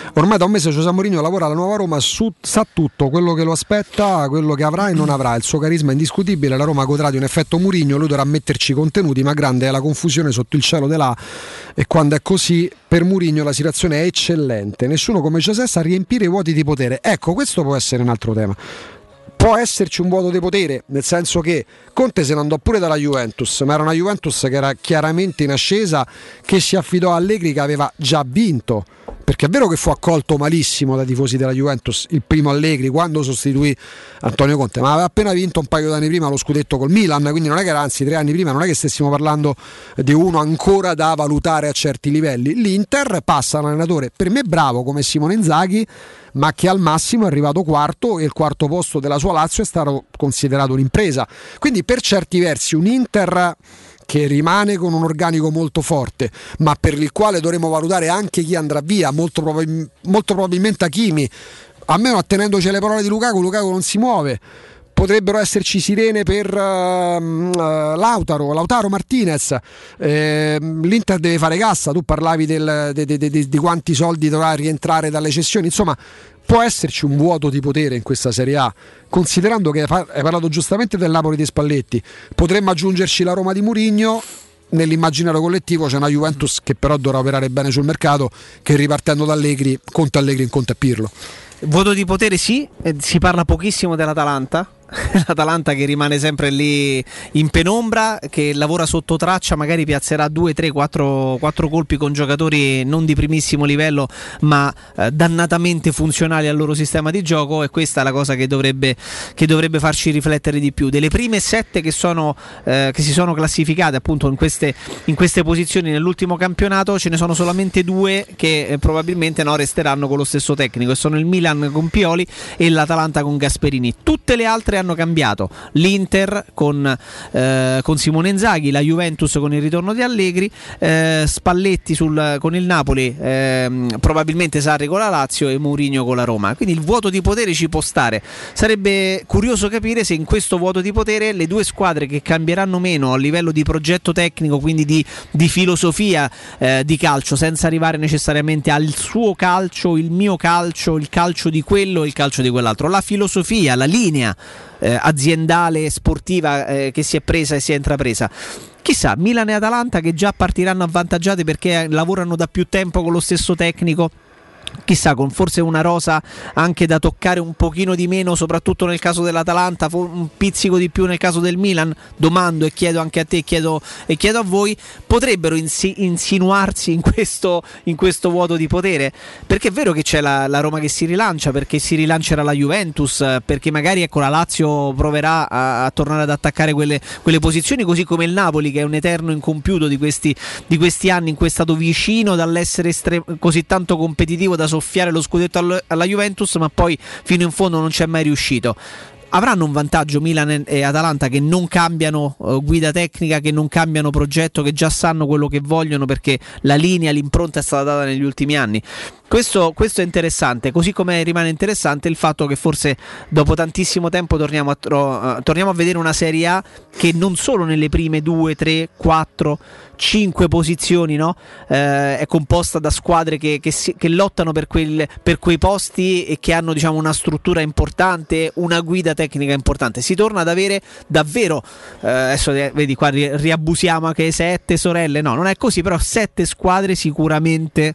Ormai da un mese José Mourinho lavora alla nuova Roma, su, sa tutto, quello che lo aspetta, quello che avrà e non avrà, il suo carisma è indiscutibile, la Roma godrà di un effetto Mourinho, lui dovrà metterci contenuti, ma grande è la confusione sotto il cielo dell'A, e quando è così per Mourinho la situazione è eccellente, nessuno come José sa riempire i vuoti di potere. Ecco, questo può essere un altro tema. Può esserci un vuoto di potere, nel senso che Conte se ne andò pure dalla Juventus, ma era una Juventus che era chiaramente in ascesa, che si affidò a Allegri che aveva già vinto, perché è vero che fu accolto malissimo dai tifosi della Juventus il primo Allegri quando sostituì Antonio Conte, ma aveva appena vinto un paio d'anni prima lo scudetto col Milan, quindi non è che era, anzi tre anni prima, non è che stessimo parlando di uno ancora da valutare a certi livelli. L'Inter passa un allenatore per me bravo come Simone Inzaghi, ma che al massimo è arrivato quarto, e il quarto posto della sua Lazio è stato considerato un'impresa, quindi per certi versi un Inter che rimane con un organico molto forte, ma per il quale dovremo valutare anche chi andrà via, molto, probab- molto probabilmente Hakimi, almeno attenendoci alle parole di Lukaku. Lukaku non si muove, potrebbero esserci sirene per uh, uh, Lautaro, Lautaro Martinez, eh, l'Inter deve fare cassa, tu parlavi del, de, de, de, de, di quanti soldi dovrà rientrare dalle cessioni, insomma può esserci un vuoto di potere in questa Serie A, considerando che hai parlato giustamente del Napoli di Spalletti, potremmo aggiungerci la Roma di Mourinho. Nell'immaginario collettivo c'è una Juventus che però dovrà operare bene sul mercato, che ripartendo da Allegri conta Allegri in conta e Pirlo. Voto di potere sì, eh, si parla pochissimo dell'Atalanta. L'Atalanta che rimane sempre lì in penombra, che lavora sotto traccia, magari piazzerà due, tre, quattro, quattro colpi con giocatori non di primissimo livello ma eh, dannatamente funzionali al loro sistema di gioco, e questa è la cosa che dovrebbe, che dovrebbe farci riflettere di più. Delle prime sette che, sono, eh, che si sono classificate appunto in queste, in queste posizioni nell'ultimo campionato, ce ne sono solamente due che eh, probabilmente no, resteranno con lo stesso tecnico, e sono il Milan con Pioli e l'Atalanta con Gasperini. Tutte le altre hanno cambiato, l'Inter con, eh, con Simone Inzaghi, la Juventus con il ritorno di Allegri, eh, Spalletti sul, con il Napoli, eh, probabilmente Sarri con la Lazio e Mourinho con la Roma. Quindi il vuoto di potere ci può stare. Sarebbe curioso capire se in questo vuoto di potere le due squadre che cambieranno meno a livello di progetto tecnico, quindi di, di filosofia eh, di calcio, senza arrivare necessariamente al suo calcio, il mio calcio, il calcio di quello e il calcio di quell'altro, la filosofia, la linea Eh, aziendale, sportiva eh, che si è presa e si è intrapresa. Chissà, Milan e Atalanta che già partiranno avvantaggiate perché lavorano da più tempo con lo stesso tecnico, chissà, con forse una rosa anche da toccare un pochino di meno, soprattutto nel caso dell'Atalanta, un pizzico di più nel caso del Milan. Domando e chiedo anche a te, chiedo, e chiedo a voi, potrebbero insi- insinuarsi in questo, in questo vuoto di potere? Perché è vero che c'è la, la Roma che si rilancia, perché si rilancerà la Juventus, perché magari ecco la Lazio proverà a, a tornare ad attaccare quelle, quelle posizioni, così come il Napoli che è un eterno incompiuto di questi, di questi anni, in cui è stato vicino dall'essere estre- così tanto competitivo da soffiare lo scudetto alla Juventus, ma poi fino in fondo non c'è mai riuscito. Avranno un vantaggio Milan e Atalanta, che non cambiano uh, guida tecnica, che non cambiano progetto, che già sanno quello che vogliono perché la linea, l'impronta è stata data negli ultimi anni. Questo, questo è interessante, così come rimane interessante il fatto che forse dopo tantissimo tempo torniamo a, uh, torniamo a vedere una Serie A che non solo nelle prime due, tre, quattro, cinque posizioni, no? eh, è composta da squadre che, che, si, che lottano per, quel, per quei posti e che hanno, diciamo, una struttura importante, una guida tecnica importante. Si torna ad avere davvero, eh, adesso vedi qua riabusiamo anche sette sorelle, no, non è così, però sette squadre sicuramente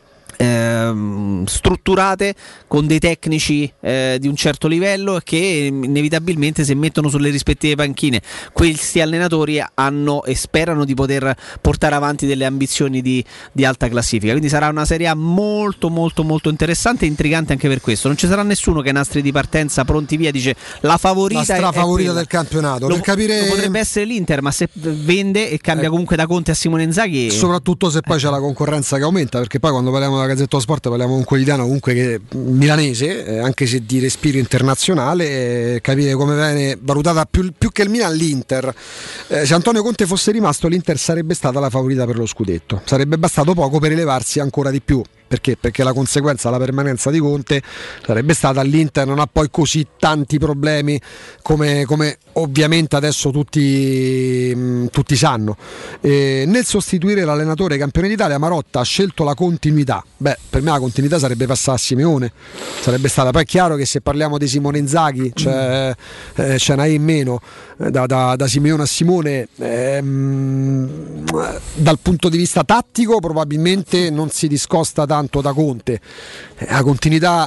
Ehm, strutturate, con dei tecnici eh, di un certo livello, che inevitabilmente, se mettono sulle rispettive panchine questi allenatori, hanno e sperano di poter portare avanti delle ambizioni di, di alta classifica. Quindi sarà una Serie A molto molto molto interessante e intrigante anche per questo. Non ci sarà nessuno che ai nastri di partenza pronti via dice la favorita, la strafavorita è del campionato. Lo, per capire... lo potrebbe essere l'Inter, ma se vende e cambia eh, comunque da Conte a Simone Inzaghi, soprattutto se poi eh. c'è la concorrenza che aumenta, perché poi quando parliamo della Gazzetta dello Sport parliamo di un quotidiano comunque che milanese, eh, anche se di respiro internazionale, eh, capire come viene valutata più, più che il Milan l'Inter. Eh, se Antonio Conte fosse rimasto, l'Inter sarebbe stata la favorita per lo scudetto, sarebbe bastato poco per elevarsi ancora di più, perché? Perché la conseguenza della permanenza di Conte sarebbe stata l'Inter non ha poi così tanti problemi come, come ovviamente adesso tutti, mh, tutti sanno. E nel sostituire l'allenatore campione d'Italia, Marotta ha scelto la continuità. Beh, per me la continuità sarebbe passata a Simeone, sarebbe stata. Poi è chiaro che se parliamo di Simone Inzaghi c'è, mm. eh, c'è una E in meno da, da, da Simeone a Simone, ehm, dal punto di vista tattico probabilmente non si discosta tanto da Conte. La continuità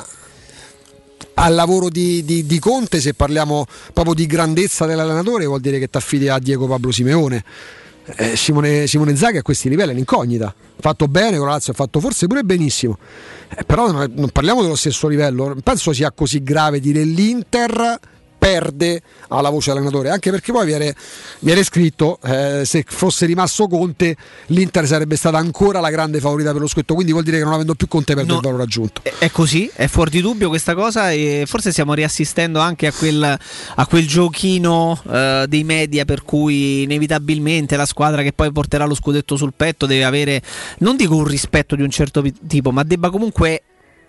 al lavoro di, di, di Conte, se parliamo proprio di grandezza dell'allenatore, vuol dire che ti affidi a Diego Pablo Simeone. Eh, Simone, Simone Inzaghi a questi livelli è l'incognita, fatto bene con la Lazio, ha fatto forse pure benissimo, eh, però non, non parliamo dello stesso livello. Non penso sia così grave dire l'Inter perde alla voce allenatore, anche perché poi viene, viene scritto eh, se fosse rimasto Conte l'Inter sarebbe stata ancora la grande favorita per lo scudetto, quindi vuol dire che non avendo più Conte perde no, il valore aggiunto. È così, è fuori di dubbio questa cosa, e forse stiamo riassistendo anche a quel, a quel giochino eh, dei media per cui inevitabilmente la squadra che poi porterà lo scudetto sul petto deve avere, non dico un rispetto di un certo tipo, ma debba comunque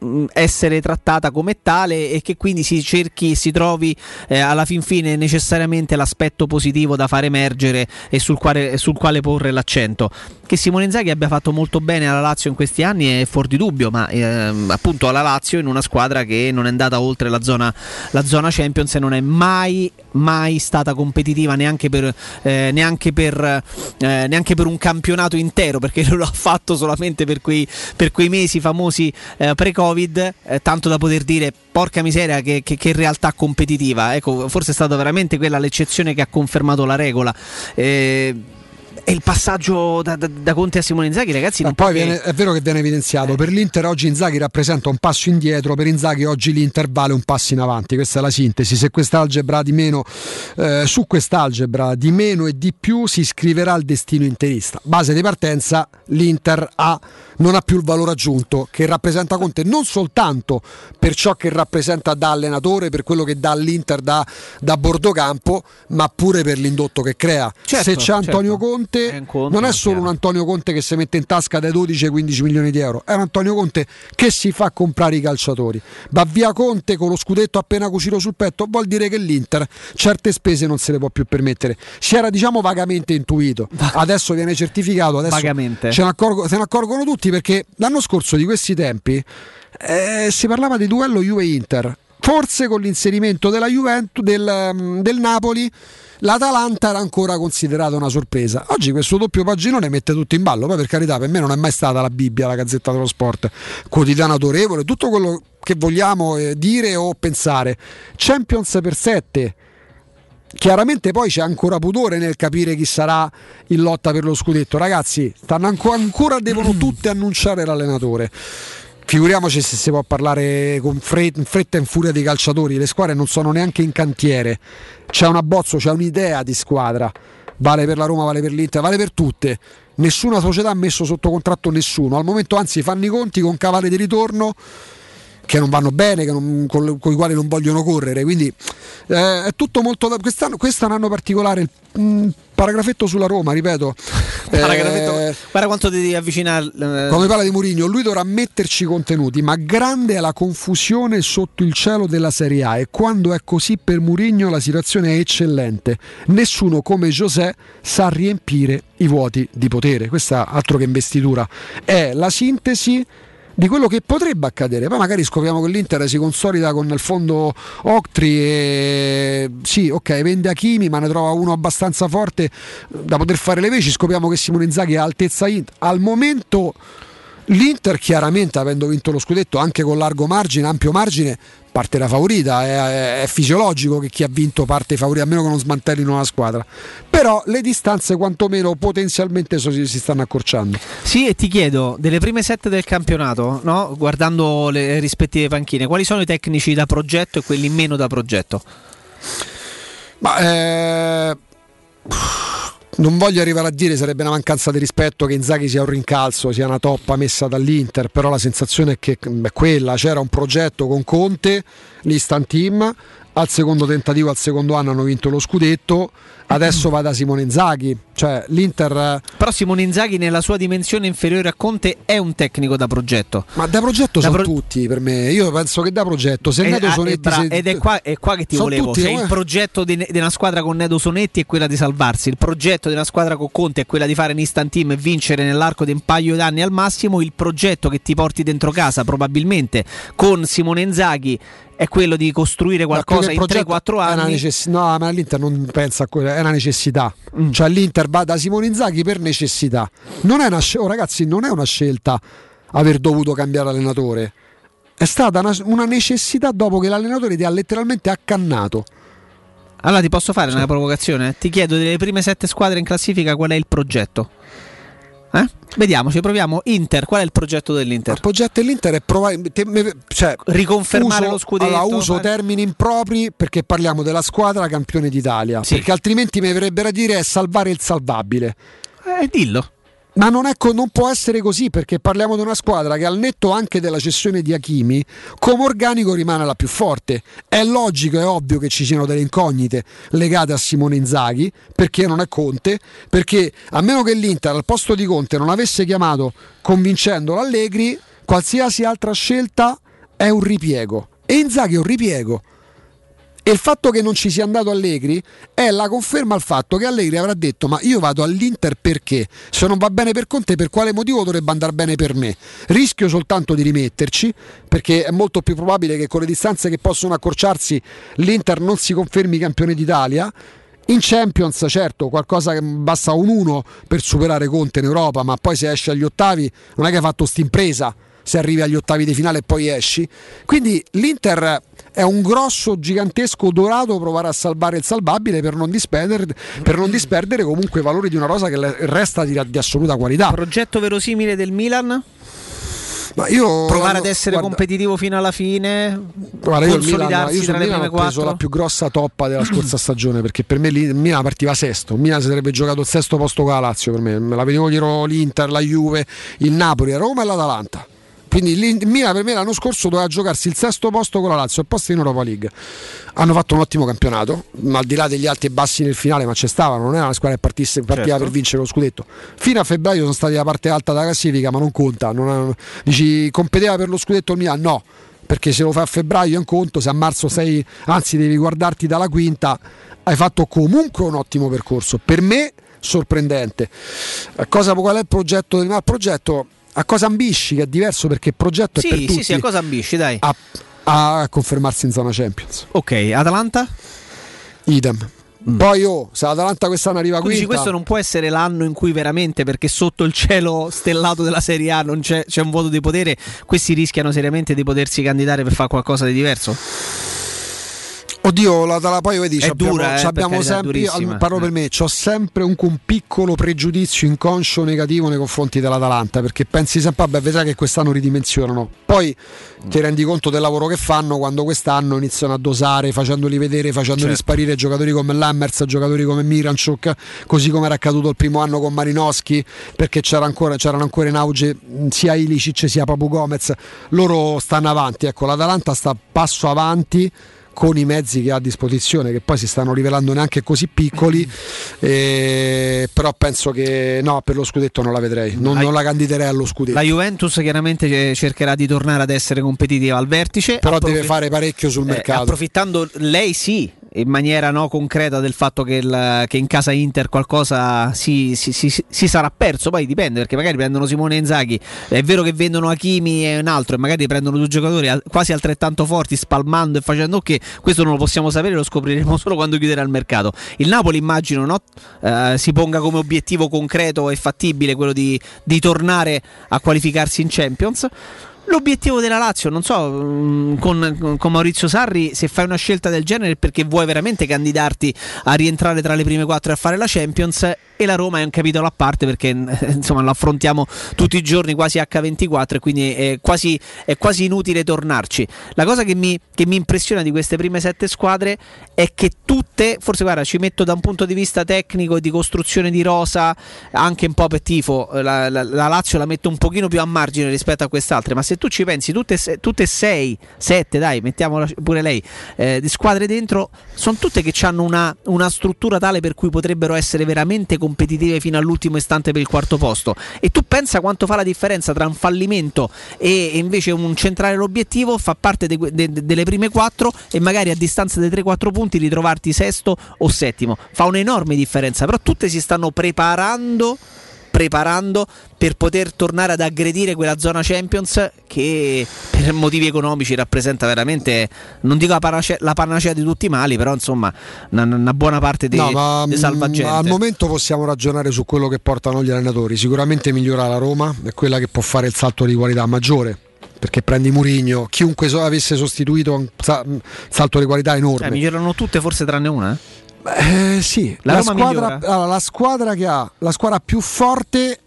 essere trattata come tale, e che quindi si cerchi, si trovi eh, alla fin fine necessariamente l'aspetto positivo da far emergere e sul quale, sul quale porre l'accento. Che Simone Inzaghi abbia fatto molto bene alla Lazio in questi anni è fuori di dubbio, ma eh, appunto alla Lazio in una squadra che non è andata oltre la zona, la zona Champions e non è mai mai stata competitiva neanche per, eh, neanche per, eh, neanche per un campionato intero, perché lo ha fatto solamente per quei, per quei mesi famosi eh, pre-Covid, eh, tanto da poter dire porca miseria che, che, che realtà competitiva. Ecco, forse è stata veramente quella l'eccezione che ha confermato la regola. Eh, E il passaggio da, da, da Conte a Simone Inzaghi, ragazzi, non poi che... viene, è vero che viene evidenziato, eh. per l'Inter oggi Inzaghi rappresenta un passo indietro, per Inzaghi oggi l'Inter vale un passo in avanti, questa è la sintesi. Se quest'algebra di meno eh, su quest'algebra di meno e di più si scriverà il destino interista. Base di partenza, l'Inter ha, non ha più il valore aggiunto che rappresenta Conte, non soltanto per ciò che rappresenta da allenatore, per quello che dà all'Inter da, da bordocampo, ma pure per l'indotto che crea. Certo, se c'è Antonio certo. Conte È non è solo un Antonio Conte che si mette in tasca dai dodici ai quindici milioni di euro, è un Antonio Conte che si fa comprare i calciatori. Va via Conte con lo scudetto appena cucito sul petto, vuol dire che l'Inter certe spese non se le può più permettere. Si era diciamo vagamente intuito, adesso viene certificato, adesso vagamente. Ce ne, accorgo, se ne accorgono tutti, perché l'anno scorso di questi tempi eh, si parlava di duello Juve-Inter, forse con l'inserimento della Juventus, del, del Napoli l'Atalanta era ancora considerata una sorpresa. Oggi questo doppio paginone mette tutto in ballo. Poi per carità, per me non è mai stata la Bibbia, la Gazzetta dello Sport, quotidiano autorevole, tutto quello che vogliamo eh, dire o pensare. Champions per sette. Chiaramente poi c'è ancora pudore nel capire chi sarà in lotta per lo scudetto. Ragazzi, stanno ancora, ancora devono tutte annunciare l'allenatore. Figuriamoci se si può parlare con fretta, in fretta e in furia di calciatori. Le squadre non sono neanche in cantiere, c'è un abbozzo, c'è un'idea di squadra, vale per la Roma, vale per l'Inter, vale per tutte. Nessuna società ha messo sotto contratto nessuno al momento, anzi fanno i conti con cavale di ritorno che non vanno bene, che non, con, con i quali non vogliono correre, quindi eh, è tutto molto da, quest'anno, questo è un anno particolare. Il mh, paragrafetto sulla Roma, ripeto, eh, guarda quanto ti devi avvicinare. Eh. Come parla di Mourinho, lui dovrà metterci contenuti, ma grande è la confusione sotto il cielo della Serie A, e quando è così per Mourinho la situazione è eccellente. Nessuno come José sa riempire i vuoti di potere. Questa, altro che investitura, è la sintesi di quello che potrebbe accadere. Poi magari scopriamo che l'Inter si consolida con il fondo Octri e sì, ok, vende Hakimi, ma ne trova uno abbastanza forte da poter fare le veci. Scopriamo che Simone Inzaghi ha altezza Inter. Al momento l'Inter, chiaramente avendo vinto lo scudetto anche con largo margine, ampio margine, parte la favorita. È, è fisiologico che chi ha vinto parte favorita, a meno che non smantellino la squadra. Però le distanze quantomeno potenzialmente si, si stanno accorciando. Sì, e ti chiedo, delle prime sette del campionato, no? Guardando le rispettive panchine, quali sono i tecnici da progetto e quelli meno da progetto? Ma eh... non voglio arrivare a dire, sarebbe una mancanza di rispetto, che Inzaghi sia un rincalzo, sia una toppa messa dall'Inter, però la sensazione è che è quella. C'era un progetto con Conte, l'Instant Team, al secondo tentativo, al secondo anno hanno vinto lo scudetto, adesso va da Simone Inzaghi, cioè l'Inter. Però Simone Inzaghi nella sua dimensione inferiore a Conte è un tecnico da progetto. Ma da progetto da sono pro... tutti per me, io penso che da progetto se e, Nedo ah, Sonetti bra- se... ed è qua, è qua che ti sono volevo, tutti, cioè no? Il progetto di, di una squadra con Nedo Sonetti è quella di salvarsi, il progetto di una squadra con Conte è quella di fare un instant team e vincere nell'arco di un paio d'anni al massimo, il progetto che ti porti dentro casa probabilmente con Simone Inzaghi è quello di costruire qualcosa in tre quattro anni. Necess- no, ma l'Inter non pensa a quello, è una necessità. Mm. Cioè l'Inter va da Simone Inzaghi per necessità. Non è una sc- oh, ragazzi, non è una scelta aver dovuto cambiare allenatore. È stata una, una necessità dopo che l'allenatore ti ha letteralmente accannato. Allora ti posso fare sì. una provocazione? Ti chiedo delle prime sette squadre in classifica qual è il progetto? Eh? Vediamoci, proviamo. Inter, qual è il progetto dell'Inter? Il progetto dell'Inter è provare, te, me, cioè, riconfermare uso, lo scudetto. Allora, uso fare... termini impropri perché parliamo della squadra campione d'Italia. Sì. Perché altrimenti mi verrebbero a dire è salvare il salvabile. Eh, dillo. Ma non, è co- non può essere così, perché parliamo di una squadra che al netto anche della cessione di Hakimi come organico rimane la più forte. È logico, è ovvio che ci siano delle incognite legate a Simone Inzaghi, perché non è Conte, perché a meno che l'Inter al posto di Conte non avesse chiamato convincendolo Allegri, qualsiasi altra scelta è un ripiego, e Inzaghi è un ripiego. E il fatto che non ci sia andato Allegri è la conferma al fatto che Allegri avrà detto: ma io vado all'Inter perché? Se non va bene per Conte, per quale motivo dovrebbe andare bene per me? Rischio soltanto di rimetterci, perché è molto più probabile che con le distanze che possono accorciarsi l'Inter non si confermi campione d'Italia. In Champions, certo, qualcosa che basta un uno per superare Conte in Europa, ma poi se esce agli ottavi non è che hai fatto st'impresa, se arrivi agli ottavi di finale e poi esci. Quindi l'Inter è un grosso, gigantesco dorato provare a salvare il salvabile per non disperdere, per non disperdere comunque i valori di una rosa che resta di, di assoluta qualità. Progetto verosimile del Milan? Ma io provare ad essere guarda, competitivo fino alla fine, guarda, io il Milan, io tra le prime ho preso quattro. La più grossa toppa della scorsa stagione, perché per me il Milan partiva sesto, il Milan si sarebbe giocato il sesto posto con la Lazio, per me, me la vedevo dietro l'Inter, la Juve, il Napoli, Roma e l'Atalanta. Quindi il Milan per me l'anno scorso doveva giocarsi il sesto posto con la Lazio e il posto in Europa League. Hanno fatto un ottimo campionato, ma al di là degli alti e bassi nel finale, ma c'è stava, non era una squadra che partisse, partiva certo. per vincere lo scudetto. Fino a febbraio sono stati la parte alta della classifica, ma non conta. Non ha, dici competeva per lo scudetto il Milan? No, perché se lo fa a febbraio è un conto, se a marzo sei, anzi devi guardarti dalla quinta, hai fatto comunque un ottimo percorso. Per me sorprendente. Cosa, qual è il progetto del il progetto? A cosa ambisci, che è diverso, perché il progetto sì, è per tutti. Sì, sì, a cosa ambisci, dai. A, a confermarsi in zona Champions. Ok, Atalanta? Idem. Mm. Poi oh, se l'Atalanta quest'anno arriva qui. Questo non può essere l'anno in cui veramente, perché sotto il cielo stellato della Serie A non c'è, c'è un vuoto di potere, questi rischiano seriamente di potersi candidare per fare qualcosa di diverso? Oddio, la, la, poi vedi, è abbiamo, dura, eh, abbiamo sempre, io, parlo per me, c'ho sempre un, un piccolo pregiudizio inconscio negativo nei confronti dell'Atalanta, perché pensi sempre, vabbè, vedrai che quest'anno ridimensionano, poi mm. ti rendi conto del lavoro che fanno quando quest'anno iniziano a dosare, facendoli vedere, facendoli certo. sparire giocatori come Lammers, giocatori come Miranchuk, così come era accaduto il primo anno con Malinowski, perché c'era ancora, c'erano ancora in auge sia Ilicic sia Papu Gomez, loro stanno avanti, ecco, l'Atalanta sta passo avanti con i mezzi che ha a disposizione, che poi si stanno rivelando neanche così piccoli, eh, però penso che no, per lo scudetto non la vedrei, non, la, non la candiderei allo scudetto. La Juventus chiaramente cercherà di tornare ad essere competitiva al vertice, però approfitt- deve fare parecchio sul mercato, eh, approfittando lei sì in maniera no concreta del fatto che, il, che in casa Inter qualcosa si, si, si, si sarà perso, poi dipende, perché magari prendono Simone Inzaghi, è vero che vendono Hakimi e un altro, e magari prendono due giocatori quasi altrettanto forti, spalmando e facendo che questo non lo possiamo sapere, lo scopriremo solo quando chiuderà il mercato. Il Napoli immagino no, eh, si ponga come obiettivo concreto e fattibile quello di, di tornare a qualificarsi in Champions. L'obiettivo della Lazio, non so, con, con Maurizio Sarri, se fai una scelta del genere è perché vuoi veramente candidarti a rientrare tra le prime quattro e a fare la Champions, e la Roma è un capitolo a parte, perché insomma lo affrontiamo tutti i giorni quasi acca ventiquattro e quindi è quasi, è quasi inutile tornarci. La cosa che mi, che mi impressiona di queste prime sette squadre è che tutte, forse guarda, ci metto da un punto di vista tecnico e di costruzione di rosa, anche un po' per tifo, la, la, la Lazio la metto un pochino più a margine rispetto a quest'altre, ma se tu ci pensi tutte, tutte sei, sette, dai, mettiamola pure lei, eh, di squadre dentro, sono tutte che hanno una, una struttura tale per cui potrebbero essere veramente competitive fino all'ultimo istante per il quarto posto. E tu pensa quanto fa la differenza tra un fallimento e, e invece un centrare l'obiettivo, fa parte de, de, de, delle prime quattro e magari a distanza dei tre quattro punti ritrovarti sesto o settimo, fa un'enorme differenza. Però tutte si stanno preparando preparando per poter tornare ad aggredire quella zona Champions che per motivi economici rappresenta veramente, non dico la panacea, la panacea di tutti i mali, però insomma una, una buona parte dei, no, dei salvagente. Al momento possiamo ragionare su quello che portano gli allenatori. Sicuramente migliora la Roma, è quella che può fare il salto di qualità maggiore, perché prendi Mourinho, chiunque so, avesse sostituito un salto di qualità enorme. Eh, migliorano tutte forse tranne una, eh? Eh, sì, la, la, squadra, allora, la squadra che ha la squadra più forte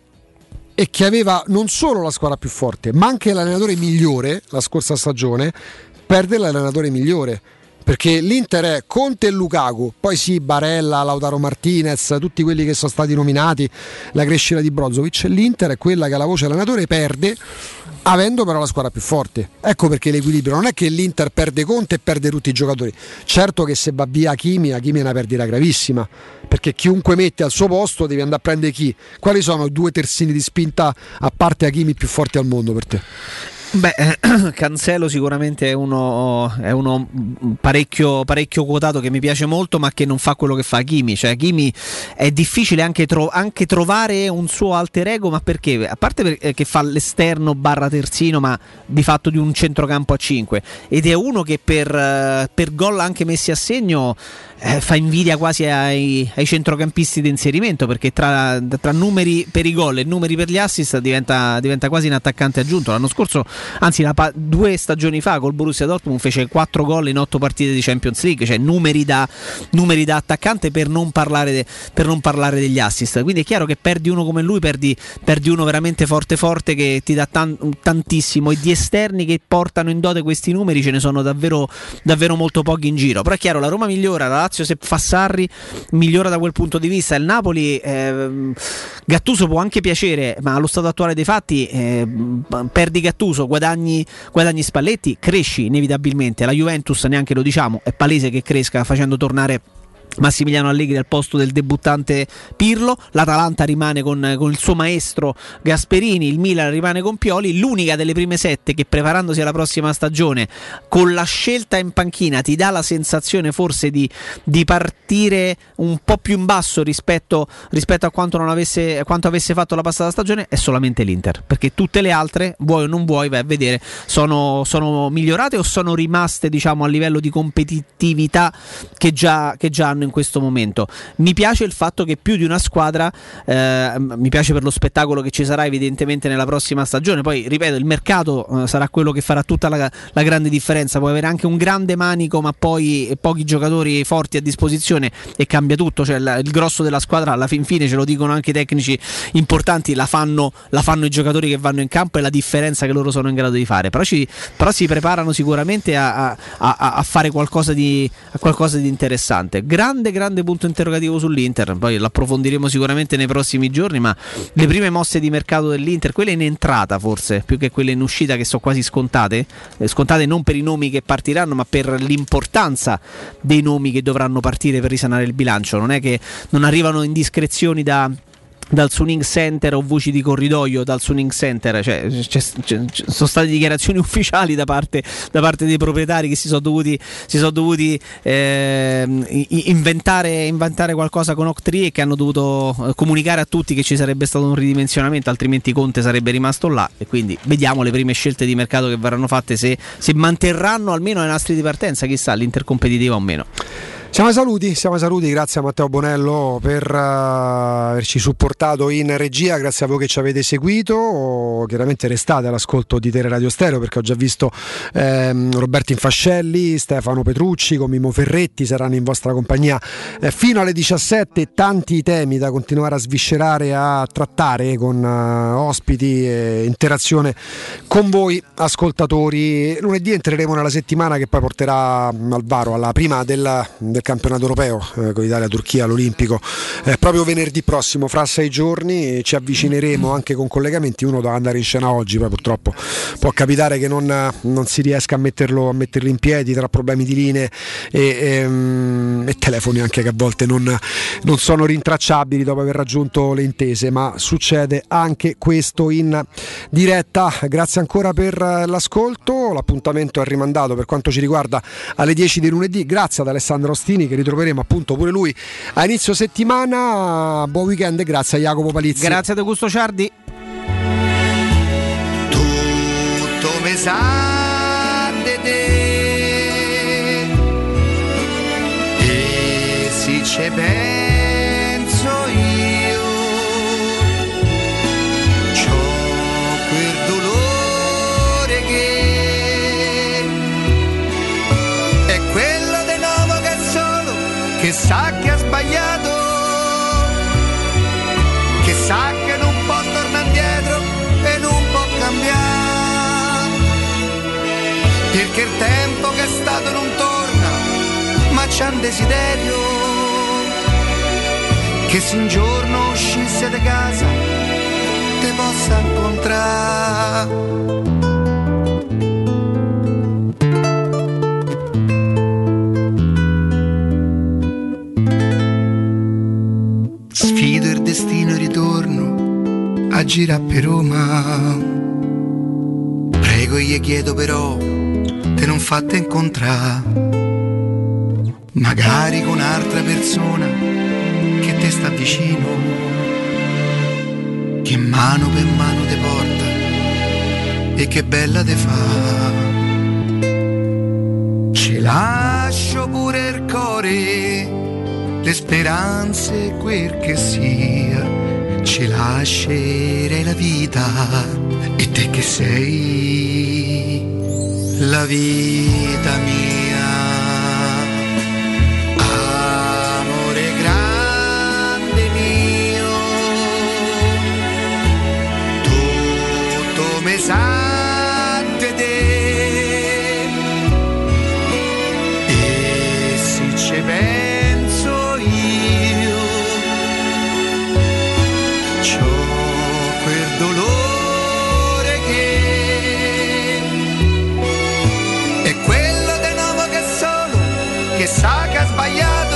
e che aveva non solo la squadra più forte, ma anche l'allenatore migliore la scorsa stagione, perde l'allenatore migliore. Perché l'Inter è Conte e Lukaku, poi sì, Barella, Lautaro Martinez, tutti quelli che sono stati nominati, la crescita di Brozovic. L'Inter è quella che alla voce allenatore perde, avendo però la squadra più forte. Ecco perché l'equilibrio non è che l'Inter perde Conte e perde tutti i giocatori. Certo che se va via Hakimi, Hakimi è una perdita gravissima, perché chiunque mette al suo posto devi andare a prendere chi? Quali sono i due terzini di spinta a parte Hakimi più forti al mondo per te? Beh, eh, Cancelo sicuramente è uno, è uno parecchio, parecchio quotato, che mi piace molto, ma che non fa quello che fa Hakimi. Cioè Hakimi è difficile anche, tro- anche trovare un suo alter ego, ma perché? A parte perché che fa l'esterno barra terzino, ma di fatto di un centrocampo a cinque, ed è uno che per, per gol anche messi a segno eh, fa invidia quasi ai, ai centrocampisti di inserimento, perché tra, tra numeri per i gol e numeri per gli assist diventa, diventa quasi un attaccante aggiunto. L'anno scorso, anzi la, due stagioni fa col Borussia Dortmund fece quattro gol in otto partite di Champions League, cioè numeri da, numeri da attaccante, per non parlare de, per non parlare degli assist. Quindi è chiaro che perdi uno come lui, perdi, perdi uno veramente forte forte che ti dà tan, tantissimo, e di esterni che portano in dote questi numeri ce ne sono davvero, davvero molto pochi in giro. Però è chiaro, la Roma migliora, la Lazio se fa Sarri migliora da quel punto di vista, il Napoli eh, Gattuso può anche piacere, ma allo stato attuale dei fatti eh, perdi Gattuso, guadagni, guadagni Spalletti, cresci inevitabilmente. La Juventus neanche lo diciamo, è palese che cresca facendo tornare Massimiliano Allegri al posto del debuttante Pirlo. L'Atalanta rimane con, con il suo maestro Gasperini, il Milan rimane con Pioli. L'unica delle prime sette che, preparandosi alla prossima stagione con la scelta in panchina, ti dà la sensazione forse di, di partire un po' più in basso rispetto, rispetto a quanto non avesse, a quanto avesse fatto la passata stagione, è solamente l'Inter, perché tutte le altre, vuoi o non vuoi, vai a vedere, sono, sono migliorate o sono rimaste, diciamo, a livello di competitività che già, che già hanno in questo momento. Mi piace il fatto che più di una squadra, eh, mi piace per lo spettacolo che ci sarà evidentemente nella prossima stagione. Poi ripeto, il mercato eh, sarà quello che farà tutta la, la grande differenza. Puoi avere anche un grande manico ma poi pochi giocatori forti a disposizione e cambia tutto. Cioè la, il grosso della squadra alla fin fine, ce lo dicono anche i tecnici importanti, la fanno, la fanno i giocatori che vanno in campo e la differenza che loro sono in grado di fare. Però, ci, però si preparano sicuramente a, a, a, a fare qualcosa di, a qualcosa di interessante. Grande grande punto interrogativo sull'Inter, poi l'approfondiremo sicuramente nei prossimi giorni, ma le prime mosse di mercato dell'Inter, quelle in entrata forse più che quelle in uscita, che sono quasi scontate, eh, scontate non per i nomi che partiranno ma per l'importanza dei nomi che dovranno partire per risanare il bilancio. Non è che non arrivano indiscrezioni da dal Suning Center o voci di corridoio dal Suning Center, cioè c'è, c'è, c'è, sono state dichiarazioni ufficiali da parte, da parte dei proprietari che si sono dovuti, si sono dovuti eh, inventare, inventare qualcosa con Octree e che hanno dovuto comunicare a tutti che ci sarebbe stato un ridimensionamento, altrimenti Conte sarebbe rimasto là. E quindi vediamo le prime scelte di mercato che verranno fatte, se, se manterranno almeno ai nastri di partenza, chissà, l'Inter competitiva o meno. Siamo ai saluti, siamo ai saluti, grazie a Matteo Bonello per uh, averci supportato in regia, grazie a voi che ci avete seguito, chiaramente restate all'ascolto di Tele Radio Stereo perché ho già visto ehm, Roberto Infascelli, Stefano Petrucci con Mimmo Ferretti, saranno in vostra compagnia eh, fino alle diciassette, tanti temi da continuare a sviscerare, a trattare con uh, ospiti e interazione con voi ascoltatori. Lunedì entreremo nella settimana che poi porterà al varo alla prima del, del campionato europeo eh, con Italia-Turchia all'Olimpico eh, proprio venerdì prossimo, fra sei giorni ci avvicineremo anche con collegamenti. Uno doveva andare in scena oggi, poi purtroppo può capitare che non, non si riesca a metterlo, a metterlo in piedi tra problemi di linee e, e, e telefoni anche che a volte non, non sono rintracciabili dopo aver raggiunto le intese, ma succede anche questo in diretta. Grazie ancora per l'ascolto, l'appuntamento è rimandato per quanto ci riguarda alle dieci di lunedì. Grazie ad Alessandro Ostini che ritroveremo appunto pure lui a inizio settimana. Buon weekend e grazie a Jacopo Palizzi. Grazie ad Augusto Ciardi. Tutto mi sa di te e si ci penso io, c'ho quel dolore che è quello di nuovo che solo che sa che ha sbagliato, che sa che non può tornare indietro e non può cambiare, perché il tempo che è stato non torna, ma c'è un desiderio che se un giorno uscisse di casa te possa incontrare. Sfido il destino e ritorno a girare per Roma. Prego e gli chiedo però te non fatte incontrare, magari con un'altra persona che te sta vicino, che mano per mano te porta e che bella te fa. Ci lascio pure il cuore, le speranze quel che sia, ci lascerei la vita e te che sei la vita mia, amore grande mio, tutto mi sa di te e se ci penso io c'ho quel dolore che è quello di nuovo che solo che sa che ha sbagliato,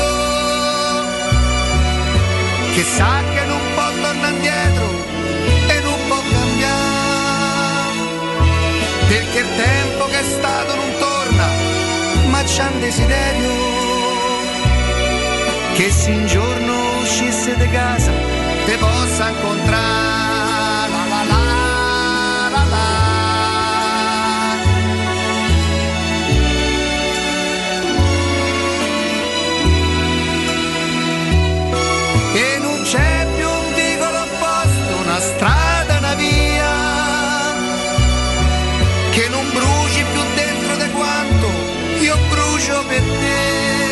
che sa che non può tornare indietro e non può cambiare, perché il tempo che è stato non torna, ma c'è un desiderio che se un giorno uscisse di casa te possa incontrare. La la la la la. E non c'è più un vicolo opposto, una strada, una via che non bruci più dentro di quanto io brucio per te.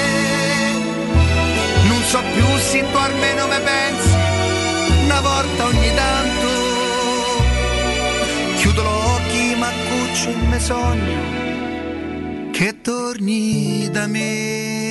Non so più se tu almeno me pensi una volta ogni tanto, chiudo gli occhi ma cuccio e me sogno che torni da me.